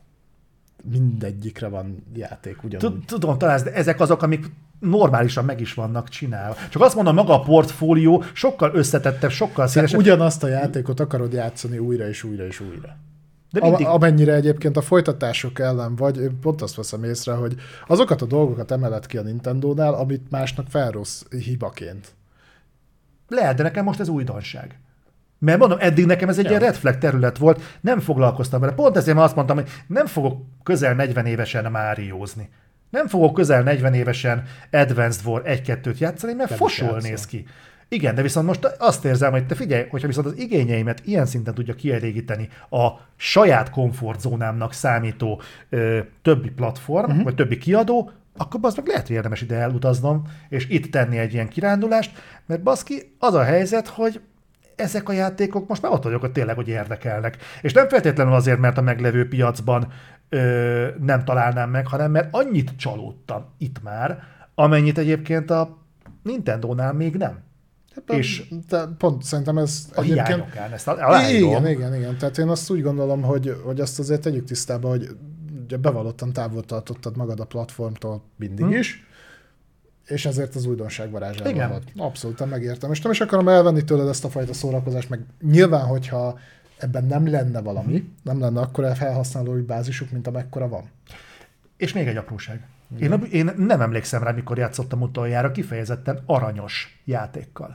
Mindegyikre van játék ugyanúgy. Tudom, talán ezek azok, amik normálisan meg is vannak csinálva. Csak azt mondom, maga a portfólió sokkal összetettebb, sokkal szélesebb. Ugyanazt a játékot akarod játszani újra és újra és újra. De mindig... Amennyire egyébként a folytatások ellen vagy, én pont azt veszem észre, hogy azokat a dolgokat emeled ki a Nintendónál, amit másnak felrossz hibaként. Lehet, de nekem most ez újdonság. Mert mondom, eddig nekem ez egy ilyen red flag terület volt, nem foglalkoztam vele. Pont ezért azt mondtam, hogy nem fogok közel 40 évesen Máriózni. Nem fogok közel 40 évesen Advanced War 1-2-t játszani, mert fosol néz ki. Igen, de viszont most azt érzem, hogy te figyelj, hogyha viszont az igényeimet ilyen szinten tudja kielégíteni a saját komfortzónámnak számító többi platform, vagy többi kiadó, akkor az meg lehet, hogy érdemes ide elutaznom, és itt tenni egy ilyen kirándulást, mert baszki, az a helyzet, hogy ezek a játékok most már ott vagyok, hogy tényleg, hogy érdekelnek. És nem feltétlenül azért, mert a meglevő piacban nem találnám meg, hanem mert annyit csalódtam itt már, amennyit egyébként a Nintendónál még nem. És pont szerintem ez a hiányokán, ezt aláírom. Igen. Tehát én azt úgy gondolom, hogy azt azért tegyük tisztába, hogy ugye bevallottan távol tartottad magad a platformtól mindig is, és ezért az újdonság varázsával volt. Abszolút megértem. És nem is akarom elvenni tőled ezt a fajta szórakozást, meg nyilván, hogyha ebben nem lenne valami, nem lenne akkora felhasználói bázisuk, mint amekkora van. És még egy apróság. Én nem emlékszem rá, mikor játszottam utoljára kifejezetten aranyos játékkal.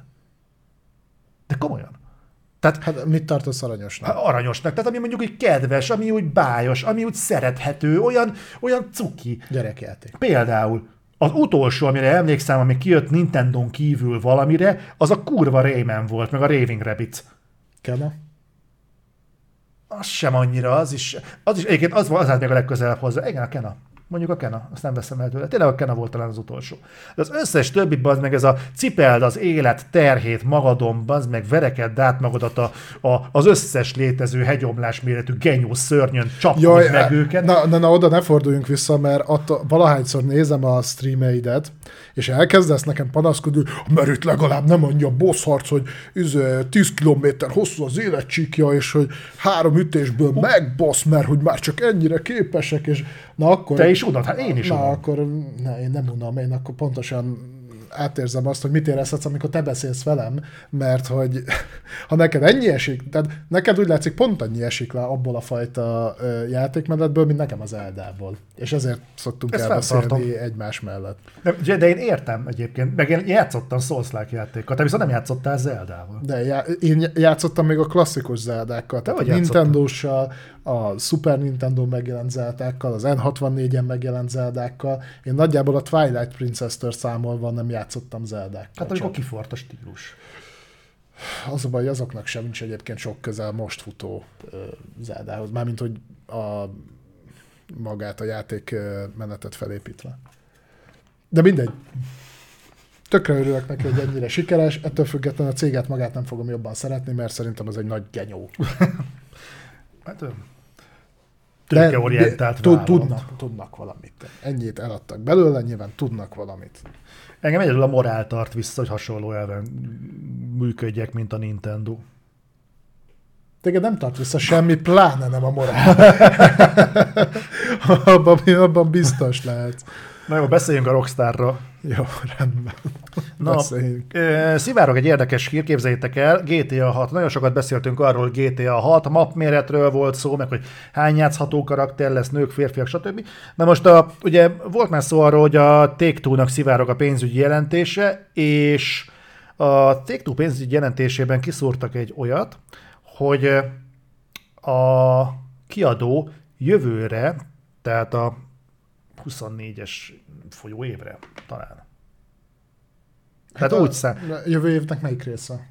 De komolyan. Tehát, hát mit tartasz aranyosnak? Aranyosnak. Tehát ami mondjuk úgy kedves, ami úgy bájos, ami úgy szerethető, olyan cuki. Gyerekjáték. Például az utolsó, amire emlékszem, ami kijött Nintendon kívül valamire, az a kurva Rayman volt, meg a Raving Rabbids. Kena? Az sem annyira, az is egyébként az állt még a legközelebb hozzá. Igen, a Kena. Mondjuk a Kena, azt nem veszem el tőle. Tényleg a Kena volt talán az utolsó. De az összes többi, az meg ez a cipeld az élet terhét magadon, az meg verekedd át magadat az összes létező hegyomlás méretű genyó szörnyön, csapod meg őket. Na, oda ne forduljunk vissza, mert valahányszor nézem a streameidet, és elkezdesz nekem panaszkodni, mert itt legalább nem annyi a boss harc, hogy 10 kilométer hosszú az életcsíkja, és hogy 3 ütésből megbasz, mert hogy már csak ennyire képesek, és na akkor... Te is unod? Hát én is unod. Akkor én nem unom, én akkor pontosan átérzem azt, hogy mit érezhetsz, amikor te beszélsz velem, mert hogy ha neked ennyi esik, tehát neked úgy látszik pont annyi esik le abból a fajta játékmenetből, mint nekem az Eldából. És ezért szoktunk elbeszélni egymás mellett. De én értem egyébként, meg én játszottam Souls-like játékkal, te viszont nem játszottál Zeldával. De én játszottam még a klasszikus Zeldákkal, tehát a Nintendo-ssal, a Super Nintendo megjelent Zeldákkal, az N64-en megjelent Zeldákkal. Én nagyjából a Twilight Princess-től számolva nem játszottam Zeldákkal. Hát amikor kifort a stílus. Az a baj, azoknak sem nincs egyébként sok közel most futó Zeldához. Mármint, hogy magát a játékmenetet felépítve. De mindegy. Tökre örülök neki, hogy ennyire sikeres, ettől függetlenül a céget magát nem fogom jobban szeretni, mert szerintem az egy nagy genyó. Hát tőkeorientált tudnak valamit. Ennyit eladtak belőle, nyilván tudnak valamit. Engem egyedül a morál tart vissza, hogy hasonló elven működjek, mint a Nintendo. Téged nem tart vissza semmi, pláne nem a morál. abban biztos lehet. Na jó, beszéljünk a Rockstarról. Jó, rendben. Na, szivárog egy érdekes hír, képzeljétek el, GTA 6. Nagyon sokat beszéltünk arról, hogy GTA 6 map méretről volt szó, meg hogy hány játszható karakter lesz, nők, férfiak, stb. Na most ugye volt már szó arról, hogy a Take-Two-nak szivárog a pénzügyi jelentése, és a Take-Two pénzügyi jelentésében kiszúrtak egy olyat, hogy a kiadó jövőre, tehát a 24-es folyó évre talán. Tehát úgy jövő évnek melyik része?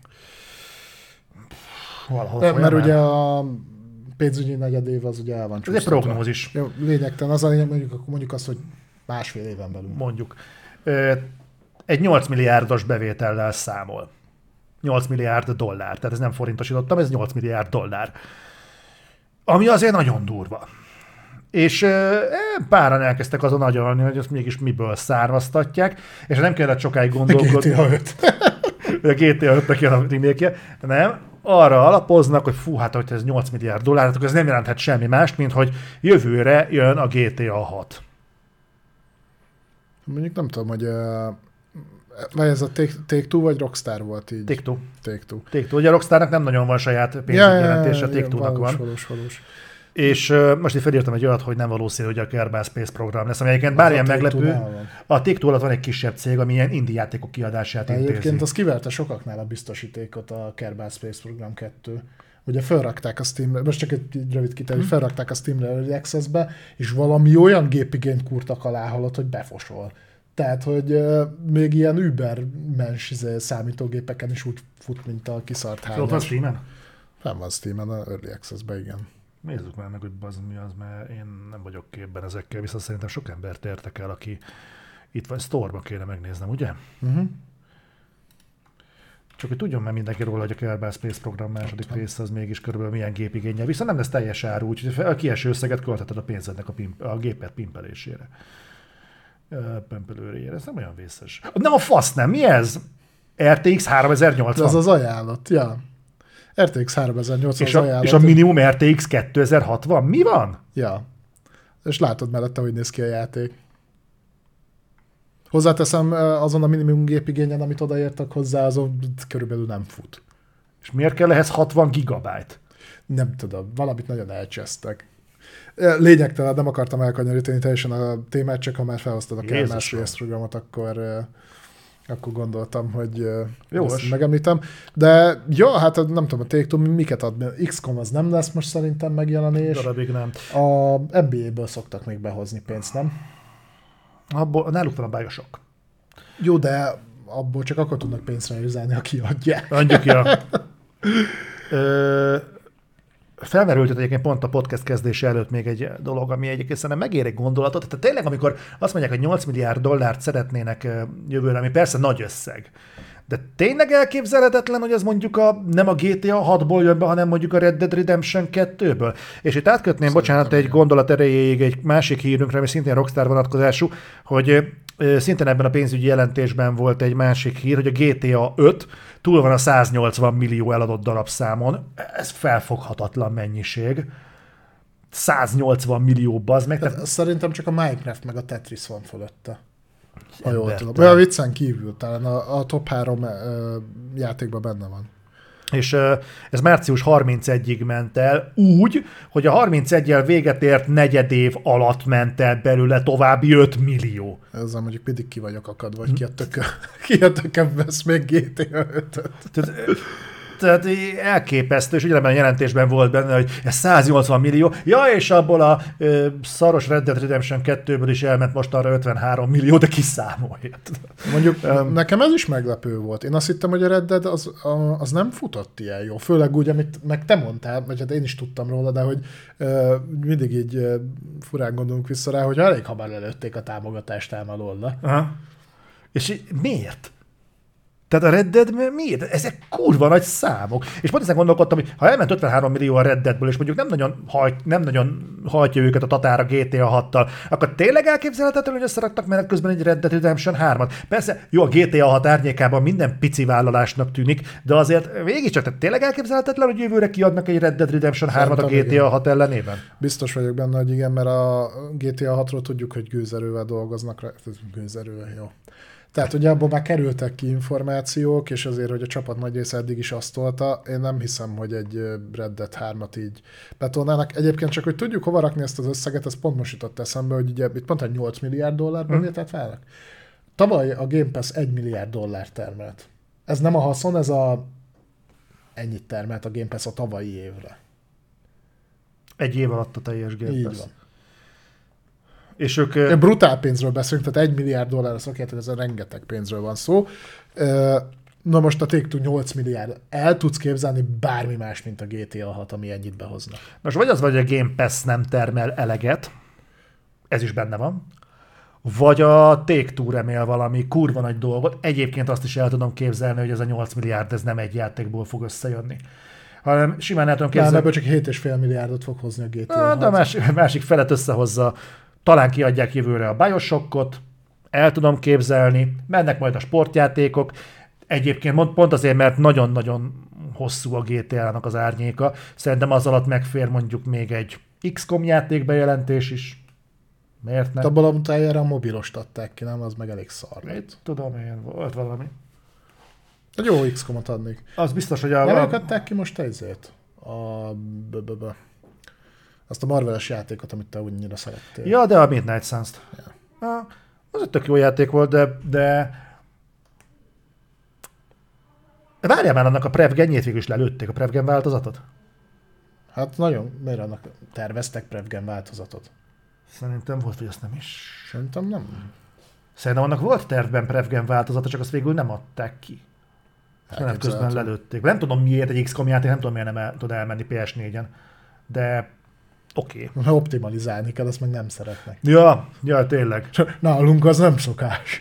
Valahol mert ugye a pénzügyi negyedév az ugye el van csúsztatva. Ez egy prognózis. Jó, lényegtelen. Az a lényeg, mondjuk azt, hogy másfél éven belül. Mondjuk. Egy 8 milliárdos bevétellel számol. 8 milliárd dollár. Tehát ez nem forintosítottam, ez 8 milliárd dollár. Ami azért nagyon durva. És páran elkezdtek azon agyalni, hogy ezt mégis miből származtatják, és nem kellett sokáig gondolkodni. GTA 5. A GTA 5-nek jön a remake-je. Nem. Arra alapoznak, hogy fú, hát hogy ez 8 milliárd dollár, akkor ez nem jelenthet semmi mást, mint hogy jövőre jön a GTA 6. Mondjuk nem tudom, hogy vagy ez a Take-Two vagy Rockstar volt így? Take-Two. Take-Two. Ugye a Rockstarnak nem nagyon van saját pénzügyjelentése, a Take-Two-nak van. Valós. És most itt felírtam egy olyat, hogy nem valószínű, hogy a Kerbal Space program lesz, ami egyébként bármilyen meglepő. A Take-Two alatt van egy kisebb cég, ami ilyen indie játékok kiadását intézi. Egyébként az kiverte sokaknál a biztosítékot a Kerbal Space Program 2. Ugye felrakták a Steamre, most csak egy rövid kitel, hogy felrakták a Steamre Early Access-be, és valami olyan gépigényt kurtak alá halott, hogy befosol. Tehát, hogy még ilyen übermens számítógépeken is úgy fut, mint a kiszart hányas. Szóval van Steamen? Nem van Steamen, a Early Access-ben, igen. Nézzük már meg, hogy mi az, mert én nem vagyok képben ezekkel, viszont szerintem sok embert érdekel, aki itt van, Store-ban kéne megnéznem, ugye? Csak hogy tudjon már mindenki róla, hogy a Kerbal Space program második része az mégis körülbelül milyen gépigénnyel. Viszont nem lesz teljes áru, úgyhogy a kieső összeget költheted a pénzednek a gépet pimpelésére. Pempelőrére. Ez nem olyan vészes. Nem a fasz, nem? Mi ez? RTX 3080? Ez az ajánlat, ja. RTX 3080 az ajánlat. És a minimum RTX 2060? Mi van? Ja. És látod mellette, hogy néz ki a játék. Hozzáteszem, azon a minimum gépigényen, amit odaértek hozzá, azon körülbelül nem fut. És miért kell ehhez 60 gigabyte? Nem tudom, valamit nagyon elcsesztek. Lényegtelen, nem akartam elkanyarítani teljesen a témát, csak ha már felhoztad a Kerbal Space programot, akkor gondoltam, hogy ezt megemlítem. De jó, hát nem tudom, a Take-Two miket ad. XCOM az nem lesz most szerintem megjelenés. Darabig nem. A NBA-ből szoktak még behozni pénzt, nem? Náluk van a Bioshock. Jó, de abból csak akkor tudnak pénzt realizálni, aki adja. Adjuk, ja. Felmerült egyébként pont a podcast kezdése előtt még egy dolog, ami egyébként szerintem megér egy gondolatot. Tehát tényleg, amikor azt mondják, hogy 8 milliárd dollárt szeretnének jövőre, ami persze nagy összeg, de tényleg elképzelhetetlen, hogy ez mondjuk nem a GTA 6-ból jön be, hanem mondjuk a Red Dead Redemption 2-ből. És itt átkötném, bocsánat, egy gondolat erejéig egy másik hírünkre, ami szintén Rockstar vonatkozású, hogy szintén ebben a pénzügyi jelentésben volt egy másik hír, hogy a GTA 5 túl van a 180 millió eladott darabszámon. Ez felfoghatatlan mennyiség. 180 millió, bazd meg. Szerintem csak a Minecraft meg a Tetris van fölötte. Ha jól tudom. Olyan viccen kívül, talán a top 3 játékban benne van. És ez március 31-ig ment el úgy, hogy a 31-jel véget ért negyedév alatt ment el belőle további 5 millió. Ezzel mondjuk mindig ki vagyok akadva, hogy ki a tökön vesz még GTA 5-öt. Tehát elképesztő, és ugyanebben a jelentésben volt benne, hogy ez 180 millió, ja, és abból a szaros Red Dead Redemption 2-ből is elment most arra 53 millió, de kiszámolja. Mondjuk nekem ez is meglepő volt. Én azt hittem, hogy a Red Dead az nem futott ilyen jó. Főleg úgy, amit meg te mondtál, vagy hát én is tudtam róla, de hogy mindig így furán gondolunk vissza rá, hogy elég hamar előtték a támogatást ám alól. És miért? Tehát a Red Dead miért? Ezek kurva nagy számok. És pont ezen gondolkodtam, hogy ha elment 53 millió a Red Deadből, és mondjuk nem nagyon hajtja őket a tatár a GTA 6-tal, akkor tényleg elképzelhetetlen, hogy összeraktak menet közben egy Red Dead Redemption 3-at. Persze, jó, a GTA 6 árnyékában minden pici vállalásnak tűnik, de azért mégiscsak, tehát tényleg elképzelhetetlen, hogy jövőre kiadnak egy Red Dead Redemption 3-at a GTA 6 ellenében? Biztos vagyok benne, hogy igen, mert a GTA 6-ról tudjuk, hogy gőzerővel dolgoznak. Gőzerővel, jó. Tehát ugye abból már kerültek ki információk, és azért, hogy a csapat nagy része eddig is azt tolta, én nem hiszem, hogy egy Red Dead 3-at így betolnának. Egyébként csak, hogy tudjuk hova rakni ezt az összeget, ez pont most jutott eszembe, hogy ugye itt pont egy 8 milliárd dollár bevételt válnak. Tavaly a Game Pass 1 milliárd dollár termelt. Ez nem a haszon, ez ennyit termelt a Game Pass a tavalyi évre. Egy év alatt a teljes Game Így Pass. van. És ők... Brutál pénzről beszélünk, tehát $1 milliárd, szokjátok, ez rengeteg pénzről van szó. Na most a Take-Two 8 milliárd. El tudsz képzelni bármi más, mint a GTA 6, ami ennyit behozna. Most vagy az, vagy a Game Pass nem termel eleget, ez is benne van, vagy a Take-Two remél valami kurva nagy dolgot. Egyébként azt is el tudom képzelni, hogy ez a 8 milliárd, ez nem egy játékból fog összejönni. Hanem simán el tudom képzelni. Ebből csak 7,5 milliárdot fog hozni a GTA 6. De a másik felet összehozza. Talán kiadják jövőre a Bioshockot, el tudom képzelni, mennek majd a sportjátékok. Egyébként pont azért, mert nagyon-nagyon hosszú a GTA-nak az árnyéka. Szerintem az alatt megfér mondjuk még egy XCOM játékbejelentés is. Miért nem? Abban a mutájára a mobilost adták ki, nem? Az meg elég szar. Mit tudom én, volt valami. Egy jó XCOM-ot adnék. Az biztos, hogy Nem ők adták ki most ezért? Azt a Marvel-es játékot, amit te annyira szerettél. Ja, de a Midnight Suns-t. Ja. Az egy tök jó játék volt, de várjál már, annak a Prevgenjét végül is lelőtték, a Prevgen változatot? Hát nagyon, miért annak terveztek Prevgen változatot? Szerintem volt, vagy azt nem is. Szerintem nem. Szerintem annak volt tervben Prevgen változata, csak azt végül nem adták ki. Nem közben lelőtték. Nem tudom miért egy XCOM játék, nem tudom miért nem tud elmenni PS4-en. De oké. Optimalizálni kell, azt meg nem szeretnek. Ja, tényleg. Nálunk az nem szokás.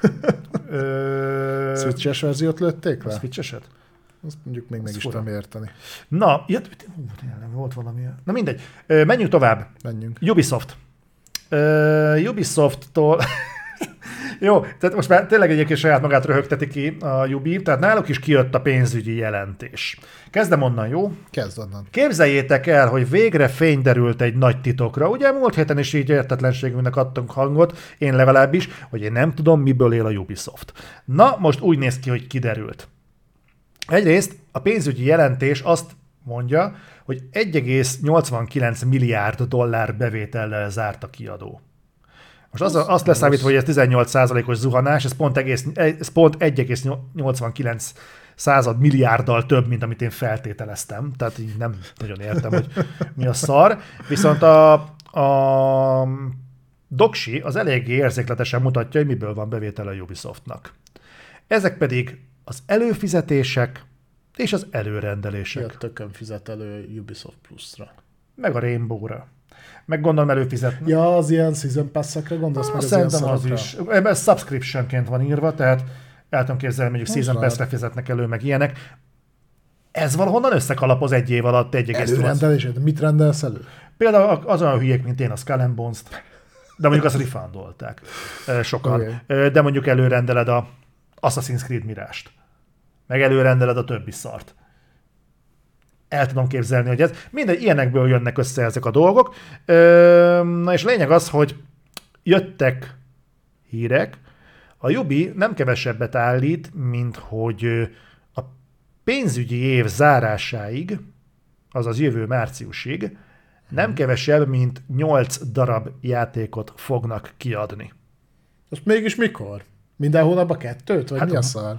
Switch-es verziót lőtték le? Switch-eset? Azt mondjuk még meg is tudom érteni. Na, tényleg volt valami. Na mindegy. Menjünk tovább. Menjünk. Ubisoft. Ubisoft-tól... Jó, tehát most már tényleg egyébként saját magát röhögteti ki a Ubi, tehát náluk is kijött a pénzügyi jelentés. Kezdem onnan, jó? Kezd onnan. Képzeljétek el, hogy végre fény derült egy nagy titokra. Ugye múlt héten is így értetlenségünknek adtunk hangot, én legalábbis, hogy én nem tudom, miből él a Ubisoft. Na, most úgy néz ki, hogy kiderült. Egyrészt a pénzügyi jelentés azt mondja, hogy 1,89 milliárd dollár bevétellel zárt a kiadó. Most azt leszámítva, hogy ez 18%-os zuhanás, ez pont 1,89 milliárddal több, mint amit én feltételeztem. Tehát így nem nagyon értem, hogy mi a szar. Viszont a doksi az eléggé érzékletesen mutatja, hogy miből van bevétel a Ubisoftnak. Ezek pedig az előfizetések és az előrendelések. Ja, tökön fizet elő Ubisoft Plus-ra. Meg a Rainbow-ra. Meg gondolom előfizetni. Ja, az ilyen Season Pass-ekre gondolsz, meg az ilyen az is. Ez subscriptionként van írva, tehát el tudom képzelni, mondjuk Season Pass-re fizetnek elő, meg ilyenek. Ez valahonnan összekalapoz egy év alatt 1,8. Előrendelésed? Mit rendelsz elő? Például az olyan hülyék, mint én, a Skull and Bones-t, de mondjuk azt refundolták sokan. Okay. De mondjuk előrendeled a Assassin's Creed Mirage-t. Meg előrendeled a többi szart. El tudom képzelni, hogy ez. Mindegy, ilyenekből jönnek össze ezek a dolgok. Na és lényeg az, hogy jöttek hírek. A Ubi nem kevesebbet állít, mint hogy a pénzügyi év zárásáig, azaz jövő márciusig, nem kevesebb, mint 8 darab játékot fognak kiadni. Most mégis mikor? Minden hónapban 2? Vagy mi a szar?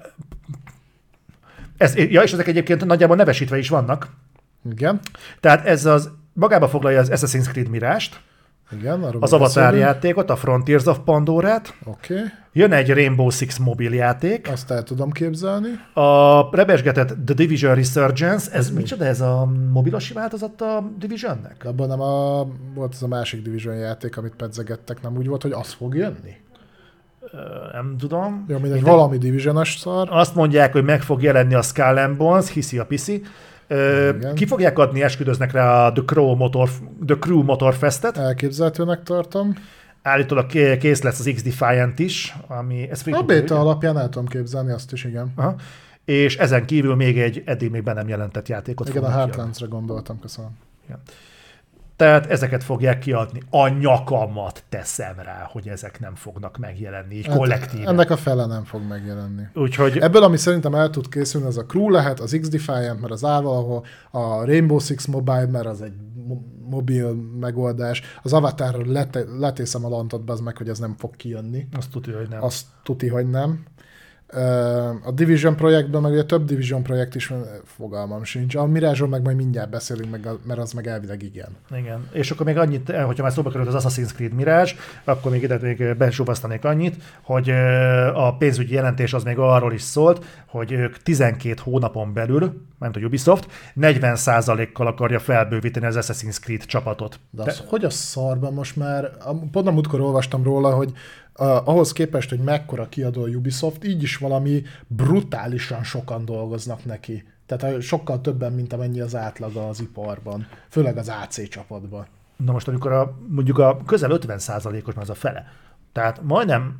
És ezek egyébként nagyjából nevesítve is vannak. Igen. Tehát ez magába foglalja az Assassin's Creed Mirage-t, igen, az Avatar játékot, a Frontiers of Pandorát, okay. Jön egy Rainbow Six mobil játék. Azt el tudom képzelni. A rebesgetett The Division Resurgence, ez micsoda, ez a mobilosi változat a Divisionnek? Abban nem volt ez a másik Division játék, amit pedzegettek, nem úgy volt, hogy az fog jönni? Nem tudom. Jó, mindegy, valami Division-as szar. Azt mondják, hogy meg fog jelenni a Skull and Bones, hiszi a piszi. Ki fogják adni, esküdöznek rá a The Crew Motorfestet. Elképzelhetőnek tartom. Állítólag kész lesz az X-Defiant is, ami... Ez a beta alapján el tudom képzelni azt is, igen. Aha. És ezen kívül még egy eddig még be nem jelentett játékot igen, a Heartlands-re gondoltam, köszönöm. Igen. Tehát ezeket fogják kiadni. A nyakamat teszem rá, hogy ezek nem fognak megjelenni, így kollektíven. Ennek a fele nem fog megjelenni. Úgyhogy... Ebből, ami szerintem el tud készülni, az a Crew lehet, az X-Defiant, mert az áll valahol, a Rainbow Six Mobile, mert az egy mobil megoldás. Az Avatarról letészem a lantot, az meg, hogy ez nem fog kijönni. Azt tudja, hogy nem. Azt tuti, hogy nem. A Division projektben, meg ugye több Division projekt is fogalmam sincs. A Mirage-ról meg majd mindjárt beszélünk, mert az meg elvileg igen. Igen. És akkor még annyit, hogyha már szóba került az Assassin's Creed Mirage, akkor még ide még besúvasztanék annyit, hogy a pénzügyi jelentés az még arról is szólt, hogy ők 12 hónapon belül, ment a Ubisoft, 40%-kal akarja felbővíteni az Assassin's Creed csapatot. De az, hogy a szarban most már, pont a múltkor olvastam róla, hogy ahhoz képest, hogy mekkora kiadó a Ubisoft, így is valami brutálisan sokan dolgoznak neki. Tehát sokkal többen, mint amennyi az átlaga az iparban. Főleg az AC csapatban. Na most, amikor mondjuk a közel 50%-os, már az a fele. Tehát majdnem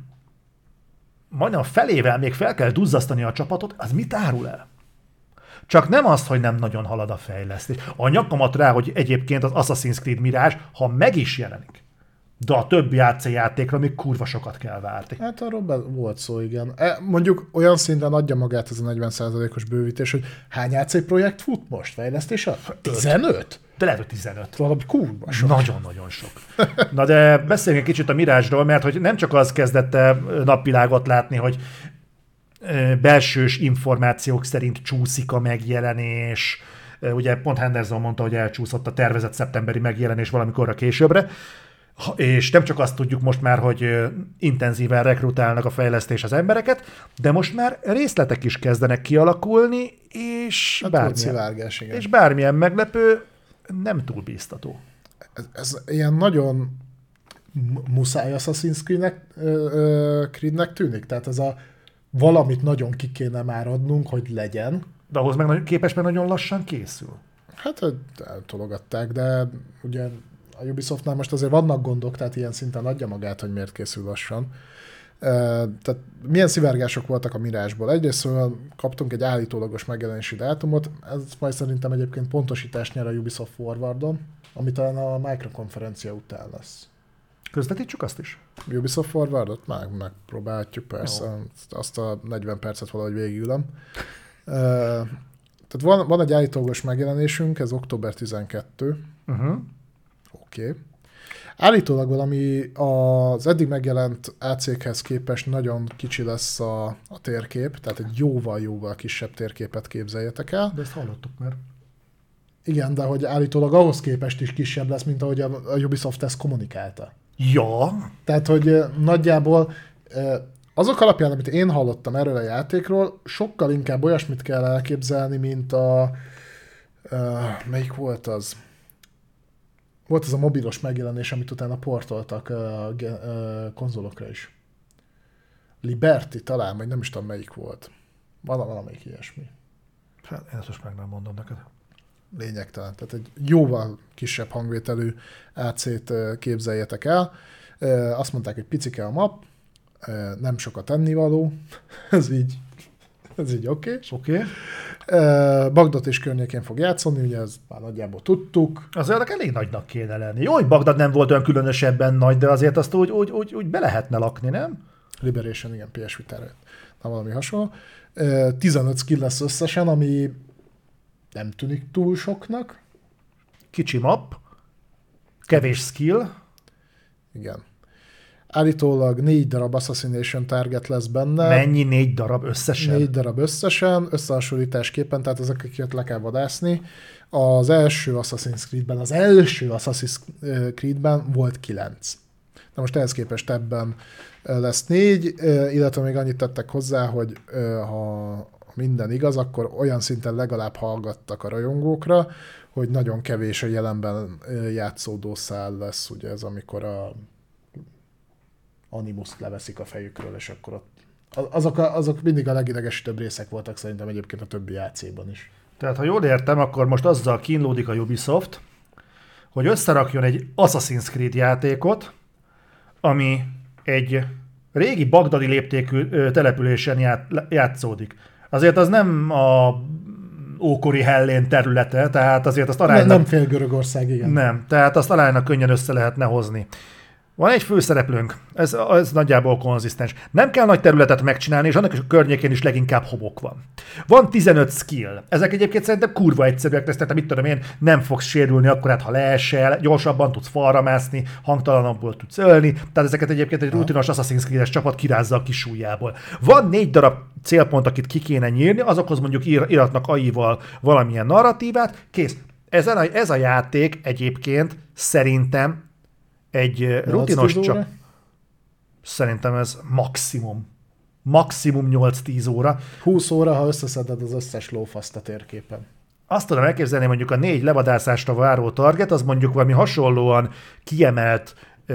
a felével még fel kell duzzasztani a csapatot, az mit árul el? Csak nem azt, hogy nem nagyon halad a fejlesztés. A nyakamat rá, hogy egyébként az Assassin's Creed Mirage, ha meg is jelenik, de a többi AC játékra még kurva sokat kell várni. Hát arról volt szó, igen. Mondjuk olyan szinten adja magát ez a 40%-os bővítés, hogy hány AC projekt fut most fejlesztés? 15? De lehet, hogy 15. Valami kurva sok. Nagyon-nagyon sok. Na de beszéljünk egy kicsit a Mirage-ról, mert hogy nem csak az kezdette napvilágot látni, hogy belsős információk szerint csúszik a megjelenés. Ugye pont Henderson mondta, hogy elcsúszott a tervezett szeptemberi megjelenés valamikorra későbbre. És nem csak azt tudjuk most már, hogy intenzíven rekrutálnak a fejlesztés az embereket, de most már részletek is kezdenek kialakulni, és, és bármilyen meglepő, nem túl bíztató. Ez ilyen nagyon muszáj Assassin's Creed-nek tűnik, tehát ez a valamit nagyon ki kéne már adnunk, hogy legyen. De ahhoz meg képes, mert nagyon lassan készül. Hát eltologatták, de ugye a Ubisoftnál most azért vannak gondok, tehát ilyen szinten adja magát, hogy miért készül lassan. Tehát milyen szivárgások voltak a Mirage-ból? Egyrészt kaptunk egy állítólagos megjelenési dátumot, ez majd szerintem egyébként pontosítást nyer a Ubisoft Forwardon, ami talán a Micro konferencia után lesz. Közvetítsük azt is? Ubisoft Forwardot? Megpróbálhatjuk persze, azt a 40 percet valahogy végigülöm. Tehát van egy állítólagos megjelenésünk, ez október 12. Oké. Állítólag valami az eddig megjelent AC-khez képest nagyon kicsi lesz a térkép, tehát egy jóval-jóval kisebb térképet képzeljetek el. De ezt hallottuk már. Igen, de hogy állítólag ahhoz képest is kisebb lesz, mint ahogy a Ubisoft ezt kommunikálta. Ja. Tehát, hogy nagyjából azok alapján, amit én hallottam erről a játékról, sokkal inkább olyasmit kell elképzelni, mint melyik volt az? Volt ez a mobilos megjelenés, amit utána portoltak konzolokra is. Liberty talán, vagy nem is tudom melyik volt. Valamelyik ilyesmi. Hát, én ezt most meg nem mondom neked. Lényegtelen. Tehát egy jóval kisebb hangvételű AC-t képzeljetek el. Azt mondták, hogy picike a map, nem sokat ennivaló. Ez így oké. Oké. Bagdad és környékén fog játszani, ugye ezt már nagyjából tudtuk. Azért elég nagynak kéne lenni. Jó, hogy Bagdad nem volt olyan különösebben nagy, de azért azt úgy be lehetne lakni, nem? Liberation, igen, PS Vita-ra. Nem valami hasonló. 15 skill lesz összesen, ami nem tűnik túl soknak. Kicsi map, kevés skill. Igen. Állítólag 4 darab Assassination target lesz benne. Mennyi 4 darab összesen? 4 darab összesen, összehasonlításképpen, tehát ezeket le kell vadászni. Az első Assassin's Creedben volt 9. Na most ehhez képest ebben lesz 4, illetve még annyit tettek hozzá, hogy ha minden igaz, akkor olyan szinten legalább hallgattak a rajongókra, hogy nagyon kevés a jelenben játszódó szál lesz, ugye ez amikor a Animust leveszik a fejükről, és akkor ott azok mindig a legidegesítőbb részek voltak szerintem egyébként a többi AC-ban is. Tehát, ha jól értem, akkor most azzal kínlódik a Ubisoft, hogy összerakjon egy Assassin's Creed játékot, ami egy régi bagdadi léptékű településen játszódik. Azért az nem a ókori Hellén területe, tehát azért azt aránylag... Nem fél Görögország, igen. Nem, tehát azt aránylag könnyen össze lehetne hozni. Van egy főszereplőnk, ez nagyjából konzisztens. Nem kell nagy területet megcsinálni, és annak is a környékén is leginkább homok van. Van 15 skill. Ezek egyébként szerintem kurva egyszerűek lesznek, tehát mit tudom én, nem fogsz sérülni akkor, ha leesel, gyorsabban tudsz falra mászni, hangtalanabbul tudsz ölni, tehát ezeket egyébként egy rutinos Assassin's Creed-es csapat kirázza a kis ujjából. Van 4 darab célpont, akit ki kéne nyírni, azokhoz mondjuk iratnak AI-val valamilyen narratívát, kész. Ez a játék egyébként szerintem egy rutinos csak. Szerintem ez maximum 8-10 óra. 20 óra, ha összeszeded az összes lófaszt a térképen. Azt tudom elképzelni, mondjuk a 4 levadászásra váró target, az mondjuk valami hasonlóan kiemelt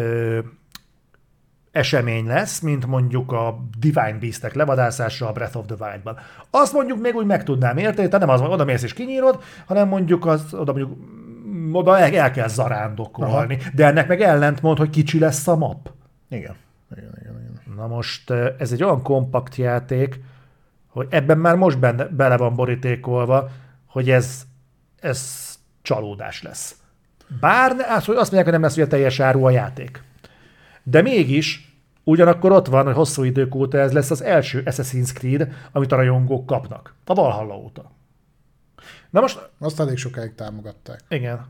esemény lesz, mint mondjuk a Divine Beastek levadászása a Breath of the Wild-ban. Azt mondjuk még úgy meg tudnám érteni, tehát nem az, hogy oda mész és kinyírod, hanem mondjuk oda el kell zarándokolni. Aha. De ennek meg ellentmond, hogy kicsi lesz a map. Igen. Na most ez egy olyan kompakt játék, hogy ebben már most bele van borítékolva, hogy ez csalódás lesz. Bár azt mondják, hogy nem lesz ugye teljes áru a játék. De mégis ugyanakkor ott van, hogy hosszú idők óta ez lesz az első Assassin's Creed, amit a rajongók kapnak. A Valhalla óta. Na most... Azt elég sokáig támogatták. Igen.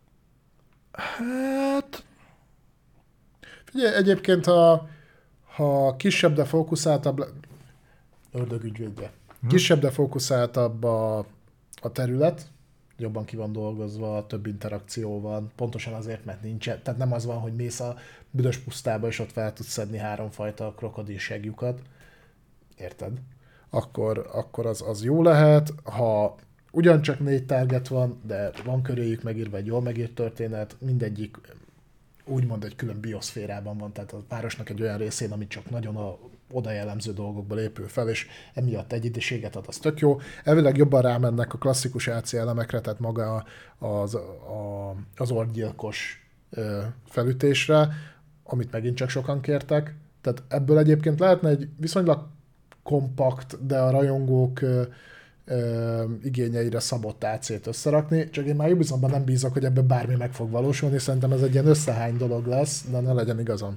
Hát... Figyelj, egyébként ha kisebb, de fókuszáltabb... Ördögügyvédje. Kisebb, de fókuszáltabb a terület, jobban ki van dolgozva, több interakció van, pontosan azért, mert nincsen. Tehát nem az van, hogy mész a büdös pusztába, és ott fel tudsz szedni 3 fajta krokodil segjukat. Érted? Akkor az jó lehet. Ha ugyancsak 4 target van, de van köréjük megírva egy jól megírt történet, mindegyik úgymond egy külön bioszférában van, tehát a városnak egy olyan részén, amit csak nagyon a oda jellemző dolgokból épül fel, és emiatt egyediséget ad, az tök jó. Elvileg jobban rámennek a klasszikus AC elemekre, tehát maga az orgyilkos felütésre, amit megint csak sokan kértek. Tehát ebből egyébként lehetne egy viszonylag kompakt, de a rajongók igényeire szabott AC-t összerakni, csak én már Ubisonban nem bízok, hogy ebből bármi meg fog valósulni, szerintem ez egy ilyen összehány dolog lesz, de ne legyen igazam.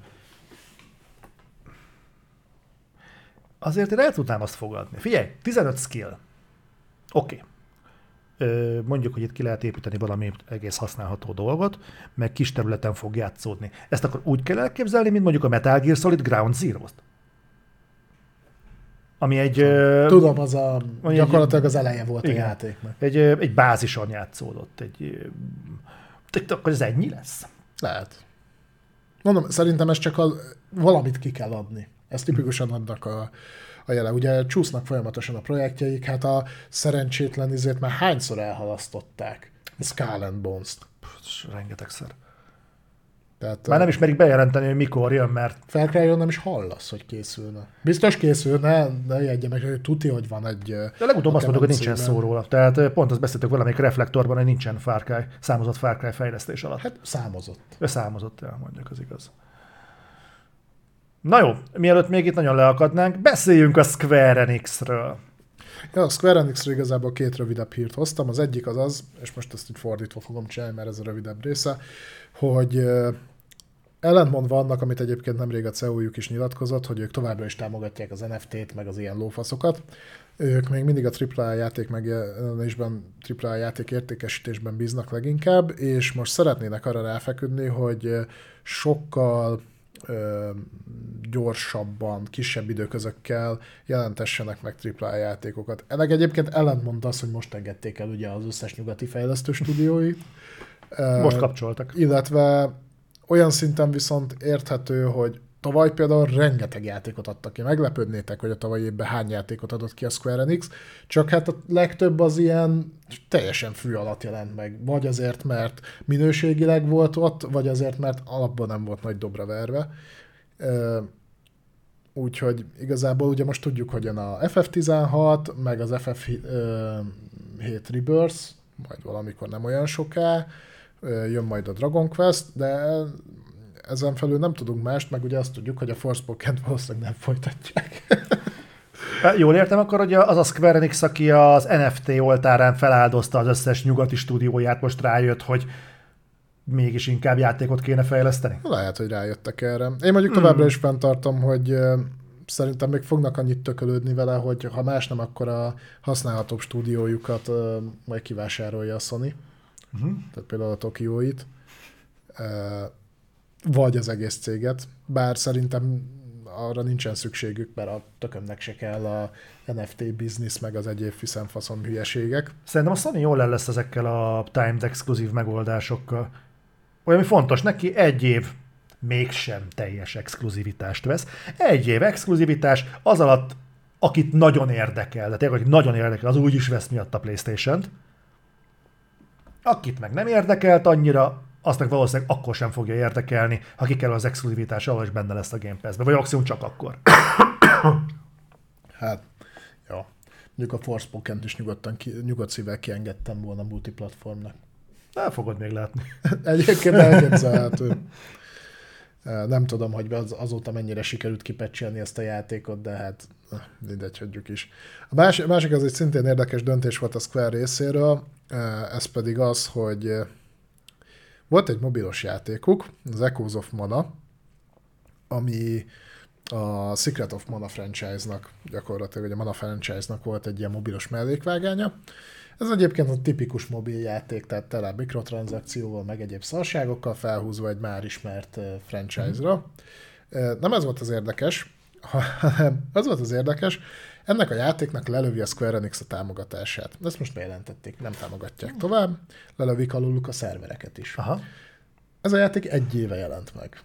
Azért én el tudnám azt fogadni. Figyelj, 15 skill. Oké. Mondjuk, hogy itt ki lehet építeni valami egész használható dolgot, meg kis területen fog játszódni. Ezt akkor úgy kell elképzelni, mint mondjuk a Metal Gear Solid Ground Zero-t. Ami egy... Tudom, gyakorlatilag az eleje volt igen, a játéknak. Egy bázison játszódott. Akkor ez ennyi lesz? Lehet. Mondom, szerintem ez csak valamit ki kell adni. Ez tipikusan adnak a jele. Ugye csúsznak folyamatosan a projektjeik, hát a szerencsétlen izét már hányszor elhalasztották? Skull and Bones-t. Rengetegszer. Tehát, már nem is merik bejelenteni, hogy mikor jön, mert... Far Cry-on nem is hallasz, hogy készülne. Biztos készülne, de jegye meg, hogy tuti, hogy van egy... De legutóbb azt mondtuk, hogy nincsen szó róla. Tehát pont azt beszéltük valamelyik reflektorban, hogy nincsen Far Cry, számozott Far Cry fejlesztés alatt. Hát számozott. Számozott, mondjuk, az igaz. Na jó, mielőtt még itt nagyon leakadnánk, beszéljünk a Square Enixről. Ja, a Square Enixről igazából 2 rövidebb hírt hoztam. Az egyik az, és most ezt így fordítva fogom csinálni, mert ez a rövidebb része, hogy ellentmondva annak, amit egyébként nemrég a CEO-juk is nyilatkozott, hogy ők továbbra is támogatják az NFT-t, meg az ilyen lófaszokat. Ők még mindig a AAA játék megjelenésben, AAA játék értékesítésben bíznak leginkább, és most szeretnének arra ráfeküdni, hogy sokkal gyorsabban, kisebb időközökkel jelentessenek meg AAA játékokat. Ennek egyébként ellentmond az, hogy most engedték el ugye az összes nyugati fejlesztő stúdióit. Most kapcsoltak. Illetve olyan szinten viszont érthető, hogy tavaly például rengeteg játékot adtak ki. Meglepődnétek, hogy a tavalyi évben hány játékot adott ki a Square Enix, csak hát a legtöbb az ilyen teljesen fű alatt jelent meg. Vagy azért, mert minőségileg volt ott, vagy azért, mert alapban nem volt nagy dobra verve. Úgyhogy igazából ugye most tudjuk, hogy jön a FF16, meg az FF7 Rebirth, majd valamikor nem olyan soká, jön majd a Dragon Quest, de ezen felül nem tudunk mást, meg ugye azt tudjuk, hogy a Forspoken-t valószínűleg nem folytatják. Jól értem akkor, hogy az a Square Enix, aki az NFT oltárán feláldozta az összes nyugati stúdióját, most rájött, hogy mégis inkább játékot kéne fejleszteni? Lehet, hogy rájöttek erre. Én mondjuk továbbra is fenntartom, hogy szerintem még fognak annyit tökölődni vele, hogy ha más nem, akkor a használhatóbb stúdiójukat majd kivásárolja a Sony. Tehát például a Tokióit. Vagy az egész céget. Bár szerintem arra nincsen szükségük, mert a tökömnek se kell a NFT biznisz, meg az egyéb fiszenfaszom hülyeségek. Szerintem a Sony jól el lesz ezekkel a timed exkluzív megoldásokkal. Olyan, ami fontos neki, egy év mégsem teljes exkluzivitást vesz. Egy év exkluzivitás, az alatt, akit nagyon érdekel, de tényleg, akit nagyon érdekel, az úgy is vesz miatt a PlayStation-t. Akit meg nem érdekelt annyira, azt meg valószínűleg akkor sem fogja érdekelni, ha kikerül az exkluzivitás, ahol is benne lesz a Game Pass-be, vagy maximum csak akkor. Hát, ja. Mondjuk a Forspoken-t is nyugodt szívvel kiengedtem volna multiplatformnak. El fogod még látni. Egyébként elképzelhető. Nem tudom, hogy azóta mennyire sikerült kipecselni ezt a játékot, de hát mindegy, hagyjuk is. A másik az egy szintén érdekes döntés volt a Square részéről, ez pedig az, hogy volt egy mobilos játékuk, az Echoes of Mana, ami a Secret of Mana franchise-nak, gyakorlatilag a Mana franchise-nak volt egy ilyen mobilos mellékvágánya. Ez egyébként a tipikus mobiljáték, tehát tele mikrotranszakcióval, meg egyéb szarságokkal felhúzva egy már ismert franchise-ra. Nem ez volt az érdekes, hanem az volt az érdekes, ennek a játéknak lelövi a Square Enix a támogatását. Ezt most bejelentették, nem támogatják tovább, lelövik aluluk a szervereket is. Aha. Ez a játék 1 éve jelent meg.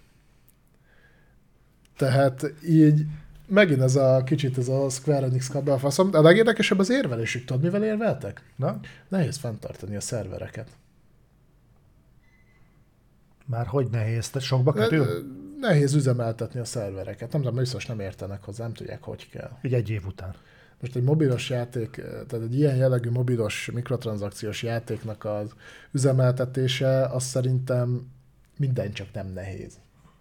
Tehát így megint ez a kicsit ez a Square Enix kabelfaszom, de a legérdekesebb az érvelésük. Tudod, mivel érveltek? Na? Nehéz fenntartani a szervereket. Már hogy nehéz? Te sokba kerül? Nehéz üzemeltetni a szervereket. Nem tudom, biztos nem értenek hozzá, nem tudják, hogy kell. Így egy év után. Most egy mobilos játék, tehát egy ilyen jellegű mobilos mikrotranszakciós játéknak az üzemeltetése, az szerintem minden csak nem nehéz.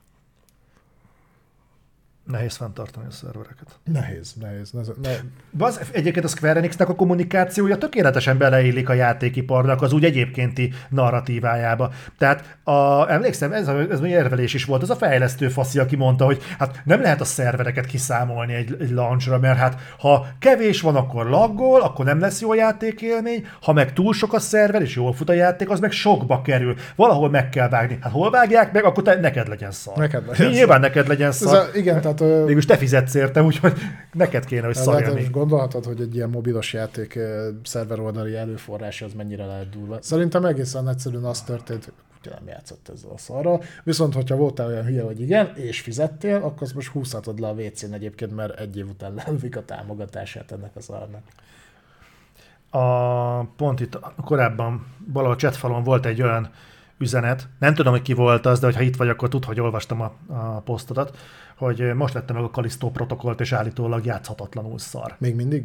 Nehéz fenntartani a szervereket. Nehéz. Egyébként a Square Enixnek a kommunikációja tökéletesen beleillik a játékiparnak az úgy egyébkénti narratívájába. Tehát emlékszem, ez érvelés is volt, az a fejlesztő faszi, aki mondta, hogy hát nem lehet a szervereket kiszámolni egy launchra, mert hát ha kevés van, akkor laggol, akkor nem lesz jó játékélmény, ha meg túl sok a szerver és jól fut a játék, az meg sokba kerül. Valahol meg kell vágni. Hát hol vágják meg, akkor neked legyen szar. Nyilván neked legyen szar. Igen, tehát mégis te fizetsz érte, úgyhogy neked kéne, hogy szarjani. Hát gondolhatod, hogy egy ilyen mobilos játék szerver oldali előforrása az mennyire lehet durva. Szerintem egészen egyszerűen az történt, hogy nem játszott ezzel a szarral. Viszont, hogyha voltál olyan hülye, hogy igen, és fizettél, akkor azt most húzhatod le a WC-n egyébként, mert 1 év után lelövik a támogatását ennek a szarnak. Pont itt korábban valahol a chatfalon volt egy olyan üzenet, nem tudom, hogy ki volt az, de ha itt vagy, akkor tud, hogy olvastam a posztodat, hogy most vettem meg a Callisto protokollt, és állítólag játszhatatlanul szar. Még mindig?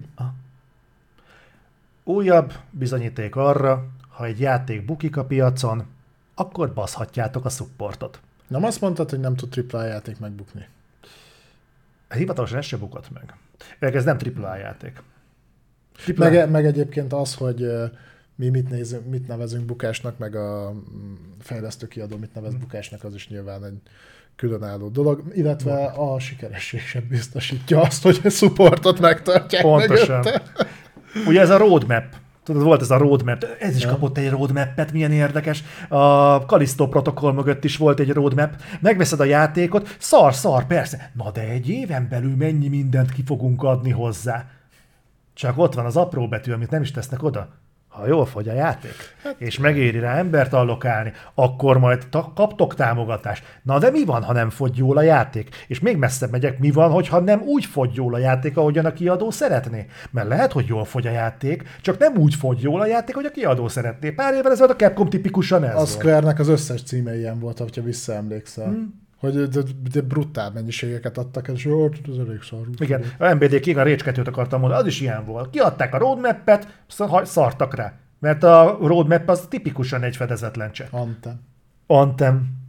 Újabb bizonyíték arra, ha egy játék bukik a piacon, akkor baszhatjátok a supportot. Nem azt mondtad, hogy nem tud AAA játék megbukni? Hivatalosan ez se bukott meg. Ez nem AAA játék. Meg egyébként az, hogy mi mit nevezünk bukásnak, meg a fejlesztő kiadó mit nevez bukásnak, az is nyilván egy különálló dolog, illetve a sikeresség sem biztosítja azt, hogy a supportot megtartják. Pontosan. Mögötte. Ugye ez a roadmap. Tudod, volt ez a roadmap. Ez is kapott egy roadmap-et, milyen érdekes. A Callisto protokoll mögött is volt egy roadmap. Megveszed a játékot, szar, persze. Na de egy éven belül mennyi mindent ki fogunk adni hozzá. Csak ott van az apró betű, amit nem is tesznek oda. Ha jól fogy a játék, és megéri rá embert allokálni, akkor majd kaptok támogatást. Na de mi van, ha nem fogy jól a játék? És még messzebb megyek, mi van, hogyha nem úgy fogy jól a játék, ahogyan a kiadó szeretné? Mert lehet, hogy jól fogy a játék, csak nem úgy fogy jól a játék, hogy a kiadó szeretné. Pár évvel ezelőtt a Capcom tipikusan ez volt. A Square-nek az összes címe ilyen volt, ha visszaemlékszel. Hogy de brutál mennyiségeket adtak, és jó, ez elég szar. Igen, a MBD King a Rage 2-t akartam mondani, az is ilyen volt. Kiadták a roadmap-et, szartak rá. Mert a roadmap az tipikusan egy fedezetlen csekk. Anthem.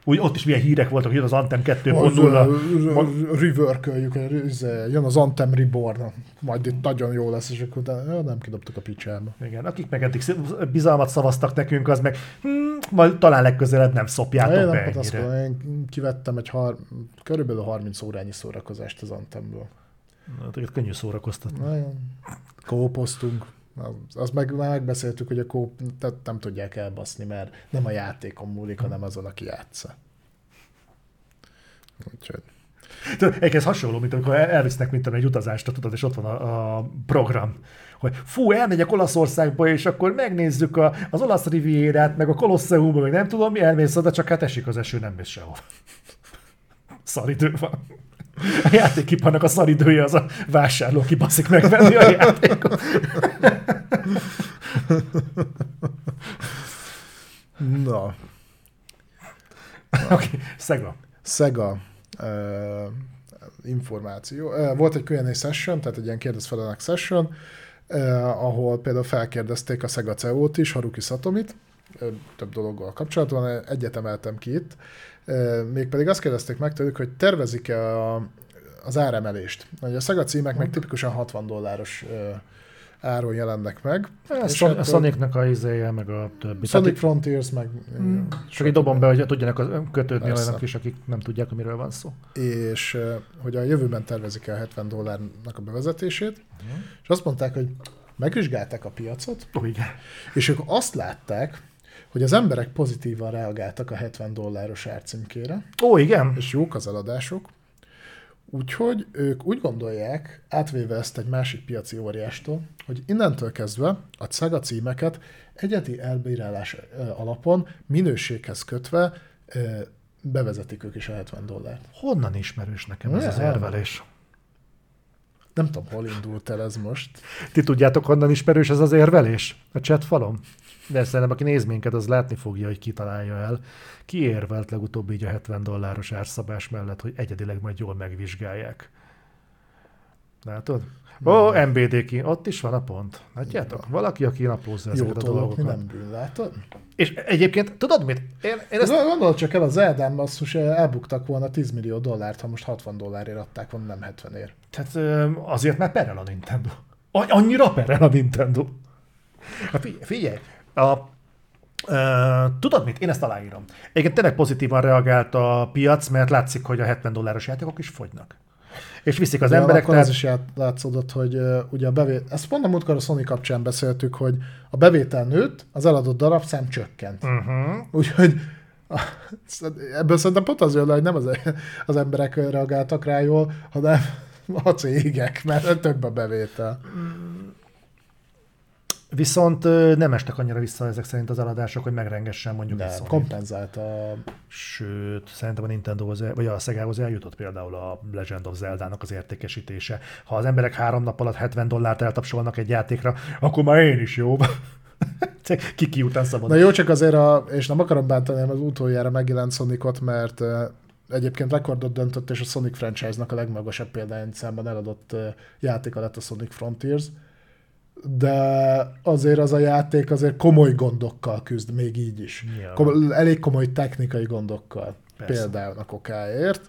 Úgy ott is milyen hírek voltak, hogy jön az Anthem 2.0. Reworköljük, jön az Anthem Reborn, majd itt nagyon jó lesz, és akkor nem kidobtuk a picsába. Igen, akik meg eddig bizalmat szavaztak nekünk, az meg majd talán legközelebb nem szopjátok be ennyire. Én kivettem körülbelül 30 órányi szórakozást az Anthemből. Téged könnyű szórakoztatni. Kópoztunk. Azt megbeszéltük, hogy a kóp nem tudják elbaszni, mert nem a játékon múlik, hanem azon, aki játsza. Úgyhogy... Ez hasonló, mint amikor elvisznek, mint egy utazásra, tudod, és ott van a program, hogy elmegyek Olaszországba, és akkor megnézzük az olasz rivierát, meg a Kolosseumba, meg nem tudom mi, elmész oda, csak hát esik az eső, nem mész sehova. Szaridő van. A játékiparnak a szaridője az a vásárló, aki baszik megvenni a játékot. Na. Oké, Sega. Információ. Volt egy Q&A session, tehát egy ilyen kérdezfelenek session, ahol például felkérdezték a Sega CEO-t is, Haruki Satomit, több dologgal kapcsolatban, egyet emeltem ki itt. Mégpedig azt kérdezték meg tőlük, hogy tervezik-e az áremelést. A Sega címek meg tipikusan $60 áron jelennek meg. A Sonicnak a izéje, meg a többi. Sonic Frontiers, meg... Csak így dobom be, hogy tudjanak kötődni olyanok is, akik nem tudják, miről van szó. És hogy a jövőben tervezik el $70 a bevezetését, és azt mondták, hogy megvizsgálták a piacot, igen. És ők azt látták, hogy az emberek pozitívan reagáltak a $70 árcímkére. Igen. És jók az eladások. Úgyhogy ők úgy gondolják, átvéve ezt egy másik piaci óriástól, hogy innentől kezdve a Sega címeket egyedi elbírálás alapon, minőséghez kötve bevezetik ők is a $70. Honnan ismerős nekem ez az érvelés? Nem tudom, hol indult el ez most. Ti tudjátok, honnan ismerős ez az érvelés? A chat falon? De szerintem, aki néz minket, az látni fogja, hogy kitalálja el. Ki érvelt legutóbb így a $70 árszabás mellett, hogy egyedileg majd jól megvizsgálják. Látod? MBD ki, ott is van a pont. Látjátok? Valaki, aki naplózza ezeket a dolgokat. Nem bűn, látod? És egyébként, tudod mit? Én ezt... Gondolod csak el, a Zeldán basszus elbuktak volna $10 millió, ha most $60 adták volna, nem 70-ért. Tehát azért, mert perel a Nintendo. Annyira perel a Nintendo. Hát figyelj, tudod mit? Én ezt aláírom. Egyébként tényleg pozitívan reagált a piac, mert látszik, hogy a $70 játékok is fogynak. És viszik az emberek. Akkor az is látszódott, hogy ugye a bevétel, ezt pont a múltkor a Sony kapcsán beszéltük, hogy a bevétel nőtt, az eladott darabszám csökkent. Úgyhogy ebből szerintem pont az jön le, hogy nem az emberek reagáltak rá jól, hanem a cégek, mert több a bevétel. Viszont nem estek annyira vissza ezek szerint az eladások, hogy megrengessen mondjuk egy Sony. Kompenzálta. Sőt, szerintem a Nintendohoz, vagy a Segához eljutott például a Legend of Zeldának az értékesítése. Ha az emberek 3 nap alatt $70 eltapsolnak egy játékra, akkor már én is jó. Kiki után szabad. Na jó, csak azért, és nem akarom bántani, az utoljára megjelent Sonicot, mert egyébként rekordot döntött, és a Sonic franchise-nak a legmagasabb példányán számban eladott játéka lett a Sonic Frontiers. De azért az a játék azért komoly gondokkal küzd, még így is. Elég komoly technikai gondokkal. Persze. Például a kokáért.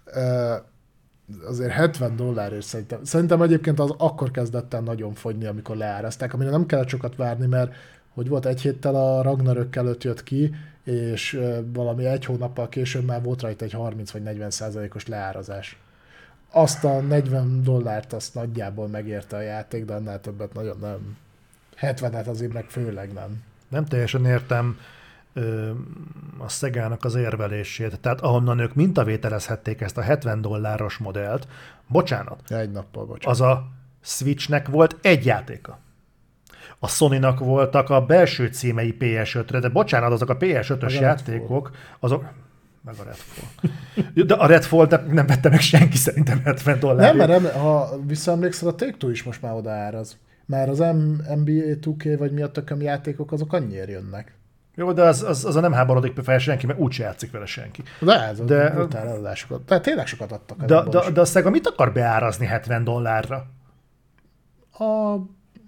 Azért $70 szerintem egyébként az akkor kezdett el nagyon fogyni, amikor leárazták, amire nem kellett sokat várni, mert hogy volt egy héttel a Ragnarök előtt jött ki, és valami 1 hónappal később már volt rajta egy 30 vagy 40%-os leárazás. Azt a $40 azt nagyjából megérte a játék, de annál többet nagyon nem. 70-et azért meg főleg nem. Nem teljesen értem a Segának az érvelését. Tehát ahonnan ők mintavételezhették ezt a $70 modellt, bocsánat. Egy nappal, bocsánat. Az a Switchnek volt egy játéka. A Sony-nak voltak a belső címei PS5-re, de bocsánat, azok a PS5-ös játékok, azok... meg a Redfall. De a Redfall nem vette meg senki szerintem $70. Nem, mert ha visszaemlékszel, a Take-Two is most már odaáraz. Már az NBA 2K vagy mi a tököm játékok, azok annyiért jönnek. Jó, de az a nem háborodik fel senki, mert úgyse játszik vele senki. De ez a brutál eladásokat. Tehát tényleg sokat adtak. De a Sega mit akar beárazni $70?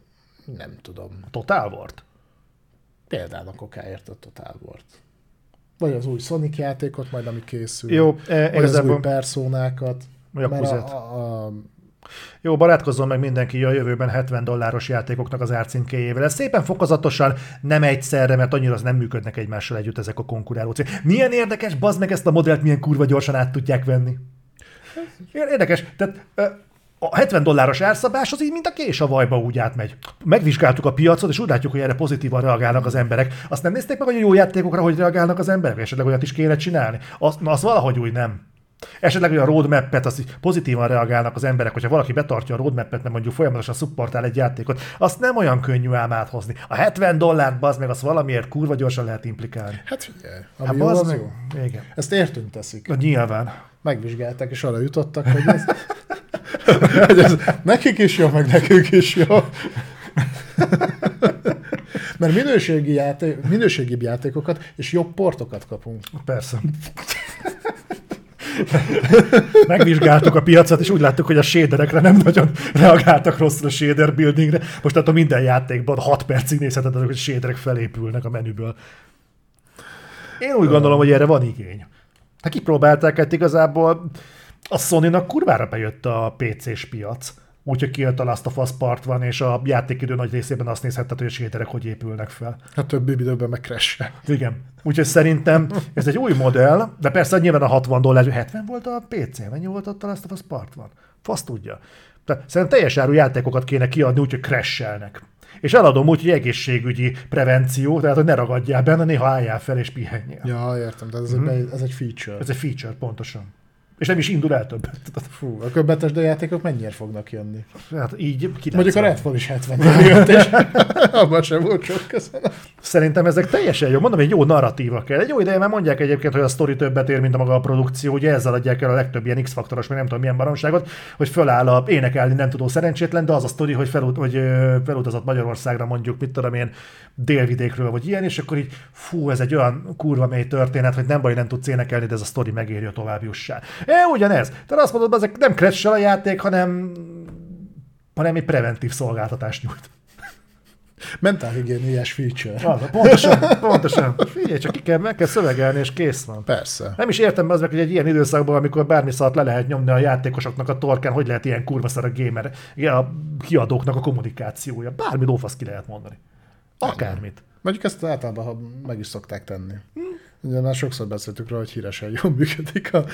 Nem tudom. A Total War-t? Például a kokáért a Total War-t. Vagy az új Sonic játékot majd, ami készül. Jó, vagy az új personákat. Jó, barátkozzon meg mindenki a jövőben $70 játékoknak az árcímkéjével. Ez szépen fokozatosan, nem egyszerre, mert annyira az nem működnek egymással együtt ezek a konkuráló cégek. Milyen érdekes, bazd meg ezt a modellt, milyen kurva gyorsan át tudják venni. Érdekes, tehát a $70 árszabás az így, mint a kés a vajba úgy átmegy. Megvizsgáltuk a piacot, és úgy látjuk, hogy erre pozitívan reagálnak az emberek. Azt nem nézték meg, hogy a jó játékokra hogy reagálnak az emberek? Esetleg olyat is kéne csinálni? Azt valahogy úgy nem. Esetleg olyan roadmap-et, azt pozitívan reagálnak az emberek, hogyha valaki betartja a roadmap-et, mert mondjuk folyamatosan szupportál egy játékot, azt nem olyan könnyű ám áthozni. A $70 bazd meg, azt valamiért kurva gyorsan lehet implikálni. Hát figyelj, ami jó, az jó. Igen. Ezt értünk teszik. Na, nyilván. Megvizsgálták, és arra jutottak, hogy ez nekik is jó, meg nekünk is jó. Mert minőségibb játékokat és jobb portokat kapunk. Persze. Megvizsgáltuk a piacot, és úgy láttuk, hogy a shaderekre nem nagyon reagáltak rosszul a shader buildingre. Most tehát a minden játékban 6 percig nézheted, hogy shaderek felépülnek a menüből. Én úgy gondolom, hogy erre van igény. Hát kipróbálták, hát igazából a Sony-nak kurvára bejött a PC-s piac. Úgyhogy kijött a Last of Us Part van, és a játékidő nagy részében azt nézhetted, hogy a shaderek hogy épülnek fel. Hát többi időben meg crash. Igen. Úgyhogy szerintem ez egy új modell, de persze nyilván a $60, 70 volt a PC, mennyi volt ott a Last of Us Part van? Fasz tudja. Tehát szerintem teljes áru játékokat kéne kiadni, úgyhogy crashelnek. És eladom úgy, hogy egészségügyi prevenció, tehát hogy ne ragadjál benne, néha álljál fel és pihenjél. Ja, értem, de ez egy feature. Ez egy feature, pontosan. És nem is indul el többet. Fú, a Bethesda játékok mennyire fognak jönni? Hát így 90. Mondjuk a Redfall is 70 jött, és abban sem volt sok, köszönöm. Szerintem ezek teljesen jó. Mondom, egy jó narratíva kell. Egy jó ideje már mondják egyébként, hogy a sztori többet ér, mint a maga a produkció. Ugye ezzel adják el a legtöbb ilyen X-faktoros, meg nem tudom milyen baromságot, hogy föláll a énekelni nem tudó szerencsétlen, de az a sztori, hogy felutazott Magyarországra mondjuk, mit tudom én, délvidékről, vagy ilyen, és akkor így, fú, ez egy olyan kurva mély történet, hogy nem baj, nem tudsz énekelni, de ez a sztori megéri, hogy tovább jussál. Ugyanez. Tehát azt mondod, ezek nem crash-sel a játék, hanem egy preventív szolgáltatást nyújt. Mentálhigiéniás feature. Pontosan. Figyelj, csak meg kell szövegelni, és kész van. Persze. Nem is értem be az meg, hogy egy ilyen időszakban, amikor bármi szart le lehet nyomni a játékosoknak a torkán, hogy lehet ilyen kurva szar a gamer, a kiadóknak a kommunikációja. Bármi lófasz ki lehet mondani. Akármit. Mondjuk ezt általában meg is szokták tenni. Ugye már sokszor beszéltük róla, hogy híresen jól működik a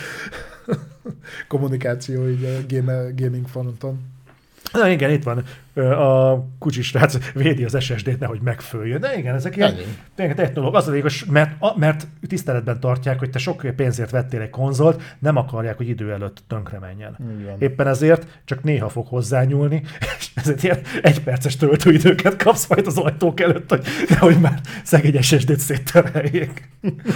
kommunikáció így a gaming fronton. Na igen, itt van a kucsisrác védi az SSD-t, nehogy megföljön. De igen, ezek ilyen technológ. Az a végül, mert tiszteletben tartják, hogy te sok pénzért vettél egy konzolt, nem akarják, hogy idő előtt tönkre menjen. Igen. Éppen ezért csak néha fog hozzányúlni, és ezért ilyen 1 perces töltőidőket kapsz majd az ajtók előtt, hogy nehogy már szegény SSD-t széttereljék.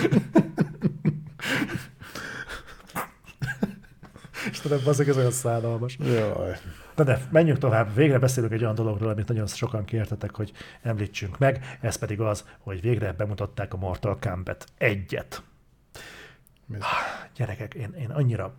Istenem, bazzeg, ez olyan szánalmas. Jaj. De menjünk tovább. Végre beszélünk egy olyan dologról, amit nagyon sokan kértetek, hogy említsünk meg. Ez pedig az, hogy végre bemutatták a Mortal Kombat 1-et. Gyerekek, én annyira...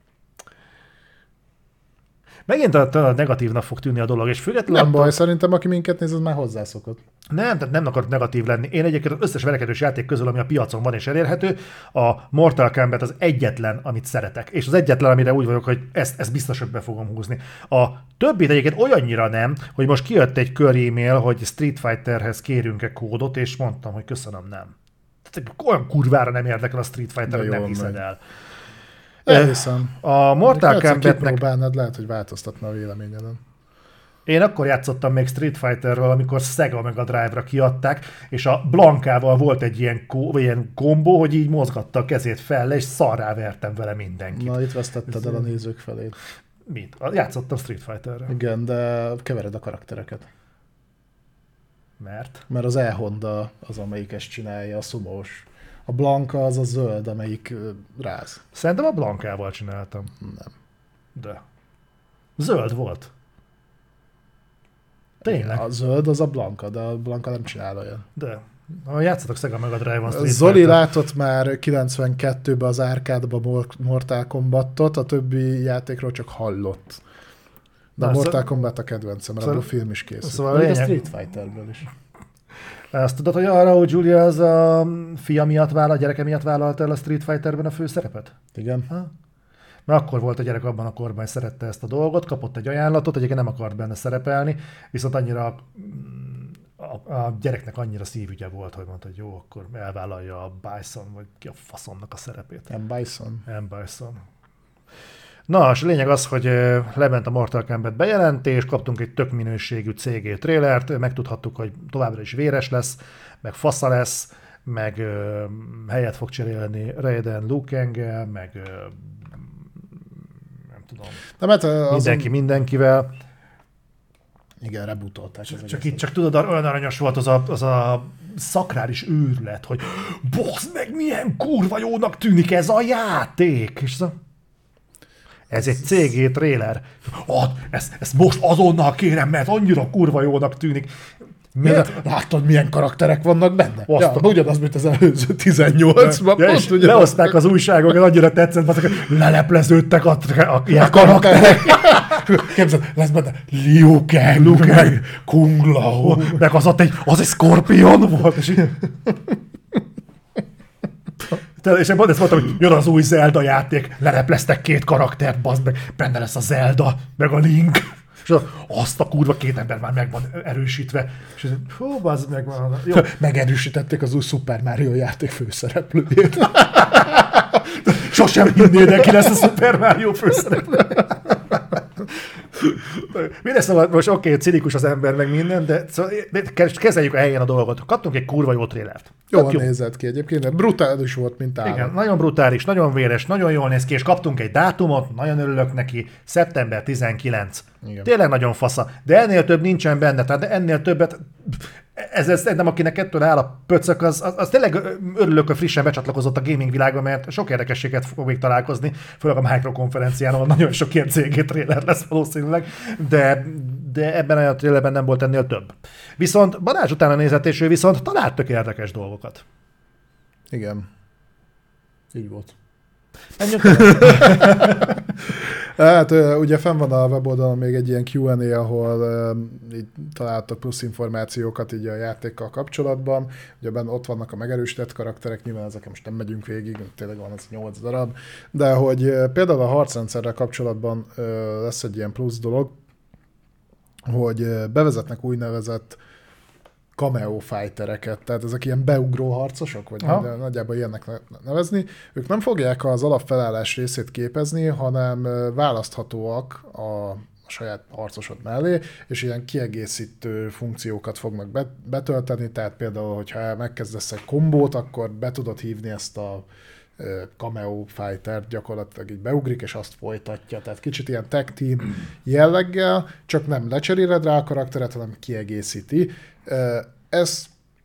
Megint a negatívnak fog tűnni a dolog, és függetlenül... Nem baj, szerintem aki minket néz, az már hozzászokott. Nem, tehát nem akarok negatív lenni. Én egyébként az összes verekedős játék közül, ami a piacon van és elérhető, a Mortal Kombat az egyetlen, amit szeretek. És az egyetlen, amire úgy vagyok, hogy ezt biztos, hogy be fogom húzni. A többit egyébként olyannyira nem, hogy most kijött egy kör-e-mail, hogy Street Fighterhez kérünk-e kódot, és mondtam, hogy köszönöm, nem. Tehát olyan kurvára nem érdekel a Street Fighter, hogy nem hiszed el. Elhiszem. A Mortal Kombatnek... lehet, hogy változtatna a véleményeden. Én akkor játszottam még Street Fighterről, amikor Sega Mega Drive-ra kiadták, és a Blankával volt egy ilyen kombó, hogy így mozgatta a kezét fel, és szarrá vertem vele mindenkit. Na, itt vesztetted el a nézők felét. Mit? Játszottam Street Fighterrel. Igen, de kevered a karaktereket. Mert az E-Honda az, amelyik ezt csinálja, a szumós. A Blanka az a zöld, amelyik ráz. Szerintem a Blankával csináltam. Nem. De. Zöld volt. Tényleg. A zöld az a Blanka, de a Blanka nem csinál olyan. De. Ha játszatok Sega Mega Drive-on Street Zoli Fighter. látott már 92-ben az árkádban Mortal Kombatot, a többi játékról csak hallott. De a Mortal Kombat a kedvencem, mert abból film is készült. Szóval a Street Fighterből is. Azt tudod, hogy a Raúl Julia az a fia miatt a gyereke miatt vállalt el a Street Fighterben a főszerepet? Igen. Ha? Mert akkor volt a gyerek abban a korban, hogy szerette ezt a dolgot, kapott egy ajánlatot, egyébként nem akart benne szerepelni, viszont annyira a gyereknek annyira szívügye volt, hogy mondta, hogy jó, akkor elvállalja a Bison, vagy ki a faszomnak a szerepét. M. Bison. Na, és a lényeg az, hogy lement a Mortal Kombat bejelentés, kaptunk egy tök minőségű CG trailert, megtudhattuk, hogy továbbra is véres lesz, meg fasza lesz, meg helyet fog cserélni Raiden Liu Kang-el, meg nem tudom, mindenki mindenkivel. Igen, rebootolták. Csak tudod, olyan aranyos volt az a szakrális őrület, hogy bassz meg, milyen kurva jónak tűnik ez a játék! És ez egy CG trailer. Ezt most azonnal kérem, mert annyira kurva jónak tűnik. Láttad, milyen karakterek vannak benne? Ja, ugyanaz, mint az előző 18-ban. Lehozták az újságokat, annyira tetszett, hogy lelepleződtek a karakterek. Képzeld, lesz benne Liu Kang, meg Kung Lao. Meg az egy Scorpion volt. És én ezt mondtam, hogy jön az új Zelda játék, lelepleztek 2 karaktert, bazd meg, benne lesz a Zelda, meg a Link. És azt a kurva 2 ember már meg van erősítve. És hú, bazd meg van. Jó. Megerősítették az új Super Mario játék főszereplőjét. Sosem hinnél, neki lesz a Super Mario főszereplő. Minden szóval most oké, cinikus az ember, meg minden, de kezeljük a helyén a dolgot. Kaptunk egy kurva jó trélert. Jól nézett ki egyébként, brutális volt, mint állat. Igen, nagyon brutális, nagyon véres, nagyon jól néz ki, és kaptunk egy dátumot, nagyon örülök neki, szeptember 19. Igen. Tényleg nagyon fasza, de ennél több nincsen benne, tehát ennél többet, ez nem akinek ettől áll a pöcök, az tényleg örülök, hogy frissen becsatlakozott a gaming világba, mert sok érdekességet fog még találkozni, főleg a Micro konferencián, ahol nagyon sok ilyen CG trailer lesz valószínűleg, de ebben a trailerben nem volt ennél több. Viszont Balázs utána nézett, és ő viszont talált tök érdekes dolgokat. Igen. Így volt. Hát ugye fenn van a weboldalon még egy ilyen Q&A, ahol így találtak plusz információkat így a játékkal kapcsolatban. Ugye benne ott vannak a megerősített karakterek, nyilván ezeken most nem megyünk végig, tényleg van az 8 darab, de hogy például a harcrendszerrel kapcsolatban lesz egy ilyen plusz dolog, hogy bevezetnek úgynevezett cameo fightereket, tehát ezek ilyen beugró harcosok, vagy nagyjából ilyennek nevezni. Ők nem fogják az alapfelállás részét képezni, hanem választhatóak a saját harcosod mellé, és ilyen kiegészítő funkciókat fognak betölteni, tehát például, hogyha megkezdesz egy kombót, akkor be tudod hívni ezt a cameo fighter, gyakorlatilag így beugrik, és azt folytatja. Tehát kicsit ilyen tag team jelleggel, csak nem lecseréled rá a karakteret, hanem kiegészíti. Ez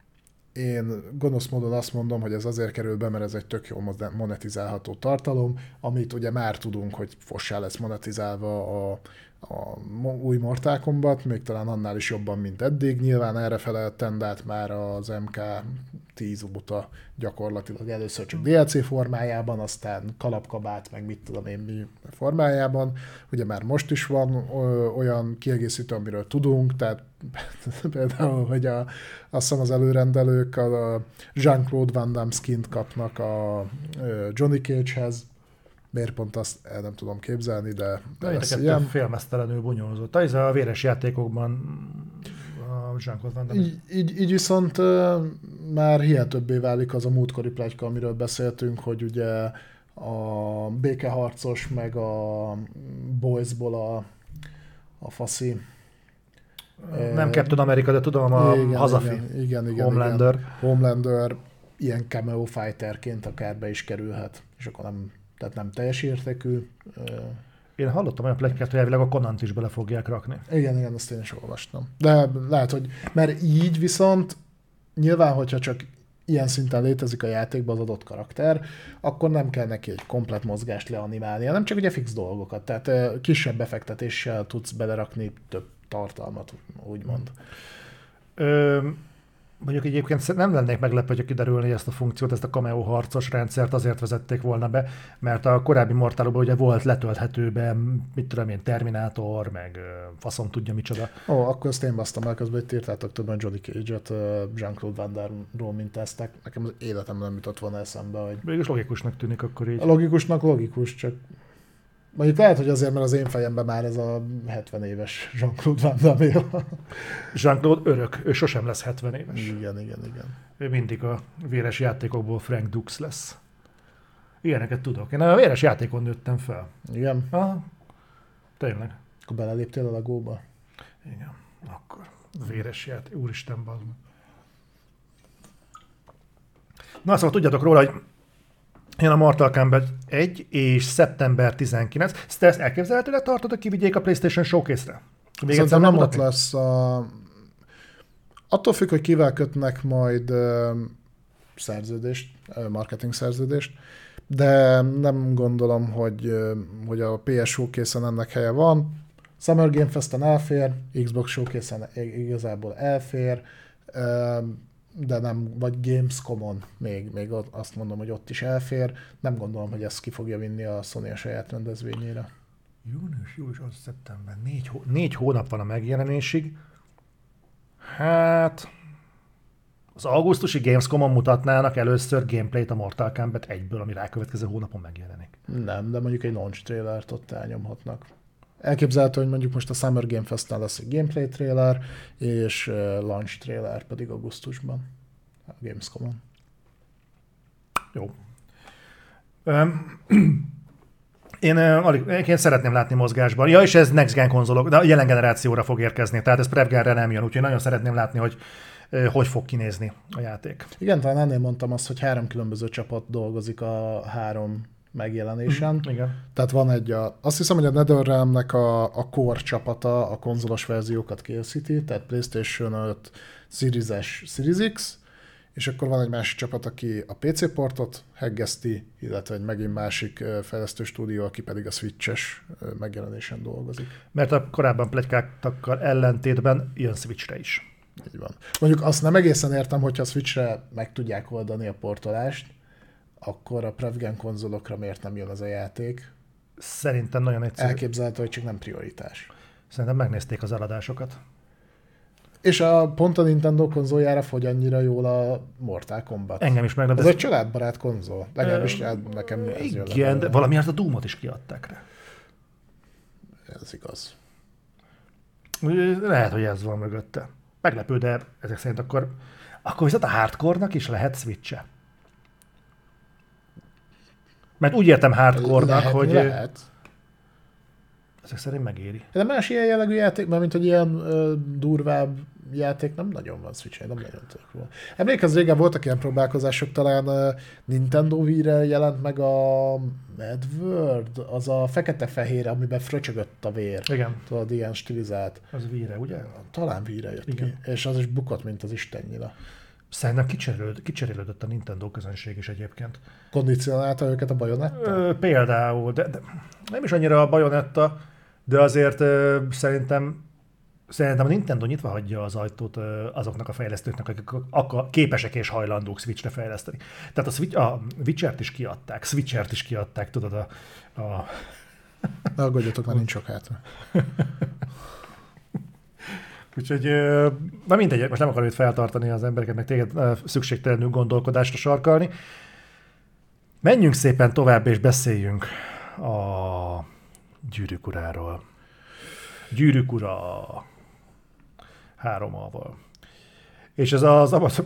én gonosz módon azt mondom, hogy ez azért kerül be, mert ez egy tök jó monetizálható tartalom, amit ugye már tudunk, hogy fossá lesz monetizálva a új Mortal Kombat, még talán annál is jobban, mint eddig. Nyilván errefele tendált már az MK10 óta gyakorlatilag először csak DLC formájában, aztán kalapkabát, meg mit tudom én mi formájában. Ugye már most is van olyan kiegészítő, amiről tudunk, tehát például, hogy azt hiszem az előrendelők a Jean-Claude Van Damme skint kapnak a Johnny Cage-hez. Miért pont azt el nem tudom képzelni, de lesz ilyen. Félmeztelenül bunyózott. Ez a véres játékokban a Jean-Claude Van Damme. Így viszont már hihetőbbé válik az a múltkori pletyka, amiről beszéltünk, hogy ugye a békeharcos, meg a Boysból a faszi. Nem Captain America, de tudom, a hazafi. Igen, Homelander ilyen cameo fighterként akár be is kerülhet, és akkor nem teljes értékű. Én hallottam olyan pletykát, hogy elvileg a Conant is bele fogják rakni. Igen, azt én is olvastam. De lehet, hogy mert így viszont nyilván, hogyha csak ilyen szinten létezik a játékban az adott karakter, akkor nem kell neki egy komplett mozgást leanimálni, hanem csak ugye fix dolgokat. Tehát kisebb befektetéssel tudsz belerakni több tartalmat, úgymond. Mondjuk egyébként nem lennék meglepő, hogyha kiderülni ezt a funkciót, ezt a cameo harcos rendszert azért vezették volna be, mert a korábbi Mortalokban ugye volt letölthetőben, mit tudom én, Terminátor, meg faszom tudja micsoda. Akkor ezt én basztam el, közben, hogy írtátok többen Jodie Cage-et, Jean-Claude Van Damme-ról mintázták. Nekem az életemben nem jutott volna eszembe, hogy... Mégis logikusnak tűnik akkor így. A logikus, csak... Mondjuk lehet, hogy azért, mert az én fejemben már ez a 70 éves Jean-Claude Van Damme él. Jean-Claude örök, ő sosem lesz 70 éves. Igen. Ő mindig a véres játékokból Frank Dux lesz. Ilyeneket tudok. Én a véres játékon nőttem fel. Igen? Aha. Tényleg. Akkor beleléptél a Legóba? Igen. Akkor véres játék. Úristen, bazd meg. Na, szóval tudjátok róla, hogy jön a Mortal Kombat 1 és szeptember 19. Te ezt elképzelhetőleg tartod, hogy kivigyék a PlayStation Showcase-re? Szerintem nem ott lesz a... Attól függ, hogy kivel kötnek majd szerződést, marketing szerződést, de nem gondolom, hogy a PS Showcase-en ennek helye van. Summer Game Fest-en elfér, Xbox Showcase-en igazából elfér, de nem, vagy Gamescom-on még azt mondom, hogy ott is elfér. Nem gondolom, hogy ezt ki fogja vinni a Sony a saját rendezvényére. Június, szeptember. 4 hónap van a megjelenésig. Hát... Az augusztusi Gamescom-on mutatnának először gameplayt a Mortal Kombat 1-ből, ami rákövetkező hónapon megjelenik. Nem, de mondjuk egy launch trailert ott elnyomhatnak. Elképzelhető, hogy mondjuk most a Summer Game Fest-en lesz egy gameplay trailer, és launch trailer pedig augusztusban a Gamescom-on. Jó. Én szeretném látni mozgásban. Ja, és ez Next Gen konzolok, de a jelen generációra fog érkezni, tehát ez Prep Gen-re nem jön, úgyhogy nagyon szeretném látni, hogy fog kinézni a játék. Igen, talán ennél mondtam azt, hogy 3 különböző csapat dolgozik a 3 megjelenésen. Igen. Tehát van azt hiszem, hogy a NetherRealm-nek a core csapata a konzolos verziókat készíti, tehát PlayStation 5, Series S, Series X, és akkor van egy másik csapat, aki a PC portot heggeszti, illetve egy megint másik fejlesztő stúdió, aki pedig a Switch-es megjelenésen dolgozik. Mert a korábban pletykákkal ellentétben jön Switchre is. Így van. Mondjuk azt nem egészen értem, hogyha a Switchre meg tudják oldani a portolást, akkor a Prevgen konzolokra miért nem jön ez a játék? Szerintem nagyon egyszerű. Elképzelhető, hogy csak nem prioritás. Szerintem megnézték az eladásokat. És pont a Nintendo konzoljára fogy annyira jól a Mortal Kombat. Engem is meglepett. Ez egy családbarát konzol. Legalábbis nekem ez jön. Igen, de valamiért a Doom-ot is kiadták rá. Ez igaz. Lehet, hogy ez van mögötte. Meglepő, de ezek szerint akkor viszont a hardcore-nak is lehet Switch-e. Mert úgy értem hardcore-nak, hogy... Lehet. Ezek szerint megéri. De más ilyen jellegű játék, mint hogy ilyen durvább játék nem nagyon van Switch-en, nem nagyon tudok róla. Emlékezz, régen voltak ilyen próbálkozások, talán Nintendo Wii-re jelent meg a Mad World, az a fekete-fehér, amiben fröcsögött a vér. Igen. Tudod, ilyen stilizált. Az Wii-re, ugye? Talán Wii-re jött ki. És az is bukott, mint az istennyira. Szerintem kicserélődött a Nintendo közönség is egyébként. Kondicionálta őket a Bayonetta? Például, de nem is annyira a Bayonetta, de azért szerintem a Nintendo nyitva hagyja az ajtót azoknak a fejlesztőknek, akik képesek és hajlandók Switchre fejleszteni. Tehát a Witcher-t is kiadták, Switchert is kiadták, tudod, Aggódjatok, már nincs sok hátra. Úgyhogy, na mindegy, most nem akarom itt feltartani az embereket, meg téged szükségtelenül gondolkodásra sarkalni. Menjünk szépen tovább, és beszéljünk a Gyűrűk uráról. Gyűrűk ura 3-val. És ez az Amazon...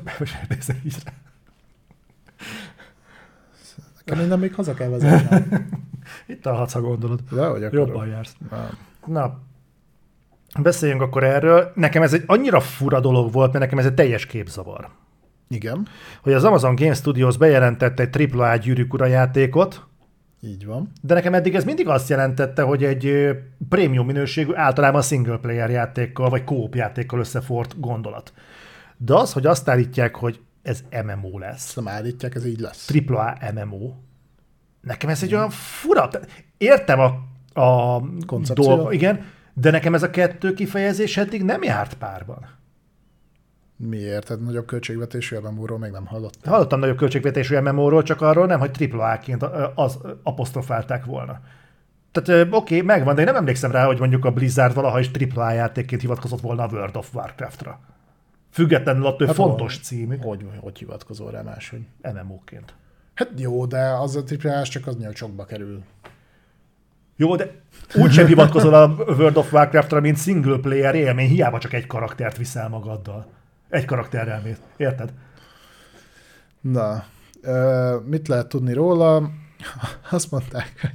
Nekem innen még haza kell vezetni. Itt állhatsz, ha gondolod. De, jobban jársz. Na, beszéljünk akkor erről. Nekem ez egy annyira fura dolog volt, mert nekem ez egy teljes képzavar. Igen. Hogy az Amazon Game Studios bejelentette egy AAA Gyűrűk ura játékot, így van. De nekem eddig ez mindig azt jelentette, hogy egy prémium minőségű, általában single player játékkal, vagy co-op játékkal összefort gondolat. De az, hogy azt állítják, hogy ez MMO lesz. Nem állítják, ez így lesz. AAA MMO. Nekem ez egy olyan fura... Értem a koncepció. Dolg, igen, de nekem ez a kettő kifejezés eddig nem járt párban. Miért? Tehát nagyobb költségvetésű MMO-ról még nem hallottam. Hallottam nagyobb költségvetésű MMO-ról, csak arról nem, hogy AAA-ként az apostrofálták volna. Tehát oké, megvan, de én nem emlékszem rá, hogy mondjuk a Blizzard valaha is AAA játékként hivatkozott volna a World of Warcraft-ra. Függetlenül attól, hogy fontos című. Hogy hivatkozol rá máshogy? MMO-ként. Hát jó, de az a AAA-s csak az sokba kerül. Jó, de úgysem hivatkozol a World of Warcraft-ra, mint single player élmény, hiába csak egy karaktert viszel magaddal. Egy karakterrel mész. Érted? Na, mit lehet tudni róla? Azt mondták, hogy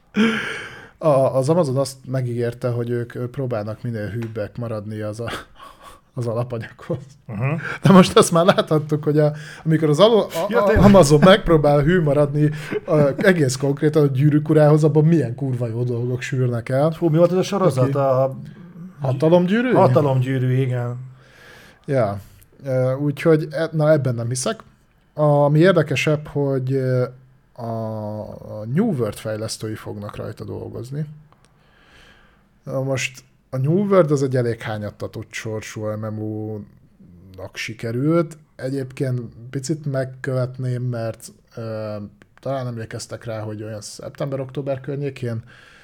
az Amazon azt megígérte, hogy ők próbálnak minél hűbbek maradni az alapanyaghoz. Uh-huh. De most azt már láthattuk, hogy amikor az Amazon megpróbál hű maradni egész konkrétan a Gyűrűk urához, abban milyen kurva jó dolgok sűrnek el. Hú, mi volt ez a sorozat? A Hatalomgyűrű? Hatalomgyűrű, igen. Ja, úgyhogy ebben nem hiszek. Ami érdekesebb, hogy a New World fejlesztői fognak rajta dolgozni. Most a New World az egy elég hányattatott sorsú MMO-nak sikerült. Egyébként picit megkövetném, mert talán emlékeztek rá, hogy olyan szeptember-október környékén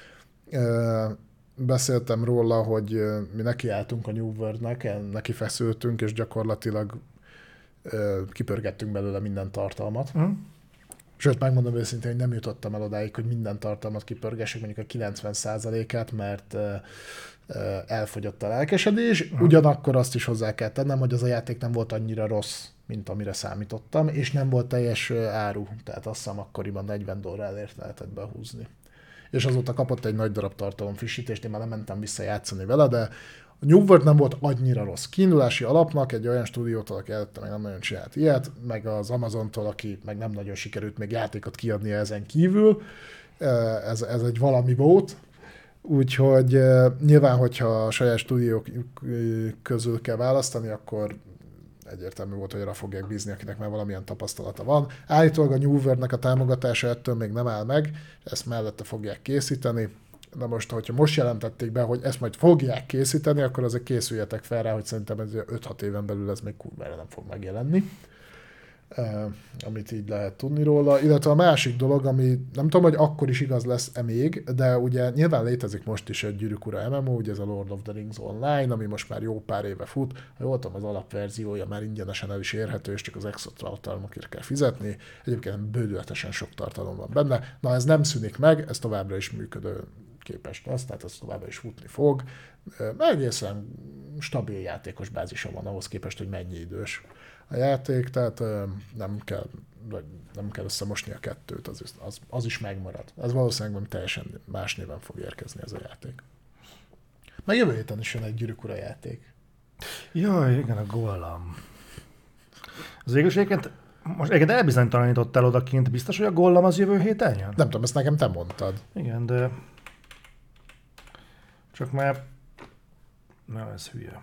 beszéltem róla, hogy mi nekiálltunk a New World-nek, neki feszültünk, és gyakorlatilag kipörgettünk belőle minden tartalmat. Sőt, megmondom őszintén, hogy nem jutottam el odáig, hogy minden tartalmat kipörgessek, mondjuk a 90%-át, mert elfogyott a lelkesedés. Ugyanakkor azt is hozzá kell tennem, hogy az a játék nem volt annyira rossz, mint amire számítottam, és nem volt teljes áru, tehát azt hiszem akkoriban $40 lehetett behúzni. És azóta kapott egy nagy darab tartalom frissítést, én már nem mentem vissza játszani vele, de a New World nem volt annyira rossz. Kiindulási alapnak egy olyan stúdiótól, aki előtte meg nem nagyon csinált ilyet, meg az Amazontól, aki meg nem nagyon sikerült még játékot kiadnia ezen kívül. Ez egy valami volt. Úgyhogy nyilván, hogyha a saját stúdiók közül kell választani, akkor egyértelmű volt, hogy arra fogják bízni, akinek már valamilyen tapasztalata van. Állítólag a New World-nek a támogatása ettől még nem áll meg, ezt mellette fogják készíteni. Na most, hogyha most jelentették be, hogy ezt majd fogják készíteni, akkor azért készüljetek fel rá, hogy szerintem ez 5-6 éven belül ez még kurvára nem fog megjelenni. Amit így lehet tudni róla. Illetve a másik dolog, ami nem tudom, hogy akkor is igaz lesz-e még, de ugye nyilván létezik most is egy Gyűrűk ura MMO, ugye ez a Lord of the Rings Online, ami most már jó pár éve fut. Ha jól tudom, az alapverziója már ingyenesen el is érhető, és csak az extra tartalmakért kell fizetni. Egyébként bődületesen sok tartalom van benne. Na, ez nem szűnik meg, ez továbbra is működő képes lesz, tehát ez továbbra is futni fog. Egészen stabil játékos bázisa van ahhoz képest, hogy mennyi idős a játék, tehát nem kell összemosni a kettőt, az is megmarad. Ez valószínűleg teljesen más néven fog érkezni ez a játék. Meg jövő héten is jön egy Gyűrűk ura játék. Jaj, igen, a Gollam. Az igazságként most egyébként elbizonytalanítottál odakint, biztos, hogy a Gollam az jövő héten jön? Nem tudom, ezt nekem te mondtad. Igen, de csak már nem, ez hülye.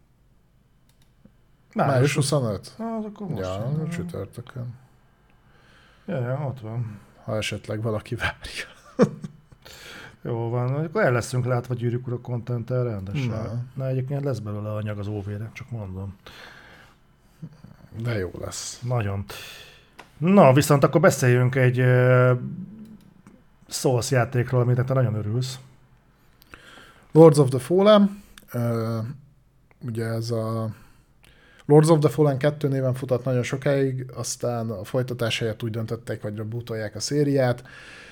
Május 25? Az akkor most. Ja, csütörtökön. Ja, ott van. Ha esetleg valaki várja. Jó van, akkor el leszünk látva Gyűrűk ura content-tel rendesen. Na, egyébként lesz belőle anyag az OV-re, csak mondom. De jó lesz. Nagyon. Na, viszont akkor beszéljünk egy Souls játékról, amit te nagyon örülsz. Lords of the Fallen. Ugye ez a Lords of the Fallen 2 néven futott nagyon sokáig, aztán a folytatás helyett úgy döntöttek, hogy bootolják a szériát.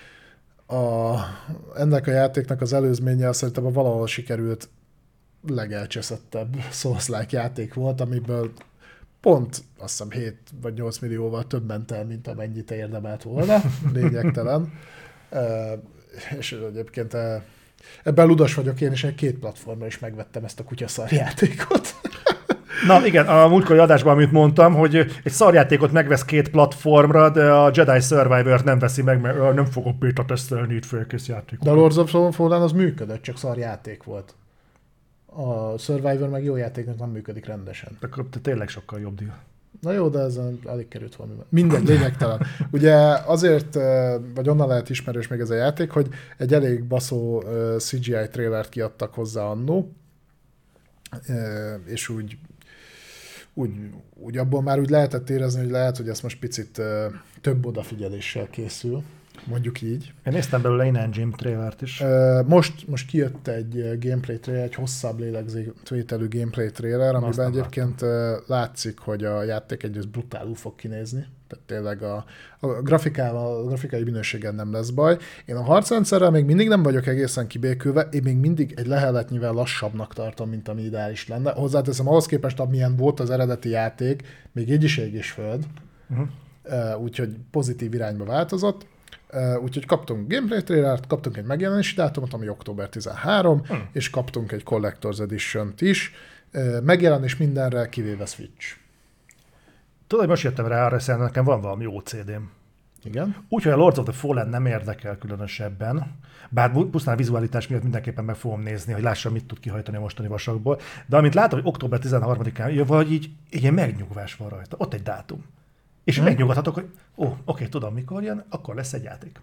Ennek a játéknak az előzménye szerintem a valahol sikerült legelcseszettebb Souls-like játék volt, amiből pont azt hiszem 7 vagy 8 millióval több ment el, mint amennyit érdemelt volna, lényegtelen. És egyébként ebben ludas vagyok én, és egy 2 platformra is megvettem ezt a kutyaszar játékot. Na igen, a múltkori adásban, amit mondtam, hogy egy szarjátékot megvesz 2 platformra, de a Jedi Survivor-t nem veszi meg, mert nem fogok beta tesztelni itt félkész játékot. De a Lords of the Fallen az működött, csak szarjáték volt. A Survivor meg jó játéknak nem működik rendesen. Akkor tényleg sokkal jobb deal. Na jó, de ez alig került valami. Minden lényegtelen. Ugye azért, vagy onnan lehet ismerős még ez a játék, hogy egy elég baszó CGI trailert kiadtak hozzá annó, és úgy úgy abból már úgy lehetett érezni, hogy lehet, hogy ez most picit több odafigyeléssel készül, mondjuk így. Én néztem belőle in-engine trailert is. Most kijött egy gameplay trailer, egy hosszabb lélegzésvételű gameplay trailer, amiben egyébként látszik, hogy a játék egyrészt brutálul fog kinézni, tehát tényleg a grafikai minőségen nem lesz baj. Én a harcrendszerrel még mindig nem vagyok egészen kibékülve, én még mindig egy leheletnyivel lassabbnak tartom, mint ami ideális lenne. Hozzáteszem, ahhoz képest, amilyen volt az eredeti játék, még így is ég és föld, úgyhogy pozitív irányba változott. Úgyhogy kaptunk gameplay trailert, kaptunk egy megjelenési dátumot, ami október 13, és kaptunk egy Collector's Edition-t is. Megjelenés mindenre, kivéve Switch. Tudod, hogy most jöttem rá arra, hogy nekem van valami OCD-m. Igen. Úgyhogy a Lords of the Fallen nem érdekel különösebben, bár pusztán a vizualitás miatt mindenképpen meg fogom nézni, hogy lássam, mit tud kihajtani a mostani vasakból. De amint látom, hogy október 13-án jön, vagy így egy megnyugvás van rajta. Ott egy dátum. És megnyugodhatok, hogy oké, tudom mikor jön, akkor lesz egy játék.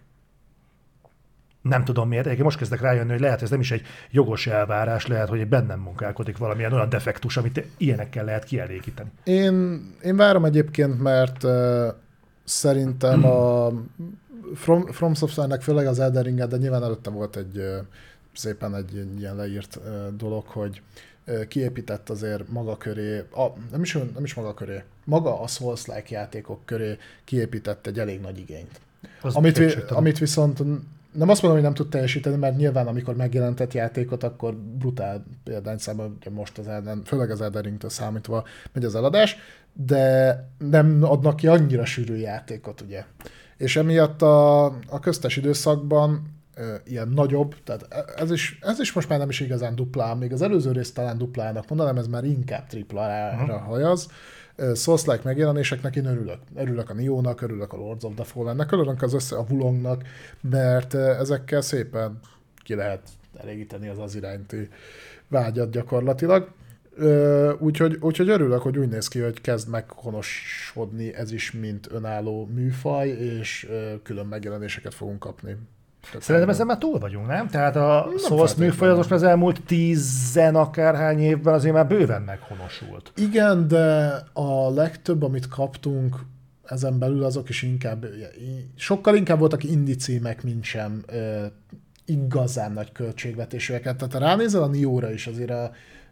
Nem tudom miért, egyébként most kezdek rájönni, hogy lehet, ez nem is egy jogos elvárás, lehet, hogy bennem munkálkodik valamilyen olyan defektus, amit ilyenekkel lehet kielégíteni. Én várom egyébként, mert szerintem a From Software-nek főleg az Elden Ring, de nyilván előtte volt szépen egy ilyen leírt dolog, hogy kiépített azért maga köré, nem is maga köré, maga a Souls-like játékok köré kiépített egy elég nagy igényt. Amit viszont nem azt mondom, hogy nem tud teljesíteni, mert nyilván amikor megjelentett játékot, akkor brutál példányszámban, most főleg az Elden Ringtől számítva megy az eladás, de nem adnak ki annyira sűrű játékot, ugye. És emiatt a köztes időszakban ilyen nagyobb, tehát ez is most már nem is igazán duplá, még az előző részt talán duplának mondanám, ez már inkább triplára hajaz. Souls-like megjelenéseknek én örülök. Örülök a Nioh-nak, örülök a Lords of the Fallen-nek, örülök a Wulongnak, mert ezekkel szépen ki lehet elégíteni az iránti vágyat gyakorlatilag. Úgyhogy örülök, hogy úgy néz ki, hogy kezd meghonosodni ez is, mint önálló műfaj, és külön megjelenéseket fogunk kapni. Szerintem ezen már túl vagyunk, nem? Tehát a Souls műfaj az most az elmúlt 10 akárhány évben azért már bőven meghonosult. Igen, de a legtöbb, amit kaptunk ezen belül, azok is sokkal inkább voltak indie címek, mint sem igazán nagy költségvetésűeket. Tehát ha ránézel a Nioh-ra is, azért a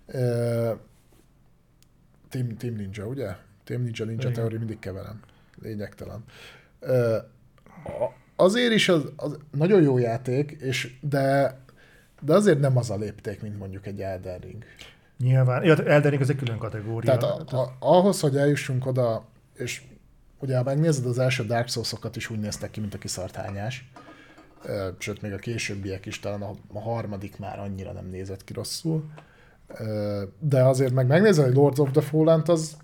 Team Ninja, ugye? Team Ninja Theory mindig keverem. Lényegtelen. Azért is az nagyon jó játék, de azért nem az a lépték, mint mondjuk egy Elden Ring. Nyilván. Elden Ring az egy külön kategória. Tehát ahhoz, hogy eljussunk oda, és ugye ha megnézed, az első Dark Souls-okat is úgy néztek ki, mint a kiszart hányás. Sőt, még a későbbiek is, talán a harmadik már annyira nem nézett ki rosszul. De azért megnézel, hogy Lords of the Fallen-t, az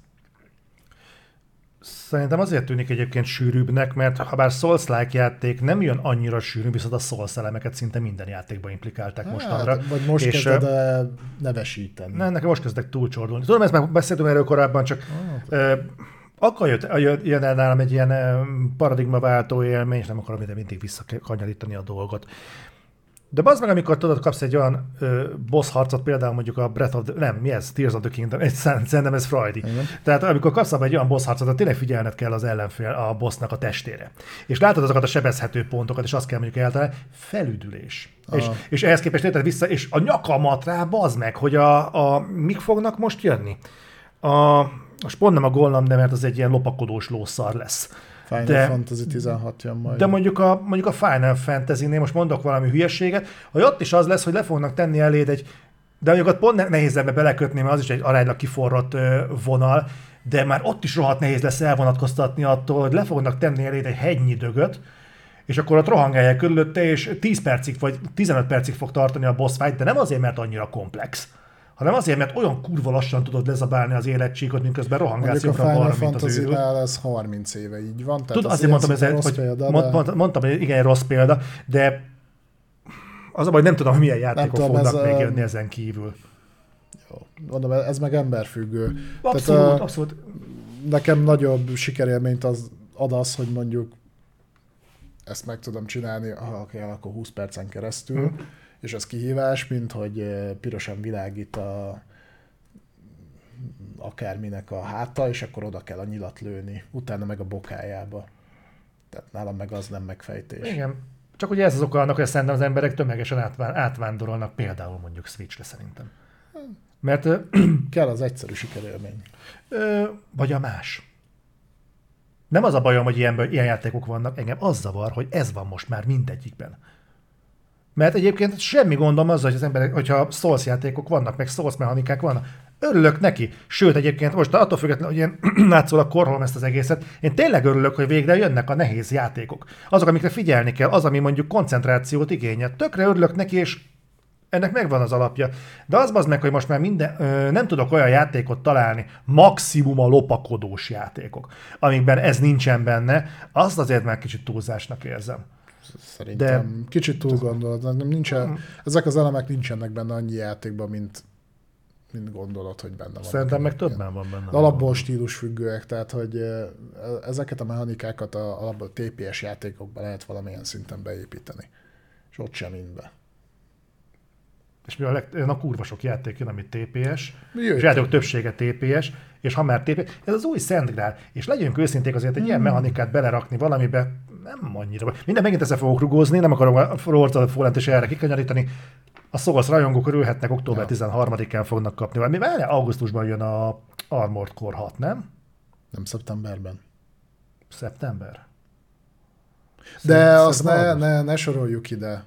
szerintem azért tűnik egyébként sűrűbbnek, mert ha bár Souls-like játék nem jön annyira sűrű, viszont a Souls elemeket szinte minden játékban implikálták mostanra. Vagy most kezded nevesíteni. Nem, nekem most kezdek túlcsordulni. Tudom, ezt már beszéltünk erről korábban, csak akkor jön el nálam egy ilyen paradigmaváltó élmény, és nem akarom mindig visszakanyarítani a dolgot. De bazd meg, amikor tudod, kapsz egy olyan boss harcot, például mondjuk a Tears of the Kingdom, szerintem ez Friday. Igen. Tehát amikor kapsz egy olyan boss harcot, tényleg figyelned kell az ellenfél, a bossnak a testére. És látod azokat a sebezhető pontokat, és azt kell mondjuk eltalálni, felüdülés. És ehhez képest érted vissza, és a nyakamat rá, bazd meg, hogy mik fognak most jönni? Most pont nem a Golem, de mert az egy ilyen lopakodós lószar lesz. Final Fantasy 16 jön majd. De mondjuk a Final Fantasy-nél most mondok valami hülyeséget, hogy ott is az lesz, hogy le fognak tenni eléd de mondjuk ott pont nehéz ebbe belekötni, mert az is egy aránylag kiforrott vonal, de már ott is rohadt nehéz lesz elvonatkoztatni attól, hogy le fognak tenni eléd egy hegynyi dögöt, és akkor ott rohangálják körülötte, és 10 percig vagy 15 percig fog tartani a boss fight, de nem azért, mert annyira komplex, hanem azért, mert olyan kurva lassan tudod lezabálni az életcsíkot, miközben rohangálsz jobbra-balra, mint az őrült. Ez 30 éve így van. Tudod, azért mondtam, hogy igen, rossz példa, de az a baj, nem tudom, hogy milyen játékok fognak még jönni ezen kívül. Jó, mondom, ez meg emberfüggő. Abszolút. Nekem nagyobb sikerélményt ad az, hogy mondjuk ezt meg tudom csinálni, akkor 20 percen keresztül, és ez kihívás, mint hogy pirosan világít a akárminek a háta, és akkor oda kell a nyilat lőni, utána meg a bokájába. Tehát nálam meg az nem megfejtés. Igen. Csak ugye ez az oka annak, hogy szerintem az emberek tömegesen átvándorolnak például mondjuk Switchre szerintem. Mert... kell az egyszerű sikerélmény. Vagy a más. Nem az a bajom, hogy ilyen játékok vannak, engem az zavar, hogy ez van most már mindegyikben. Mert egyébként semmi gondom azzal, hogy az emberek, hogyha Souls játékok vannak, meg Souls mechanikák vannak, örülök neki. Sőt, egyébként most attól függetlenül, hogy én látszólag korholom ezt az egészet, én tényleg örülök, hogy végre jönnek a nehéz játékok. Azok, amikre figyelni kell, az, ami mondjuk koncentrációt igényel. Tökre örülök neki, és ennek megvan az alapja. De az meg, hogy most már nem tudok olyan játékot találni, maximum a lopakodós játékok, amikben ez nincsen benne, azt azért már kicsit túlzásnak érzem. Szerintem kicsit túl gondolod. Ezek az elemek nincsenek benne annyi játékban, mint gondolod, hogy benne van. Szerintem meg többen van benne. Alapból stílusfüggőek, tehát hogy ezeket a mechanikákat alapból TPS játékokba lehet valamilyen szinten beépíteni. És ott sem mind be. És mi a kurva sok játék jön, ami TPS, és játékok többsége TPS, és ha már TPS, ez az új Szent Grál, és legyünk őszinték, azért egy ilyen mechanikát belerakni valamibe, nem annyira. Minden megint ezzel fogok rugózni, nem akarom a Forza és erre kikanyarítani. A Souls rajongók örülhetnek, október 13-án fognak kapni. Mivel augusztusban jön a Armored Core 6, nem? Nem szeptemberben. Szeptember? De azt ne soroljuk ide.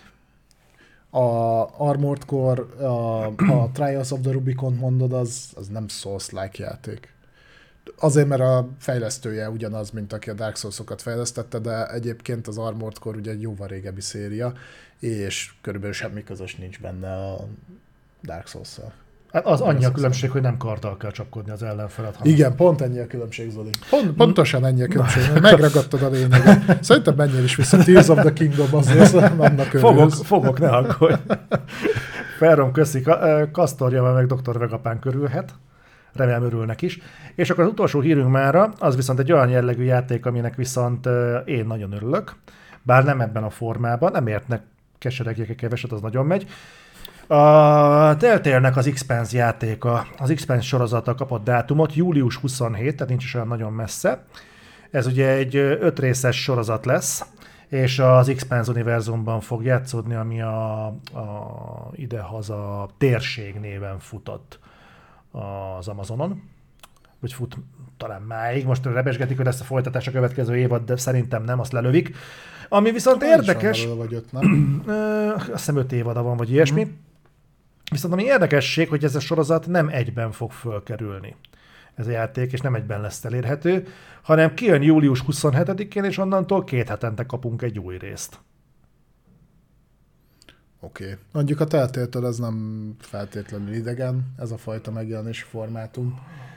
A Armored Core, a Trials of the Rubicon mondod, az nem Souls-like játék. Azért, mert a fejlesztője ugyanaz, mint aki a Dark Souls-okat fejlesztette, de egyébként az Armored Core ugye egy jóval régebbi széria, és körülbelül semmi közös nincs benne a Dark Souls-szal. Hát az annyi a különbség, hogy nem karddal kell csapkodni az ellenfelet. Igen, pont ennyi a különbség, Zoli. Pontosan ennyi a különbség. Megragadtad a lényeget. Szerintem menjél is vissza Tears of the Kingdom, azért annak örülsz. Fogok, ne aggódj. Ferrom, köszi. Kasztorja meg Dr. Vegapán körülhet. Remélem örülnek is. És akkor az utolsó hírünk mára, az viszont egy olyan jellegű játék, aminek viszont én nagyon örülök. Bár nem ebben a formában, nem értnek keseregjek keveset, az nagyon megy. A Telltale-nek az Expanse játéka, az Expanse sorozata kapott dátumot, július 27, tehát nincs is olyan nagyon messze. Ez ugye egy 5 részes sorozat lesz, és az Expanse univerzumban fog játszódni, ami a idehaza térség néven futott az Amazonon. Vagy fut talán máig, most rebesgetik, hogy lesz a folytatás a következő évad, de szerintem nem, azt lelövik. Ami viszont érdekes... Vagy 5, nem? Azt hiszem 5 évada van, vagy ilyesmi. Viszont ami érdekesség, hogy ez a sorozat nem egyben fog fölkerülni. Ez a játék, és nem egyben lesz elérhető, hanem kijön július 27-én, és onnantól 2 hetente kapunk egy új részt. Oké. Mondjuk a Telltale-től ez nem feltétlenül idegen, ez a fajta megjelenési formátum.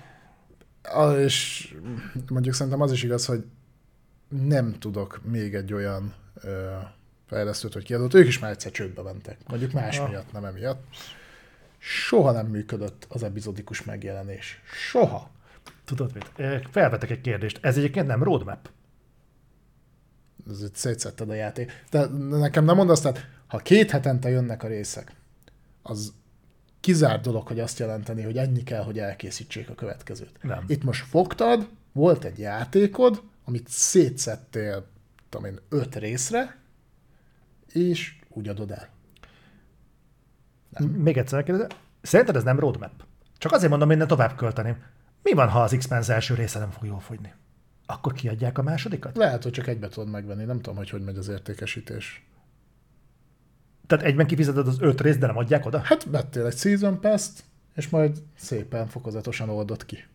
És mondjuk szerintem az is igaz, hogy nem tudok még egy olyan fejlesztőt, hogy kiadott. Ők is már egyszer csődbe mentek. Mondjuk más miatt, nem emiatt. Soha nem működött az epizódikus megjelenés. Soha. Tudod mit? Felvetek egy kérdést. Ez egyébként nem roadmap? Ez itt szétszetted a játék. De nekem nem mondasz, tehát ha 2 hetente jönnek a részek, az kizárt dolog, hogy azt jelenteni, hogy ennyi kell, hogy elkészítsék a következőt. Nem. Itt most fogtad, volt egy játékod, amit szétszettél, tudom én, 5 részre, és úgy adod el. Nem. Még egyszer megkérdezem, szerinted ez nem roadmap? Csak azért mondom, minden tovább költeném. Mi van, ha az Expanse első része nem fog jól fogyni? Akkor kiadják a másodikat? Lehet, hogy csak egybe tudod megvenni. Nem tudom, hogy megy az értékesítés. Tehát egyben kifizeted az 5 részt, de nem adják oda? Hát vettél egy Season Pass-t, és majd szépen, fokozatosan oldod ki.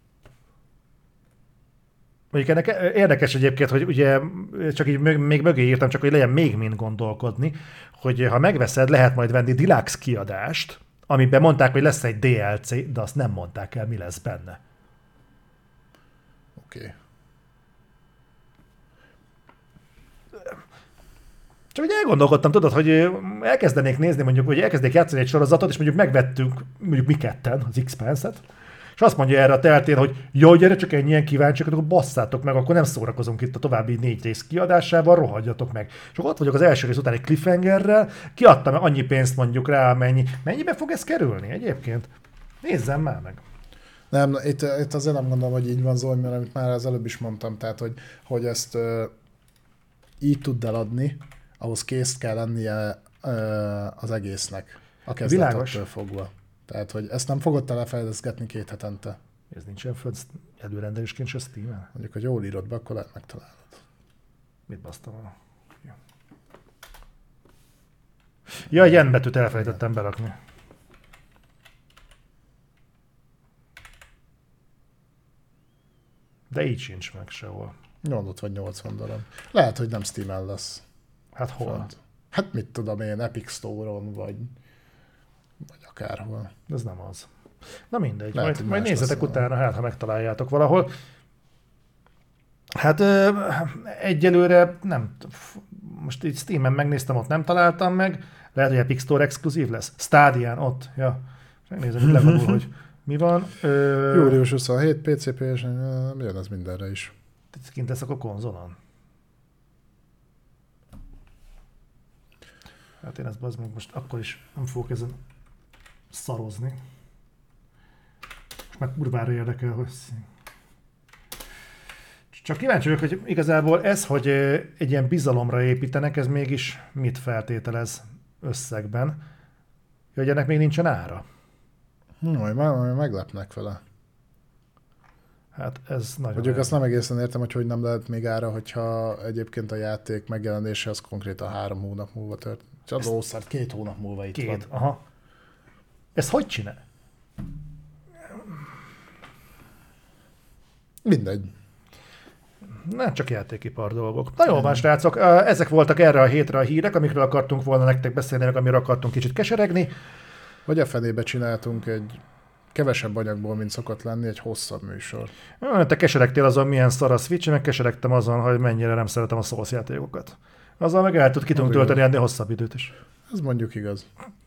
Mondjuk ennek érdekes egyébként, hogy ugye csak így még mögé írtam, csak hogy legyen még mind gondolkodni, hogy ha megveszed, lehet majd venni deluxe kiadást, amiben mondták, hogy lesz egy DLC, de azt nem mondták el, mi lesz benne. Oké. Csak hogy elgondolkodtam, tudod, hogy elkezdenék nézni, mondjuk, hogy elkezdenék játszani egy sorozatot, és mondjuk megvettünk, mondjuk mi ketten, az Expanse-et, és azt mondja erre a Telltale, hogy jó, gyere, csak ennyien kíváncsiak, akkor basszátok meg, akkor nem szórakozunk itt a további 4 rész kiadásával, rohadjatok meg. És akkor ott vagyok az első rész után egy cliffhangerrel, kiadtam annyi pénzt mondjuk rá, mennyibe fog ez kerülni egyébként? Nézzem már meg. Nem, itt azért nem gondolom, hogy így van, Zoli, mert amit már az előbb is mondtam, tehát, hogy ezt így tudd eladni, ahhoz kész kell lennie az egésznek, a kezdetektől fogva. Tehát, hogy ezt nem fogod te lefejleszgetni 2 hetente. Ez nincsen föld előrendelésként se Steam-en? Mondjuk, hogy jól írod be, akkor lehet megtalálod. Mit basztam volna? Ja, egy N betűt elfelejtettem berakni. De így sincs meg sehol. 8 vagy 80 darab. Lehet, hogy nem Steam-en lesz. Hát hol? Fönt. Hát mit tudom én, Epic Store-on, vagy akárhol. Ez nem az. Na mindegy, Lehet, majd nézzetek utána, hát ha megtaláljátok valahol. Hát egyelőre nem, most így Steam-en megnéztem, ott nem találtam meg. Lehet, hogy Epic Store exkluzív lesz. Stadion, ott, ja. Megnézem, hogy legalább, hogy mi van. Július 27, PCP, és jön ez mindenre is. Kint lesz akkor konzolon? Hát én ezt bazd meg most akkor is nem fogok ezen szarozni. Most már kurvára érdekel, hogy... Csak kíváncsi vagyok, hogy igazából ez, hogy egy ilyen bizalomra építenek, ez mégis mit feltételez összegben, hogy ennek még nincsen ára. Majd meglepnek vele. Hát ez nagyon... Mondjuk azt nem egészen értem, hogy nem lehet még ára, hogyha egyébként a játék megjelenése az konkrétan 3 hónap múlva történt. Csak az ószert 2 hónap múlva itt van. Aha. Ez hogy csinál? Mindegy. Nem csak játékipar dolgok. Na jól van, srácok, ezek voltak erre a hétre a hírek, amikről akartunk volna nektek beszélni, meg amiről akartunk kicsit keseregni. Vagy a fenébe csináltunk egy kevesebb anyagból, mint szokott lenni, egy hosszabb műsor. Te keseregtél azon, milyen szar a Switch, meg keseregtem azon, hogy mennyire nem szeretem a Souls játékokat. Azzal meg el tudunk tölteni ennél hosszabb időt is. Ez mondjuk igaz.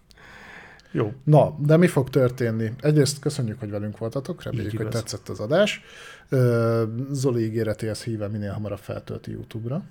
Jó. Na, de mi fog történni? Egyrészt köszönjük, hogy velünk voltatok, reméljük, hogy tetszett az adás. Zoli ígéretéhez híve minél hamarabb feltölti YouTube-ra.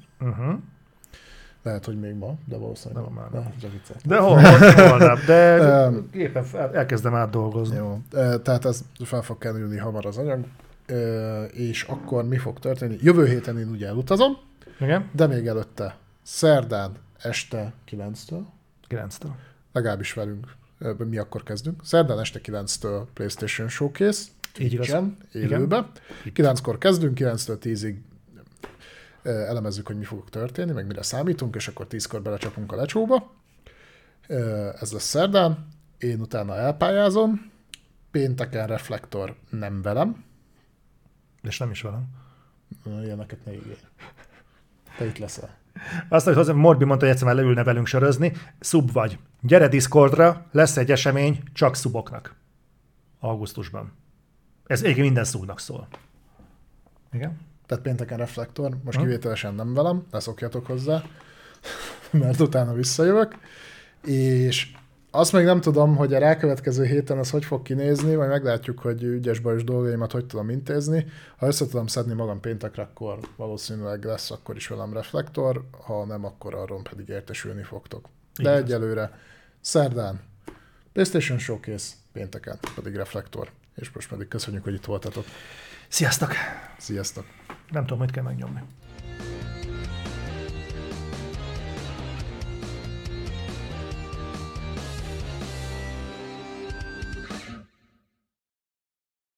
Lehet, hogy még ma, de valószínűleg nem. De holnap, de éppen elkezdem átdolgozni. Jó, tehát ez fel fog kerülni hamar az anyag, és akkor mi fog történni? Jövő héten én ugye elutazom, igen? De még előtte szerdán este 9-től. 9-től. Legalábbis velünk. Mi akkor kezdünk? Szerdán este 9-től PlayStation Showcase. Így igaz. Élőbe. 9-kor kezdünk, 9-től 10-ig elemezzük, hogy mi fog történni, meg mire számítunk, és akkor 10-kor belecsapunk a lecsóba. Ez lesz szerdán. Én utána elpályázom. Pénteken Reflektor nem velem. És nem is velem. Ilyeneket ne ígérj. Te itt leszel. Azt, hogy hozzá, Morbi mondta, hogy egyszer már leülne velünk sörözni. Szub vagy. Gyere Discordra, lesz egy esemény csak szuboknak. Augusztusban. Ez egyébként minden szúrnak szól. Igen? Tehát pénteken Reflektor, most kivételesen nem velem, ne szokjatok hozzá, mert utána visszajövök. És azt még nem tudom, hogy a rákövetkező héten az hogy fog kinézni, majd meglátjuk, hogy ügyes-bajos dolgaimat hogy tudom intézni. Ha össze tudom szedni magam péntekre, akkor valószínűleg lesz akkor is velem Reflektor, ha nem, akkor arról pedig értesülni fogtok. De egyelőre szerdán PlayStation Showcase, pénteken pedig Reflektor. És most pedig köszönjük, hogy itt voltatok. Sziasztok! Sziasztok! Nem tudom, hogy kell megnyomni.